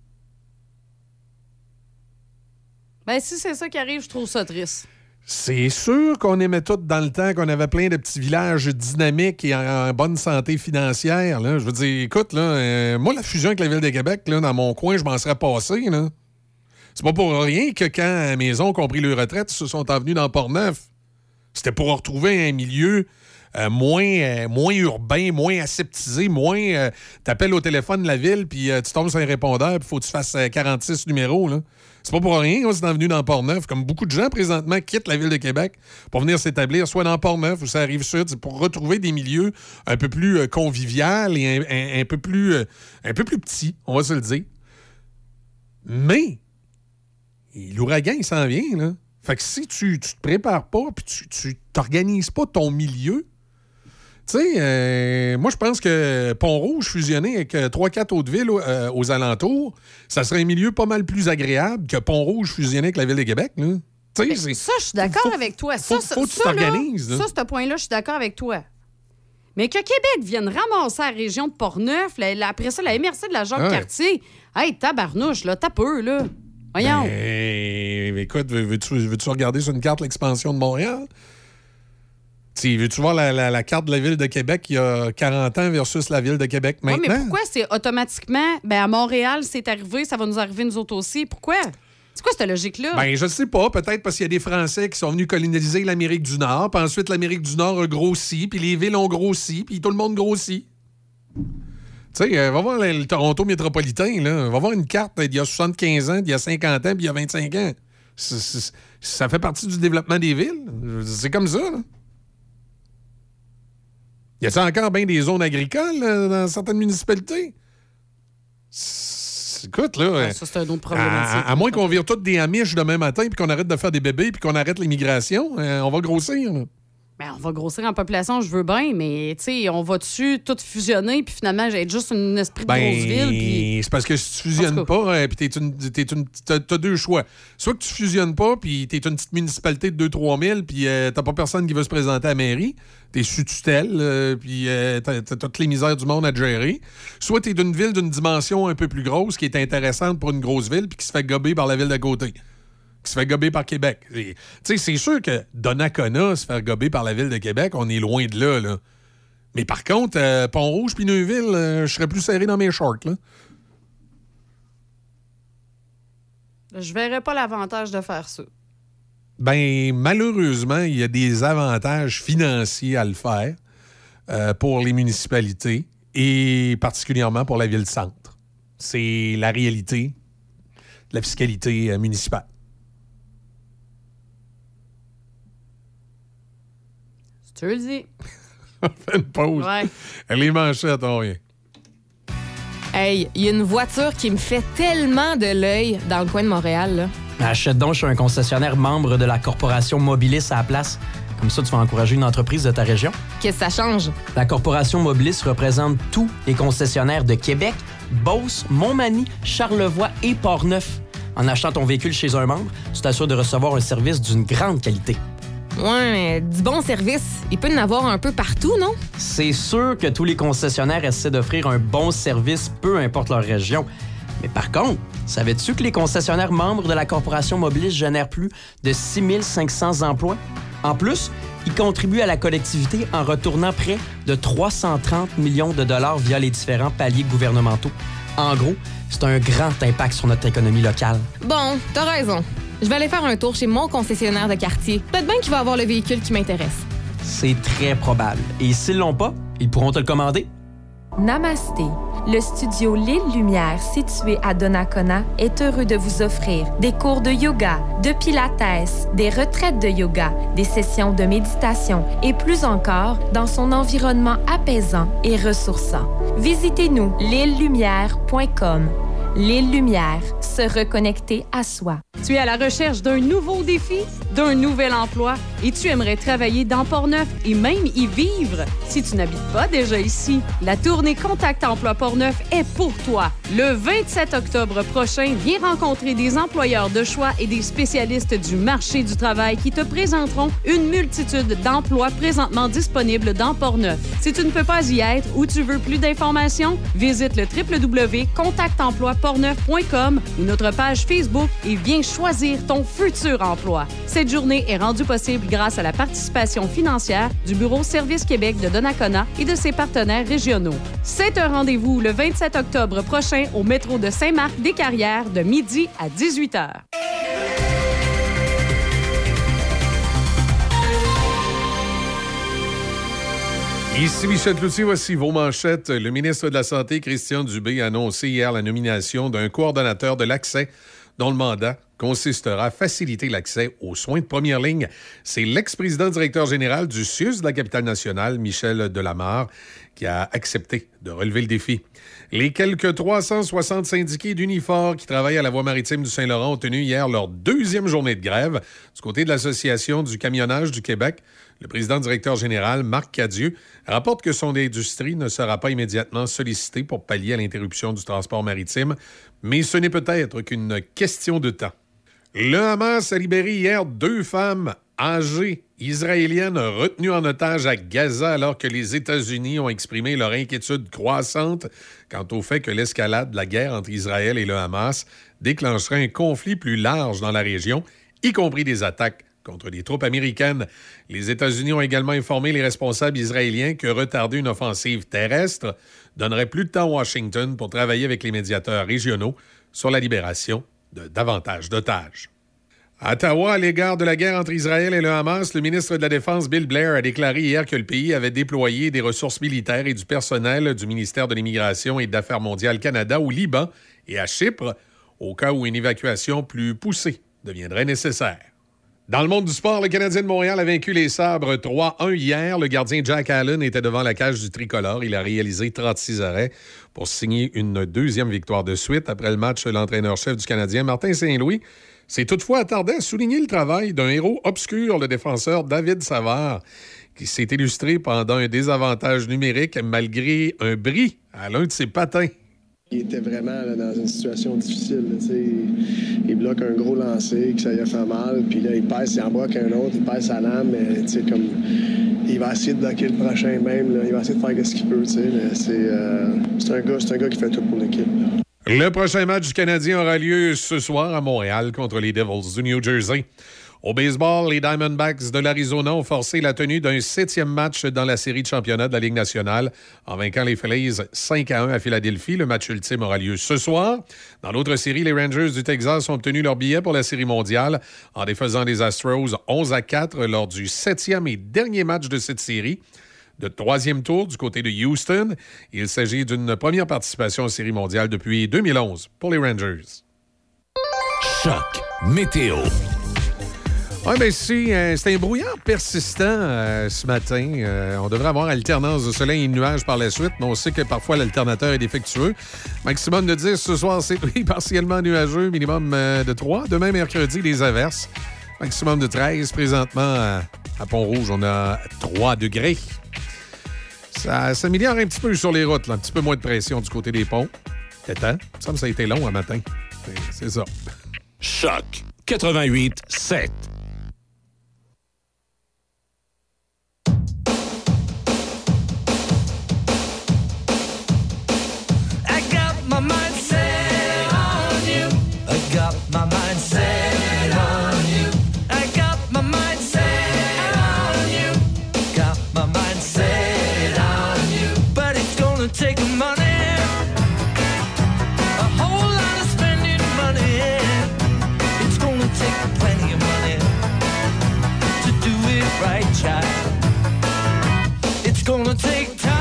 Ben, si c'est ça qui arrive, je trouve ça triste. C'est sûr qu'on aimait tout dans le temps, qu'on avait plein de petits villages dynamiques et en bonne santé financière, là. Je veux dire, écoute, là, moi, la fusion avec la Ville de Québec, là, dans mon coin, je m'en serais passé, là. C'est pas pour rien que quand à la maison ont pris leur retraite, ils se sont envenus dans Port-Neuf. C'était pour retrouver un milieu moins urbain, moins aseptisé, moins... t'appelles au téléphone de la ville, puis tu tombes sur un répondeur, puis faut que tu fasses 46 numéros, là. C'est pas pour rien qu'on s'est envenu dans Port-Neuf. Comme beaucoup de gens, présentement, quittent la Ville de Québec pour venir s'établir soit dans Port-Neuf ou ça arrive sud. C'est pour retrouver des milieux un peu plus convivial et un peu plus petits, on va se le dire. Mais... l'ouragan, il s'en vient, là. Fait que si tu te prépares pas puis tu t'organises pas ton milieu, tu sais, moi, je pense que Pont-Rouge fusionné avec 3-4 autres villes aux alentours, ça serait un milieu pas mal plus agréable que Pont-Rouge fusionné avec la Ville de Québec, là. Ça, je suis d'accord avec toi. Faut que tu t'organises. Ça, ce point-là, je suis d'accord avec toi. Mais que Québec vienne ramasser la région de Portneuf, après ça, la MRC de la Jacques-Cartier, hey, tabarnouche, là, t'as peu, là. Voyons. Écoute, veux-tu regarder sur une carte l'expansion de Montréal? Veux-tu voir la carte de la Ville de Québec il y a 40 ans versus la Ville de Québec maintenant? Oui, mais pourquoi c'est automatiquement... à Montréal, c'est arrivé, ça va nous arriver nous autres aussi. Pourquoi? C'est quoi cette logique-là? Je sais pas. Peut-être parce qu'il y a des Français qui sont venus coloniser l'Amérique du Nord, puis ensuite l'Amérique du Nord a grossi, puis les villes ont grossi, puis tout le monde grossit. Tu sais, va voir le Toronto métropolitain, là. Va voir une carte d'il y a 75 ans, d'il y a 50 ans, puis il y a 25 ans. Ça fait partie du développement des villes. C'est comme ça, là. Y a-t-il encore bien des zones agricoles dans certaines municipalités? Écoute, là... ça, c'est un autre problématique. À moins qu'on vire tous des Amish demain matin, puis qu'on arrête de faire des bébés, puis qu'on arrête l'immigration, on va grossir, là. On va grossir en population, je veux bien, mais tu sais, on va-tu tout fusionner, puis finalement, j'ai juste un esprit de grosse ville. Puis... c'est parce que si tu fusionnes pas, puis t'as deux choix. Soit que tu fusionnes pas, puis t'es une petite municipalité de 2-3 000, puis t'as pas personne qui veut se présenter à la mairie, t'es sous tutelle, puis t'as toutes les misères du monde à te gérer. Soit t'es d'une ville d'une dimension un peu plus grosse, qui est intéressante pour une grosse ville, puis qui se fait gober par la ville d'à côté. Qui se fait gober par Québec. Tu sais, c'est sûr que Donnacona se faire gober par la Ville de Québec, on est loin de là, là. Mais par contre, Pont-Rouge puis Neuville, je serais plus serré dans mes shorts, là. Je verrais pas l'avantage de faire ça. Malheureusement, il y a des avantages financiers à le faire pour les municipalités et particulièrement pour la ville-centre. C'est la réalité de la fiscalité municipale. Tu le dis. On fait une pause. Ouais. Les manchettes, on revient. Hey, il y a une voiture qui me fait tellement de l'œil dans le coin de Montréal, là. Achète donc, je suis un concessionnaire membre de la corporation Mobilis à la place. Comme ça, tu vas encourager une entreprise de ta région. Qu'est-ce que ça change? La Corporation Mobilis représente tous les concessionnaires de Québec, Beauce, Montmagny, Charlevoix et Portneuf. En achetant ton véhicule chez un membre, tu t'assures de recevoir un service d'une grande qualité. Ouais, mais du bon service, il peut y en avoir un peu partout, non? C'est sûr que tous les concessionnaires essaient d'offrir un bon service, peu importe leur région. Mais par contre, savais-tu que les concessionnaires membres de la Corporation Mobilis génèrent plus de 6 500 emplois? En plus, ils contribuent à la collectivité en retournant près de 330 millions de dollars via les différents paliers gouvernementaux. En gros, c'est un grand impact sur notre économie locale. Bon, t'as raison. Je vais aller faire un tour chez mon concessionnaire de quartier. Peut-être bien qu'il va avoir le véhicule qui m'intéresse. C'est très probable. Et s'ils l'ont pas, ils pourront te le commander. Namasté. Le studio L'Île Lumière, situé à Donnacona, est heureux de vous offrir des cours de yoga, de pilates, des retraites de yoga, des sessions de méditation et plus encore dans son environnement apaisant et ressourçant. Visitez-nous l'îlelumière.com. L'Île Lumière, se reconnecter à soi. Tu es à la recherche d'un nouveau défi, d'un nouvel emploi et tu aimerais travailler dans Portneuf et même y vivre. Si tu n'habites pas déjà ici, la tournée Contact Emploi Portneuf est pour toi. Le 27 octobre prochain, viens rencontrer des employeurs de choix et des spécialistes du marché du travail qui te présenteront une multitude d'emplois présentement disponibles dans Portneuf. Si tu ne peux pas y être ou tu veux plus d'informations, visite le www.contactemploiportneuf.com ou notre page Facebook et viens choisir ton futur emploi. Cette journée est rendue possible grâce à la participation financière du Bureau Service Québec de Donnacona et de ses partenaires régionaux. C'est un rendez-vous le 27 octobre prochain au métro de Saint-Marc-des-Carrières de midi à 18h. Ici Michel Cloutier, voici vos manchettes. Le ministre de la Santé, Christian Dubé, a annoncé hier la nomination d'un coordonnateur de l'accès dont le mandat consistera à faciliter l'accès aux soins de première ligne. C'est l'ex-président directeur général du CIUS de la capitale nationale, Michel Delamarre, qui a accepté de relever le défi. Les quelques 360 syndiqués d'Unifor qui travaillent à la voie maritime du Saint-Laurent ont tenu hier leur deuxième journée de grève. Du côté de l'Association du camionnage du Québec, le président directeur général, Marc Cadieux, rapporte que son industrie ne sera pas immédiatement sollicitée pour pallier à l'interruption du transport maritime, mais ce n'est peut-être qu'une question de temps. Le Hamas a libéré hier 2 femmes âgées israéliennes retenues en otage à Gaza alors que les États-Unis ont exprimé leur inquiétude croissante quant au fait que l'escalade de la guerre entre Israël et le Hamas déclencherait un conflit plus large dans la région, y compris des attaques contre les troupes américaines. Les États-Unis ont également informé les responsables israéliens que retarder une offensive terrestre donnerait plus de temps à Washington pour travailler avec les médiateurs régionaux sur la libération de davantage d'otages. À Ottawa, à l'égard de la guerre entre Israël et le Hamas, le ministre de la Défense, Bill Blair, a déclaré hier que le pays avait déployé des ressources militaires et du personnel du ministère de l'Immigration et d'Affaires mondiales Canada au Liban et à Chypre, au cas où une évacuation plus poussée deviendrait nécessaire. Dans le monde du sport, le Canadien de Montréal a vaincu les Sabres 3-1 hier. Le gardien Jack Allen était devant la cage du tricolore. Il a réalisé 36 arrêts pour signer une deuxième victoire de suite. Après le match, l'entraîneur-chef du Canadien, Martin Saint-Louis, s'est toutefois attardé à souligner le travail d'un héros obscur, le défenseur David Savard, qui s'est illustré pendant un désavantage numérique malgré un bris à l'un de ses patins. Il était vraiment là, dans une situation difficile. Là, il bloque un gros lancer, que ça lui a fait mal, puis là, il pèse, il en bloque un autre, il pèse sa lame, mais comme, il va essayer de bloquer le prochain même, là, il va essayer de faire ce qu'il peut, mais c'est un gars qui fait tout pour l'équipe. Le prochain match du Canadien aura lieu ce soir à Montréal contre les Devils du New Jersey. Au baseball, les Diamondbacks de l'Arizona ont forcé la tenue d'un 7e match dans la série de championnat de la Ligue nationale en vainquant les Phillies 5-1 à Philadelphie. Le match ultime aura lieu ce soir. Dans l'autre série, les Rangers du Texas ont obtenu leur billet pour la série mondiale en défaisant les Astros 11-4 lors du 7e et dernier match de cette série. De 3e tour du côté de Houston. Il s'agit d'une première participation en série mondiale depuis 2011 pour les Rangers. Choc météo. Oui, bien, c'est un brouillard persistant ce matin. On devrait avoir alternance de soleil et de nuages par la suite, mais on sait que parfois l'alternateur est défectueux. Maximum de 10 ce soir, c'est partiellement nuageux, minimum de 3. Demain, mercredi, les averses. Maximum de 13 présentement À Pont-Rouge, on a 3 degrés. Ça s'améliore un petit peu sur les routes, là. Un petit peu moins de pression du côté des ponts. C'est temps. Ça me ça a été long un matin. C'est ça. Choc 88.7. I got my mind set on you. I got my mind set on you. I got my mind set on you. Got my mind set on you. But it's gonna take money. A whole lot of spending money. It's gonna take plenty of money to do it right, child. It's gonna take time.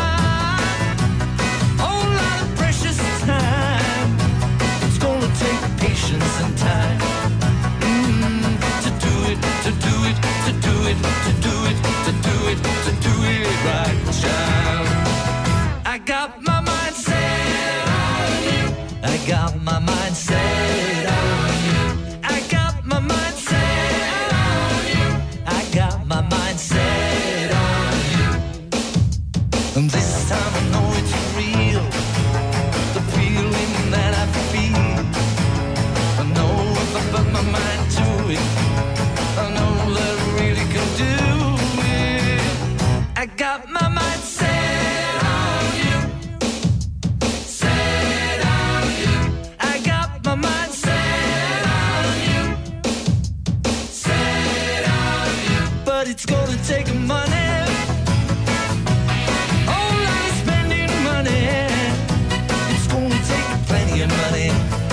Patience and time to do it, to do it, to do it, to do it, to do it, to do it right, child. I got my mind set on you. I got my mind set on you. I got my mind set on you. I got my mind set on you. And this time I know it's real. The feeling that I feel. I put my mind to it. I know that I really can do it. I got my mind set on you. Set on you. I got my mind set on you. Set on you. But it's gonna take money. Oh, lot of spending money. It's gonna take plenty of money.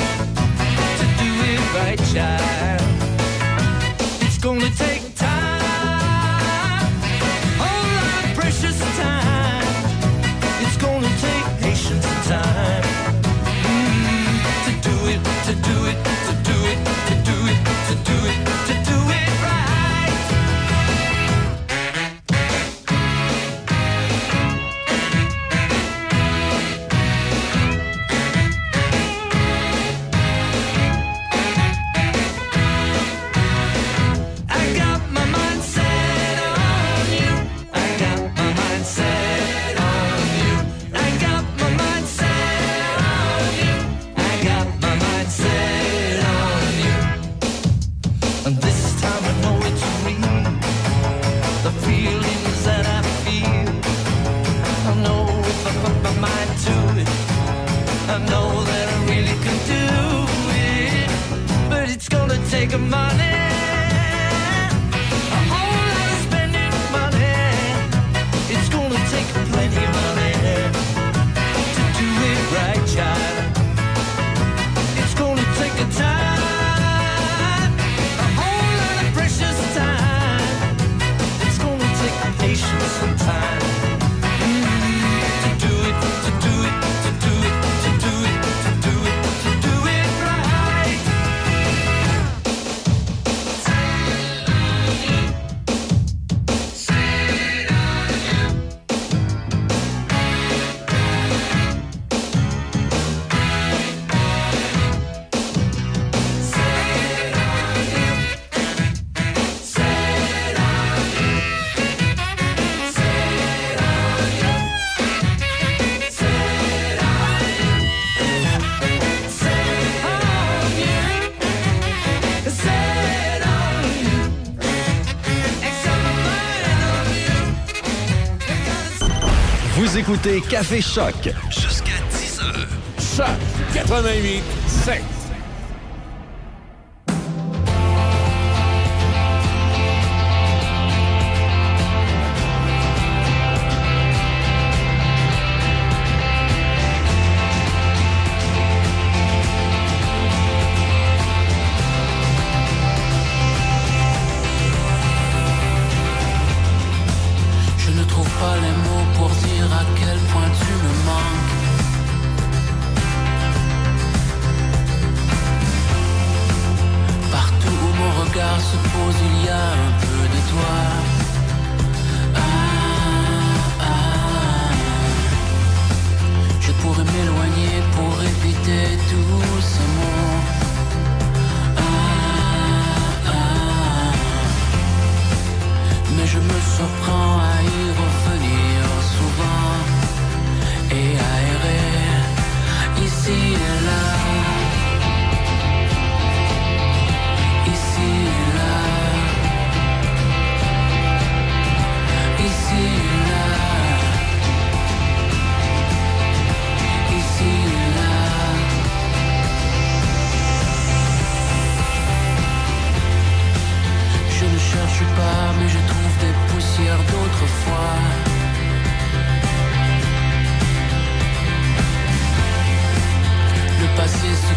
Right, child. It's gonna take time, whole lot of precious time. It's gonna take patience and time to do it, to do it, to do it, to do it, to do it, to do it right. Take money, a whole lot of spending money. It's gonna take plenty of money to do it right, child. It's gonna take a time, a whole lot of precious time. It's gonna take patience and time to do it, to do it, to do it, to do it, to do it, to do it right. Vous écoutez Café Choc jusqu'à 10h. Choc 88.7. Je ne trouve pas les mots pour dire à quel point tu me manques.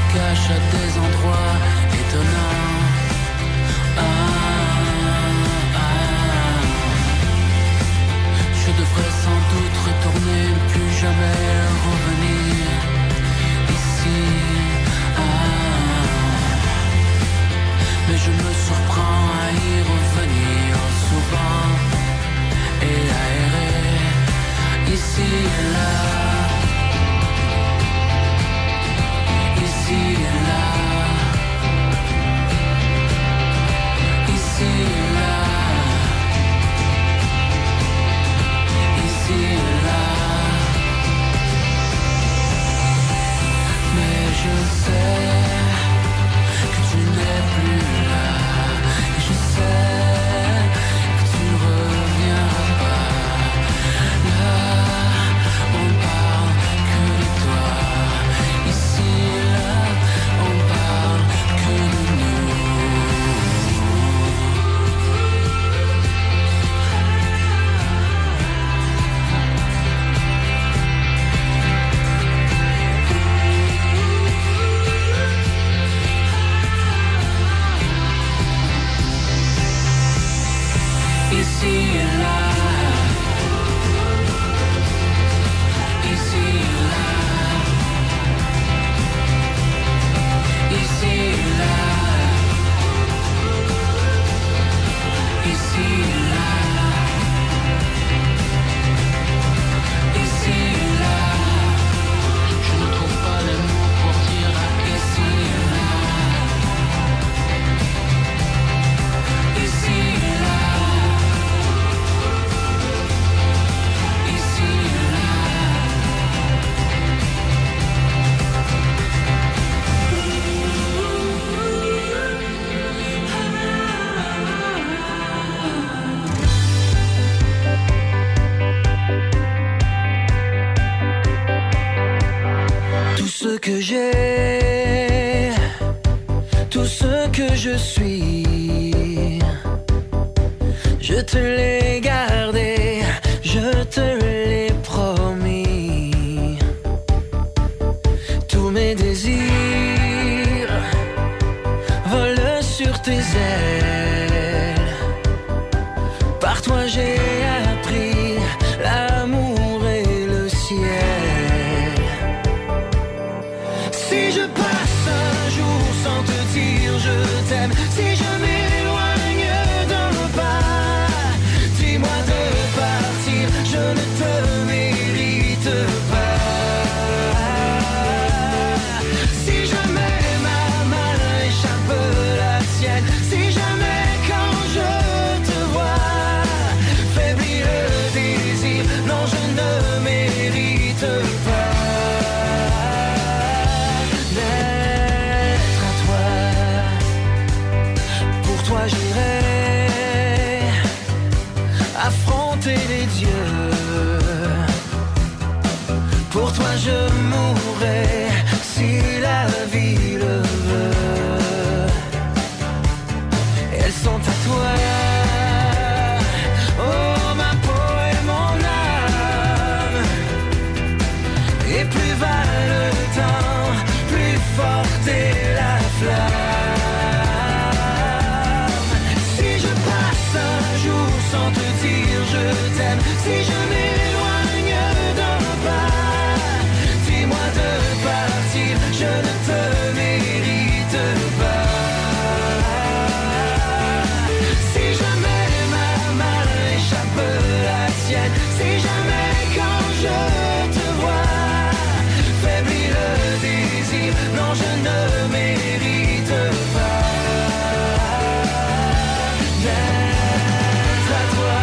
cache à des endroits étonnants. Je devrais sans doute retourner, ne plus jamais revenir ici. Mais je me surprends à y revenir souvent et aérer ici et là. Ici et là. Ici et là. Ici et là. Mais je sais que tu n'es plus là. Et je sais que tu ne reviendras pas. Là, on parle que de toi. Ici et là, on parle que de ici et là. Ici et là. Ici et là. Ici et là. Ici et là. Je ne trouve pas les mots pour dire ici et là. Ici et là. Ici et là. Tout ce que j'ai, tout ce que je suis, je te l'ai gardé, je te l'ai promis. Tous mes désirs volent sur tes ailes. Par toi j'ai appris l'amour et le ciel. Si je passe un jour sans te dire je t'aime, si je m'éloigne d'un pas, dis-moi de partir, je ne te mérite pas. Si jamais ma main échappe la tienne, si jamais quand je te vois faiblit le désir, non je ne mérite pas d'être à toi. Pour toi j'irai affronter les dieux. Pour toi je mourrai si la vie le veut. Elles sont à toi. Oh ma peau et mon âme. Et plus va le temps, plus forte est la flamme. Si je passe un jour sans te dire je t'aime, si je m'éloigne d'un pas, dis-moi de partir, je ne te mérite pas. Si jamais ma main échappe la tienne, si jamais quand je te vois faiblit le désir, non je ne mérite pas d'être à toi.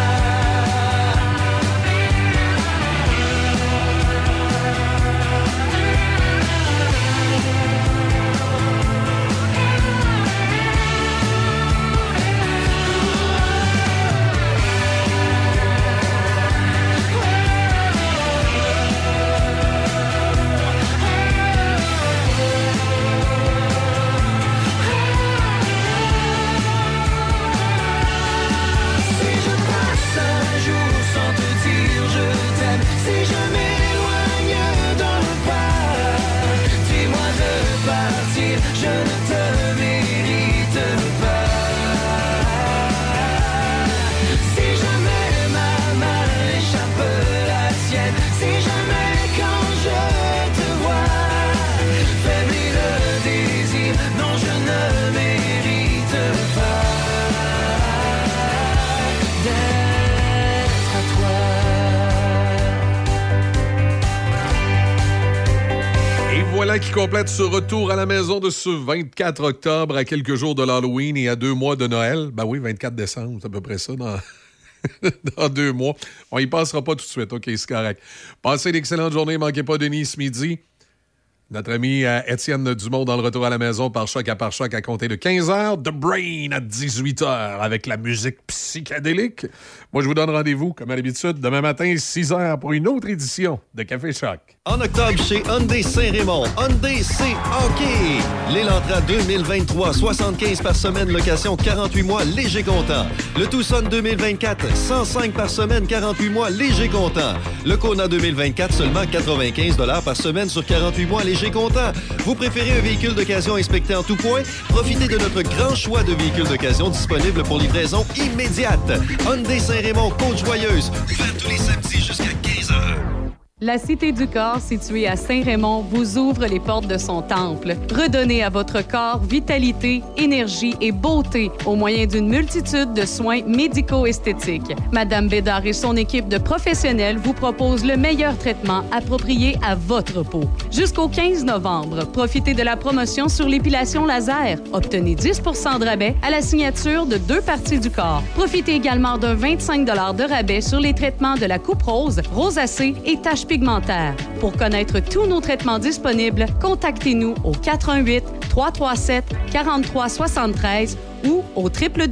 voilà qui complète ce retour à la maison de ce 24 octobre, à quelques jours de l'Halloween et à 2 mois de Noël. Ben oui, 24 décembre, c'est à peu près ça dans, dans 2 mois. On y passera pas tout de suite, OK, c'est correct. Passez une excellente journée, manquez pas Denis ce midi. Notre ami Étienne Dumont dans le retour à la maison par choc à compter de 15h. The Brain à 18h avec la musique psychédélique. Moi, je vous donne rendez-vous, comme à l'habitude, demain matin, 6h pour une autre édition de Café Choc. En octobre, chez Hyundai Saint-Raymond, Hyundai C-OK. L'Elantra 2023, 75 par semaine, location 48 mois, léger comptant. Le Tucson 2024, 105 par semaine, 48 mois, léger comptant. Le Kona 2024, seulement 95 $ par semaine sur 48 mois, léger comptant. Vous préférez un véhicule d'occasion inspecté en tout point? Profitez de notre grand choix de véhicules d'occasion disponibles pour livraison immédiate. Hyundai Saint-Raymond, Côte-Joyeuse. Ouvert tous les samedis jusqu'à 15h. La Cité du Corps, située à Saint-Raymond, vous ouvre les portes de son temple. Redonnez à votre corps vitalité, énergie et beauté au moyen d'une multitude de soins médico-esthétiques. Madame Bédard et son équipe de professionnels vous proposent le meilleur traitement approprié à votre peau. Jusqu'au 15 novembre, profitez de la promotion sur l'épilation laser. Obtenez 10 % de rabais à la signature de 2 parties du corps. Profitez également d'un 25 $ de rabais sur les traitements de la coupe rose, rosacée et taches pigmentaires. Pour connaître tous nos traitements disponibles, contactez-nous au 88 337 43 73 ou au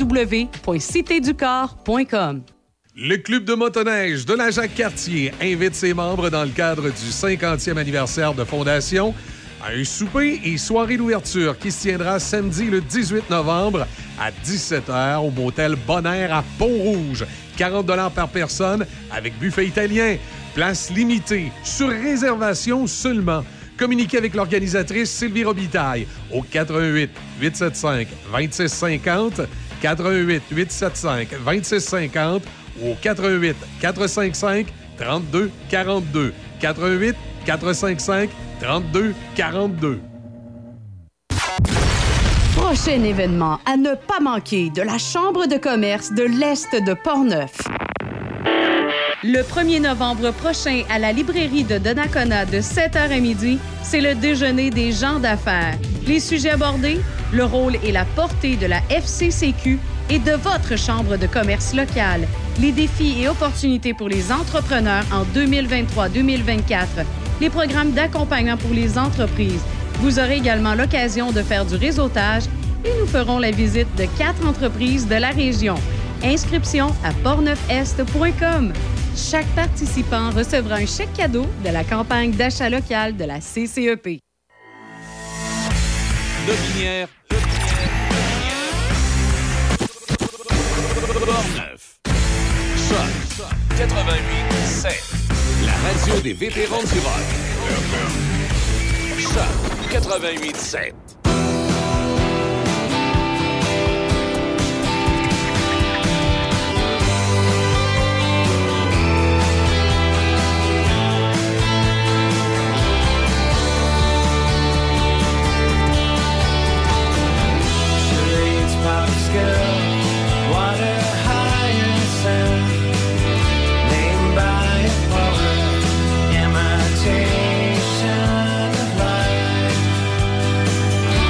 www.citéducorps.com. Le Club de motoneige de la Jacques-Cartier invite ses membres dans le cadre du 50e anniversaire de fondation à un souper et soirée d'ouverture qui se tiendra samedi le 18 novembre à 17h au motel Bonaire à Pont-Rouge. 40 $ par personne avec buffet italien. Place limitée, sur réservation seulement. Communiquez avec l'organisatrice Sylvie Robitaille au 88 875 2650, 88 875 2650 ou au 88 455 32 42, 88 455 32 42. Prochain événement à ne pas manquer de la Chambre de commerce de l'Est de Portneuf. Le 1er novembre prochain, à la librairie de Donnacona de 7h à midi, c'est le déjeuner des gens d'affaires. Les sujets abordés, le rôle et la portée de la FCCQ et de votre chambre de commerce locale, les défis et opportunités pour les entrepreneurs en 2023-2024, les programmes d'accompagnement pour les entreprises. Vous aurez également l'occasion de faire du réseautage et nous ferons la visite de 4 entreprises de la région. Inscription à portneufest.com. Chaque participant recevra un chèque cadeau de la campagne d'achat local de la CCEP. Lotbinière. Portneuf. Choc 88.7. La radio des vétérans du rock. Choc 88.7. Water hyacinth, named by a poet, imitation of life.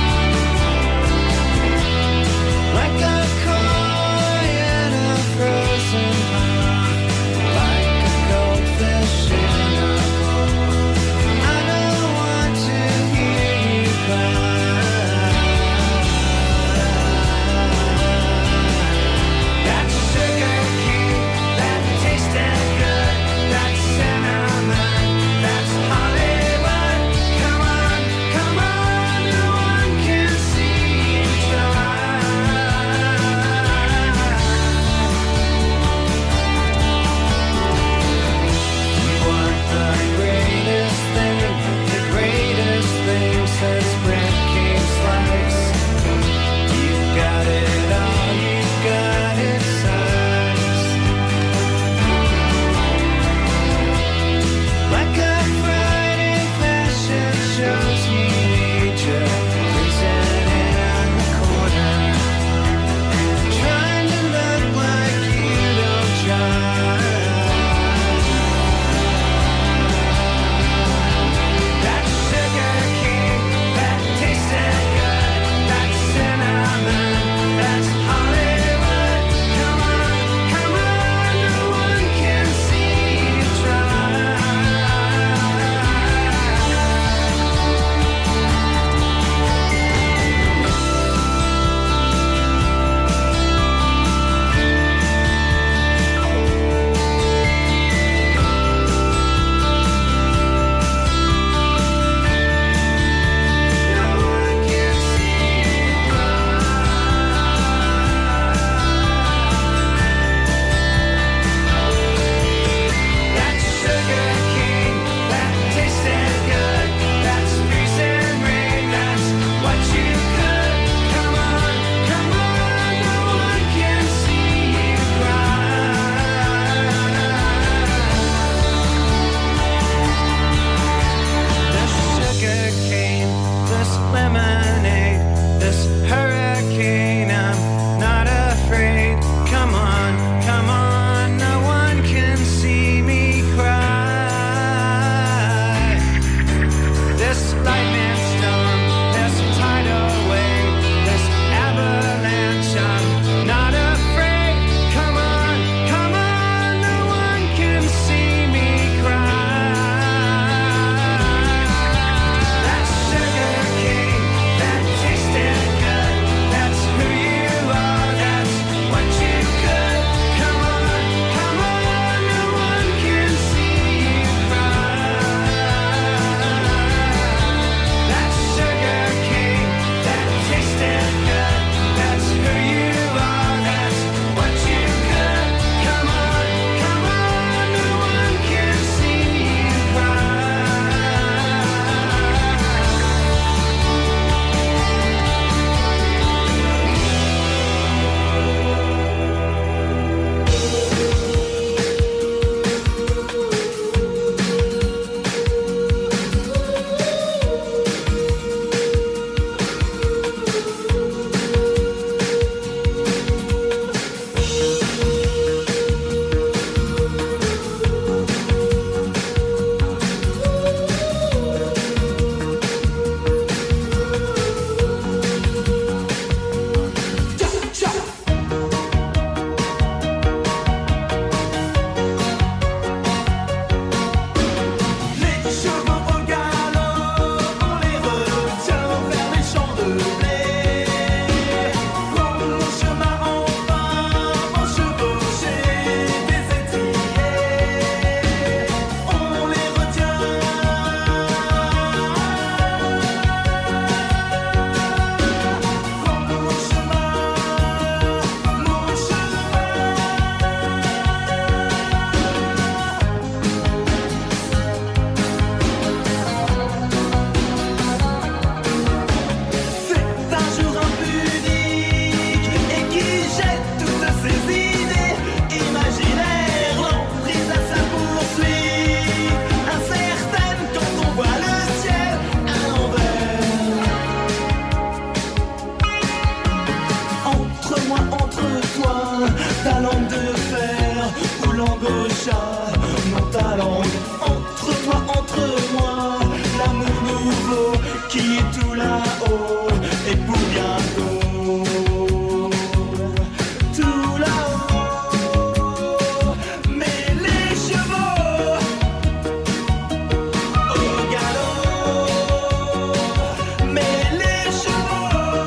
nouveau qui est tout là-haut et pour bientôt. Tout là-haut, mais les chevaux au galop, mais les chevaux.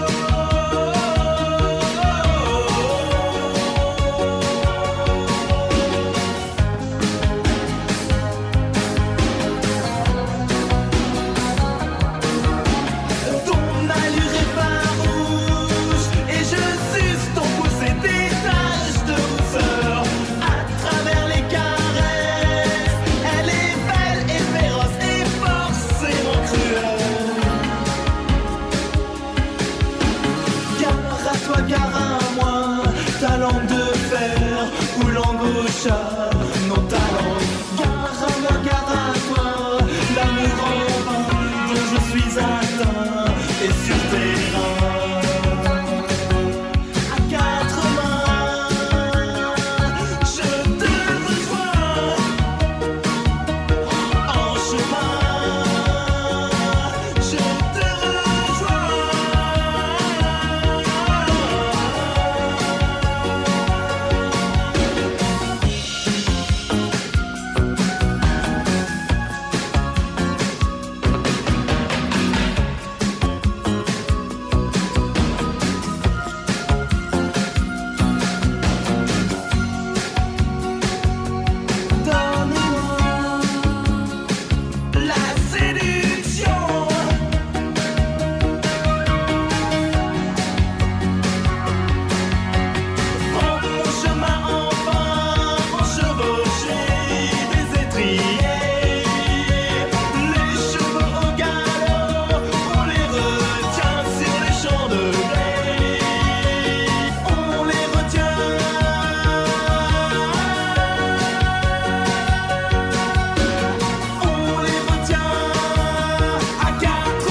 Ton allure est farouche et je suce ton pouce et des taches de rousseur à travers les caresses. Elle est belle et féroce et forcément cruelle. Gare à toi, gare à moi, ta langue de fer ou langue au chat, nos talents. Gare à moi, gare à toi, l'amour en vain dont je suis atteint et sur tes reins. À quatre mains, je te rejoins en chemin. Je te rejoins. Donnez-moi la séduction. Prends mon chemin enfin, enchevaucher des étriers. Les chevaux au galop, on les retient sur les champs de blé. On les retient. On les retient à quatre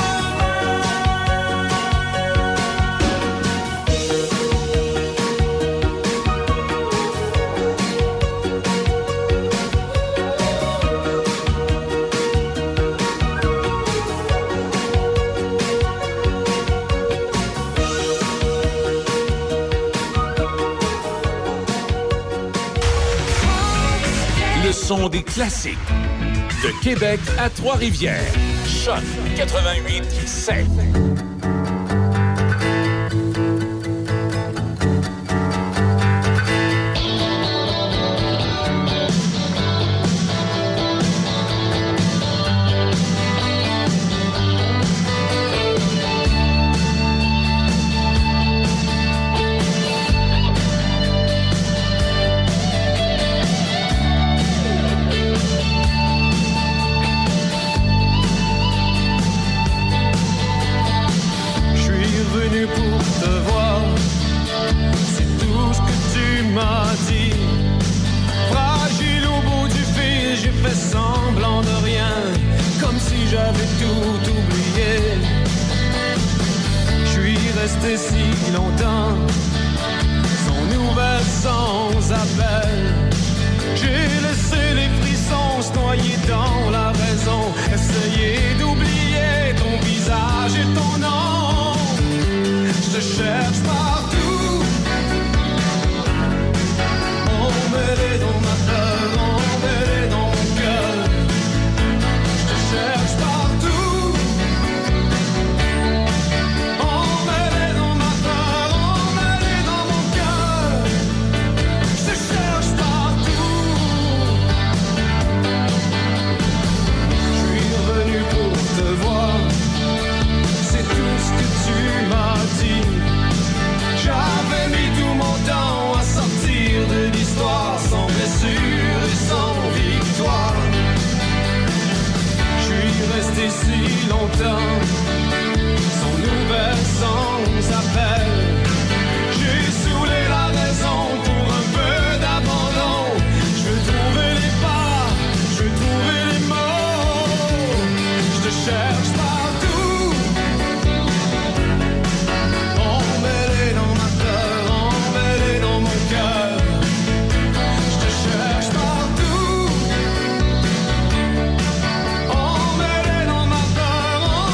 Le son des classiques. De Québec à Trois-Rivières. Choc 88.7. Je suis revenu pour te voir, c'est tout ce que tu m'as dit. Fragile au bout du fil, j'ai fait semblant de rien, comme si j'avais tout oublié. Je suis resté si longtemps, sans nouvelles, sans appel. J'ai laissé les frissons se noyer dans la raison, essayer d'oublier ton visage et ton nom. Je te cherche partout, emmêlé dans ma peur, emmêlé dans mon cœur. Je te cherche partout, emmêlé dans ma peur, emmêlé dans mon cœur. Je te cherche partout. Je suis revenu pour te voir, c'est tout ce que tu m'as dit. J'avais mis tout mon temps à sortir de l'histoire, sans blessure et sans victoire. Je suis resté si longtemps, sans nouvelles, sans appel. J'ai saoulé la raison pour un peu d'abandon. Je veux trouver les pas, je veux trouver les mots. Je te cherche partout, emmêlé dans ma peur, emmêlé dans mon cœur. Je te cherche partout, emmêlé dans ma peur,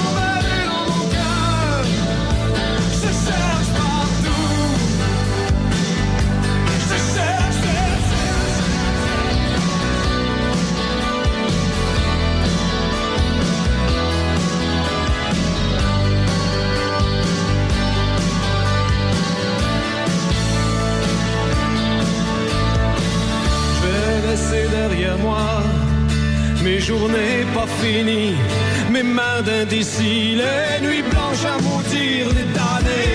fini, mes mains d'indécis, les nuits blanches à maudire les damnés.